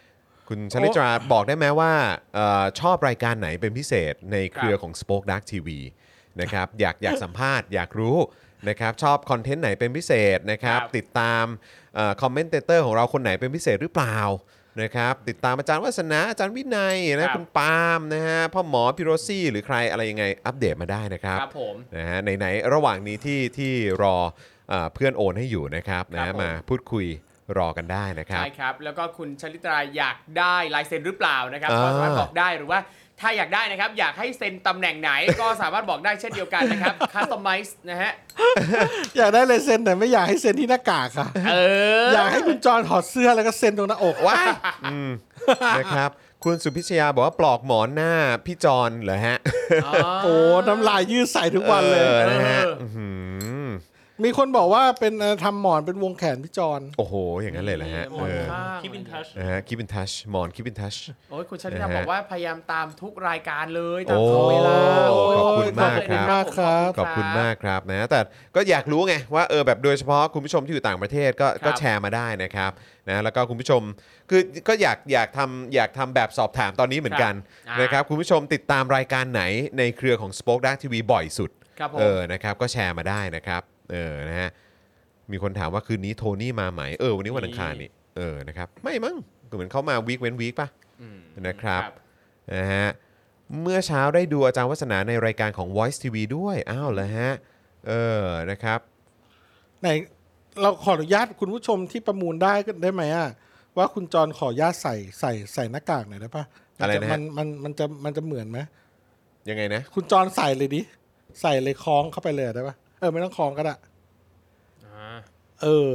คุณชลิตราบอกได้ไหมว่าเอ่อชอบรายการไหนเป็นพิเศษในเครือของ Spoke Dark ที วี นะครับอยากอยากสัมภาษณ์อยากรู้นะครับชอบคอนเทนต์ไหนเป็นพิเศษนะครับติดตามคอมเมนเตเตอร์ของเราคนไหนเป็นพิเศษหรือเปล่านะครับติดตามอาจารย์วัฒนาอาจารย์วินัยนะคุณปาล์มนะฮะพ่อหมอพิโรซี่หรือใครอะไรยังไงอัปเดตมาได้นะครับครับผมนะฮะไหนๆระหว่างนี้ที่ที่รอเอ่อเพื่อนโอนให้อยู่นะครับนะมาพูดคุยรอกันได้นะครับใช่ครับแล้วก็คุณชลิตราอยากได้ลายเซ็นหรือเปล่านะครับก็สามารถบอกได้หรือว่าถ้าอยากได้นะครับอยากให้เซ็นตำแหน่งไหน ก็สามารถบอกได้เช่นเดียวกันนะครับ customize นะฮะอยากได้ลายเซ็นแต่ไม่อยากให้เซ็นที่หน้ากากค่ะเอออยากให้คุณจอนถอดเสื้อแล้วก็เซ็นตรงหน้าอกว้านะครับคุณสุพิชยาบอกว่าปลอกหมอนหน้าพี่จอนเหรอฮะโอ้น้ำลายยืดใส่ทุกวันเลยนะฮะมีคนบอกว่าเป็นทำหมอนเป็นวงแขนพี่จอนโอ้โหอย่างนั้นเลยเหรอฮะคิปอินทัชนะฮะคิปอินทัชหมอนคิปอินทัชโอ้ยคุณชลิตาบอกว่าพยายามตามทุกรายการเลยตามเวลาขอบคุณมากครับขอบคุณมากครับนะแต่ก็อยากรู้ไงว่าเออแบบโดยเฉพาะคุณผู้ชมที่อยู่ต่างประเทศก็ก็แชร์มาได้นะครับนะแล้วก็คุณผู้ชมคือก็อยากอยากทำอยากทำแบบสอบถามตอนนี้เหมือนกันนะครับคุณผู้ชมติดตามรายการไหนในเครือของ Spoke Dark ที วี บ่อยสุดเออนะครับก็แชร์มาได้นะครับเออนะฮะมีคนถามว่าคืนนี้โทนี่มาไหมเออวันนี้วันอังคารนี่เออนะครับไม่มั้งก็เหมือนเขามาวีคเว้นวีคป่ะนะครับนะฮะเมื่อเช้าได้ดูอาจารย์วัฒนาในรายการของ Voice ที วี ด้วยอ้าวเหรอฮะเออนะครับไหนเราขออนุญาตคุณผู้ชมที่ประมูลได้ได้ไหมอ่ะว่าคุณจรขออนุญาตใส่ใส่ใส่หน้ากากหน่อยได้ป่ะอะไรนะมันมันมันจะมันจะเหมือนไหมยังไงนะคุณจรใส่เลยดิใส่เลยคล้องเข้าไปเลยได้ป่ะเออไม่ต้องคล้องก็ได้เออ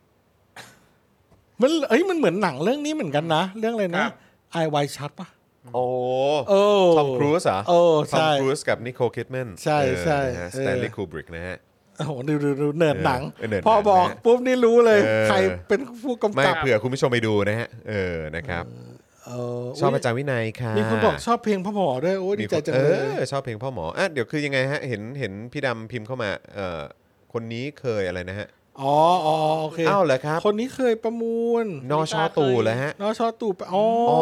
มันเอ้ยมันเหมือนหนังเรื่องนี้เหมือนกันนะเรื่องอะไรนะไอไวชัดป่ะโอ้เออทอมครูซเหรอเออทอมครูซกับนิโคลคิดแมนใช่ใช่สแตนลีย์คูบริกนะฮะโอ้โหดูดูดูเนิร์ดหนังพอบอกปุ๊บนี่รู้เลยใครเป็นผู้กำกับไม่เผื่อคุณผู้ชมไปดูนะฮะเออนะครับชอบอาจารย์วินัยค่ะมีคนบอกชอบเพลงพ่อหมอด้วยโอ้ดีใจจังเลยเออชอบเพลงพ่อหมออ่ะเดี๋ยวคือยังไงฮะเห็นเห็นพี่ดำพิมพ์เข้ามาเอ่อคนนี้เคยอะไรนะฮะอ๋ออ๋อโอเคอ้าวเหรอครับคนนี้เคยประมูลนชตู่เหรอฮะนชตู่อ๋อ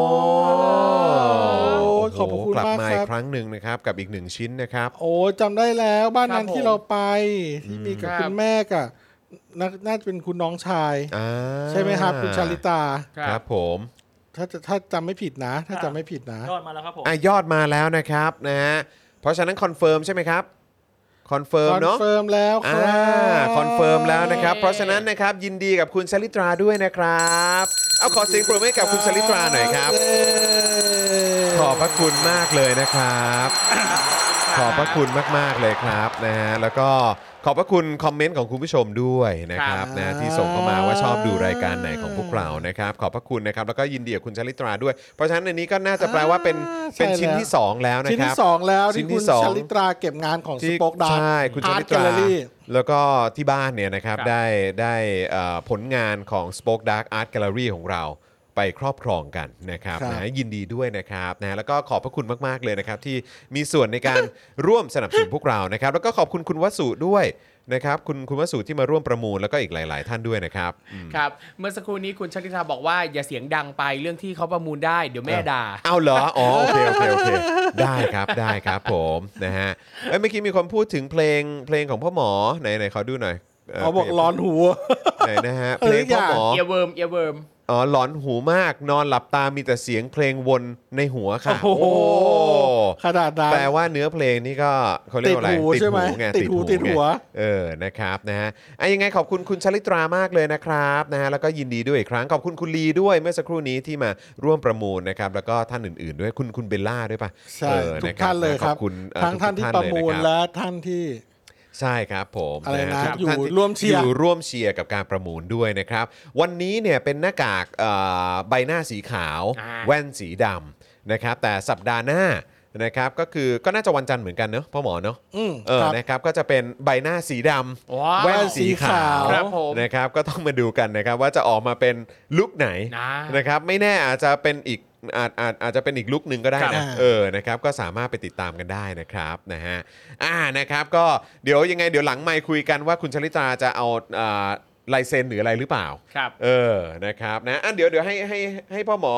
ขอบคุณมากครับกลับมาอีกครั้งหนึ่งนะครับกับอีกหนึ่งชิ้นนะครับโอ้จำได้แล้วบ้านนั้นที่เราไปที่มีกับคุณแม่กับน่าจะเป็นคุณน้องชายใช่ไหมครับคุณชลิตาครับผมถ้าถ้าจำไม่ผิดนะถ้าจำไม่ผิดนะยอดมาแล้วครับผมอ่ะยอดมาแล้วนะครับนะฮะเพราะฉะนั้นคอนเฟิร์มใช่ไหมครับคอนเฟิร์มเนาะคอนเฟิร์มแล้วครับคอนเฟิร์มแล้วนะครับเพราะฉะนั้นนะครับยินดีกับคุณชลิตราด้วยนะครับเอาขอเสียงปรบมือให้กับคุณชลิตราหน่อยครับขอบพระคุณมากเลยนะครับขอบพระคุณมากๆเลยครับนะฮะแล้วก็ขอบพระคุณคอมเมนต์ของคุณผู้ชมด้วยนะครับนะที่ส่งเข้ามาว่าชอบดูรายการไหนของพวกเรานะครับขอบพระคุณนะครับแล้วก็ยินดีกับคุณชลิตราด้วยเพราะฉะนั้นอันนี้ก็น่าจะแปลว่าเป็นเป็นชิ้นที่สองแล้วนะครับชิ้นที่สองแล้วที่คุณชลิตราเก็บงานของ Spoke Dark ใช่คุณชลิตราแล้วก็ที่บ้านเนี่ยนะครับได้ได้ผลงานของ Spoke Dark Art Gallery ของเราไปครอบครองกันนะครับนะยินดีด้วยนะครับนะแล้วก็ขอบพระคุณมากๆเลยนะครับที่มีส่วนในการร่วมสนับสนุนพวกเรานะครับแล้วก็ขอบคุณคุณวสุด้วยนะครับคุณคุณวสุที่มาร่วมประมูลแล้วก็อีกหลายๆท่านด้วยนะครับครับเมื่อสักครู่นี้คุณชลิตาบอกว่าอย่าเสียงดังไปเรื่องที่เขาประมูลได้เดี๋ยวแม่ด่าเอาเหรออ๋อโอเคโอเคโอเคได้ครับได้ครับผมนะฮะเมื่อกี้มีคนพูดถึงเพลงเพลงของพ่อหมอไหนไหนขอดูหน่อยเขาบอกร้อนหูไหนนะฮะเพลงพ่อหมอเอียเวิร์มเอียเวิร์มอ๋อหลอนหูมากนอนหลับตามีแต่เสียงเพลงวนในหัวค่ะโอ้โหขนาดนั้นแปลว่าเนื้อเพลงนี่ก็เขาเรียกว่าอะไรติดหูไงติดหูติดหัวเออนะครับนะฮะไอ้ยังไงขอบคุณคุณชลิตรามากเลยนะครับนะฮะแล้วก็ยินดีด้วยอีกครั้งขอบคุณคุณลีด้วยเมื่อสักครู่นี้ที่มาร่วมประมูลนะครับแล้วก็ท่านอื่นๆด้วยคุณคุณเบลล่าด้วยป่ะใช่ทุกท่านเลยครับทั้งท่านที่ประมูลและท่านที่ใช่ครับผมอะไรนะอยู่ร่วมเชียร์อยู่ร่วมเชียร์กับการประมูลด้วยนะครับวันนี้เนี่ยเป็นหน้ากากใบหน้าสีขาวแว่นสีดำนะครับแต่สัปดาห์หน้านะครับก็คือก็น่าจะวันจันทร์เหมือนกันเนอะพ่อหมอเนอะเออนะครับก็จะเป็นใบหน้าสีดำแว่นสีขาวนะครับก็ต้องมาดูกันนะครับว่าจะออกมาเป็นลุคไหนนะครับไม่แน่อาจจะเป็นอีกอาจอาจอาจจะเป็นอีกลุคหนึ่งก็ได้นะเออนะครับก็สามารถไปติดตามกันได้นะครับนะฮะอ่านะครับก็เดี๋ยวยังไงเดี๋ยวหลังไมค์คุยกันว่าคุณชลิตาจะเอาอ่าลายเซ็นหรืออะไรหรือเปล่าครับเออนะครับนะอ่ะเดี๋ยวเดี๋ยวให้ให้ให้พ่อหมอ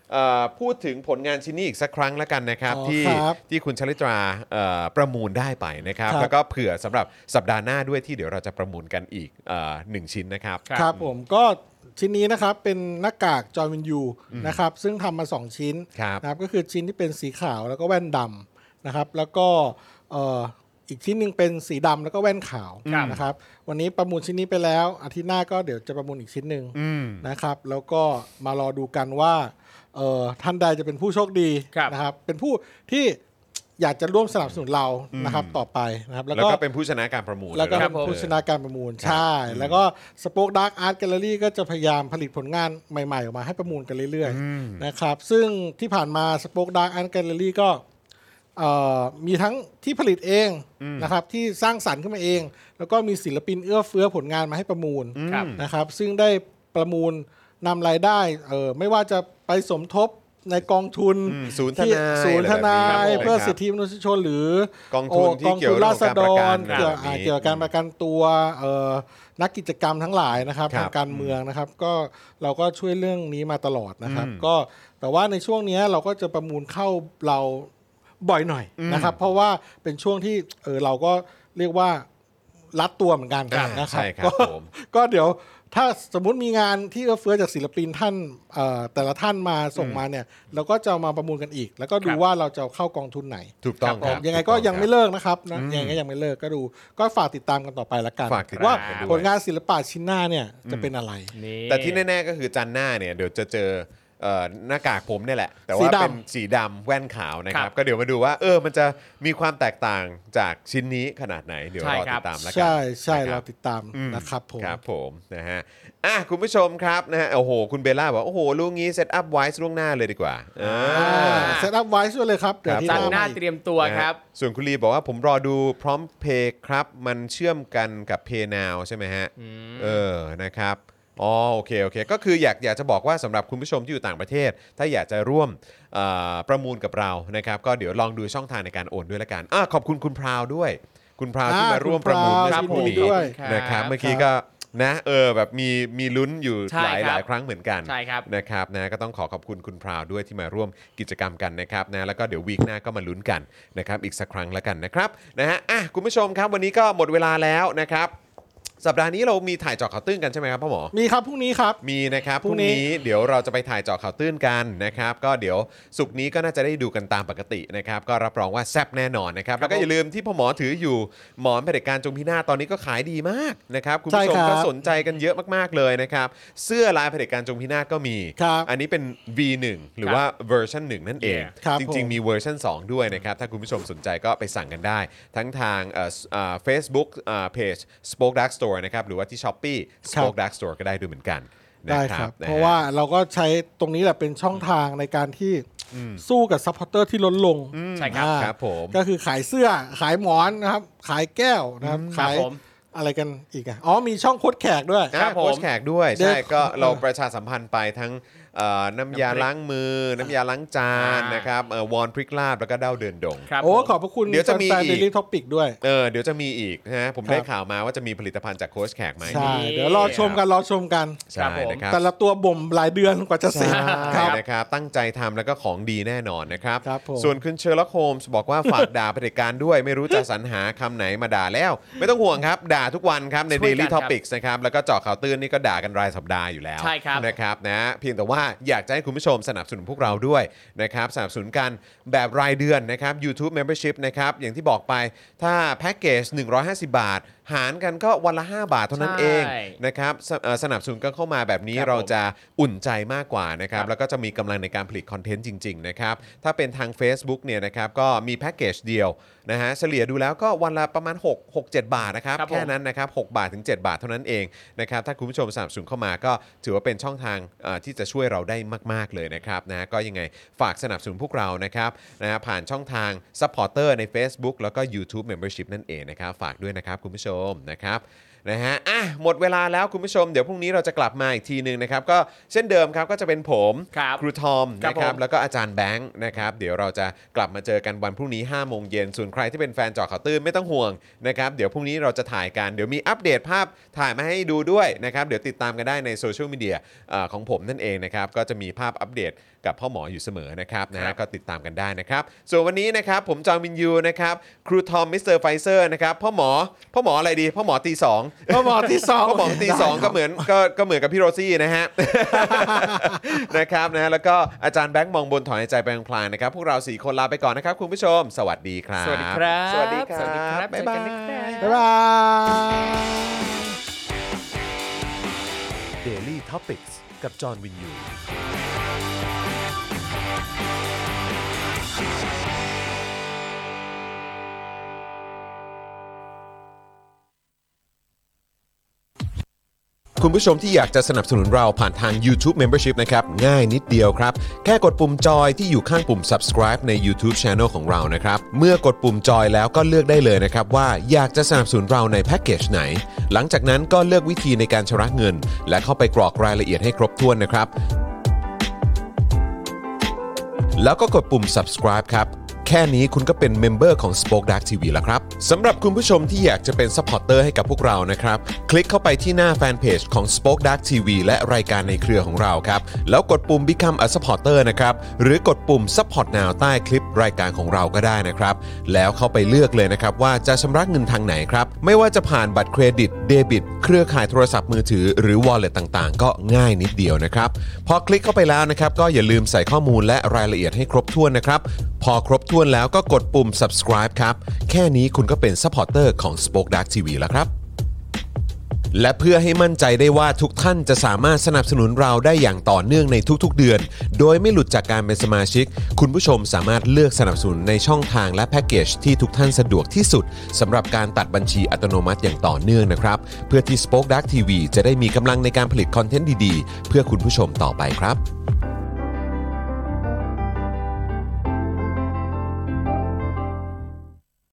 เอ่อพูดถึงผลงานชิ้นนี้อีกสักครั้งแล้วกันนะครับอ๋อที่ครับที่คุณชลิตราเอ่อประมูลได้ไปนะครับครับแล้วก็เผื่อสำหรับสัปดาห์หน้าด้วยที่เดี๋ยวเราจะประมูลกันอีกเอ่อหนึ่งชิ้นนะครับครับผมก็ชิ้นนี้นะครับเป็นหน้ากากจอห์นวินยูนะครับซึ่งทำมาสองชิ้นครับนะครับก็คือชิ้นที่เป็นสีขาวแล้วก็แว่นดำนะครับแล้วก็เอ่ออีกชิ้นหนึ่งเป็นสีดำแล้วก็แว่นขาวครับนะครับวันนี้ประมูลชิ้นนี้ไปแล้วอาทิตย์หน้าก็เดี๋ยวจะประมูลอีกชิ้นหนึ่งอืมนะครับแล้วก็มารอดูกันว่าเอ่อท่านใดจะเป็นผู้โชคดีครับนะครับเป็นผู้ที่อยากจะร่วมสนับสนุนเรานะครับต่อไปนะครับแล้แล้ว วก็ก็เป็นผู้ชนะการประมูลแล้วก็นะเป็นผู้ชนะการประมูลใช่ แล้วก็สป็อคดักอาร์ตแกลเลอรี่ก็จะพยายามผลิตผลงานใหม่ๆออกมาให้ประมูลกันเรื่อยๆนะครับซึ่งที่ผ่านมาสป็อคดักอาร์ตแกลเลอรี่ก็เอ่อมีทั้งที่ผลิตเองนะครับที่สร้างสรรค์ขึ้นมาเอง แล้วก็มีศิลปินเอื้อเฟื้อผลงานมาให้ประมูลครับนะครับซึ่งได้ประมูลนำรายได้เออไม่ว่าจะไปสมทบในกองทุนอืมศูนย์ทที่นายศูนย์ทนายะไรแบบนี้เพื่อครับสิทธิมนุษยชนหรือกองทุนที่เกี่ยวกับราษฎการประกันรเกี่ยวแบบนี้อ่าเกี่ยวกับการประกันตัวเอ่อนักกิจกรรมทั้งหลายนะครับครับทางการเมืองนะครับก็เราก็ช่วยเรื่องนี้มาตลอดนะครับก็แต่ว่าในช่วงนี้เราก็จะประมูลเข้าเราบ่อยหน่อยนะครับเพราะว่าเป็นช่วงที่เออเราก็เรียกว่ารัดตัวเหมือนกันอ่านะครับใช่ครับก็ผมก็เดี๋ยวถ้าสมมุติมีงานที่เอื้อเฟื้อจากศิลปินท่านเอ่อแต่ละท่านมาส่งมาเนี่ยเราก็จะมาประมูลกันอีก แล้วก็ดูครับว่าเราจะเอาเข้ากองทุนไหนถูกต้องคครัรับบ ยังไงก็ถูต้อยังไม่ครับเลิกนะครับนะยังไงก็ยังไม่เลิกก็ดูก็ฝากติดตามกันต่อไปละกันฝากติดตามว่ากันด้วยผลงานศิลปะชิ้นหน้าเนี่ยจะเป็นอะไรนี่แต่ที่แน่ๆก็คือจันทร์หน้าเนี่ยเดี๋ยวจะเจอเอ่อหน้ากากผมเนี่ยแหละ แต่สีว่าดำเป็นสีดำแว่นขาวนะคครัรับบ ก็เดี๋ยวมาดูว่าเออมันจะมีความแตกต่างจากชิ้นนี้ขนาดไหนเดี๋ยวใช่รอครัติบดตามแล้วกันใช่ใช่นะคเราบติดตามนะครับผมครับผมนะฮะอ่ะคุณผู้ชมครับนะฮะโอ้โหคุณเบลล่าบอกโอ้โหลูกงี้เซตอัพไว้ล่วงหน้าเลยดีกว่าเออเซตอัพไว้ช่วยเลยครับเดี๋ยวที่จันทร์หน้ามาอีกเตรียมตัวครับนะฮะส่วนคุณลีบอกว่าผมรอดูพร้อมเพย์ครับ มันเชื่อมกันกับ Pay Now ใช่ไหมฮะเออนะครับอ๋อโอเคโอเคก็คืออยากอยากจะบอกว่าสำหรับคุณผู้ชมที่อยู่ต่างประเทศ ถ้าอยากจะร่วมเอ่อประมูลกับเรานะครับก็เดี๋ยวลองดูช่องทางในการโอนด้วยละกันอ่ะขอบคุณคุณพราวด้วย คุณพราวที่อ่ามาร่วมคุณประมูลพราวเมื่อสักครู่ยินดีนี้ด้วยนะครับครับเมื่อกี้ก็นะเออแบบมีมีลุ้นอยู่ใช่หลายครับหลายครั้งเหมือนกันใช่ครับนะครับนะก็ต้องขอขอบคุณคุณพราวด้วยที่มาร่วมกิจกรรมกันนะครับนะแล้วก็เดี๋ยววีคหน้าก็มาลุ้นกันนะครับอีกสักครั้งแล้วกันนะครับนะฮะอ่ะคุณผู้ชมครับวันนี้ก็หมดเวลาแล้วนะครับสัปดาห์นี้เรามีถ่ายเจาะข่าวตื้นกันใช่ไหมครับพ่อหมอมีครับพรุ่งนี้ครับมีนะครับพพรุ่รุ่งงนี้นี้เดี๋ยวเราจะไปถ่ายเจาะข่าวตื้นกันนะครับก็เดี๋ยวสุกร์นี้ก็น่าจะได้ดูกันตามปกตินะครับก็รับรองว่าแซ่บแน่นอนนะครับแล้วก็อย่าลืมที่พ่อหมอถืออยู่หมอนเผด็จการจงพินาศตอนนี้ก็ขายดีมากนะครับคุณผู้ชมใช่ครับก็สนใจกันเยอะมากๆเลยนะครับเสื้อลายเผด็จการจงพินาศก็มีครับอันนี้เป็น วี หนึ่ง หรือว่าเวอร์ชันหนึ่งนั่นเองครับจริงผมๆ มีเวอร์ชันสองด้วยนะครับ ถ้าคุณผู้ชมสนใจก็ไปสั่งกันได้ ทั้งทางเอ่อเอ่อ Facebook เอ่อเพจ Spoke Dark Store นะครับ หรือว่าที่ Shopee Spoke Dark Store ก็ได้ด้วยเหมือนกันนะได้ครับนฮเพราะว่าเราก็ใช้ตรงนี้แหละเป็นช่องทางในการที่สู้กับซัพพอร์เตอร์ที่ล้นลงใช่ครับอ่าครับผมก็คือขายเสื้อขายหมอนนะครับ ขายแก้วนะครับครัขาบยผมอะไรกันอีกอ่ะอ๋อมีช่องโค้ดแขกด้วยครับอ่าโค้ชผมแขกด้วยเดี๋ยวใช่ก็เราเออประชาสัมพันธ์ไปทั้งเอ่อน้ำยาน้ำพริกล้างมือ น้ำยาล้างจานอ่านนะครับเอ่อวอนพริกลาบแล้วก็เด้าเดินดงครับโอ้ผมขอบพระคุณเดี๋ยวจะมีแฟนอีกเดลิทอปิกด้วยเออเดี๋ยวจะมีอีกนะฮะผมครับได้ข่าวมาว่าจะมีผลิตภัณฑ์จากโค้ชแขกไหมใช่นี่เดี๋ยวรอชมกันรอชมกันใช่ครับผมนะครับแต่ละตัวบ่มหลายเดือนกว่าจะเสร็จใช่ครับนะครับตั้งใจทำแล้วก็ของดีแน่นอนนะครับครับผมส่วนคุณเชอร์ล็อกโฮมส์บอกว่าฝากด่าเผด็จการด้วยไม่รู้จะสรรหาคำไหนมาด่าแล้ว ไม่ต้องห่วงครับ ด่าทุกวันครับในช่วยกัน Daily ครับ Topics นะครับแล้วก็เจาะข่าวตื้นนี่ก็ด่ากันรายสัปดาห์อยู่แล้วใช่ครับนะครับนะเพียงแต่ว่าอยากจะให้คุณผู้ชมสนับสนุนพวกเราด้วยนะครับสนับสนุนกันแบบรายเดือนนะครับ YouTube Membership นะครับอย่างที่บอกไปถ้าแพ็กเกจหนึ่งร้อยห้าสิบบาท หารกันก็วันละห้าบาทเท่านั้นเองใช่นะครับสเอ่อสนับสนุนกันเข้ามาแบบนี้ครับเราจะอุ่นใจมากกว่านะครับครับแล้วก็จะมีกำลังในการผลิตคอนเทนต์จริงๆนะครับถ้าเป็นทาง Facebook เนี่ยนะครับก็มีแพ็กเกจเดียวนะฮะเฉลี่ยดูแล้วก็วันละประมาณหก หก เจ็ดบาทนะครับครับผมแค่นั้นนะครับหกบาทถึงเจ็ดบาทเท่านั้นเองนะครับถ้าคุณผู้ชมสนับสนุนเข้ามาก็ถือว่าเป็นช่องทางเอ่อที่จะช่วยเราได้มากๆเลยนะครับนะก็ยังไงฝากสนับสนุนพวกเรานะครับนะฮะผ่านช่องทางซัพพอร์เตอร์ใน Facebook แล้วก็ YouTube Membership นั่นเองนะครับฝากด้วยนะครับคุณผู้ชมนะครับนะฮะอ่ะหมดเวลาแล้วคุณผู้ชมเดี๋ยวพรุ่งนี้เราจะกลับมาอีกทีนึงนะครับก็เช่นเดิมครับก็จะเป็นผมครับครูทอมครับนะครับผมแล้วก็อาจารย์แบงค์นะครับเดี๋ยวเราจะกลับมาเจอกันวันพรุ่งนี้ห้าโมงเย็นส่วนใครที่เป็นแฟนเจาะข่าวตื้นไม่ต้องห่วงนะครับเดี๋ยวพรุ่งนี้เราจะถ่ายกันเดี๋ยวมีอัปเดตภาพถ่ายมาให้ดูด้วยนะครับเดี๋ยวติดตามกันได้ในโซเชียลมีเดียของผมนั่นเองนะครับก็จะมีภาพอัปเดตกับพ่อหมออยู่เสมอนะครับนะฮะก็ติดตามกันได้นะครับส่วนวันนี้นะครับผมจอห์นวินยูนะครับครูทอมมิสเตอร์ไฟเซอร์นะครับพ่อหมอพ่อหมออะไรดีพ่อหมอตีสองพ่อหมอที่สองพ่อหมอตีสองก็เหมือนก็ก็เหมือนกับพี่โรซี่นะฮะ นะครับนะฮะแล้วก็อาจารย์แบงค์มองบนถอนหายใจไปพลางๆนะครับพวกเราสี่คนลาไปก่อนนะครับคุณผู้ชมสวัสดีครับสวัสดีครับสวัสดีครับสวัสดีครับบ๊ายบายเจอกันนะครับบ๊ายบาย Daily Topics กับจอห์นวินยูคุณผู้ชมที่อยากจะสนับสนุนเราผ่านทาง YouTube Membership นะครับง่ายนิดเดียวครับแค่กดปุ่มจอยที่อยู่ข้างปุ่ม Subscribe ใน YouTube Channel ของเรานะครับเมื่อกดปุ่มจอยแล้วก็เลือกได้เลยนะครับว่าอยากจะสนับสนุนเราในแพ็กเกจไหนหลังจากนั้นก็เลือกวิธีในการชำระเงินและเข้าไปกรอกรายละเอียดให้ครบถ้วนนะครับแล้วก็กดปุ่ม Subscribe ครับแค่นี้คุณก็เป็นเมมเบอร์ของ Spoke Dark ที วี แล้วครับสำหรับคุณผู้ชมที่อยากจะเป็นซัพพอร์ตเตอร์ให้กับพวกเรานะครับคลิกเข้าไปที่หน้าแฟนเพจของ Spoke Dark ที วี และรายการในเครือของเราครับแล้วกดปุ่ม Become a supporter นะครับหรือกดปุ่ม Support Now ใต้คลิปรายการของเราก็ได้นะครับแล้วเข้าไปเลือกเลยนะครับว่าจะชำระเงินทางไหนครับไม่ว่าจะผ่านบัตรเครดิตเดบิตเครือข่ายโทรศัพท์มือถือหรือ Wallet ต่างๆก็ง่ายนิดเดียวนะครับพอคลิกเข้าไปแล้วนะครับก็อย่าลืมใส่ข้อมูลและรายละเอียดให้ครบถ้วนนะครับพอครบถ้วนแล้วก็กดปุ่ม Subscribe ครับแค่นี้คุณก็เป็นซัพพอร์ตเตอร์ของ Spoke Dark ที วี แล้วครับและเพื่อให้มั่นใจได้ว่าทุกท่านจะสามารถสนับสนุนเราได้อย่างต่อเนื่องในทุกๆเดือนโดยไม่หลุดจากการเป็นสมาชิกคุณผู้ชมสามารถเลือกสนับสนุนในช่องทางและแพ็กเกจที่ทุกท่านสะดวกที่สุดสำหรับการตัดบัญชีอัตโนมัติอย่างต่อเนื่องนะครับเพื่อที่ Spoke Dark ที วี จะได้มีกำลังในการผลิตคอนเทนต์ดีๆเพื่อคุณผู้ชมต่อไปครับ